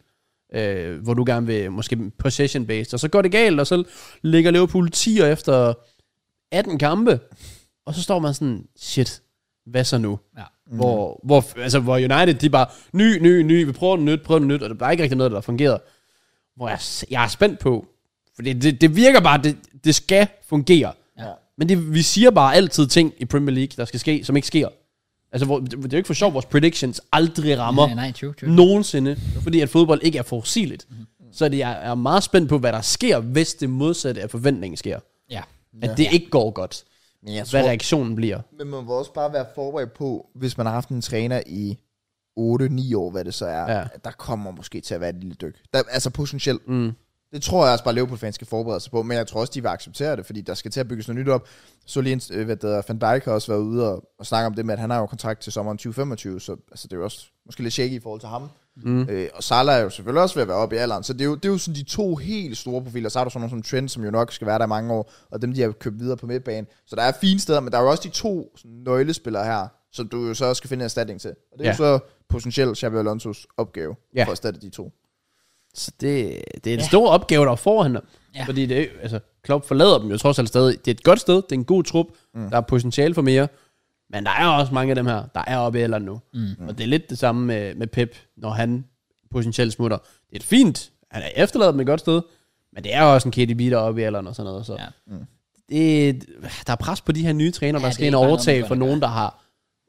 øh, hvor du gerne vil, måske possession-based, og så går det galt, og så ligger Liverpool ti efter atten kampe, og så står man sådan, shit, hvad så nu? Ja. Mm. Hvor, hvor, altså, hvor United, de bare, ny, ny, ny, vi prøver noget nyt, prøver noget nyt, og det er ikke rigtig noget, der fungerer. Hvor jeg, jeg er spændt på, for det, det, det virker bare, det, det skal fungere. Ja. Men det, vi siger bare altid ting i Premier League, der skal ske, som ikke sker. Altså, hvor, det, det er jo ikke for sjovt, vores predictions aldrig rammer nej, nej, true, true. nogensinde, fordi at fodbold ikke er forudsigeligt. Mm-hmm. Så det, jeg er meget spændt på, hvad der sker, hvis det modsatte af forventningen sker. Ja. At det ja. ikke går godt. Men jeg hvad tror, reaktionen bliver. Men man må også bare være forberedt på, hvis man har haft en træner i otte ni år, hvad det så er, ja. der kommer måske til at være et lille dyk. Der, altså potentielt. Mm. Det tror jeg også bare, Liverpool-fans skal forberede sig på, men jeg tror også, de vil acceptere det, fordi der skal til at bygges noget nyt op. Så lige, hvad der, Van Dijk har også været ude og, og snakke om det med, at han har jo kontrakt til sommeren tyve femogtyve, så altså, det er jo også måske lidt shaky i forhold til ham. Mm. Øh, og Salah er jo selvfølgelig også ved at være oppe i alderen, så det er jo, det er jo sådan de to helt store profiler. Så har du sådan nogle som Trent, som jo nok skal være der i mange år, og dem, de har købt videre på midtbanen. Så der er fine steder, men der er jo også de to sådan, nøglespillere her, som du jo så også skal finde en erstatning til. Og det er ja. jo så potentielt Xabi Alonsos opgave ja. for at erstatte de to. Så det, det er en ja. stor opgave, der er foran dem. Ja. Fordi det, altså, Klopp forlader dem jo trods alt stadig. Det er et godt sted, det er en god trup, mm. der er potentiale for mere. Men der er også mange af dem her, der er oppe i alderen nu. Mm. Og det er lidt det samme med, med Pep, når han potentielt smutter. Det er et fint, han er efterladet med et godt sted, men det er også en K D B, der er oppe i alderen og sådan noget. Så. Ja. Mm. Det, der er pres på de her nye træner, ja, der skal ind og overtage for nogen, der har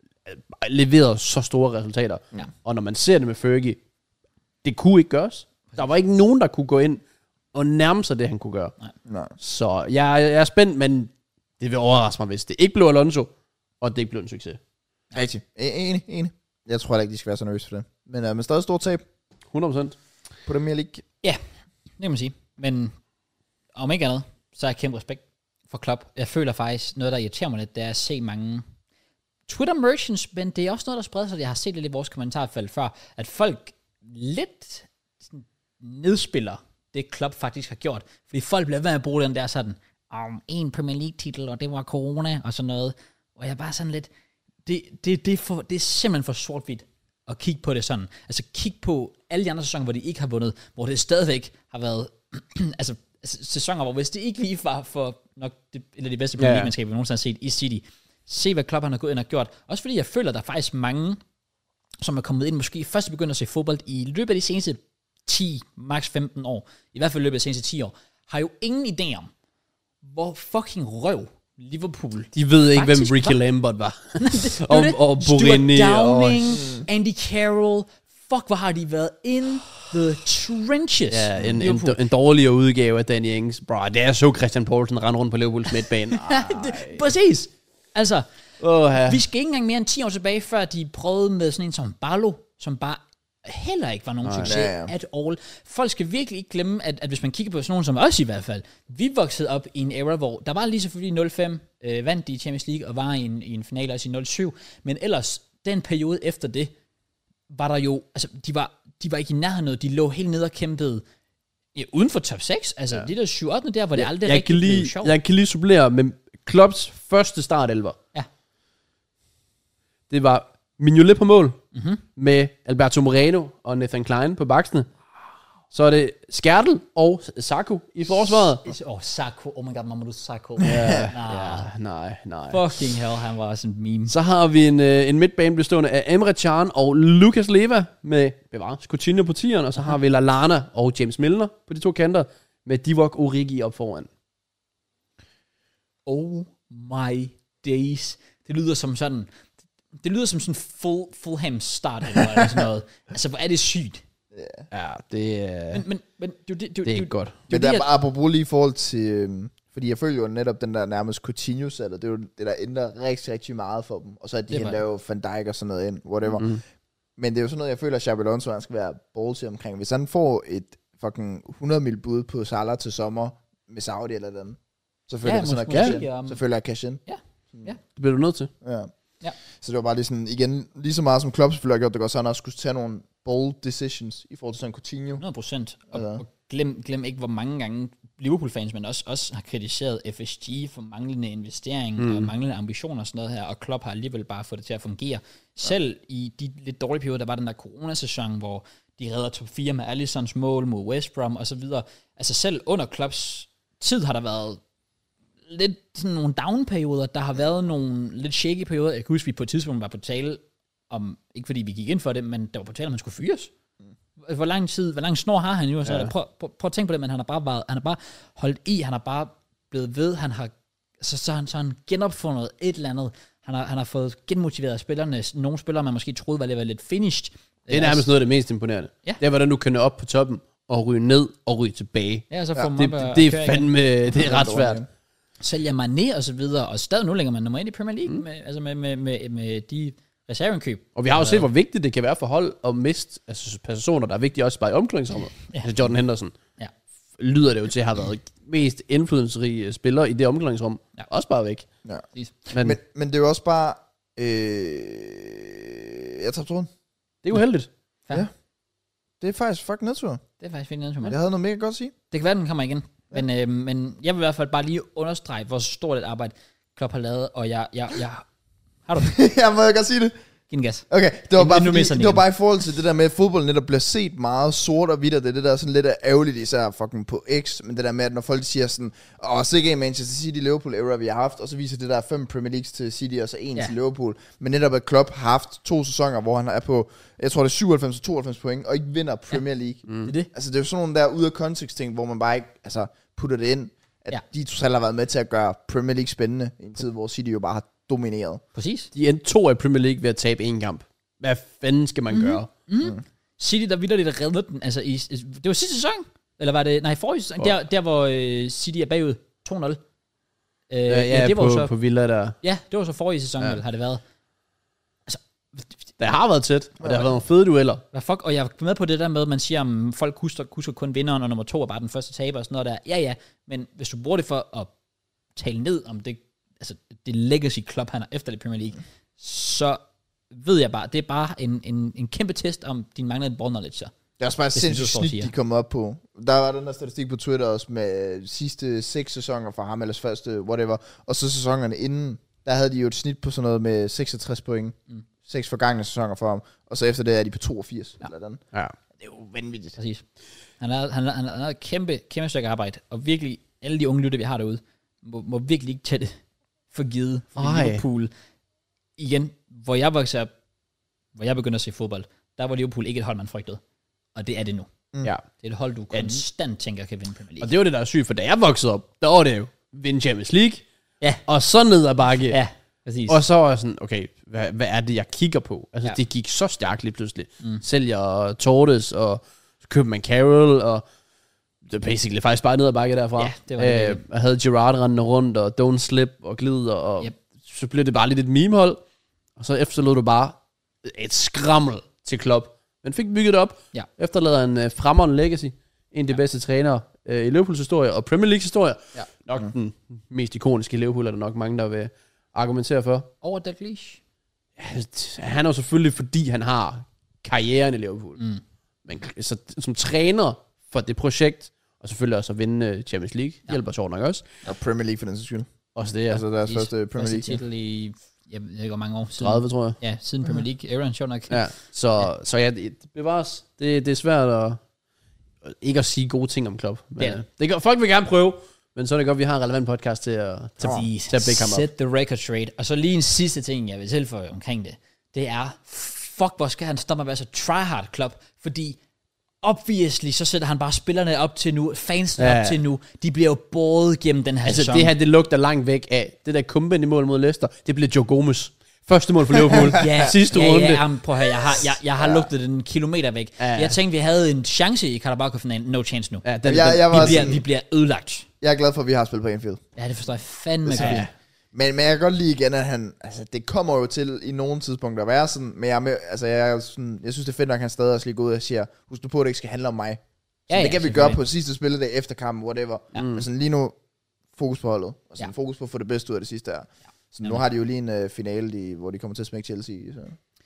leveret så store resultater. Ja. Og når man ser det med Fergie, det kunne ikke gøres. Der var ikke nogen, der kunne gå ind og nærme sig det, han kunne gøre. Nej. Så jeg, jeg er spændt, men det vil overraske mig, hvis det ikke blev Alonso, og det ikke blev en succes. Rigtig. Enig, enig. Jeg tror ikke, de skal være så nervøse for det. Men uh, med stadig stort tab. hundrede procent. På Premier League. Ja, det kan man sige. Men om ikke andet, så er jeg kæmpe respekt for Klopp. Jeg føler faktisk, noget der irriterer mig lidt, det er at se mange Twitter merchants, men det er også noget, der spreder sig. Jeg har set lidt i vores kommentarfelt før, at folk lidt sådan, nedspiller det Klopp faktisk har gjort. Fordi folk bliver ved at bruge den der sådan, om en Premier League-titel, og det var corona, og sådan noget. Og jeg er bare sådan lidt, det, det, det, er, for, det er simpelthen for sort-hvidt at kigge på det sådan. Altså kigge på alle de andre sæsoner, hvor de ikke har vundet, hvor det stadigvæk har været, altså sæsoner, hvor hvis det ikke lige var for nok det, eller de bedste Premier League-mandskaber, vi nogensinde har set i City, se hvad Klopp han har gået ind og gjort. Også fordi jeg føler, at der er faktisk mange, som er kommet ind, måske først begyndt at se fodbold i løbet af de seneste ti, maks femten år, i hvert fald i løbet af de seneste ti år, har jo ingen idé om, hvor fucking røv Liverpool. De ved ikke, hvem Ricky Lambert var. det, og, og Borini. Stuart Downing, og Andy Carroll. Fuck, hvor har de været in the trenches. Ja, en, en, en dårligere udgave af Danny Ings. Bro, det er så Christian Poulsen rende rundt på Liverpools midtbane. Præcis. Altså, oh, ja. vi skal ikke engang mere end ti år tilbage, før de prøvede med sådan en som Barlow, som bare heller ikke var nogen oh, succes ja, ja. at all. Folk skal virkelig ikke glemme, at, at hvis man kigger på sådan nogen som os i hvert fald, vi voksede op i en era, hvor der var lige selvfølgelig nul fem, øh, vandt de i Champions League, og var i en, i en finale også i nul syv, men ellers, den periode efter det, var der jo, altså, de var, de var ikke i nærheden noget, de lå helt nede og kæmpede ja, uden for top seks, altså, ja. det der syv otte der, hvor det ja, aldrig jeg rigtig lige, blev sjovt. Jeg kan lige supplere med Klopps første startelver. Ja. Det var Mignolet på mål, mm-hmm. med Alberto Moreno og Nathan Klein på baksene. Så er det Skertel og Sakho i forsvaret. Åh, oh, Sakho. Oh my god, Mamadou Sakho. Ja, ja, nej, nej. Fucking hell, han var også en meme. Så har vi en, øh, en midtbane bestående af Emre Can og Lucas Leiva med bevares Coutinho på tieren, og så har vi Lallana og James Milner på de to kanter med Divock Origi op foran. Oh my days. Det lyder som sådan, det lyder som sådan full, Fulham start eller sådan noget. Altså, hvor er det sygt. Yeah. Ja, det er... Men, men, men det, det, det, det er ikke godt. Men der er bare apropos lige i forhold til... Øhm, fordi jeg føler jo netop den der nærmest Coutinho-salget, det er jo det, der ændrer rigtig, rigtig meget for dem. Og så er de henter jo Van Dijk og sådan noget ind, whatever. Mm-hmm. Men det er jo sådan noget, jeg føler, at Xabi Alonso, han skal være ballsy omkring. Hvis han får et fucking hundrede mil bud på Salah til sommer med Saudi eller den, så føler ja, jeg sådan cash in. Um... Så føler jeg cash in. Ja, ja. Det bliver du nødt til. Ja. Ja. Så det var bare lige sådan, igen, lige så meget som Klopp selvfølgelig har gjort det godt, så han også skulle tage nogle bold decisions i forhold til sådan Coutinho. hundrede procent. Og, ja. og glem, glem ikke, hvor mange gange Liverpool-fans, men også, også har kritiseret F S G for manglende investering mm. og manglende ambitioner og sådan noget her, og Klopp har alligevel bare fået det til at fungere. Selv ja. i de lidt dårlige perioder, der var den der coronasæson, hvor de redder top fire med Alissons mål mod West Brom og så videre. Altså selv under Klopps tid har der været lidt sådan nogle down-perioder, der har været nogle lidt shaky perioder. Jeg kan huske, at vi på et tidspunkt var på tale om, ikke fordi vi gik ind for det, men der var på tale om, at han skulle fyres. Mm. Hvor lang tid, hvor lang snor har han jo? Så ja. prøv, prøv, prøv at tænke på det, men han har bare været, han har bare holdt i, han har bare blevet ved, han har, så, så, han, så han genopfundet et eller andet. Han har, han har fået genmotiveret spillerne. Nogle spillere, man måske troede, var lidt, var lidt finished. Det er nærmest noget af det mest imponerende. Ja. Det er, hvordan du kan op på toppen, og ryge ned, og ryge tilbage. Ja, så får ja. man det, det, det er fandme, det er ret svært. Sælger man ned og så videre, og stadig nu lægger man nummer et i Premier League, mm. med, altså med, med, med, med de reserveindkøb. Og vi har jo set, hvor vigtigt det kan være for hold at miste altså, personer, der er vigtige også bare i omklædningsrummet. Ja. Altså Jordan Henderson. Ja. Lyder det jo til at have været mest indflydelsesrige spiller i det omklædningsrum. Ja. Også bare væk. Ja. Men, men, men det er jo også bare... Øh... Jeg tager tråden. Det er uheldigt. Ja. Ja. Det er faktisk fucking nedtur. Det er faktisk fint nedtur. Jeg havde noget mega godt at sige. Det kan være, den kommer igen. Ja. Men, øh, men jeg vil i hvert fald bare lige understrege, hvor stort et arbejde Klopp har lavet, og jeg... jeg, jeg har du Jeg må jeg godt sige det. Giv en gas. Okay, det var, bare, nu fordi, det var bare i forhold til det der med, at fodbold netop bliver set meget sort og hvidt, og det er det der sådan lidt ærgerligt, især fucking på X, men det der med, at når folk siger sådan, åh, sikke en Manchester City Liverpool era vi har haft, og så viser det der fem Premier Leagues til City, og så en ja. til Liverpool, men netop at Klopp har haft to sæsoner, hvor han er på, jeg tror det er syvoghalvfems og tooghalvfems point, og ikke vinder Premier League. Ja. Mm. Det er det. Altså det er jo sådan nogle der ude af kontekst ting, hvor man bare ikke, altså, putter det ind, at ja. de totalt har været med til at gøre Premier League spændende, i en tid, hvor City jo bare har domineret. Præcis. De endte to af Premier League ved at tabe en kamp. Hvad fanden skal man mm-hmm. gøre? Mm-hmm. Mm. City, der vildt lidt reddede den. Altså, i, det var sidste sæson? Eller var det... Nej, forrige sæson. Der, der hvor uh, City er bagud to nul. Uh, ja, ja, ja, det var på, så, på Villa der. Ja, det var så forrige sæson, ja. Har det været. Altså, det har været tæt, og ja. det har været nogle fede dueller. Hvad fuck? Og jeg er med på det der med, at man siger, at folk husker, husker kun vinderen, og nummer to er bare den første taber og sådan noget der. Ja, ja, men hvis du bruger det for at tale ned om det, altså det legacy club, han har efter det Premier League, så ved jeg bare, det er bare en, en, en kæmpe test om din manglende ball knowledge. Så. Det er også bare et sindssygt snit, de kommer op på. Der var den der statistik på Twitter også med sidste seks sæsoner for ham, eller første, whatever. Og så sæsonerne inden, der havde de jo et snit på sådan noget med seksogtres point. Mm. Seks forgangne sæsoner for ham. Og så efter det er de på toogfirs. Ja. Eller den. Ja. Det er jo vanvittigt. Præcis. Han har, han, han, han har et kæmpe, kæmpe stykke arbejde. Og virkelig, alle de unge lytter, vi har derude, må, må virkelig ikke tage det for givet. For Liverpool, igen, hvor jeg voksede op, hvor jeg begynder at se fodbold, der var Liverpool ikke et hold, man frygtede. Og det er det nu. Mm. Ja. Det er et hold, du konstant tænker kan vinde Premier League. Og det var det, der er sygt, for da jeg voksede op, der var det jo vinde Champions League, ja. og så ned ad bakke. Ja, præcis. Og så var jeg sådan, okay, hvad, hvad er det, jeg kigger på? Altså, ja. det gik så stærkt lige pludselig. Mm. Sælger Torres, og så købte man Carroll, og det er basically faktisk bare ned ad bakke derfra. Ja, det var det. Øh, jeg havde Gerrard rendende rundt, og Don't Slip, og glider, og yep. så blev det bare lidt et meme-hold. Og så efterlod du bare et skrammel til Klopp. Men fik bygget det op. Ja. Efterlader en uh, fremragende legacy. En af de ja. bedste trænere uh, i Liverpools historie, og Premier Leagues historie. Ja. Nok mm. den mest ikoniske i Liverpool, er der nok mange, der vil argumentere for. Over Dalglish? Ja, han er jo selvfølgelig, fordi han har karrieren i Liverpool. Mm. Men så, som træner for det projekt, og selvfølgelig også at vinde Champions League, ja. hjælper sjovt nok også. Og Premier League for den skyld. Også det, ja. Altså deres første Premier League. Første titel i... Jeg ved ikke, hvor mange år siden. tredive, tror jeg. Ja, siden Premier League. Aaron, sjovt nok. Ja, så ja, så ja det bevares. Det, det er svært at... Ikke at sige gode ting om Klopp. Men, ja. det kan, folk vil gerne prøve, men så er det godt, at vi har en relevant podcast til at, til, oh, til at bække ham op. Set the record straight. Og så lige en sidste ting, jeg vil tilføje omkring det. Det er, fuck, hvor skal han stoppe med at være så tryhard Klopp? Fordi obviously, så sætter han bare spillerne op til nu, fansene ja. op til nu. De bliver jo båret gennem den her altså, sæson. Det her, det lugter langt væk af. Det der Company mål mod Leicester, det blev Joe Gomez. Første mål for Liverpool. ja, sidste ja, runde. Ja, jamen, prøv at høre, jeg har, jeg, jeg har ja. lugtet den kilometer væk. Ja. Jeg tænkte, vi havde en chance i Carabao-finalen. No chance nu. Ja, den, jeg, jeg vi, bliver, sådan, vi bliver ødelagt. Jeg er glad for, at vi har spillet på Anfield. Ja, det forstår jeg fandme godt. Ja. Men, men jeg kan godt lide igen, at han... Altså, det kommer jo til i nogle tidspunkter at være sådan, men jeg, er med, altså, jeg, er sådan, jeg synes, det er fedt nok, at han stadig også lige går ud og siger, husk nu på, at det ikke skal handle om mig. Så ja, det kan ja, vi gøre på sidste spilledag efter kampen, whatever. Ja. Men sådan lige nu, fokus på holdet. Og sådan ja. fokus på at få det bedste ud af det sidste her. Ja. Så nu har de jo lige en uh, finale, de, hvor de kommer til at smække Chelsea. Så.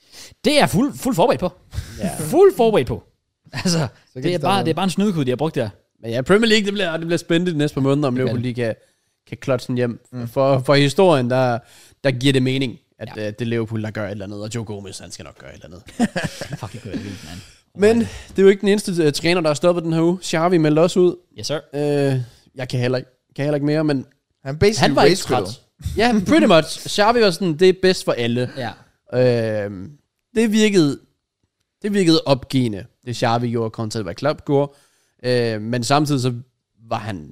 Det er fuld, fuld forberedt på. Ja. Fuld forberedt på. Altså, det er, bare, det er bare en snydekud, de har brugt der. Men ja, Premier League, det bliver, det bliver spændende de næste par måneder, om Liverpool lige kan, kan klotse den hjem. Mm. For, for historien, der, der giver det mening, at ja. uh, det er Liverpool, der gør et eller andet, og Joe Gomez, han skal nok gøre et eller andet. Fuck, det gør jeg vildt, man. Men det er jo ikke den eneste uh, træner, der har stoppet den her uge. Xavi meldte også ud. Yes, sir. Uh, jeg kan heller, ikke, kan heller ikke mere, men han, han var ikke træt. Ja, yeah, pretty much. Xavi var sådan, det er bedst for alle. Ja. Uh, det virkede det virkede opgivende, det Xavi gjorde, kontra hvad Klopp gjorde. Uh, men samtidig så var han...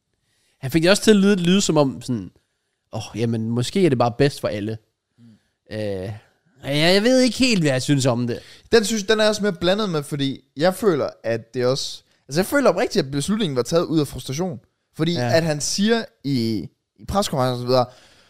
Han fik det også til at lyde, lyde som om sådan... Åh, oh, jamen, måske er det bare bedst for alle. Mm. Uh, jeg ved ikke helt, hvad jeg synes om det. Den synes den er også mere blandet med, fordi jeg føler, at det også... Altså, jeg føler oprigtigt, at beslutningen var taget ud af frustration. Fordi ja. at han siger i, i preskonferencen og så videre,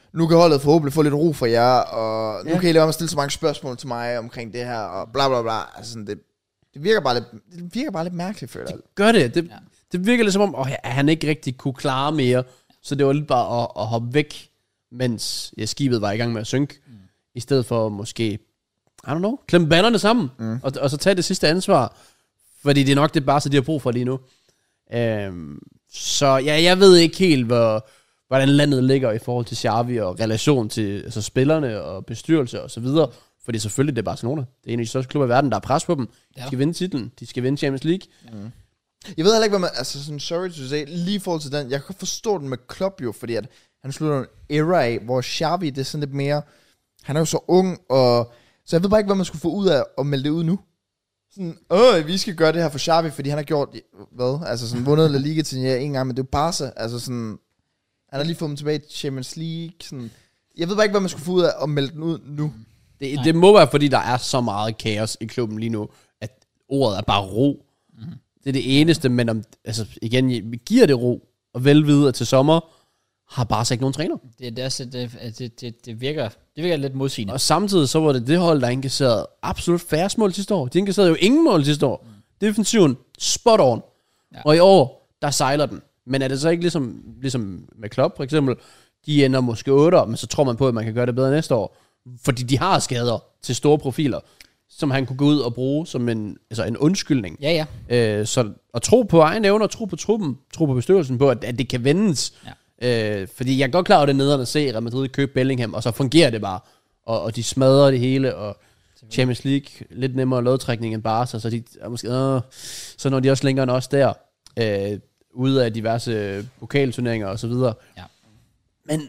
nu kan holdet forhåbentlig få lidt ro for jer, og nu ja. kan I lade være med at stille så mange spørgsmål til mig omkring det her, og bla bla bla. Altså sådan, det, det, virker bare lidt, det virker bare lidt mærkeligt, føler jeg. Det gør det. Det, Ja. det virker lidt som om, at han ikke rigtig kunne klare mere, så det var lidt bare at, at hoppe væk, mens ja, skibet var i gang med at synke, mm. i stedet for måske, I don't know, klemme banderne sammen, mm. og, og så tage det sidste ansvar, fordi det er nok det bare, så de har brug for lige nu. Øhm, så ja, jeg ved ikke helt, hvor, hvordan landet ligger i forhold til Xavi og relation til altså, spillerne og bestyrelse og så videre, fordi selvfølgelig det er Barcelona. Det er en af de største klubber i verden, der er pres på dem. De skal vinde titlen, de skal vinde Champions League. Mm. Jeg ved heller ikke, hvad man, altså sådan, sorry to say, lige i forhold til den, jeg kan forstå den med Klopp jo, fordi at han slutter en era af, hvor Xavi, det er sådan lidt mere, han er jo så ung, og så jeg ved bare ikke, hvad man skulle få ud af at melde det ud nu. Sådan, åh, vi skal gøre det her for Xavi, fordi han har gjort, hvad, altså sådan vundet La Liga til ja, en gang, men det er jo Barca, altså sådan, han har lige fået dem tilbage til Champions League, sådan, jeg ved bare ikke, hvad man skulle få ud af at melde den ud nu. Det, det må være, fordi der er så meget kaos i klubben lige nu, at ordet er bare ro. Mm-hmm. Det er det eneste, men om, altså igen, vi giver det ro, og velvide, at til sommer har bare ikke nogen træner. Det, det, er, det, det, det, det, virker, det virker lidt modsigende. Og samtidig så var det det hold, der indkasserede absolut færre mål sidste år. De indkasserede jo ingen mål sidste år. Mm. Defensiven, spot on. Ja. Og i år, der sejler den. Men er det så ikke ligesom, ligesom med Klopp for eksempel, de ender måske otte, men så tror man på, at man kan gøre det bedre næste år. Fordi de har skader til store profiler, som han kunne gå ud og bruge som en, altså en undskyldning. Ja, ja. Øh, så at tro på egen evner, tro på truppen, tro på bestyrelsen på, at, at det kan vendes. Ja. Øh, fordi jeg er godt klar over det nederne at se Real Madrid købe Bellingham, og så fungerer det bare. Og, og de smadrer det hele, og Champions League, lidt nemmere lodtrækning end Barca, så de er måske, øh, så når de også længere end os der, øh, ude af diverse pokalturneringer og så videre. Ja. Men,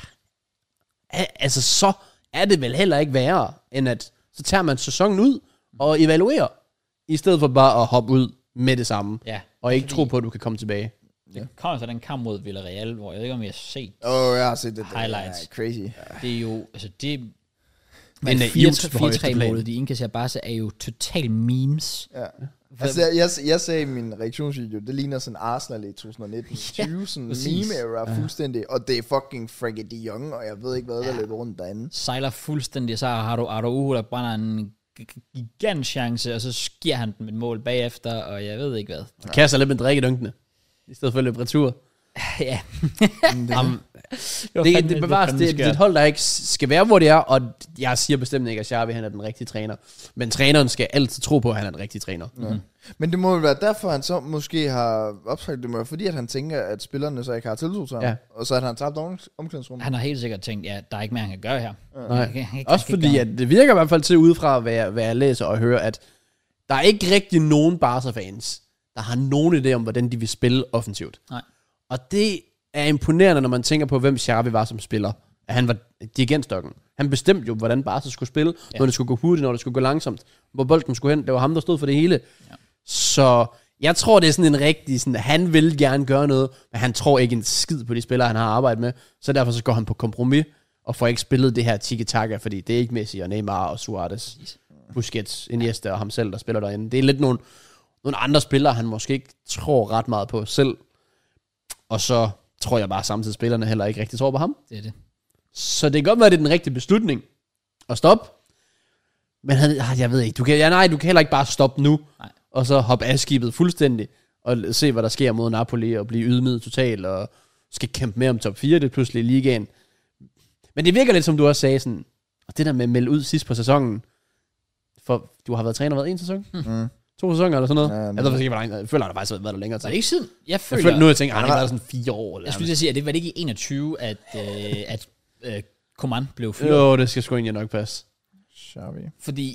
øh, altså så er det vel heller ikke værre, end at så tager man sæsonen ud og evaluerer, i stedet for bare at hoppe ud med det samme, ja, og ikke tro på, at du kan komme tilbage. Det kommer så den kamp mod Villarreal, hvor jeg ved ikke, om jeg har set Åh, oh, jeg har set det. Highlights. Det er crazy. Det er jo, altså det... Men fire tre målet, de indkasserer Barca, er jo total memes. Ja. Altså, jeg, jeg, jeg sagde i min reaktionsvideo, det ligner sådan Arsenal i tyve nitten tyve, ja, sådan meme-era ja. Fuldstændig, og det er fucking Frankie de Jong, og jeg ved ikke, hvad der ja. løber rundt derinde. Sejler fuldstændig, så har du Araujo, der brænder en gigant chance, og så sker han den med et mål bagefter, og jeg ved ikke hvad. Ja. Kaster lidt med drikkedunkene, i stedet for at løbe retur. Ja. um, det, det, det bevares, det, det, det er et hold, der ikke skal være, hvor det er, og jeg siger bestemt ikke, at Xavi han er den rigtige træner. Men træneren skal altid tro på, at han er den rigtige træner. Ja. Mm. Men det må jo være derfor, han så måske har opsagt det med, fordi at han tænker, at spillerne så ikke har tiltro til ham, ja. Og så at han tabt omklædningsrummet. Han har helt sikkert tænkt, ja, der er ikke mere, han kan gøre her. Ja. Nej. Han kan, han kan, også han fordi, at det virker i hvert fald til udefra, hvad jeg, hvad jeg læser og hører, at der er ikke rigtig nogen Barca-fans, der har nogen idé om, hvordan de vil spille offensivt. Nej. Og det er imponerende, når man tænker på, hvem Xavi var som spiller. At han var dirigentstokken. Han bestemte jo, hvordan Barca skulle spille, ja. Når det skulle gå hurtigt, når det skulle gå langsomt, hvor bolden skulle hen. Det var ham, der stod for det hele. Ja. Så jeg tror, det er sådan en rigtig, sådan, han vil gerne gøre noget, men han tror ikke en skid på de spillere, han har arbejdet med. Så derfor så går han på kompromis, og får ikke spillet det her tiki-taka, fordi det er ikke Messi og Neymar og Suarez, Busquets, Iniesta og ham selv, der spiller derinde. Det er lidt nogle, nogle andre spillere, han måske ikke tror ret meget på selv. Og så tror jeg bare samtidig, spillerne heller ikke rigtig tror på ham. Det er det. Så det kan godt være, at det er den rigtige beslutning at stoppe. Men han, jeg ved ikke, du kan, ja, nej, du kan heller ikke bare stoppe nu, nej. Og så hoppe af skibet fuldstændig, og se, hvad der sker mod Napoli, og blive ydmyget totalt, og skal kæmpe med om top fire, det er pludselig i ligaen. Men det virker lidt, som du også sagde, sådan, og det der med at melde ud sidst på sæsonen, for du har været træner været en sæson? Mm. To sæsoner eller sådan noget. Ja, jeg, ved, ikke, hvor jeg føler, at der faktisk har været der længere tid. Var det ikke siden? Jeg føler, jeg føler nu, jeg tænker, han har været sådan fire år. Eller jeg skulle lige sige, at det var det ikke i enogtyve, at, øh, at øh, Coman blev fyret. Jo, det skal sgu egentlig nok passe. Xavi. Fordi...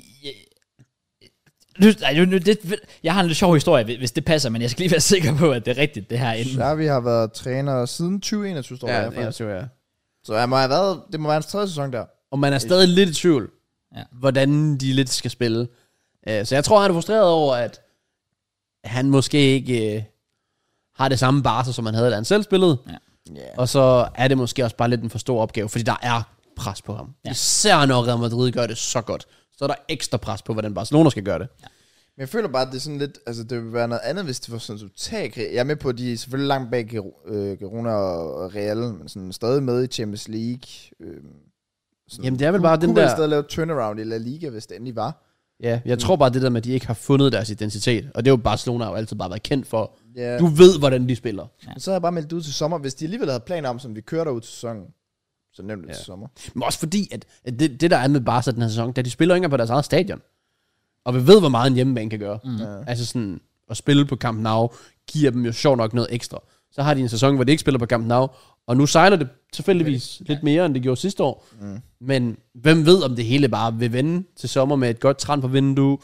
Jeg, det, det, jeg har en lidt sjov historie, hvis det passer, men jeg skal lige være sikker på, at det er rigtigt, det her inden. Xavi har været træner siden tyve enogtyve, står ja, der. enogtyve, ja. Så han må have været, det må være hans tredje sæson der. Og man er stadig lidt i tvivl, ja. Hvordan de lidt skal spille. Så jeg tror, han er frustreret over, at han måske ikke øh, har det samme Barca, som han havde, da han selv spillede. Ja. Yeah. Og så er det måske også bare lidt en for stor opgave, fordi der er pres på ham. Ja. Især når Real Madrid gør det så godt, så er der ekstra pres på, hvordan Barcelona skal gøre det. Ja. Men jeg føler bare, at det er sådan lidt, altså det vil være noget andet, hvis det var sådan totalt. Jeg er med på, at de er selvfølgelig langt bag Girona og Real, men sådan stadig med i Champions League. Øh, sådan, Jamen det er vel bare kunne, den kunne der... Kunne stadig lave turnaround i La Liga, hvis det endelig var. Ja, jeg mm. tror bare det der med, at de ikke har fundet deres identitet. Og det er jo Barcelona har jo altid bare været kendt for. Yeah. Du ved, hvordan de spiller. Ja. Så har jeg bare meldt ud til sommer. Hvis de alligevel havde planer om, som vi kører derud til sæsonen, så nemt det ja. til sommer. Men også fordi, at, at det, det der er med Barca den her sæson, da de spiller ikke på deres eget stadion. Og vi ved, hvor meget en hjemmebane kan gøre. Mm. Ja. Altså sådan, at spille på Camp Nou, giver dem jo sjovt nok noget ekstra. Så har de en sæson, hvor de ikke spiller på Camp Nou, og nu sejler det tilfældigvis ja. lidt mere, end det gjorde sidste år. Mm. Men hvem ved, om det hele bare vil vende til sommer med et godt transfervindue,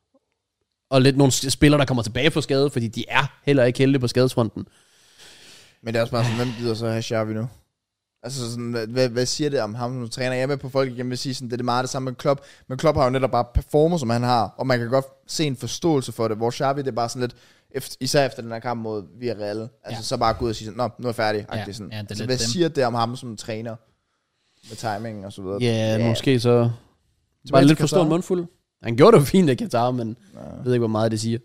og lidt nogle spillere, der kommer tilbage på skade, fordi de er heller ikke heldige på skadesfronten. Men det er også bare sådan, hvem gider så have Xavi nu? Altså sådan, hvad, hvad siger det om ham som træner? Jeg er med på folk igen vil sige sådan, det er det meget det samme med Klopp. Men Klopp har jo netop bare performet, som han har, og man kan godt se en forståelse for det, hvor Xavi det er bare sådan lidt, efter, især efter den her kamp mod Villarreal, altså ja. så bare gå ud og sige sådan, nå, nu er jeg færdig. Ja, sådan. Ja, altså, hvad dem. siger det om ham som træner? Med timing og så videre. Ja, yeah, måske så bare lidt for stor mundfuld. Han gjorde det jo fint i Qatar, men ja. jeg ved ikke, hvor meget det siger.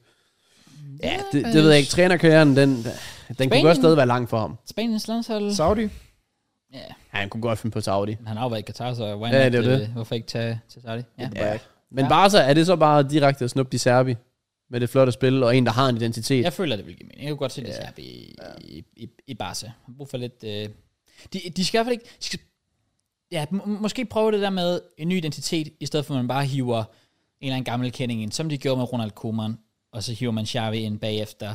Ja, det, det ved jeg ikke. Trænerkarrieren, den, den kunne godt stadig være lang for ham. Spaniens landshold. Saudi. Ja. ja, han kunne godt finde på Saudi. Han har jo været i Qatar, så why ja, not, det er det. hvorfor ikke tage til Saudi? Ja. ja. Men bare så er det så bare direkte at snuppe de Serbi med det flotte spil, og en, der har en identitet. Jeg føler, det vil give mening. Jeg kunne godt se det Serbi i, ja. i, i, i Barca. Han har brug for lidt... Øh, de, de skal i hvert fald ikke... De skal, ja, må, måske prøve det der med en ny identitet, i stedet for at man bare hiver en eller anden gammel kending ind, som de gjorde med Ronald Koeman, og så hiver man Xavi ind bagefter.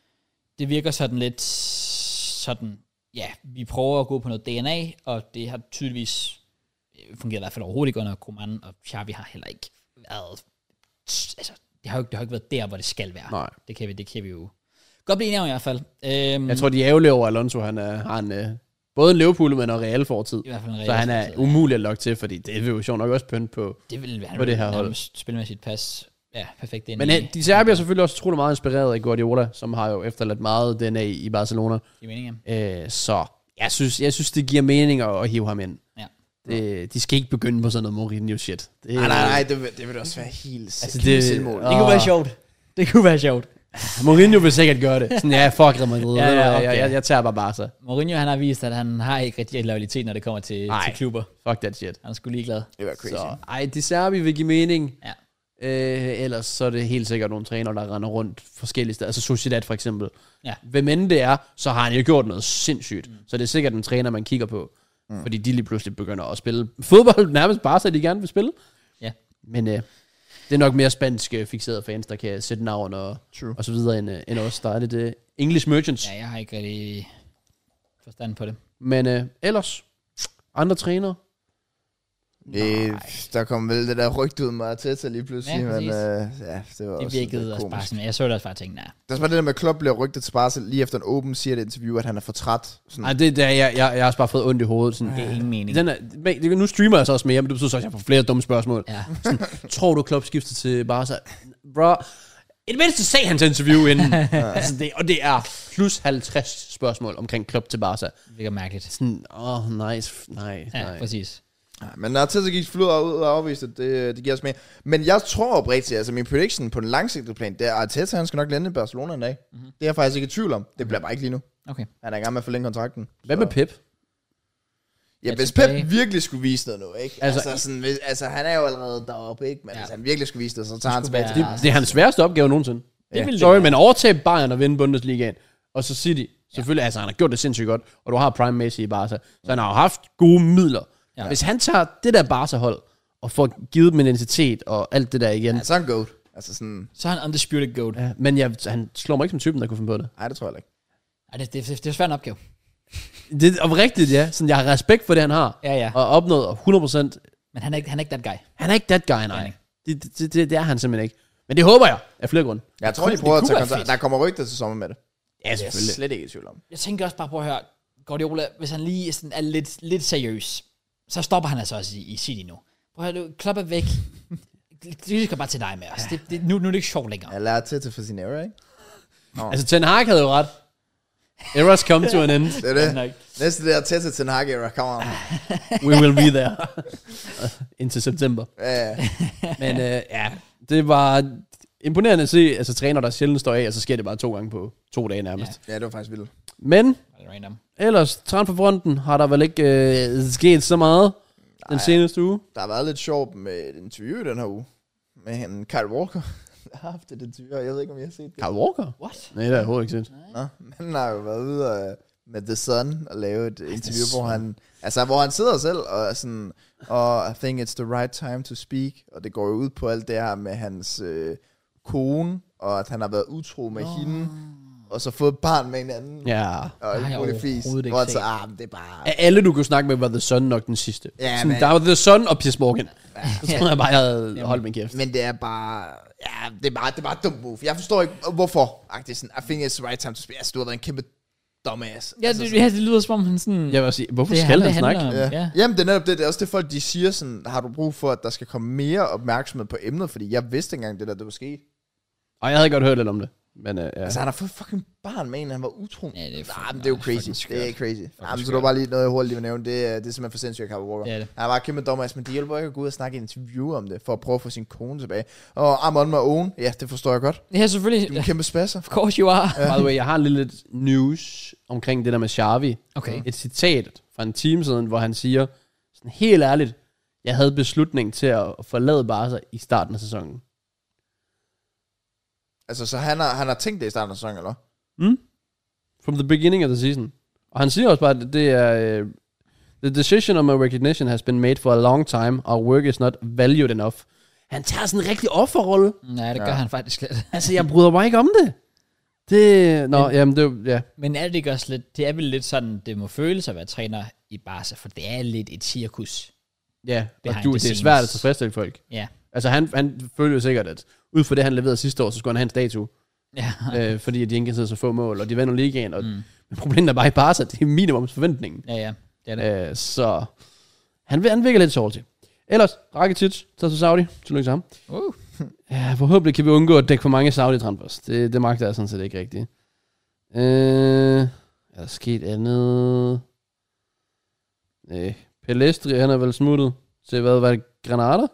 Det virker sådan lidt sådan... Ja, vi prøver at gå på noget D N A, og det har tydeligvis fungeret i hvert fald overhovedet ikke under Koeman, og Xavi har heller ikke været... Altså, det har jo, det har jo ikke været der, hvor det skal være. Nej. Det kan vi, det kan vi jo godt blive enige om i hvert fald. Øhm, jeg tror, de er ærgerlige over Alonso. Han er, har en, øh, både en Liverpool, men og Real fortid. I hvert fald en Real så han er fortid, umulig at lokke til, fordi det vil jo sjovt nok også pynte på det. Vil han på det her hold. Spilmæssigt pas. Ja, perfekt. Men øh, de Serbier er selvfølgelig også utrolig meget inspireret af Guardiola, som har jo efterladt meget D N A i Barcelona. I meningen. Øh, så jeg synes, jeg synes, det giver mening at, at hive ham ind. Ja. Det, de skal ikke begynde på sådan noget Mourinho-shit. Det, nej, nej, nej, det vil, det vil også være helt altså, det, det kunne være sjovt. Det kunne være sjovt. Mourinho vil sikkert gøre det. Sådan, ja, fuck Real Madrid. ja, ja, okay. jeg, jeg, jeg tager bare Barca. Mourinho, han har vist, at han har ikke rigtig loyalitet, når det kommer til, til klubber. Fuck that shit. Han er sgu ligeglad. Det var crazy. Så, ej, de Serbi vil give mening. Ja. Øh, ellers så er det helt sikkert nogle træner, der render rundt forskellige steder. Altså Sociedad for eksempel. Ja. Hvem end det er, så har han jo gjort noget sindssygt. Mm. Så det er sikkert en træner, man kigger på. Mm. Fordi de lige pludselig begynder at spille fodbold nærmest bare, så de gerne vil spille. Ja. Men øh, det er nok mere spansk øh, fixerede fans, der kan sætte navn og, og så videre, end, øh, end os, der er det øh, English Merchants. Ja, jeg har ikke rigtig forstand på det. Men øh, ellers, andre trænere? Det, der kom vel det der rygte ud med Arteta lige pludselig, ja, men øh, ja, det var det også virkede også bare sådan, jeg så det også bare tænke, nej. Der er bare det der med, at Klopp bliver rygtet til Barca lige efter en åben siger det interview, at han er for træt. Nej, det er jeg, jeg, jeg har også bare fået ondt i hovedet. Sådan, det er ingen mening. Den er, nu streamer jeg så også mere, men det betyder så, at jeg får flere dumme spørgsmål. Ja. Sådan, tror du, Klopp skifter til Barca? Bro, i det mindste se hans interview inden. Ja. Altså det, og det er plus halvtreds spørgsmål omkring Klopp til Barca. Det er mærkeligt. Sådan, åh, oh, nice, nej, ja, nej. præcis. Ja, men når Arteta gik flud ud og afviste det, det, det giver os mere. Men jeg tror oprigtigt, altså min prediction på den langsigtede plan, det er, at Arteta, han skal nok lande i Barcelona en dag. Mm-hmm. Det er jeg faktisk ikke i tvivl om. Det bliver bare ikke lige nu. Okay. Han er i gang med at forlænge kontrakten. Hvad med Pep? Ja, hvis Pep virkelig skulle vise noget nu, ikke? Altså, altså, sådan, hvis, altså han er jo allerede deroppe, ikke? Men ja. Hvis han virkelig skulle vise det, så tager han tilbage til det, det er hans sværeste opgave nogensinde. Ja. Det Sorry, men overtage Bayern og vinde Bundesligaen. Og så City. Selvfølgelig, ja. Altså han har gjort det sindssygt godt. Og du har Prime Messi i Barca. Så han har jo haft gode midler. Ja. Hvis han tager det der Barca-hold og får givet dem identitet og alt det der igen. Ja, så er han goat. Altså sådan... Så er han undisputed goat. Ja, men jeg, han slår mig ikke som typen, der kunne finde på det. Nej, det tror jeg ikke. Ej, det, det, det, det er svært en opgave. Det er oprigtigt, ja. Sådan, jeg har respekt for det, han har. Ja, ja. Og opnået hundrede procent. Men han er ikke, han er ikke that guy. Han er ikke that guy, nej. Det, det, det, det er han simpelthen ikke. Men det håber jeg, af flere grunde. Jeg tror, de prøver at tage kontakt. Der kommer rygter til sommer med det. Ja, selvfølgelig. Jeg er slet ikke i tvivl om. Jeg tænker også bare på at høre, Guardiola, hvis han lige sådan er lidt, lidt seriøs, så stopper han altså også i, i City nu. Prøv at høre, Klopp er væk. Det skal bare til dig med os. Det, det, nu, nu er det ikke sjovt længere. Jeg lærer til til for sin era, ikke? Oh. Altså, Ten Hag havde jo ret. Eras come to an end. Det er det. Næste der tæt til Ten Hag era, come on. We will be there. Indtil september. Ja, ja. Men uh, ja, det var imponerende at se, altså træner, der sjældent står af, og så sker det bare to gange på to dage nærmest. Ja, det var faktisk vildt. Men, Random. ellers, transferfronten har der vel ikke øh, sket så meget Nej, den seneste uge. Der har været lidt sjovt med et interview i den her uge. Med en Kyle Walker. Jeg har haft et interview, jeg ved ikke, om jeg har set det. Kyle Walker? What? Nej, det har jeg overhovedet ikke set. Nå, men han har jo været ude uh, med The Sun og lave et interview, hvor han, altså, hvor han sidder selv og er sådan, og I think it's the right time to speak, og det går jo ud på alt det her med hans øh, kone, og at han har været utro med oh. hende, og så fået et barn med en anden. Ja. Og alt muligt fis. Hvor altså, ah, det er bare... Af alle, du kunne snakke med, var The Sun nok den sidste. Ja, sådan, men... der var The Sun og Piers Morgan. Ja. Så tror jeg bare, jeg havde holdt min kæft. Men det er bare... Ja, det er bare, det er bare et dumt move. Jeg forstår ikke, hvorfor. I think it's the right time to speak. Altså, du har været en kæmpe dumbass. Ja, altså, det, ja, det lyder som om han sådan... Jeg vil sige, hvorfor skal han snakke? Om, ja. Ja. Jamen, det er netop det. Det er også det, folk de siger sådan, har du brug for, at der skal komme mere opmærksomhed på emnet, fordi jeg vidste engang det der, det var sket. Og jeg havde godt hørt lidt om det. Men, uh, ja. Altså, han har fået fucking barn med en, han var utro. Ja, det er, nah, men det er jo crazy. Det er crazy. Nah, så det var bare lige noget, jeg hurtigt lige vil nævne. Det, det er simpelthen for sindssygt, Kyle Walker. Ja, det. Han var kæmpe dumbass, men det hjælper ikke at gå ud og snakke i en interview om det, for at prøve at få sin kone tilbage. Og I'm on my own. Ja, det forstår jeg godt. Ja, selvfølgelig. Du er en kæmpe spasser. Of course you are. By the way, jeg har en lille news omkring det der med Xavi. Okay. Et citat fra en time siden, hvor han siger, sådan helt ærligt, jeg havde beslutning til at forlade Barca i starten af sæsonen. Altså, så han har, han har tænkt det i starten af sæsonen, eller? Mm? From the beginning of the season. Og han siger også bare, at det er... Uh, the decision of my recognition has been made for a long time. Our work is not valued enough. Han tager sådan en rigtig offerrolle. Nej, det gør ja. han faktisk lidt. Altså, jeg bryder mig ikke om det. Det... Nå, men, jamen, det ja. Men er det ikke også lidt... Det er vel lidt sådan, det må føles at være træner i Barca, for det er lidt et cirkus. Ja, og du, det er svært at tilfredsstille folk. Ja. Altså, han, han følte jo sikkert, at ud fra det, han leverede sidste år, så skulle han have en statue. Ja. øh, fordi de ikke kan sidde så få mål, og de vinder ligaen. Og, mm. Men problemet er bare i Barca, det er minimumsforventningen. Ja, ja. Det er det. Øh, så han, han virker lidt salty. Ellers, Rakitic tager til Saudi. Tillykke til ham. Uh. Ja, forhåbentlig kan vi undgå at dække for mange Saudi-transfers. Det, det magter jeg sådan set ikke rigtigt. Øh, er der sket andet? Nej. Pelestri, han er vel smuttet til, hvad var det, Granada?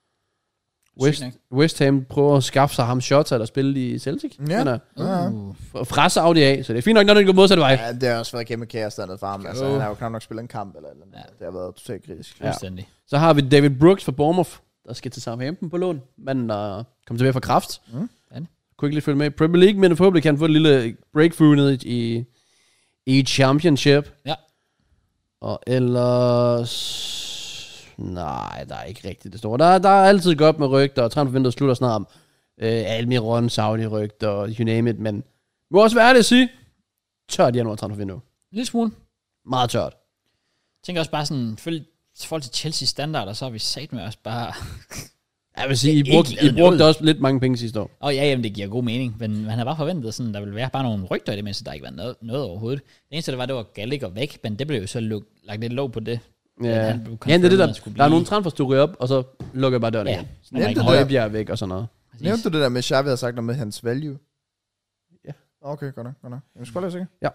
West, West Ham prøver at skaffe sig ham Shota, der spillede i Celtic. Ja. Er, Uh. fra Saudi af, så det er fint nok, når den går modsatte vej. Ja, det har også været kæmpe kaos dernede for ham. Altså, han har jo knap nok spillet en kamp, eller, eller ja. Det har været totalt kritisk. Fuldstændig. Ja. Så har vi David Brooks fra Bournemouth, der skal til Southampton på lån. Manden, der kom tilbage fra Kraft. Mm. Kunne ikke lige følge med i Premier League, men forhåbentlig kan han få et lille breakthrough ned i, i Championship. Ja. Og ellers... Nej, der er ikke rigtigt det store. Der, der er altid godt med rygter, og transfervinduet slutter snart om øh, Almiron, Saudi-rygter og you name it, men må også være ærlig at sige, tørt januar transfervindue. En lille smule. Meget tørt. Jeg tænker også bare sådan, i forhold til Chelsea standarder, så har vi sat med os bare... Jeg vil sige, I brugte, I brugte også lidt mange penge sidste år. Åh oh, ja, jamen, det giver god mening, men man har bare forventet, sådan, der ville være bare nogle rygter i det, mens der ikke var noget, noget overhovedet. Det eneste, der var, det var Gallagher væk, men det blev jo så luk, lagt lidt låg på det. Ja, ja det er det der, der er nogle transferstuer op, og så lukker jeg bare døren ja. igen. Nævnte Højbjerg væk og sådan noget. Præcis. Nævnte du det der med, Xavi havde sagt noget med hans value? Ja. Okay, godt nok, godt nok. Jeg skal bare sikker. Ja.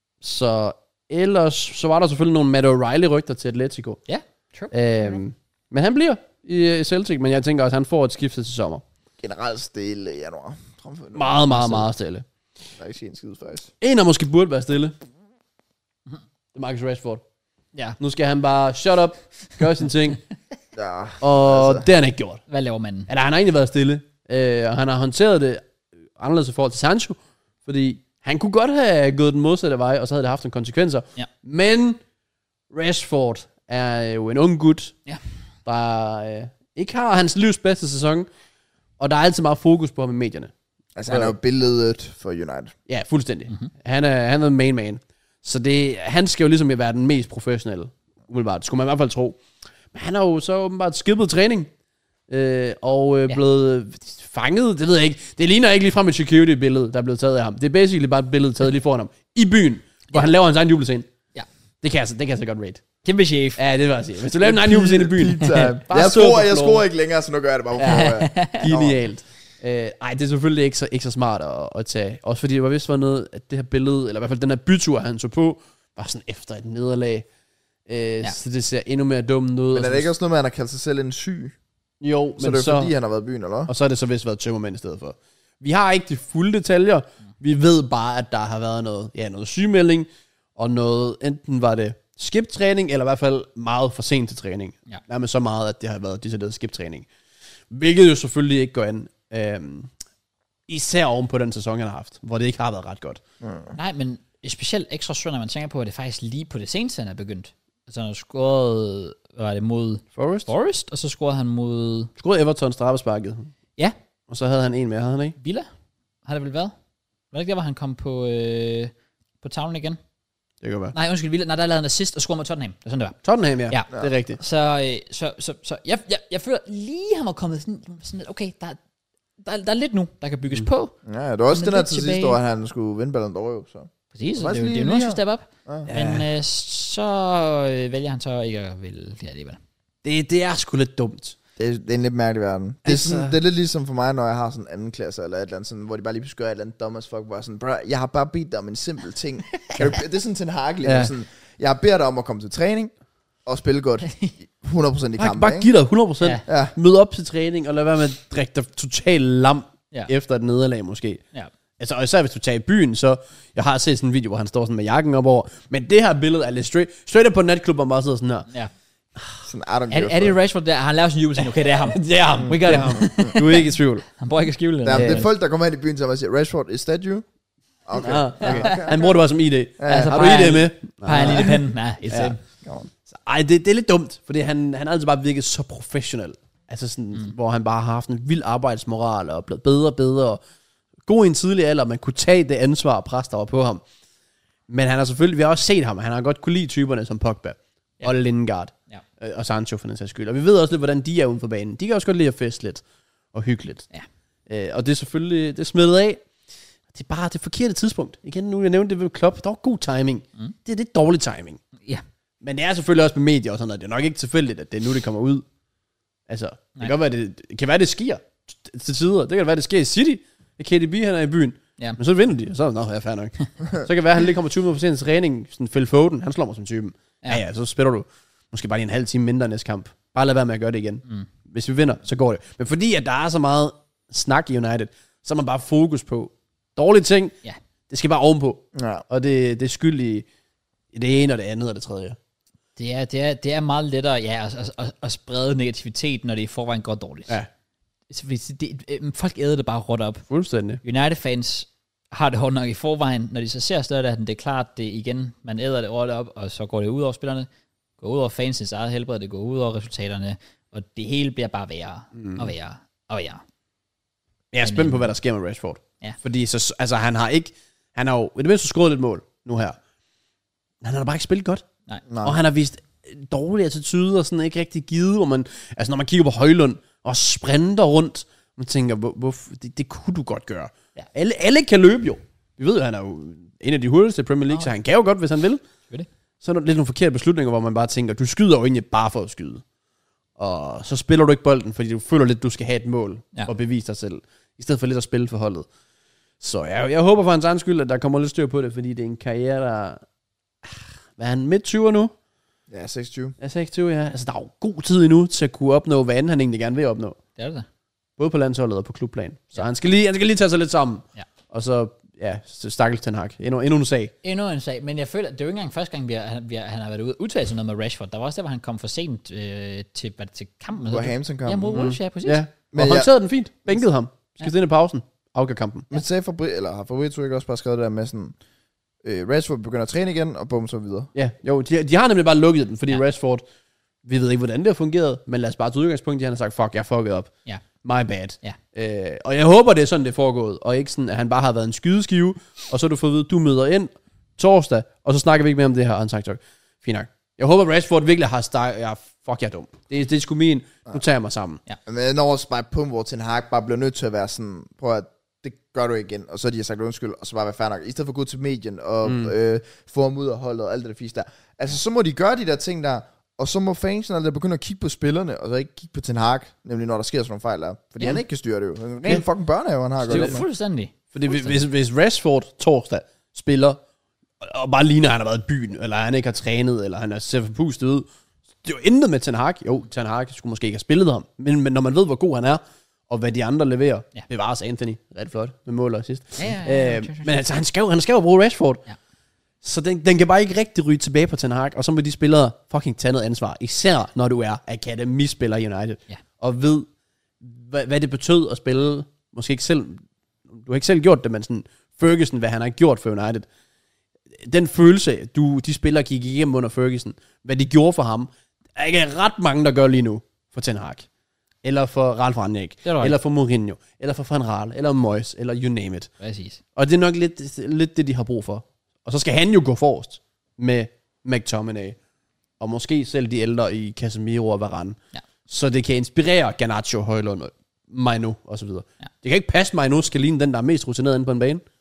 Så ellers, så var der selvfølgelig nogle Matt O'Reilly-rygter til Atletico. Ja, true. Øhm, men han bliver i Celtic, men jeg tænker også, at han får et skifte til sommer. Generelt stille i januar. Meget, meget, meget stille. Der er ikke en skid, faktisk. En, der måske burde være stille. Det er Marcus Rashford. Ja. Nu skal han bare shut up, gøre sine ting. Ja, og altså. Det har han ikke gjort. Hvad laver manden? Eller han har egentlig været stille. Øh, og han har håndteret det anderledes i forhold til Sancho. Fordi han kunne godt have gået den modsatte vej, og så havde det haft nogle konsekvenser. Ja. Men Rashford er jo en ung gut, ja. der øh, ikke har hans livs bedste sæson. Og der er altid meget fokus på ham i medierne. Altså han er jo billedet for United. Ja, fuldstændig. Mm-hmm. Han er han er main man. Så det, han skal jo ligesom være den mest professionelle, umiddelbart. Skulle man i hvert fald tro. Men han har jo så åbenbart skippet træning. Øh, og øh, ja. blevet fanget, det ved jeg ikke. Det ligner ikke ligefrem et security-billede, der er blevet taget af ham. Det er basically bare et billede taget lige foran ham. I byen, hvor ja. han laver hans egen jubelscene. Ja. Det kan jeg så, det kan jeg så godt rate. Kæmpe chef. Ja, det var jeg sige. Hvis du laver en egen jubelscene i byen. jeg skruer jeg skruer ikke længere, så nu gør jeg det bare. Ja. Genialt. Uh, ej, det er selvfølgelig ikke så, ikke så smart at, at tage. Også fordi det var vist var noget, at det her billede, eller i hvert fald den her bytur, han så på, var sådan efter et nederlag. Uh, ja. Så det ser endnu mere dumt ud. Men er det ikke også noget med, at han har kaldt sig selv en syg? Jo, så men det er så... fordi, han har været i byen, eller? Og så er det så vist været tømmermænd i stedet for. Vi har ikke de fulde detaljer. Vi ved bare, at der har været noget, ja, noget sygemelding, og noget, enten var det skiptræning, eller i hvert fald meget for sent til træning. Ja. Nærmest så meget, at det har været decideret skiptræning. Hvilket jo selvfølgelig ikke går an. Øhm, især oven på den sæson, han har haft, hvor det ikke har været ret godt. Mm. Nej, men specielt ekstra synd, når man tænker på, at det faktisk lige på det seneste, han er begyndt. Altså han har scoret, hvad var det, mod Forest? Forest, og så scorede han mod... Scorede Everton straffesparket. Ja. Og så havde han en mere, havde han ikke? Villa, har det vel været? Var det ikke der, hvor han kom på, øh, på tavlen igen? Det kan være. Nej, undskyld, Villa. Nej, der lavede han assist og scorede mod Tottenham. Det er sådan, det var. Tottenham, ja. Ja. Det er rigtigt. Så, øh, så, så, så jeg, jeg, jeg føler lige, han var kommet sådan, sådan lidt, okay, der, der, der er lidt nu, der kan bygges mm. på. Ja, det var også Men den her lidt til tilbage. sidste år, at han skulle vinde Ballon d'Or, jo, så. Præcis, Det så var det, er jo- lige- det er jo nu, lige han skal her. steppe op. Ja. Men øh, så øh, vælger han så ikke at vil det alligevel. Det, det er sgu lidt dumt. Det er, det er en lidt mærkelig verden. Det er, Altså- sådan, det er lidt ligesom for mig, når jeg har sådan en anden klasse, eller et eller andet, sådan, hvor de bare lige pludselig gør et eller andet dumb as fuck, hvor jeg sådan, bro, jeg har bare bedt dig om en simpel ting. Kan du, det er sådan til en hakel, Ja. ja. sådan, jeg beder dig om at komme til træning, og spille godt hundrede procent i Bare, kampen, bare ikke? giv dig hundrede procent. Ja. Ja. Mød op til træning, og lad være med at drikke dig totalt lam Ja. efter et nederlag måske. Ja. Altså, og især hvis du tager i byen, så... Jeg har set sådan en video, hvor han står sådan med jakken op over. Men det her billede er lidt straight. Straight up på en natklub, hvor man bare sidder sådan her. Ja. Sådan, I don't Er, give a er det fuck. Rashford der? Har han lavet sin jubel? Okay, det er ham. Det er ham. We got him. Du er ikke i tvivl. Han bruger ikke at skjule det. Ja, men det Ja. er folk, der kommer ind i byen til mig og siger, Rashford, is that you? Okay. Ah, okay. Han bruger det bare som I D. Altså, Har du peger I D med? Peger han lige i pennen? Nej, it's Ja. him. Så, ej, det, det er lidt dumt, fordi han, han har altid bare virket så professionel. Altså sådan, mm. hvor han bare har haft en vild arbejdsmoral, og blevet bedre og bedre, og god i en tidlig alder, man kunne tage det ansvar og pres, der var på ham. Men han har selvfølgelig, vi har også set ham, han har godt kunne lide typerne som Pogba, Ja. og Lingard, Ja. øh, og Sancho for den sags skyld. Og vi ved også lidt, hvordan de er uden for banen. De kan også godt lide at feste lidt, og hygge lidt. Ja. Øh, og det er selvfølgelig, det er smittet af. Det er bare det forkerte tidspunkt. Igen, nu jeg nævnte det ved Klopp, der var god timing. Mm. Det er lidt dårlig timing. Ja. Men det er selvfølgelig også med medier og sådan noget. Det er nok ikke tilfældigt, at det er nu, det kommer ud. Altså, det Nej. kan, godt være, det, det kan være, det sker t- til tider. Det kan være, det sker i City. At K D B, han er i byen. Ja. Men så vinder de, og så er det, nå, ja, fair nok. Så kan det være, at han lige kommer tyve minutter for sent til træning. Sådan Phil Foden, han slår mig som typen. Ja. Ja. ja, ja, så spiller du måske bare lige en halv time mindre næste kamp. Bare lad være med at gøre det igen. Mm. Hvis vi vinder, så går det. Men fordi at der er så meget snak i United, så er man bare fokus på dårlige ting. Ja. Det skal bare ovenpå. Ja. Og det, det er skyld i, i det ene og det andet og det tredje. Det er, det er, det er meget lettere ja, at, at, at, at sprede negativitet, når det i forvejen går dårligt. Ja, Så hvis det, øh, folk æder det bare råt op. fuldstændig. United-fans har det hårdt nok i forvejen. Når de så ser større, det er klart, det igen, man æder det råt op, og så går det ud over spillerne, går ud over fansens eget helbred, det går ud over resultaterne, og det hele bliver bare værre mm. og værre og værre. Jeg er spændt på, hvad der sker med Rashford. Ja. Fordi så, altså, han har ikke, han har jo i det mindste scoret lidt mål nu her. Men han har da bare ikke spillet godt. Nej. Nej. Og han har vist dårlige attitude og sådan ikke rigtig givet, hvor man, altså når man kigger på Højlund og sprinter rundt, man tænker, hvor, hvor, det, det kunne du godt gøre. Ja. Alle, alle kan løbe jo. Vi ved jo, han er jo en af de hurtigste i Premier League, oh. så han kan jo godt, hvis han vil. Selvfølgelig. Så er der lidt nogle forkerte beslutninger, hvor man bare tænker, du skyder jo egentlig bare for at skyde. Og så spiller du ikke bolden, fordi du føler lidt, du skal have et mål Ja. og bevise dig selv, i stedet for lidt at spille for holdet. Så jeg, jeg håber for hans egen skyld, at der kommer lidt styr på det, fordi det er en karriere, der... Hvad er han, midt tyverne nu? Ja, seksogtyve. Ja, seksogtyve, ja. Altså, der er jo god tid endnu til at kunne opnå, hvad end han egentlig gerne vil opnå. Det er det da. Både på landsholdet og på klubplan. Så han skal lige, han skal lige tage sig lidt sammen. Ja. Og så, ja, stakkels Ten Hag. Endnu, endnu en sag. Endnu en sag, men jeg føler, det er jo ikke engang første gang, vi har, han, vi har, han har været ude og udtale sig noget med Rashford. Der var også der, hvor han kom for sent øh, til, var det til kampen. Hvor Hampton kom. Ja, mod Wolves, ja, præcis. Ja, Men og jeg- håndterede den fint. Bænkede ham. Skal Ja. ja. ind i pausen. Afgør kampen. Men sagde Fabri, eller har Fabrizio ikke også bare skrevet det der med sådan, øh, Rashford begynder at træne igen, og bum, så videre. Ja, jo, de, de har nemlig bare lukket den, fordi Ja. ja. Rashford, vi ved ikke, hvordan det har fungeret, men lad os bare tage udgangspunkt i, at han har sagt, fuck, jeg fucked op. Ja. My bad. Ja. Øh, og jeg håber, det er sådan, det er foregået, og ikke sådan, at han bare har været en skydeskive, og så har du fået at vide, du møder ind torsdag, og så snakker vi ikke mere om det her, og han sagt, fint nok. Jeg håber, Rashford virkelig har startet, ja, fuck, jeg er dum. Det, det er sgu min, nu tager jeg mig sammen. Men jeg når også bare et punkt, hvor Ten Hag bare bliver nødt til at være sådan, prøv at det gør du igen, og så har de sagt undskyld, og så bare være fair nok. I stedet for at gå til medien og mm. øh, få ham ud af holdet og alt det der fisk der. Altså, så må de gøre de der ting der, og så må fansen altså begynde at kigge på spillerne, og så ikke kigge på Ten Hag, nemlig når der sker sådan nogle fejl der. Fordi Ja. han ikke kan styre det jo. Han er Ja. en fucking børnehave, han har Det er godt jo med. fuldstændig. Fordi hvis, hvis Rashford torsdag spiller, og bare ligner, at han har været i byen, eller han ikke har trænet, eller han er ser forpustet ud, det var intet med Ten Hag. Jo, Ten Hag skulle måske ikke have spillet ham, men, men når man ved, hvor god han er, og hvad de andre leverer, ja. bevares Anthony ret flot med mål og sidst. Ja, ja, ja, ja, øh, men altså, han skal jo, han skal jo bruge Rashford. Ja. Så den, den kan bare ikke rigtig ryge tilbage på Ten Hag, og så må de spillere fucking tage noget ansvar, især når du er akademispiller i United, ja. og ved, hvad, hvad det betød at spille, måske ikke selv, du har ikke selv gjort det, men sådan Ferguson, hvad han har gjort for United. Den følelse, du, de spillere gik igennem under Ferguson, hvad de gjorde for ham, er ikke ret mange, der gør lige nu for Ten Hag. Eller for Ralf Rangnick, eller for Mourinho, eller for Van Gaal, eller Moyes, eller you name it. Præcis. Og det er nok lidt, lidt det, de har brug for. Og så skal han jo gå forrest med McTominay, og måske selv de ældre i Casemiro og Varane. Ja. Så det kan inspirere Garnacho, Højlund, Maino og så videre. Ja. Det kan ikke passe, Maino skal ligne den, der er mest rutineret inde på en bane.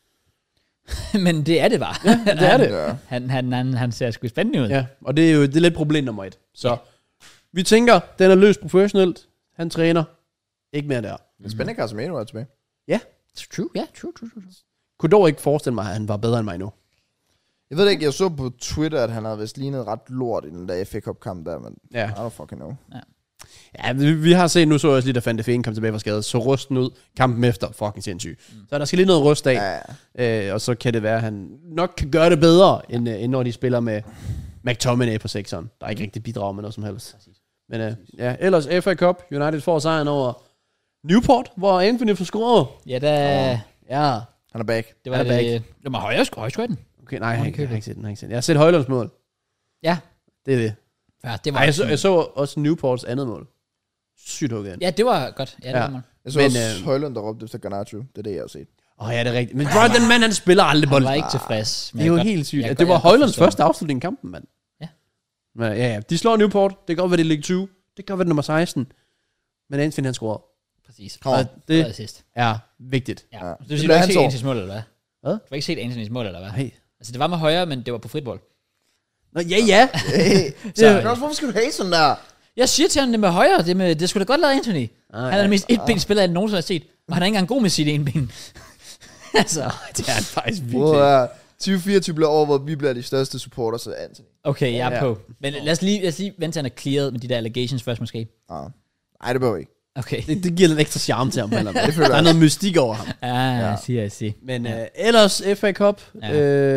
Men det er det bare. Ja, det er det. Ja. Han, han, han, han ser sgu spændende ud. Ja, og det er jo det er lidt problem nummer et. Så ja. Vi tænker, den er løst professionelt. Han træner. Ikke mere der. Men spændende, Casemiro er tilbage. Ja. True, ja, true, true, true. Kunne dog ikke forestille mig, at han var bedre end mig nu. Jeg ved ikke, jeg så på Twitter, at han havde vist lignet ret lort i den der F A Cup kamp der, men ja. I don't fucking know. Ja. Ja, vi, vi har set, nu så jeg også lige, da Van de Ven kom tilbage fra skadet, så rusten ud, kampen efter, fucking sindssyg. Mm. Så der skal lige noget rust af, ja, ja. Øh, og så kan det være, at han nok kan gøre det bedre, end, end når de spiller med McTominay på sekseren, der ikke rigtig bidrager med noget som helst. Men øh, ja, ellers F A Cup, United får sejren over Newport, hvor Anthony får scoret. Ja, da... Oh, ja. Han er back. Det var det, det var højere skøjten. Okay, nej, jeg har ikke, jeg har ikke set den. Jeg har, ikke set den. Jeg har set Højlunds mål. Ja. Det er det. Ja, det var Ej, jeg, så, jeg så også Newports andet mål. Sygt hugget ind. Ja, det var godt. Ja, det ja. var mål. Jeg så Men, også øh, Højlund, der råbte efter Garnacho. Det er det, jeg har set. Åh oh, ja, det er rigtigt. Men bro, den mand, han spiller aldrig bold. Han var ikke tilfreds. Det er jo godt, helt sygt. jeg, Det var jeg, Højlunds jeg første afslutning i kampen, mand. Ja. Men, ja, ja. De slår Newport. Det kan godt være, det ligger tyve. Det kan godt være, det nummer seksten. Men Anthony, han scorer. Præcis. Og det var sidst. er vigtigt. Ja. Ja. Det vil sige, du har ikke set Anthony's mål, eller hvad? Hvad? Du har ikke set Anthony's mål, eller hvad? Nej. Altså, det var med højre, men det var på fritbold. Nå, ja, ja. Hey, så, hvorfor skal du have sådan der? Jeg siger til ham, det med højre, det, med, det skulle da godt lade Anthony. Ah, han er den mest etben spiller, jeg nogensinde har set. Og han er ikke engang god med sit ene ben. altså, det er han faktisk virkelig. Wow, tyve fireogtyve bliver over, hvor vi bliver de største supporters af Anthony. Okay, jeg er ja. på. Men lad os lige, lad os lige vente til han er clearet med de der allegations først måske. Ah. Nej, det behøver vi ikke. Okay. Det, det giver lidt ekstra charme til ham. Eller det der er noget mystik over ham. Ah, ja, jeg siger, jeg siger. Men ja. øh, ellers F A Cup. Ja.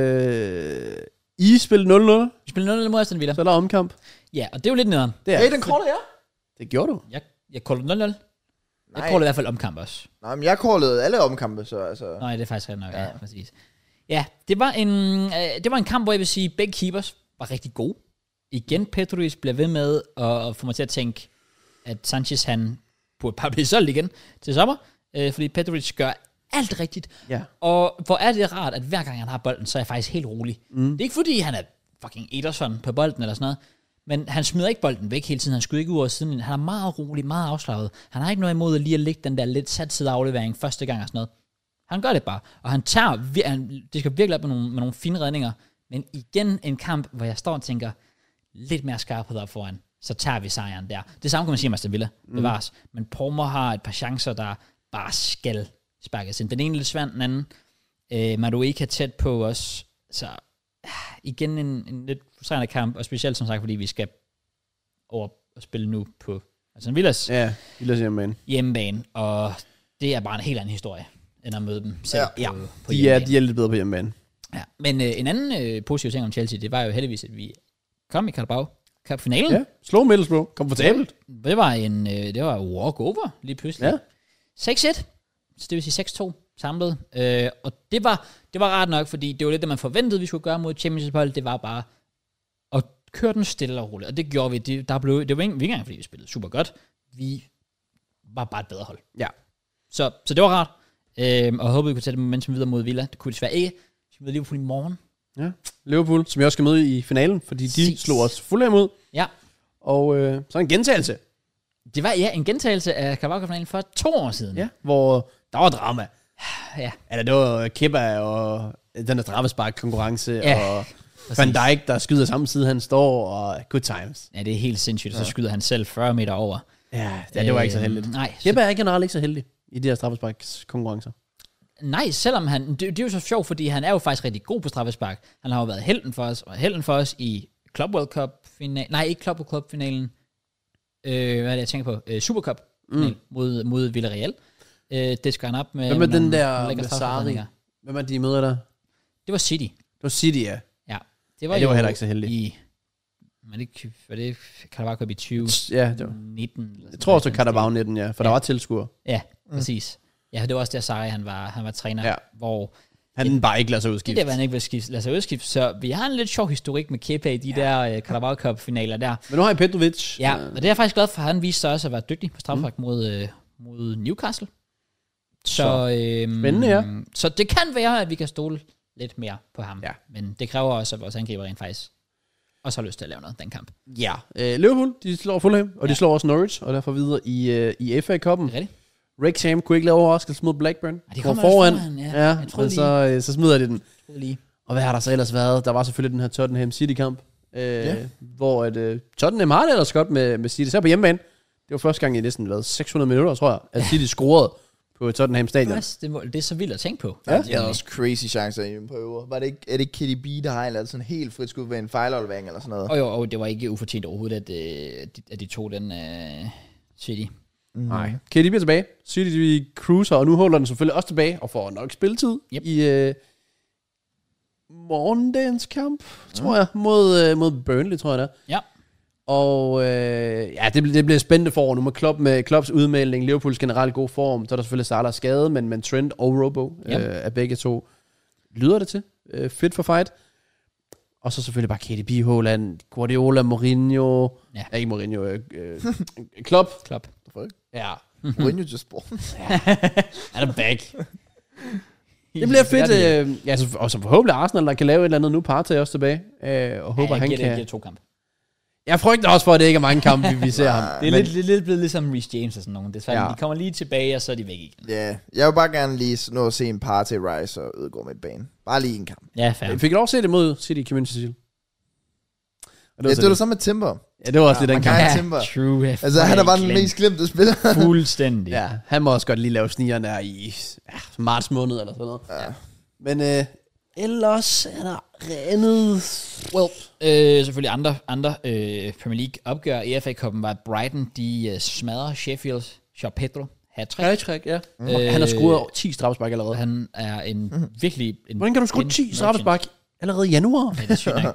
Øh, I spillede nul nul. Vi spillede nul nul mod Aston Villa. Så er der omkamp. Ja, og det er jo lidt nederen. Det er. Hey, den callede jeg. Det gjorde du. Jeg, jeg callede nul nul. Jeg callede i hvert fald omkamp også. Nej, men jeg callede alle omkampe, så altså... Nej, det er faktisk rigtig nok, ja. ja, præcis. Ja, det var, en, øh, det var en kamp, hvor jeg vil sige, begge keepers var rigtig gode. Igen, Petrovic bliver ved med at, at få mig til at tænke, at Sanchez, han burde bare blive solgt igen til sommer, øh, fordi Petrovic gør alt rigtigt. Ja. Og hvor er det rart, at hver gang han har bolden, så er jeg faktisk helt rolig. Mm. Det er ikke fordi, han er fucking Ederson på bolden eller sådan noget, men han smider ikke bolden væk hele tiden. Han skyder ikke ud over siden. Han er meget rolig, meget afslappet. Han har ikke noget imod at lige at lægge den der lidt satsede aflevering første gang og sådan noget. Han gør det bare. Og han tager, han, det skal virkelig op med nogle, med nogle fine redninger. Men igen en kamp, hvor jeg står og tænker, lidt mere skarphed op foran, så tager vi sejren der. Det samme kan man sige om Aston Villa, bevares. Mm. Men Palmer har et par chancer, der bare skal sparkes ind. Den ene lidt svand, den anden. Øh, Madueke er tæt på os. Så øh, igen en, en lidt frustrerende kamp, og specielt som sagt, fordi vi skal over og spille nu på Aston Villas ja, Villas hjemmebane. hjemmebane, og det er bare en helt anden historie, end at møde dem selv ja. på, på de, er, de er lidt bedre på hjemmebane. Ja. Men øh, en anden øh, positiv ting om Chelsea, det var jo heldigvis, at vi kom i Carabao Cup-finalen. Ja, slå Middlesbrough. Komfortabelt. Det var en øh, det var walk-over lige pludselig. Ja. seks et, så det vil sige seks to samlet. Øh, og det var, det var rart nok, fordi det var lidt det, man forventede, vi skulle gøre mod Championship-hold. Det var bare at køre den stille og roligt. Og det gjorde vi. Det, der blev, det var ikke, ikke engang, fordi vi spillede super godt. Vi var bare et bedre hold. Ja. Så, så det var rart. Øh, og jeg håber, vi kunne tage det momentum videre mod Villa. Det kunne desværre ikke. Vi skal møde Liverpool i morgen. Ja, Liverpool, som jeg også skal møde i finalen, fordi de Sis. slog os Fulham ud. Ja. Og øh, så en gentagelse. Det var, ja, en gentagelse af Carabao-finalen for to år siden. Ja, hvor der var drama. Ja. Eller det var Kepa og den der straffespark-konkurrence, ja, og præcis. Van Dijk, der skyder samme side, han står, og good times. Ja, det er helt sindssygt, ja. Så skyder han selv fyrre meter over. Ja, det, det var ikke så heldigt. Øh, nej. Kepa er generelt ikke så heldig i de her straffespark-konkurrencer. Nej, selvom han, det, det er jo så sjovt, fordi han er jo faktisk rigtig god på straffespark. Han har jo været helten for os, og helten for os i Club World Cup final, nej, ikke Club World Cup finalen, øh, hvad er det, jeg tænker på, øh, Super Cup mm. mod, mod Villarreal. Øh, det skal han op med. Hvem er den der med Sarri? Hvem er de møder der? Det var City. Det var City, ja. Ja, det var, ja, det var heller ikke så heldigt. I, men det, var det Carabao Cup i tyve ja, det var. nitten? Jeg tror også, det var Carabao nitten, ja, for ja. der var tilskuere. Ja, mm. præcis. Ja, det var også der Sarri, han var, han var træner, ja. hvor... Han det, bare ikke lader sig udskifte. Det var han ikke lader sig udskifte, så vi har en lidt sjov historik med Kepa i de ja. der uh, Carabao Cup-finaler der. Men nu har jeg Petrovic. Ja, og det er jeg faktisk glad for, han viste sig også at være dygtig på straffespark mm. mod, uh, mod Newcastle. Så, så øhm, spændende, ja. Så det kan være, at vi kan stole lidt mere på ham. Ja. Men det kræver også, at vores angriber rent faktisk også har lyst til at lave noget, den kamp. Ja. Øh, Liverpool, de slår Fulham, og ja. de slår også Norwich, og derfor videre i, uh, i F A-koppen. Det er rigtigt. Wrexham kunne ikke lave overraskelse mod Blackburn. Ja, de kommer foran, foran, ja. ja og så, så smider de den. Lige. Og hvad har der så ellers været? Der var selvfølgelig den her Tottenham City-kamp, øh, ja. hvor et, uh, Tottenham har det ellers godt med, med City. Så på hjemmebane. Det var første gang i næsten været seks hundrede minutter, tror jeg, at City scorede på Tottenham Stadion. Det, må, det er så vildt at tænke på. Ja, det er også crazy chancer i en periode. Var det ikke, er det ikke K D B, der har en sådan helt frit skud ved en fejlaflevering eller sådan noget? Og jo, og det var ikke ufortjent overhovedet, at, at, de, at de tog den uh, City. Mm. Nej. K D B er tilbage. City de cruiser, og nu holder den selvfølgelig også tilbage, og får nok spilletid yep. i uh, morgendagens kamp, tror mm. jeg, mod, uh, mod Burnley, tror jeg det er. Ja. Og uh, ja, det, det bliver spændende forår nu med Klopp, med Klopps udmelding, Liverpools generelt god form, så er der selvfølgelig Salah skade, men, men Trent og Robo yep. uh, er begge to, lyder det til, uh, fit for fight. Og så selvfølgelig bare K D B, Haaland, Guardiola, Mourinho, ja, ja ikke Mourinho, uh, uh, Klopp. Klopp. Ja. Mourinho just born. Er der back. Det bliver fedt. Øh, ja, så, og så forhåbentlig Arsenal, der kan lave et eller andet nu. Partey også tilbage. Øh, og håber, ja, han det, kan... Det to kampe. Jeg frygter også for, at det ikke er mange kampe, vi, vi ser ham. Det er lidt, lidt, lidt blevet ligesom Reece James og sådan nogen. Det er ja. De kommer lige tilbage, og så er de væk igen. Ja, yeah. Jeg vil bare gerne lige nå at se en Partey, Rice og Ødegaard med et bane. Bare lige en kamp. Ja, fair. Jeg fik lov at se det mod City Community Shield. Det var, ja, det var samme med Timber. Ja, det var også ja, lidt den kamp. Ja, Timber. True. Altså, han er bare den mest glemte spiller. Fuldstændig. Ja, han må også godt lige lave snigeren der i ja, marts måned eller sådan noget. Ja. Men øh, ellers er der rendet... Well, øh, selvfølgelig andre, andre øh, Premier League opgør i F A-cuppen var, at Brighton, de øh, smadrer Sheffield, João Pedro, hat-trick. Hat-trick, ja. Mm. Øh, han har scoret ti straffespark allerede. Han er en mm. virkelig... En, Hvordan kan du score ti straffespark allerede i januar? Ja, det er sygt nok.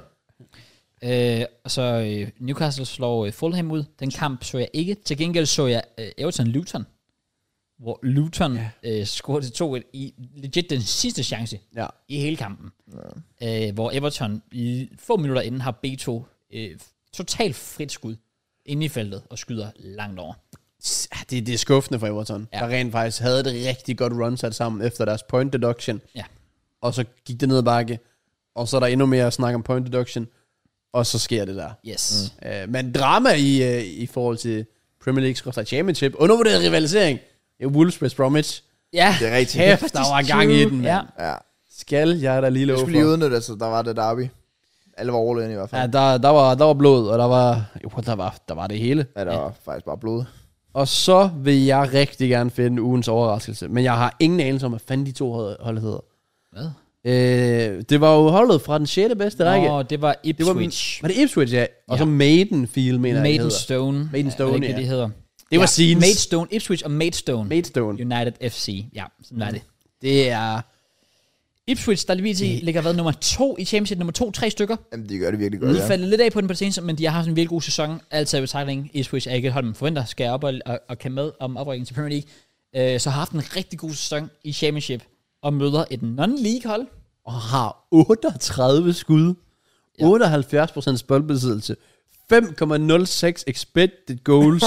Øh, og så øh, Newcastle slår øh, Fulham ud. Den kamp så jeg ikke. Til gengæld så jeg øh, Everton Luton, hvor Luton ja. øh, scorede til to et i legit den sidste chance ja. i hele kampen. Ja. Øh, hvor Everton i få minutter inden har B to øh, totalt frit skud inde i feltet og skyder langt over. Det, det er skuffende for Everton, ja. der rent faktisk havde det rigtig godt run sat sammen efter deres point deduction. Ja. Og så gik det ned ad bakke, og så er der endnu mere at snakke om point deduction. Og så sker det der. Yes. Mm. Uh, men drama i, uh, i forhold til Premier League Championship. Undervurderet rivalisering. Det er Wolves West Bromwich. Ja. Det er rigtigt. Kæft, der var gang i den. Ja. Ja. Skal jeg da lige love for. Jeg skulle lige udnytte det, så der var det derby. Alle var all in i hvert fald. Ja, der, der, var, der var blod, og der var, jo, der var, der var det hele. Ja, der ja. var faktisk bare blod. Og så vil jeg rigtig gerne finde ugens overraskelse. Men jeg har ingen anelse om, hvad fanden de to hold hedder. Hvad? Øh, det var jo holdet fra den sjette bedste række. Åh, det var Ipswich. Det var, var det Ipswich, ja. Og ja. så Maidenfield, mener jeg, Maidstone. Maidstone, ja. Det, det hedder. Det var ja, scenes. Maidstone, Ipswich og Maidstone. Maidstone. United F C. Ja, sådan var det. Det er... Ipswich, der lige ligger hvad, nummer to i Championship, nummer to, tre stykker. Jamen, de gør det virkelig godt, ja. De faldt lidt af på den på det seneste, men de har haft en virkelig god sæson. Altså i betragtning, Ipswich er ikke et hold, man forventer, skal op og, og, og kan med om oprykning til Premier League. Uh, så har haft en rigtig god sæson i Championship, og møder et non-league hold. Og har otteogtredive skud, ja. otteoghalvfjerds procent boldbesiddelse, fem komma nul seks expected goals,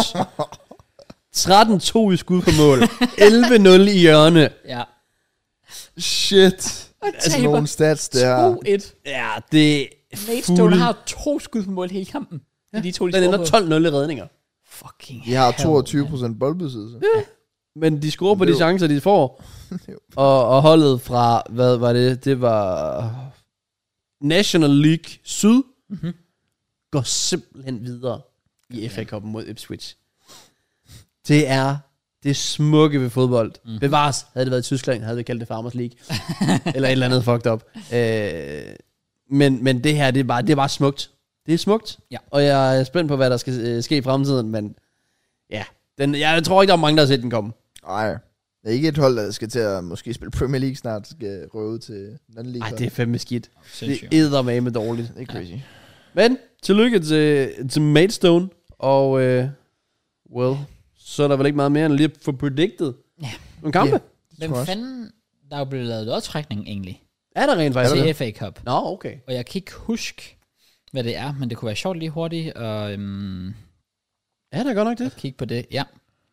tretten to i skud på mål, elleve nul i hjørne. Ja. Shit. Altså nogle stats der. to et. Ja, det er Maidstone har to skud på mål hele kampen. Ja. De to, de den ender tolv nul i redninger. Fucking de har toogtyve procent boldbesiddelse. Ja. Men de scorer på de chancer, de får. og, og holdet fra, hvad var det? Det var National League Syd. Mm-hmm. Går simpelthen videre i F A-cuppen mod Ipswich. Det er det smukke ved fodbold. Mm. Bevares, havde det været i Tyskland, havde vi kaldt det Farmers League. Eller et eller andet fucked up. Øh, men, men det her, det er bare, det er bare smukt. Det er smukt. Ja. Og jeg er spændt på, hvad der skal øh, ske i fremtiden, men ja, den, jeg tror ikke, der er mange, der har set den komme. Nej, det er ikke et hold, der skal til at måske spille Premier League snart, skal røve til den anden liga. Nej, det er fandme skidt. Sindssygt. Det æder med dårligt. Det er crazy. Ja. Men tillykke til, til Maidstone, og øh, well, så er der vel ikke meget mere end lige for predicted. Ja. Nogle kampe. Yeah. Hvem fanden, der er jo blevet lavet lodtrækning egentlig, Er der rent faktisk? til F A Cup. Nå, okay. Og jeg kan ikke huske, hvad det er, men det kunne være sjovt lige hurtigt at øhm, Er der godt nok det? kigge på det. Ja,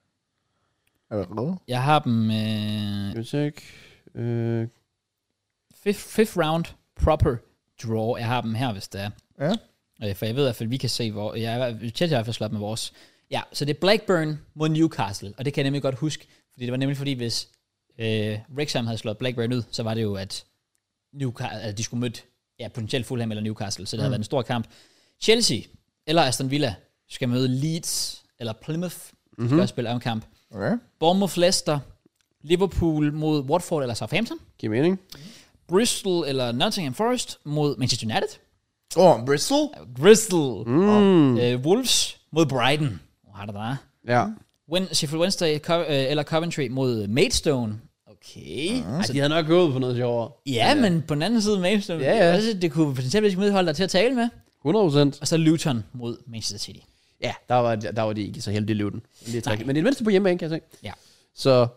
Er der noget? jeg har dem øh, Skal vi tjekke? Øh, fifth, fifth round proper draw. Jeg har dem her, hvis det er. Ja. Øh, for jeg ved i hvert fald, vi kan se, hvor jeg Chelsea har i hvert fald slået med vores. Ja, så det er Blackburn mod Newcastle, og det kan jeg nemlig godt huske, fordi det var nemlig fordi, hvis øh, Wrexham havde slået Blackburn ud, så var det jo, at, Newcastle, at de skulle møde ja, potentielt Fulham eller Newcastle, så det mm. havde været en stor kamp. Chelsea eller Aston Villa skal møde Leeds eller Plymouth, mm-hmm. skal også spille en kamp. Okay. Bournemouth, Leicester, Liverpool mod Watford eller Southampton, giver mening. Bristol eller Nottingham Forest mod Manchester United, Åh, oh, Bristol? Bristol, Mm. øh, Wolves mod Brighton, hvor har der der? Ja. Win- Sheffield Wednesday Co- øh, eller Coventry mod Maidstone. Okay. Ej, de havde nok gået på noget sjovere. Ja, men, men på den anden side Maidstone, Ja, ja. også, det kunne potentielt være holde dig til at tale med. hundrede procent. Og så Luton mod Manchester City. Ja, der var, der var de ikke så heldige i Luton. Men det er Nej. men det er det mindste på hjemmebane, kan jeg se. Ja. Så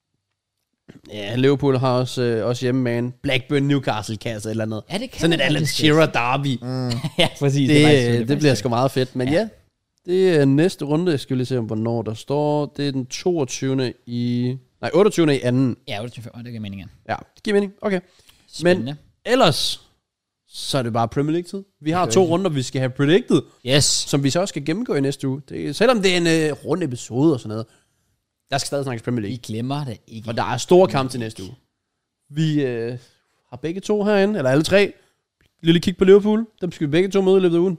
ja, Liverpool har også, øh, også hjemmebane. Blackburn, Newcastle kan altså et eller andet. Ja, det kan Sådan et være Alan lidt Shearer derby. Mm. Ja, præcis. Det, er det, faktisk- det, det faktisk- bliver sgu meget fedt. Men Ja. ja, ja det er næste runde. Jeg skal lige se, hvornår der står. Det er den toogtyvende i... Nej, otteogtyvende i anden. Ja, otteogtyve, det giver meningen. Ja, det giver mening. Okay. Spændende. Ellers, så er det bare Premier League-tid. Vi har Okay. to runder, vi skal have predicted, Yes. som vi så også skal gennemgå i næste uge. Det, selvom det er en uh, rund episode og sådan noget, der skal stadig snakkes Premier Vi League. glemmer det ikke. Og der er store kampe til næste uge. Vi øh, har begge to herinde, eller alle tre. Lille kig på Liverpool. Dem skal vi begge to møde i løbet af ugen.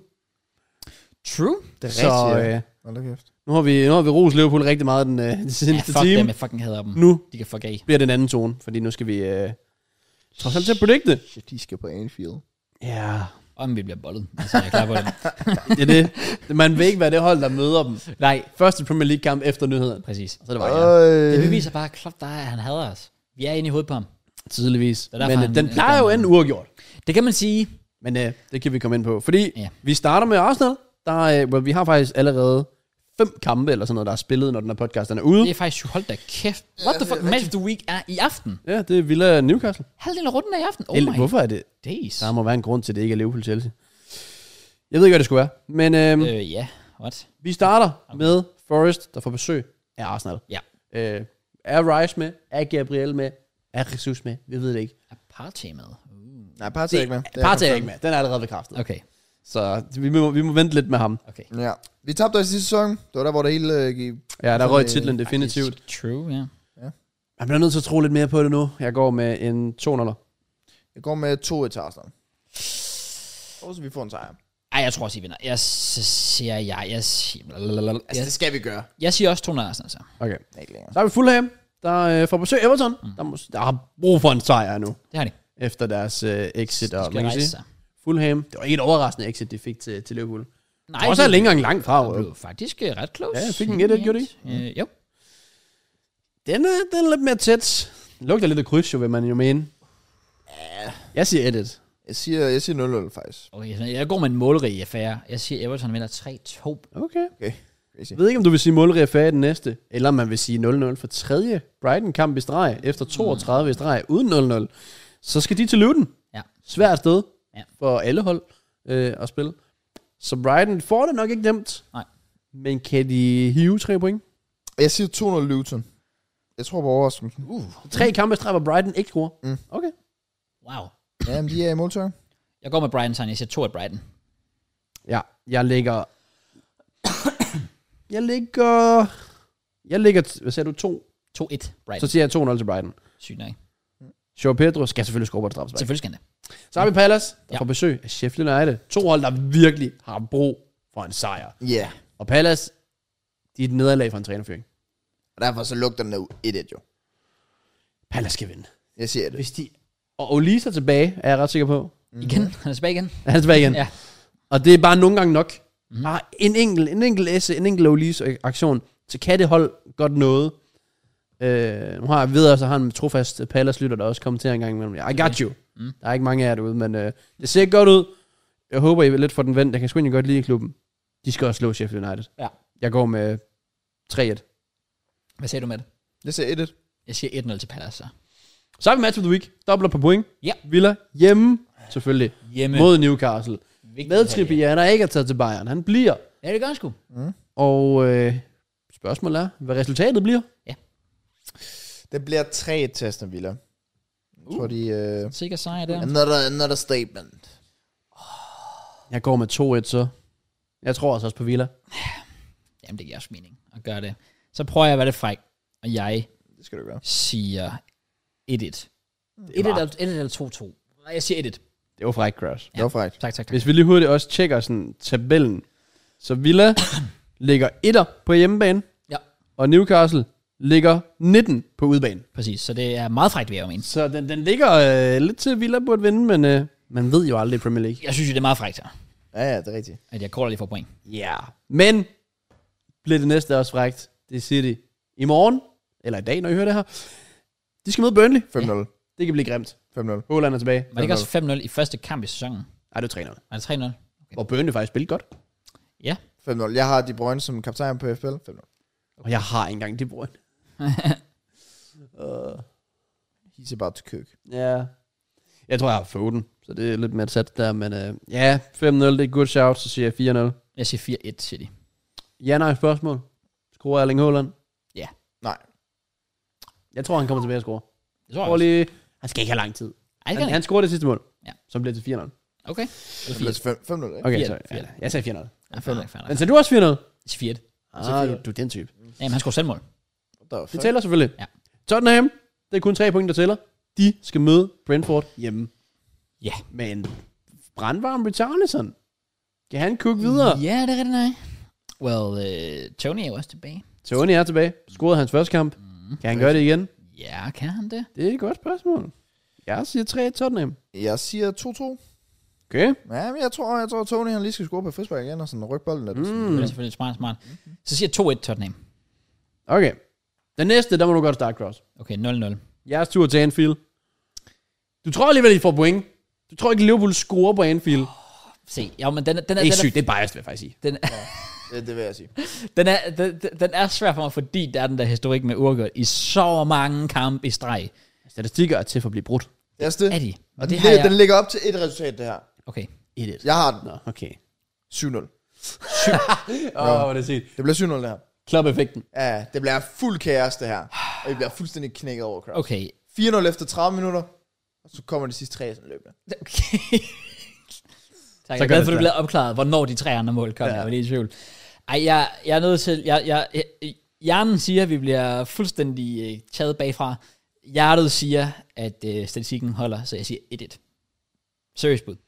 True. Det er Så rigtigt, ja. øh, Hold da kæft. nu har vi, nu har vi rost Liverpool rigtig meget den, øh, den Ja, seneste fuck time. dem, jeg fucking hader dem. Nu De kan fuck af. bliver det en anden tone, fordi nu skal vi øh, trods alt til at predicte. Shit, de skal på Anfield. Ja, Om vi bliver bollet. Altså, jeg er klar på det. det er det. Man ved ikke, hvad det hold, der møder dem. Nej, Første Premier League-kamp efter nyheden. præcis. Så det var jeg. Det Øh. beviser bare klart, der er, at han hader os. Vi er inde i hovedet på ham. Tydeligvis. er derfor, Men øh, han- den han plejer jo gør enden uafgjort. Det kan man sige. Men øh, det kan vi komme ind på. Fordi Ja. vi starter med Arsenal. Der, øh, well, vi har faktisk allerede fem kampe eller sådan noget, der er spillet, når den her podcast den er ude. Det er faktisk, hold da kæft. What the fuck? Match of the week er i aften. Ja, det er Villa Newcastle. Halvdelen af runden er i aften. Oh Eller, my hvorfor er det? days. Der må være en grund til, at det ikke er Liverpool Chelsea. Jeg ved ikke, hvad det skulle være. Men øhm, øh. Øh, ja. What? vi starter med Forest, der får besøg af Arsenal. Ja. Øh, er Rice med? Er Gabriel med? Er Jesus med? Vi ved det ikke. Er Partey med? Uh. Nej, Partey er ikke med. Det er Partey er confirmed. ikke med. Den er allerede bekræftet. Okay. Så vi må, vi må vente lidt med ham. Okay. Ja. Vi tabte os i sidste sæson. Det var der, hvor det hele uh, gik. Ja, der Så røg det- titlen definitivt. Faktisk True, ja. Jeg bliver nødt til at tro lidt mere på det nu. Jeg går med en to nul. Jeg går med to et til Arsenal. Og så vi får en sejr. Ej, jeg tror også, I vinder. Jeg s- siger ja. Jeg siger, Altså, jeg, det skal vi gøre. jeg siger også to nul Arsenal, så. Okay. Ikke længere. Så har vi Fulham, der øh, får besøg af Everton. Mm. Der, må, der har brug for en sejr nu. Det har de. Efter deres øh, exit. De Og, skal man kan rejse sige, sig. Fulham, det var ikke et overraskende exit, de fik til, til Liverpool. Nej, Det var også længere langt fra. Det blev faktisk øh, ret close. Ja, jeg fik en et et, gjorde det ikke? Øh, jo. Den er, den er lidt mere tæt. Den lugter lidt af kryds, jo, vil man jo mene. Jeg siger et et. Jeg siger, jeg siger nul nul faktisk. Okay, så jeg går med en målrig affære. Jeg siger, Everton vinder tre to. Okay. Okay. Crazy. Jeg ved ikke, om du vil sige målrig affære i den næste, eller om man vil sige nul nul for tredje Brighton-kamp i streg, efter toogtredive i streg, uden nul nul. Så skal de til Luton. Ja. Svært sted Ja. for alle hold øh, at spille. Så Brighton får det nok ikke nemt. Nej. Men kan de hive tre point? Jeg siger to nul Luton. Jeg tror på overraskelsen. Uh, Tre kampe i streg, hvor Brighton ikke scorer. Mm. Okay. wow. Jamen, de er i måltør. Jeg går med Brighton, så jeg siger to af Brighton. Ja, jeg ligger... jeg ligger... Jeg ligger... Hvad sagde du? To? to et Brighton. Så siger jeg to nul til Brighton. Sygt nok. Joe Pedro skal selvfølgelig score på et straffespark. Selvfølgelig skal han det. Så har vi Palace, der Ja. får besøg af Sheffield United. To hold, der virkelig har brug for en sejr. Ja. Yeah. Og Palace, de er et nederlag for en trænerfyring. Og derfor så lugter den af et et jo. Palace skal vinde. Jeg siger det. Hvis de... Og Olise er tilbage, er jeg ret sikker på. Igen. Han er tilbage igen. Han er tilbage igen. Ja. Og det er bare nogle gange nok. Mm. Bare en enkelt, en enkelt esse, en enkelt Olise-aktion, så kan det holde godt noget. Øh, nu har jeg ved også, at han en trofast Palace-lytter, der også kommenterer en gang imellem. I got you. Mm. Der er ikke mange af jer derude, men øh, det ser godt ud. Jeg håber, I vil lidt få den vendt. Jeg kan sgu egentlig godt lide klubben. De skal også slå Sheffield United. Ja. Jeg går med tre et. Hvad siger du med det? Jeg siger et et. Jeg siger et nul til Palace, så. Så er vi match of the week. Dobbler på point. Ja. Villa hjemme, selvfølgelig. Hjemme. Mod Newcastle. Vigtigt Med at have Trippier, der ikke er taget til Bayern. Han bliver. Ja, det gør han sgu. Mm. Og øh, spørgsmålet er, hvad resultatet bliver. Det bliver tre et til Aston Villa. Jeg Uh. tror, de... Uh, Sikker sejr der. another, another statement. Jeg går med to et, så. Jeg tror også på Villa. Jamen, det giver også mening at gøre det. Så prøver jeg at være lidt fræk, og jeg Det skal du gøre. siger et et. et et eller to to. Nej, jeg siger et et. Det var frækt, Crash. Det var frækt. Tak, tak, tak. Hvis vi lige hurtigt også tjekker sådan tabellen. Så Villa ligger etter på hjemmebane. Ja. Og Newcastle ligger nitten på udebane. Præcis, så det er meget frækt, vil jeg jo mene. Så den, den ligger øh, lidt til Villa burde vinde, men øh, man ved jo aldrig i Premier League. Jeg synes jo, det er meget frækt her, Ja, ja, det er rigtigt. at jeg caller lige for point. Ja. Yeah. Men bliver det næste også frækt. Det er City. I morgen, eller i dag, når I hører det her. De skal møde Burnley. fem nul. Det kan blive grimt. fem nul. Haaland er tilbage. Var det ikke også fem nul i første kamp i sæsonen? Ej, det er tre nul. Var det tre nul? Okay. Hvor Burnley faktisk spillede godt. Ja. fem nul. Jeg har De Bruyne som kaptajn på F P L. fem nul. Og jeg har ikke engang De Bruyne. uh, He's about to cook. ja. Jeg tror, jeg har Foden. Så det er lidt mere sat der. Men uh, ja, fem nul, det er et good shout. Så siger jeg fire nul. Jeg siger fire et City. Ja, nej, spørgsmål. Skruer Erling Haaland? Ja. Nej. Jeg tror, han kommer tilbage at score. Det tror jeg Prøv også. lige. Han skal ikke have lang tid. Ej, Han, han scorer det sidste mål. Ja. Som bliver til fire nul. Okay. Det bliver fem nul, ikke? Okay, Fire- så fire. ja, jeg sagde fire nul. Ja, fair nok, fair nok. Men så du også fire nul? Jeg siger fire et. Ah, du, du er den type. Jamen, han skulle selvmål. Det tæller selvfølgelig. Ja. Tottenham, det er kun tre point, der tæller. De skal møde Brentford hjemme. Ja. Med en brandvarm Richarlison. Kan han cook videre? Ja, det er rigtigt, nej. Well, uh, Tony er jo også tilbage. Tony er tilbage. Scorede hans første kamp. Mm. Kan han gøre det igen? Ja, kan han det? Det er et godt spørgsmål. Jeg siger tre et Tottenham. Jeg siger to to. Okay. Ja, men jeg tror, jeg tror Tony han lige skal score på frispark igen, og sådan rykke bolden lidt. Mm. Det er selvfølgelig smart, smart. Så siger jeg to et Tottenham. Okay. Den næste, der må du godt starte, Cross. Okay, nul nul. Jeres tur til Anfield. Du tror alligevel, I får point. Du tror ikke, Liverpool scorer på Anfield. Se, ja, men den, den, er, Det er den, ikke er, sygt, det er biased, vil jeg faktisk sige. den, Det, det vil jeg sige. den, er, den, den er svær for mig, fordi der er den der historik med uafgjort i så mange kampe i streg. Statistikker er til for at blive brudt. Det er det. Er de? Og Og det det har jeg... den ligger op til et resultat, det her. Okay. et et. Jeg har den. Nå, okay. syv nul. Åh, oh, hvor det sygt. Det bliver syv nul, det her. Club-effekten. Ja, det bliver fuld kaos, det her. Og I bliver fuldstændig knækket over, Kraus. Okay. fire nul efter tredive minutter, og så kommer de sidste tre sådan løbende. Okay. Tak, jeg er gør glad det for, at du svært. bliver opklaret, hvornår de tre andre mål kom. Ja. Ja. Jeg var lige i tvivl. Ej, jeg, jeg er nødt til... Jeg, jeg, jeg, hjernen siger, at vi bliver fuldstændig øh, taget bagfra. Hjertet siger, at øh, statistikken holder, så jeg siger et et. Seriøst bud.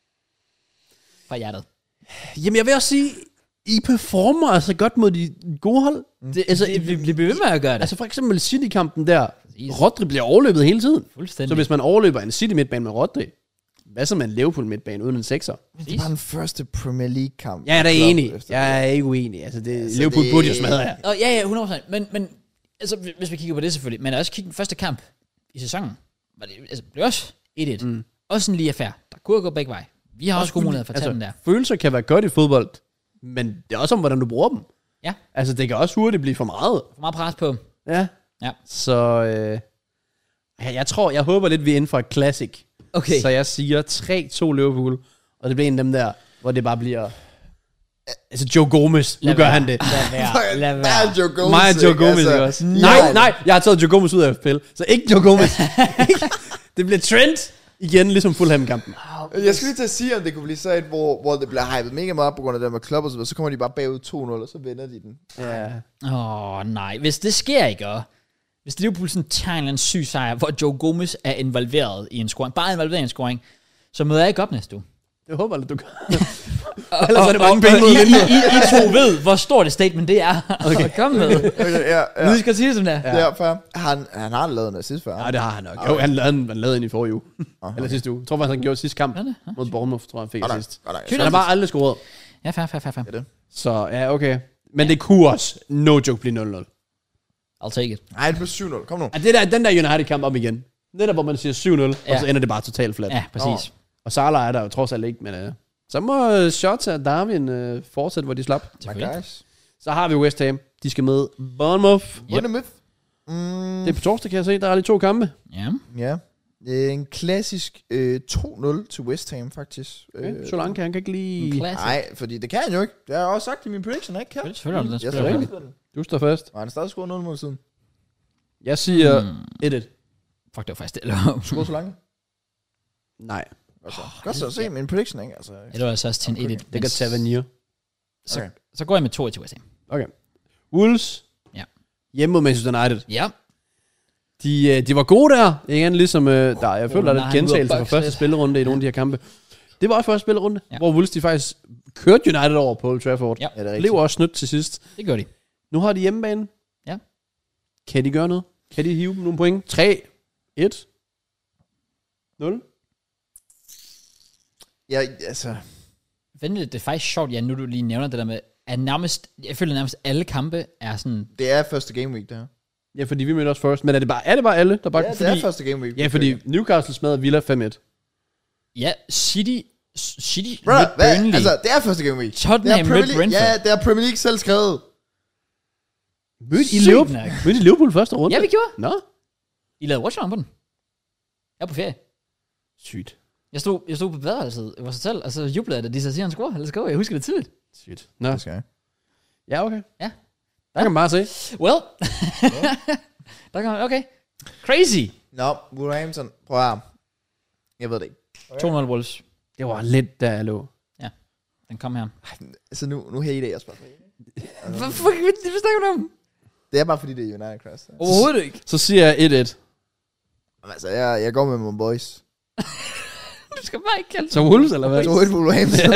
Fra hjertet. Jamen, jeg vil også sige, I performer altså godt mod de gode hold. Det, altså, vi, vi bliver ved med at gøre det. Altså for eksempel City-kampen der. Præcis. Rodri bliver overløbet hele tiden. Fuldstændig. Så hvis man overløber en City-midtbane med Rodri, hvad så med en Liverpool-midtbane uden en sekser? Det var den første Premier League-kamp. Jeg er da Klub enig. efter Jeg er ikke uenig. Altså, det, Altså, Liverpool det- burde jo smadre her. Og ja, ja, hundrede procent. Men, men altså, hvis vi kigger på det selvfølgelig, men også kigge den første kamp i sæsonen, var det, altså, det blev også et et. Mm. Også en lige affære. Der kunne gå begge veje. Vi har også, også gode muligheder for at tage den der. Følelser kan være godt i fodbold, men det er også om, hvordan du bruger dem. Ja. Altså, det kan også hurtigt blive for meget. For meget pres på. Ja. Ja. Så øh, jeg, jeg tror, jeg håber lidt, vi er inden for et classic. Okay. Så jeg siger tre to Liverpool, og det bliver en af dem der, hvor det bare bliver... Altså, Joe Gomez. Nu Lad gør være. han det. Lad være. Lad Der være. er Joe Gomez. Mig og Joe ikke? Gomez, Altså, ikke også? nej. Nej, nej, jeg har taget Joe Gomez ud af F P L, så ikke Joe Gomez. Det bliver Trent igen, ligesom Fulham-kampen. Jeg skulle lige til at sige, om det kunne blive så et, hvor, hvor det bliver hypet mega meget på grund af det med klub og så videre, så kommer de bare bagud to nul, og så vinder de den. Ja. Åh, oh, nej. Hvis det sker ikke, og hvis Liverpool sådan tager en syg sejr, hvor Joe Gomez er involveret i en scoring, bare involveret i en scoring, så møder jeg ikke op næste uge. Det håber jeg, du kan. Ellers er det mange penge I, ud af I, I, I to ved, hvor stort et statement det er. Okay. Kom med. Okay, ja, ja. Nu skal jeg sige det som det er. Ja, fair. Han, han har lavet noget sidst før. Ja, det har han nok. Jo, han lavede, han lavede en i forrige uge. Okay. Eller sidste uge. Jeg tror faktisk, han gjorde sidste kamp Ja, det. mod Bournemouth, tror jeg, han fik Godt nok, sidst. godt nok. Han har bare aldrig scoret. Ja, fair, fair, fair, fair. Det er det. Så ja, okay. Men det kunne også, no joke, blive nul nul. I'll take it. Nej, det blev syv nul. Kom nu. Ja, det der, den der United-kamp op igen. Det der, hvor man siger syv nul, Ja. og så ender det bare totalt flat. Ja, præcis. Og Salah er der jo trods alt ikke, men uh, så må uh, Shots og Darwin uh, fortsætte, hvor de slap. My guys. Så har vi West Ham. De skal med Bournemouth. Yep. Bournemouth. Mm, Det er på torsdag, kan jeg se. Der er lige to kampe. Ja. ja. Det er en klassisk øh, to nul til West Ham, faktisk. Okay. Øh, Solanke, han kan ikke lige... Classic. Nej, fordi det kan han jo ikke. Det har jeg også sagt i min prediction, ikke? Kan? Selvfølgelig, selvfølgelig. Jeg selvfølgelig. står ikke. Du står først. Nej, han har stadig scoret nul mod siden. Jeg siger Mm. et et. Fuck, det var faktisk det. Eller? Scoret så langt. Nej. Altså, godt så se min prediction, ikke? Altså, Det var altså også til en Okay. et et. Det gør Tavernier. Så, Okay. så går jeg med to til West Ham. Okay. Wolves. Ja. Hjemme mod Manchester United. Ja. De, øh, de var gode der. Igen ligesom, øh, der, jeg føler, der er nej, lidt gentagelse han fra var første lidt. spillerunde i nogle af de her kampe. Det var også første spillerunde, Ja. hvor Wolves de faktisk kørte United over på Old Trafford. Ja. ja, det er Blev rigtigt. også snydt til sidst. Det gør de. Nu har de hjemmebane. Ja. Kan de gøre noget? Kan de hive nogle point? tre, et, nul. Ja, altså... Venligt, det er faktisk sjovt, ja, nu du lige nævner det der med, at nærmest, jeg føler nærmest alle kampe er sådan, Det er første game week, det her. Ja, fordi vi mødte også først. Men er det bare, er det bare alle, der bare... Ja, det fordi, er første game week. ja, fordi Newcastle smadrede Villa fem et. ja, City, City Bro, mødte hvad? Burnley, Altså, det er første game week. Tottenham Det er Premier mødte League- Brentford. Ja, det er Premier League selv skrevet. Mødte I Sygt Liverpool? nok. Mødte I Liverpool første runde? Ja, vi gjorde. Nå. I lavede watch på den. Jeg er på ferie. Sygt. Jeg stod, jeg stod på badeværelset i vores hotel, og så jublede jeg, da de så siger, han scorer. Let's go. Jeg husker det tidligt. Sygt. Nå. Det skal jeg. Ja, okay. Ja. Der kan man bare se. Well. Der kan man, okay. Crazy. Nå, Wolverhampton. Prøv at høre. Jeg ved det ikke. to nul Wolves. Det var lidt, der jeg lå. Den kom her. Altså, nu, nu hater jeg spørgsmål. Hvad fuck, hvad snakker du om? Det er bare fordi, det er United Cross. Overhovedet ikke. Så siger jeg et et. Altså, jeg, jeg går med mine boys. Du skal bare ikke kalde Så Wolves, eller hvad? to et Wolverhampton.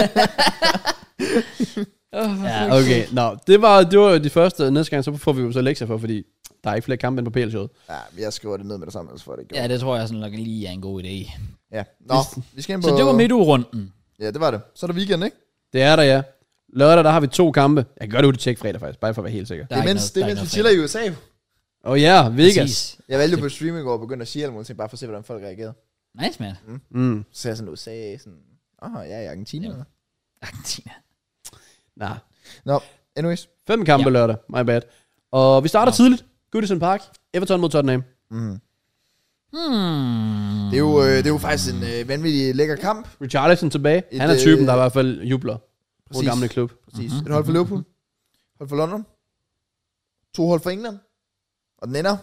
Ja, okay. Nå, det var, det var de første. Næste gang, så får vi jo så lektier for, fordi der er ikke flere kampe end på P L-showet. Ja, jeg skriver det ned med det samme, ellers får det ikke. Ja, det tror jeg sådan nok lige er en god idé. Ja. Nå, vi skal ind på... Så det var midtugrunden. Ja, det var det. Så er der weekend, ikke? Det er der, ja. Lørdag, der har vi to kampe. Jeg kan gøre det ud til tjek fredag faktisk, bare for at være helt sikker. Der Det er ikke mens, noget- det der er er mens vi ikke chiller i U S A. Åh oh, ja, Vegas. Præcis. Jeg valgte på streaming i går og begyndte at sige alle mulige ting, bare for at se, hvordan folk reagerede. Nice, man. Mm. Så sagde jeg sådan U S A, sådan... Åh, jeg er i Argentina. Ja. eller? Argentina. Nah. Nå, anyways. Fem kampe Ja. lørdag, my bad. Og vi starter Nå. tidligt. Goodison Park. Everton mod Tottenham. Mm. Hmm. Det, er jo, øh, det er jo faktisk en øh, vanvittig lækker kamp. Richarlison tilbage. Et, Han er typen, øh, der i hvert fald jubler på præcis. gamle klub. Præcis. Mm-hmm. Et hold for Liverpool. Hold for London. To hold for England. Og den ender.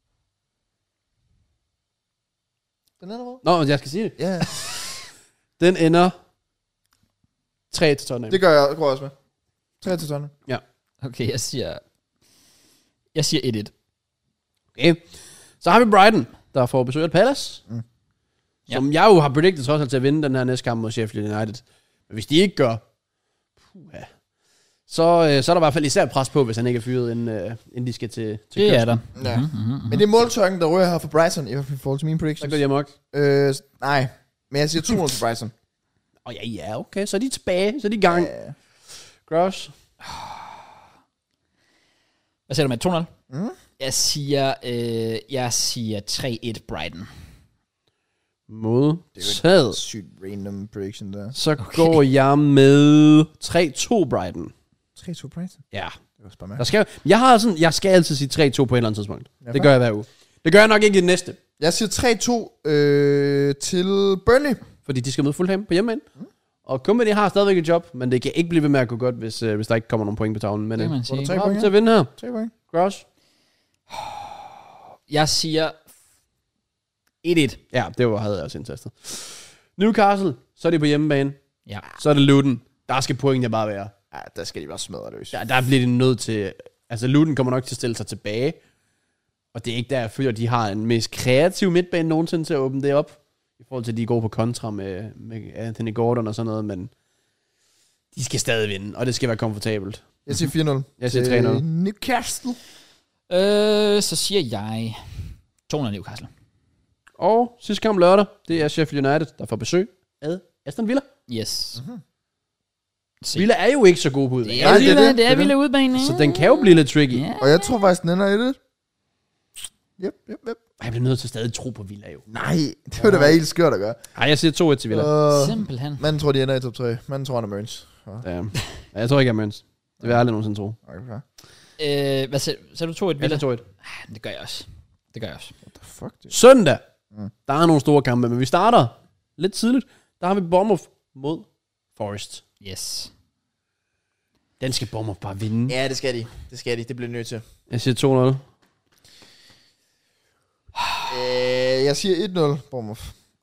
Den ender hvor? Nå, jeg skal sige det. Ja, Den ender tre til Tottenham. det gør jeg, går jeg også med. tre til Tottenham. Okay, jeg siger... Jeg siger et et. Okay. Så har vi Brighton, der får besøg af Palace. Mm. Som jeg jo har predicted trods alt til at vinde den her næste kamp mod Sheffield United. Men hvis de ikke gør, puha, så, øh, så er der i hvert fald især pres på, hvis han ikke er fyret, inden, øh, inden de skal til, til Det er kysten. der. Ja. Mm-hmm. Men det er måltørken, der rører her for Brighton, i forhold til mine Så predictions. går de amok. Øh, nej, men jeg siger to nul til Brighton. Åh oh, ja, ja, okay. Så er de tilbage. Så er de i gang. Ja. Gross. Hvad siger du med? to nul? Mm. Jeg siger, øh, jeg siger tre et Brighton. Modtaget. Sygt random prediction der. Så okay. går jeg med tre to Brighton. tre to Brighton. Ja. Det var bare Der mærkeligt. skal, jeg, har sådan, jeg skal altid sige tre to på et eller andet tidspunkt. Ja, Det gør jeg hver uge. Det gør jeg nok ikke i det næste. Jeg siger tre to øh, til Burnley. Fordi de skal møde Fulham på hjemmebane. Mm. Og Company har stadigvæk et job, men det kan ikke blive ved med at gå godt, hvis, øh, hvis der ikke kommer nogen point på tavlen. Men Det kan øh, man Får du sige. tre har point vi her? til at vinde her. tre point. Gross. Jeg siger et et. Ja, det var, havde jeg også indtastet. Newcastle, så er de på hjemmebane. Ja. Så er det Luton. Der skal pointene bare være. Ja, der skal de bare smadre løs. Der, der bliver de nødt til... Altså, Luton kommer nok til at stille sig tilbage. Og det er ikke der, jeg føler, at de har en mest kreativ midtbane nogensinde til at åbne det op. I forhold til, at de går på kontra med, med Anthony Gordon og sådan noget, men de skal stadig vinde, og det skal være komfortabelt. Jeg siger fire nul. Jeg siger tre nul. Newcastle. Øh, så siger jeg to nul Newcastle. Og sidste kamp lørdag, det er Sheffield United, der får besøg af Aston Villa. Yes. Mm-hmm. Villa er jo ikke så god på udbanen. Det Nej, er det er Villa, det. det er Det er Villa udbanen. Så den kan jo blive lidt tricky. Ja. Og jeg tror faktisk, den ender i det. Yep, yep, yep. Jeg bliver nødt til at stadig tro på Villa jo. Nej, det ville da være helt skørt at gøre. Ej, jeg siger to et til Villa. Uh, Simpelthen. manden tror, de ender i top tre. Manden tror, han er Mørns. Ja. Ja, jeg tror ikke, jeg er Mørns. Det vil jeg aldrig nogensinde tro. Okay, fair. Øh, hvad sagde så du to et Jeg Villa? siger to et. Ah, Det gør jeg også. Det gør jeg også. What the fuck, dude? Søndag, Mm. der er nogle store kampe, men vi starter lidt tidligt. Der har vi Bournemouth mod Forest. Yes. Den skal Bournemouth bare vinde. Ja, det skal de. Det skal de. Det bliver de nødt til. Jeg siger to nul. Øh, jeg siger et nul, Bournemouth.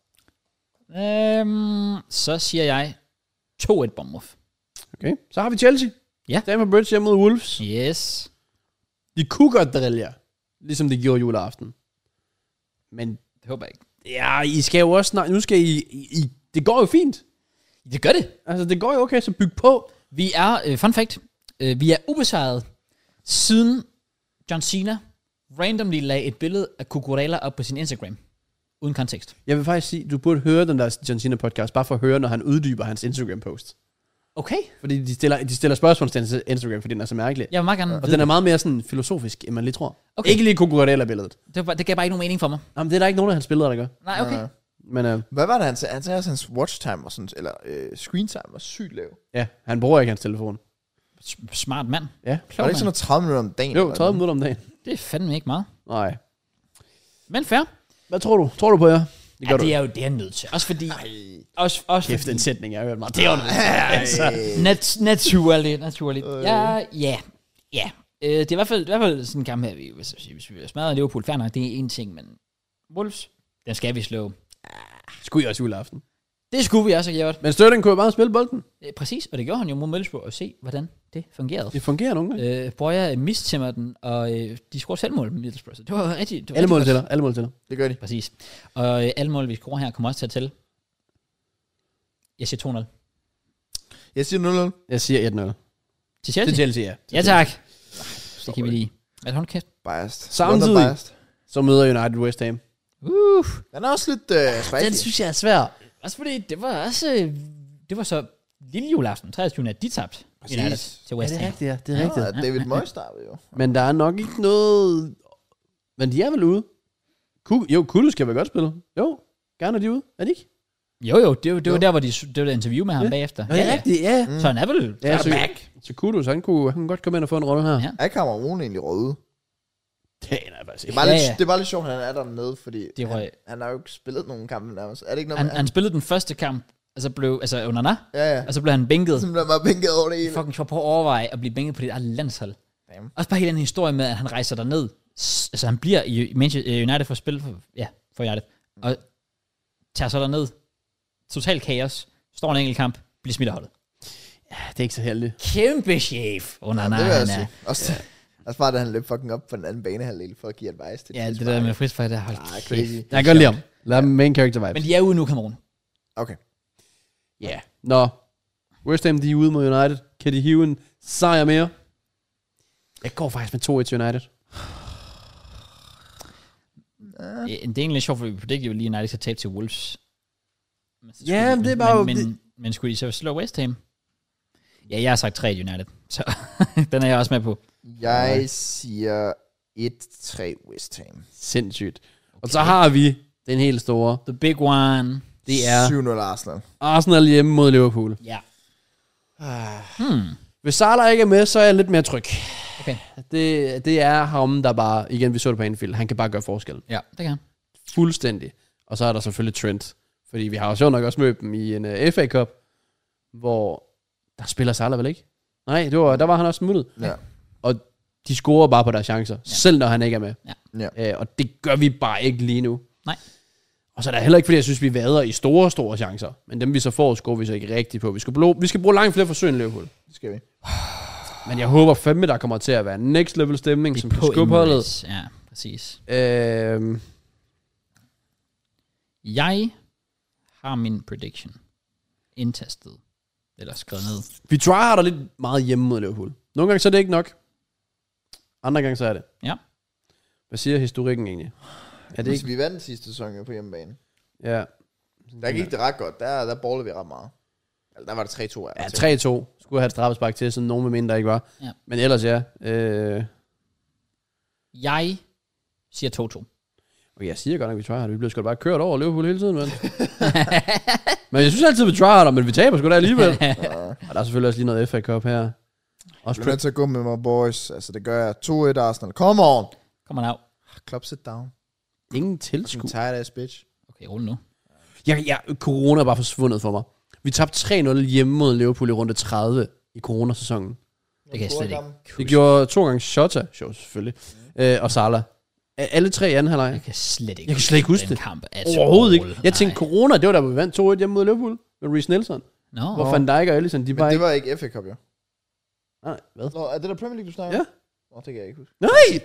Øhm, så siger jeg to et Bournemouth. Okay, så har vi Chelsea. Ja. Stamford Bridge hjemme mod Wolves. Yes. De kunne godt drille jer, ligesom de gjorde juleaften. Men Det håber jeg ikke. ja, I skal jo også snart, nu skal I, I, I, det går jo fint. Det gør det. Altså, det går jo okay, så byg på. Vi er, øh, fun fact, øh, vi er ubesejret siden John Cena randomly lagde et billede af Cucurella op på sin Instagram. Uden kontekst. Jeg vil faktisk sige, du burde høre den der John Cena podcast, bare for at høre, når han uddyber hans Instagram-post. Okay. Fordi de stiller, de stiller spørgsmål til hans Instagram, fordi den er så mærkelig. Jeg vil meget gerne Og vide den er det. meget mere sådan filosofisk, end man lige tror. Okay. Ikke lige Cucurella-billedet. Det, var, bare- det gav bare ikke nogen mening for mig. Jamen, det er der ikke nogen af hans billeder, der gør. Nej, okay. Nej. Men øh, Hvad var det, han sagde? Han sagde også, hans watch time var sådan, eller øh, screen time var sygt lav. ja, han bruger ikke hans telefon. S- Smart mand. Ja. Var Klog det ikke sådan mand. noget tredive minutter om dagen? Jo, eller tredive noget? minutter om dagen. Det er fandme ikke meget. Nej. Men fair. Hvad tror du? Tror du på jer? Det Ja, det er jo det, jeg er nødt til. Også fordi... Også, også Kæft, fordi den sætning, jeg har hørt meget. Det er jo altså. Nat- naturligt, naturligt. Ja, ja, ja. Øh, det er i hvert fald, i hvert fald sådan en kamp her, vi, hvis, hvis vi smadrer Liverpool, fair nok, det er en ting, men Wolves, den skal vi slå. Skulle I også juleaften. Det skulle vi også have gjort. Men Sterling kunne jo bare spille bolden. Øh, præcis, og det gjorde han jo mod Middlesbrough, og se, hvordan det fungerede. Det fungerer nogle gange. Øh, Boyer mistimmer den, og øh, de scorer selv mål med Middlesbrough, så det var rigtig... Det var Alle mål rigtig til godt. dig. Alle mål til dig. Det gør de. Præcis. Og øh, alle mål, vi scorer her, kommer også til at tælle. Jeg siger to nul. Jeg siger nul nul. Jeg siger et nul. Til Chelsea? Til Chelsea, ja. Ja, tak. Det kan vi lige. Er det hold kæft? Biased. Samtidig- London biased. Så møder United West Ham. Uh, Den er også lidt øh, spicy. Den synes jeg er svær. også fordi, det var også... øh, Det var så lille juleaften, treogtyvende at de tabte Præcis. United til West Ja, det er Ham. rigtigt, ja. Det er Ja, rigtigt. at David Moyes startede jo. Men der er nok ikke noget... Men de er vel ude. Ku- jo, Kudus skal vel godt spille. Jo, gerne er de ude. Er de ikke? Jo, jo, det var, det var Jo. der, hvor de, det var der interview med ham Ja. bagefter. Ja, det er rigtigt, ja. Mm. Så han er vel Ja, ja, så- back. Så Kudus, han kunne, han kunne godt komme ind og få en rolle her. Ja. Er Cameroon egentlig røde? Det er jeg faktisk Det er ikke. bare, Ja, lidt, ja. det er bare lidt sjovt, at han er dernede, fordi Det røg. han, han har jo ikke spillet nogen kampe nærmest. Er det ikke noget Han, med, han spillede den første kamp, og så blev, altså under Ja, ja. og så blev han bænket. Som der var bænket over det hele. Fucking for på at overveje at blive bænket på dit eget landshold. Damn. Også bare hele den historie med, at han rejser derned. S- Altså han bliver i Manchester United for at spille for, ja, for United. Og tager så derned. Total kaos. Står en enkelt kamp. Bliver smidt af holdet. Ja, det er ikke så heldigt. Kæmpe chef. Under Ja, ja, det vil jeg han sige. er. Også, også bare, da han løb fucking op på den anden banehalvdel for at give advice til Ja, det Chelsea. der med frisfejl, der hold Ah, kæft. crazy. Jeg kan godt lide ham. Lad ham main character vibes. Men de er ude nu, Cameroon. Okay. Ja. Yeah. Nå. West Ham, de er ude mod United. Kan de hive en sejr mere? Jeg går faktisk med to et til United. Ja. Det er egentlig lidt sjovt, for vi predicted jo lige, at United skal tabe til Wolves. Men så skulle Ja, de- men det er bare- Men, men, men skulle de så slå West Ham? Ja, jeg har sagt tre United, så den er jeg også med på. Jeg siger et tre West Ham. Sindssygt. Okay. Og så har vi den helt store. The big one. Det er syv nul Arsenal. Arsenal hjemme mod Liverpool. Ja. Ah, Hmm. Hvis Salah ikke er med, så er jeg lidt mere tryg. Okay. Det, det er ham, der bare, igen, vi så det på Anfield, han kan bare gøre forskel. Ja, det kan han. Fuldstændig. Og så er der selvfølgelig Trent. Fordi vi har jo sjovt nok også mødt dem i en uh, F A Cup, hvor der spiller Salah vel ikke? Nej, det var, der var han også smuttet. ja. Og de scorer bare på deres chancer, ja. selv når han ikke er med. Ja. Uh, og det gør vi bare ikke lige nu. Nej. Og så er der heller ikke, fordi jeg synes, vi vader i store, store chancer. Men dem vi så får, scorer vi så ikke rigtigt på. Vi skal bruge, vi skal bruge langt flere forsøg end Liverpool. Det skal vi. Men jeg håber fandme, der kommer til at være next level stemning, som kan på skubbe holdet. Emirates. Ja, præcis. Øhm, Jeg har min prediction indtastet, eller skrevet ned. Vi tryharder lidt meget hjemme mod Liverpool. Nogle gange så er det ikke nok. Andre gange så er det. Ja. Hvad siger historikken egentlig? Er det ikke? Vi vandt sidste sæson på hjemmebane. Ja. Der gik det ret godt. Der, der ballede vi ret meget. Altså, der var det tre to. Ja, tre to. Skulle have et straffespark til, sådan nogen med mindre ikke var. Ja. Men ellers ja. Øh... Jeg siger to to. Okay, jeg siger godt nok, vi tryharder. Vi bliver sgu da bare kørt over Liverpool hele tiden, mand. Men jeg synes altid, vi tryharder, men vi taber sgu da alligevel. Ja. Og der er selvfølgelig også lige noget F A Cup her. Også Jeg er nødt til at gå med mig, boys. Altså, det gør jeg. to et Arsenal. Come on. Kom on out. Klopp, sit down. ingen tilskud. I'm tired ass bitch. Okay, rulle nu. Jeg, jeg, corona er bare forsvundet for mig. Vi tabte tre nul hjemme mod Liverpool i runde tredive i coronasæsonen. Det kan jeg slet ikke. Det gjorde to gange Shota, sjov selvfølgelig, mm. øh, og Salah. Alle tre i anden halvleg. Jeg kan slet ikke Jeg kan slet ikke huske den det. kamp. Overhovedet ikke. Jeg tænkte, corona, det var da vi vandt to et hjemme mod Liverpool med Reece Nelson. Nå. Hvor Van Dijk og Alisson, de Men bare det ikke... var ikke F A Cup, jo. Nej, hvad? Nå, er det der Premier League, du snakker? Ja. Nå, det kan jeg ikke huske. Nej!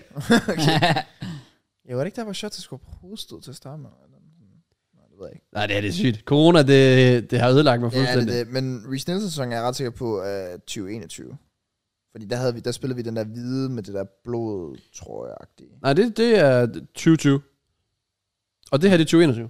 Jeg var det ikke der, hvor Shota skulle på hovedstød til at starte med? Nej, det ved jeg ikke. Nej, det er det sygt. Corona, det, det har ødelagt mig Ja, det, fuldstændig. det. Men Reece Nelson sæson er jeg ret sikker på uh, tyve enogtyve. Fordi der, havde vi, der spillede vi den der hvide med det der blod, tror jeg-agtige. Nej, det, det er tyve tyve. Og det her, det er tyve enogtyve.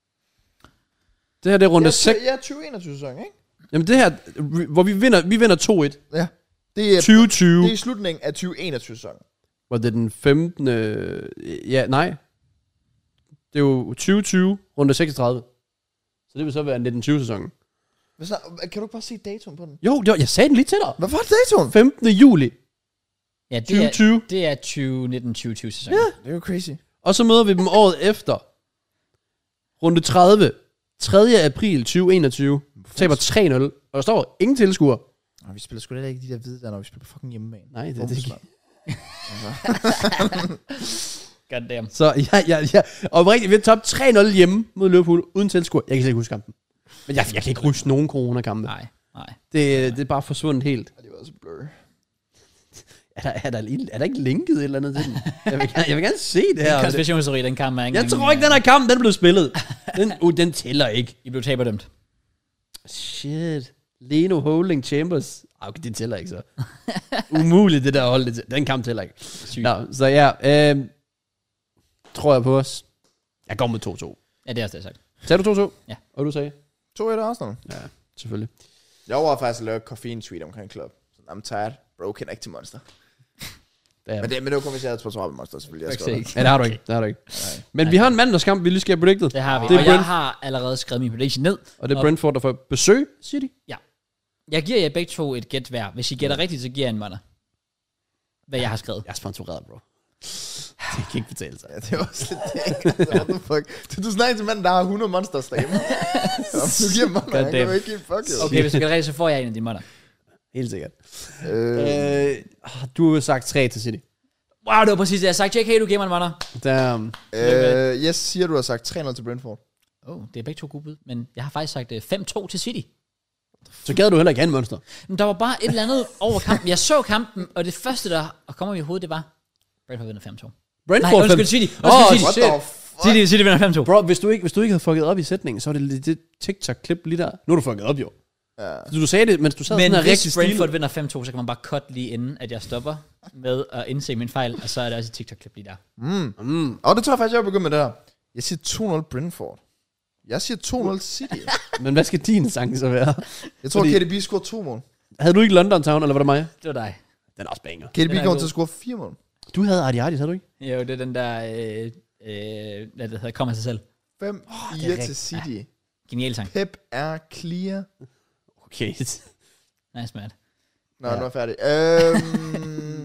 Det her, det er runde Ja, seks. Ja, tyve enogtyve sæson, ikke? Jamen det her, hvor vi vinder, vi vinder to et. Ja. Det er, tyve tyve. det er i slutningen af tyve enogtyve sæson. Var det den femtende Ja, nej. Det er jo tyve tyve, runde seksogtredive. Så det vil så være nitten tyve sæsonen. Hvad så, kan du ikke bare se datoen på den? Jo, det var, jeg sagde den lige til dig. Hvad var det datoen? femtende juli Ja, det tyve tyve. er, det er tyve nitten tyve tyve sæson. Ja. Det er jo crazy. Og så møder vi dem året efter. Runde tredive. tredje april tyve enogtyve. Taber tre nul. Og der står ingen tilskuer. Nå, vi spiller sgu da ikke de der hvide der, når vi spiller på fucking hjemmebane. Nej, det er det ikke. God damn. Så ja, ja, ja. Og rigtig, vi har tabt tre nul hjemme mod Liverpool uden tilskuer. Jeg kan slet ikke huske kampen. Men jeg, jeg kan ikke huske nogen coronakampe. Nej, nej. Det, det er bare forsvundet helt. Og det var også blur. Er der, er, der, er der ikke linket et eller andet til den? Jeg vil, gerne- jeg vil gerne se det her. Konspirationsteori, den kamp er ikke Jeg engang- tror ikke, den her kamp, den blev spillet. Den, uh, den tæller ikke. I blev taberdømt. Shit. Leno Holding Chambers. Ah, okay, det tæller ikke så. Umuligt, det der hold. Det tæller. Den kamp tæller ikke. Sygt. Nå, så ja. Øh, tror jeg på os. Jeg går med to to. Ja, det er også det, jeg har sagt. Sagde du to to? Ja. Og du sagde? to et Arsenal. Ja, selvfølgelig. Jeg overvejede faktisk at lave et koffein-tweet omkring klub. I'm tired. Bro, kender ikke til Monster. Ja, Men det, men det var kommenteret på Travel Monster, selvfølgelig. Jeg Faktisk skal ikke. ja, det har du ikke. Det har du ikke. Men vi har en mandagskamp, vi lige skal have predicted. Det har vi. Det er Og jeg Brent- har allerede skrevet min prediction ned. Og det er Brentford, der får besøg, siger de. Jeg giver jer begge to et gæt hver. Hvis I gætter rigtigt, så giver jeg en måned. Hvad jeg har skrevet. Jeg er sponsoreret, bro. Det kan ikke betale sig. Ja, det var også lidt det. What the fuck? Du, du snakker til manden, der har hundrede monsters derhjemme. Du giver mig, han kan jo ikke give fuck it. Okay, hvis du gætter rigtigt, så får jeg en af dine måneder. Helt sikkert. Øh, Øh, du har sagt tre til City. Wow, det var præcis det. Jeg har sagt, J K, du giver mig en måned. Damn. øh, yes, siger du har sagt tre nul til Brentford. Åh, oh, det er begge to gode bud. Men jeg har faktisk sagt øh, fem to til City. Så gad du heller ikke have en monster. Men der var bare et eller andet over kampen. Jeg så kampen, og det første, der kommer i hovedet, det var Brentford vinder fem to. Brentford Nej, undskyld, fem- City. Åh, Undskyld, City. What shit. the fuck? City, City vinder fem to. Bro, hvis du ikke, hvis du ikke havde fucket op i sætningen, så var det lidt det TikTok-klip lige der. Nu har du fucket op, jo. Ja. Så du sagde det, mens du sad Men sådan her hvis rigtig Brentford stilet. vinder fem to, så kan man bare cut lige inden, at jeg stopper med at indse min fejl, og så er der også et TikTok-klip lige der. Mm. Mm. Og det tror jeg faktisk, jeg vil begynde med det her. Jeg siger to nul Brentford. Jeg siger to nul City. Men hvad skal din sang så være? Jeg tror, Fordi- K D B scorer to mål. Havde du ikke London Town, eller var det mig? Det var dig. Den er også banger. K D B Den er kommer god. til at score fire mål. Du havde Ardi Ardi, havde du ikke? Jo, det er den der, øh, øh, hvad det hedder, kommer sig selv. fem det er fire til rigtigt. City. Genial sang. Pep er clear. Okay. Nice, man. Nå, Ja. nu er jeg færdig. Øhm,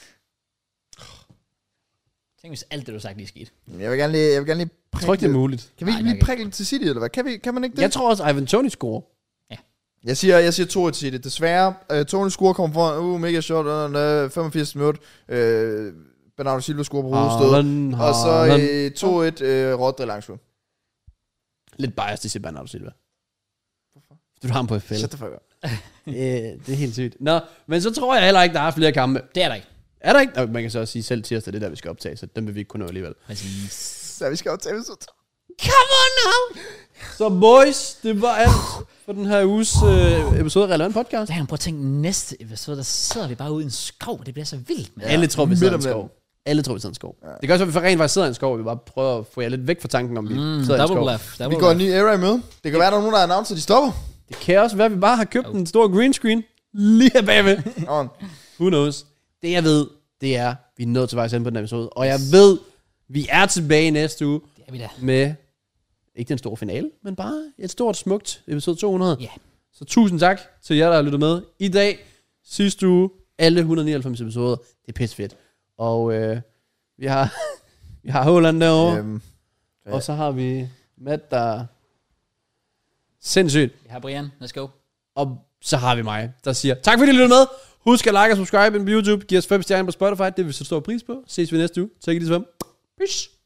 Tænk, hvis alt det, du har sagt, lige er sket. jeg vil gerne lige, jeg vil gerne lige Jeg tror ikke, det er muligt. Kan vi Nej, ikke nok lige prikke lidt til City, eller hvad? Kan, vi, kan man ikke det? Jeg tror også, Ivan Toney scorer. Jeg siger, jeg siger to til City. Desværre, uh, Tony score kommer foran. Uh, mega shot. Uh, femogfirs minutter. Uh, Bernardo Silva scorer på hovedstød. Haaland, Og så Haaland. uh, to et uh, Rodri langskud. Lidt biased til Bernardo Silva. Hvorfor? Du har ham på F L. Shut the fuck up. Øh, det er helt sygt. Nå, men så tror jeg heller ikke, der er flere kampe. Det er der ikke. Er der ikke? Nå, man kan så også sige selv tirsdag, det er der, vi skal optage, så den vil vi ikke kunne nå alligevel. Præcis. Så vi skal jo tage episode to. Come on now! Så boys, det var alt for den her uges øh, episode af Relevant Podcast. Damn, prøv at tænke, næste episode, der sidder vi bare ude i en skov. Det bliver så vildt, man. Ja, alle tror, vi sidder i en midt om skov. Alle tror, vi sidder i en skov. Ja. Det kan også være, at vi for rent faktisk sidder i en skov, og vi bare prøver at få jer lidt væk fra tanken, om vi Mm, sidder i en skov. double left. Double Vi går en left. ny era i møde. Det kan være, der er nogen, der har announced, at de stopper. Det kan også være, at vi bare har købt en stor green screen lige her bagved. On. Who knows? Det jeg ved, det er, vi er nødt til vejs hen på den episode. Og jeg ved, vi er tilbage næste uge Det er vi da. med, ikke den store finale, men bare et stort, smukt episode to hundrede. Ja. Så tusind tak til jer, der har lyttet med i dag, sidste uge, alle et hundrede nioghalvfems episoder. Det er pisse fedt. Og øh, vi har vi har Håland derovre, Øhm, og så har vi Matt, der sindssygt. Vi har Brian. Let's go. Og så har vi mig, der siger, tak fordi I lyttede med. Husk at like og subscribe på YouTube. Giv os fem stjerner på Spotify. Det vil vi så stor pris på. Ses vi næste uge. Take it easy. Peace.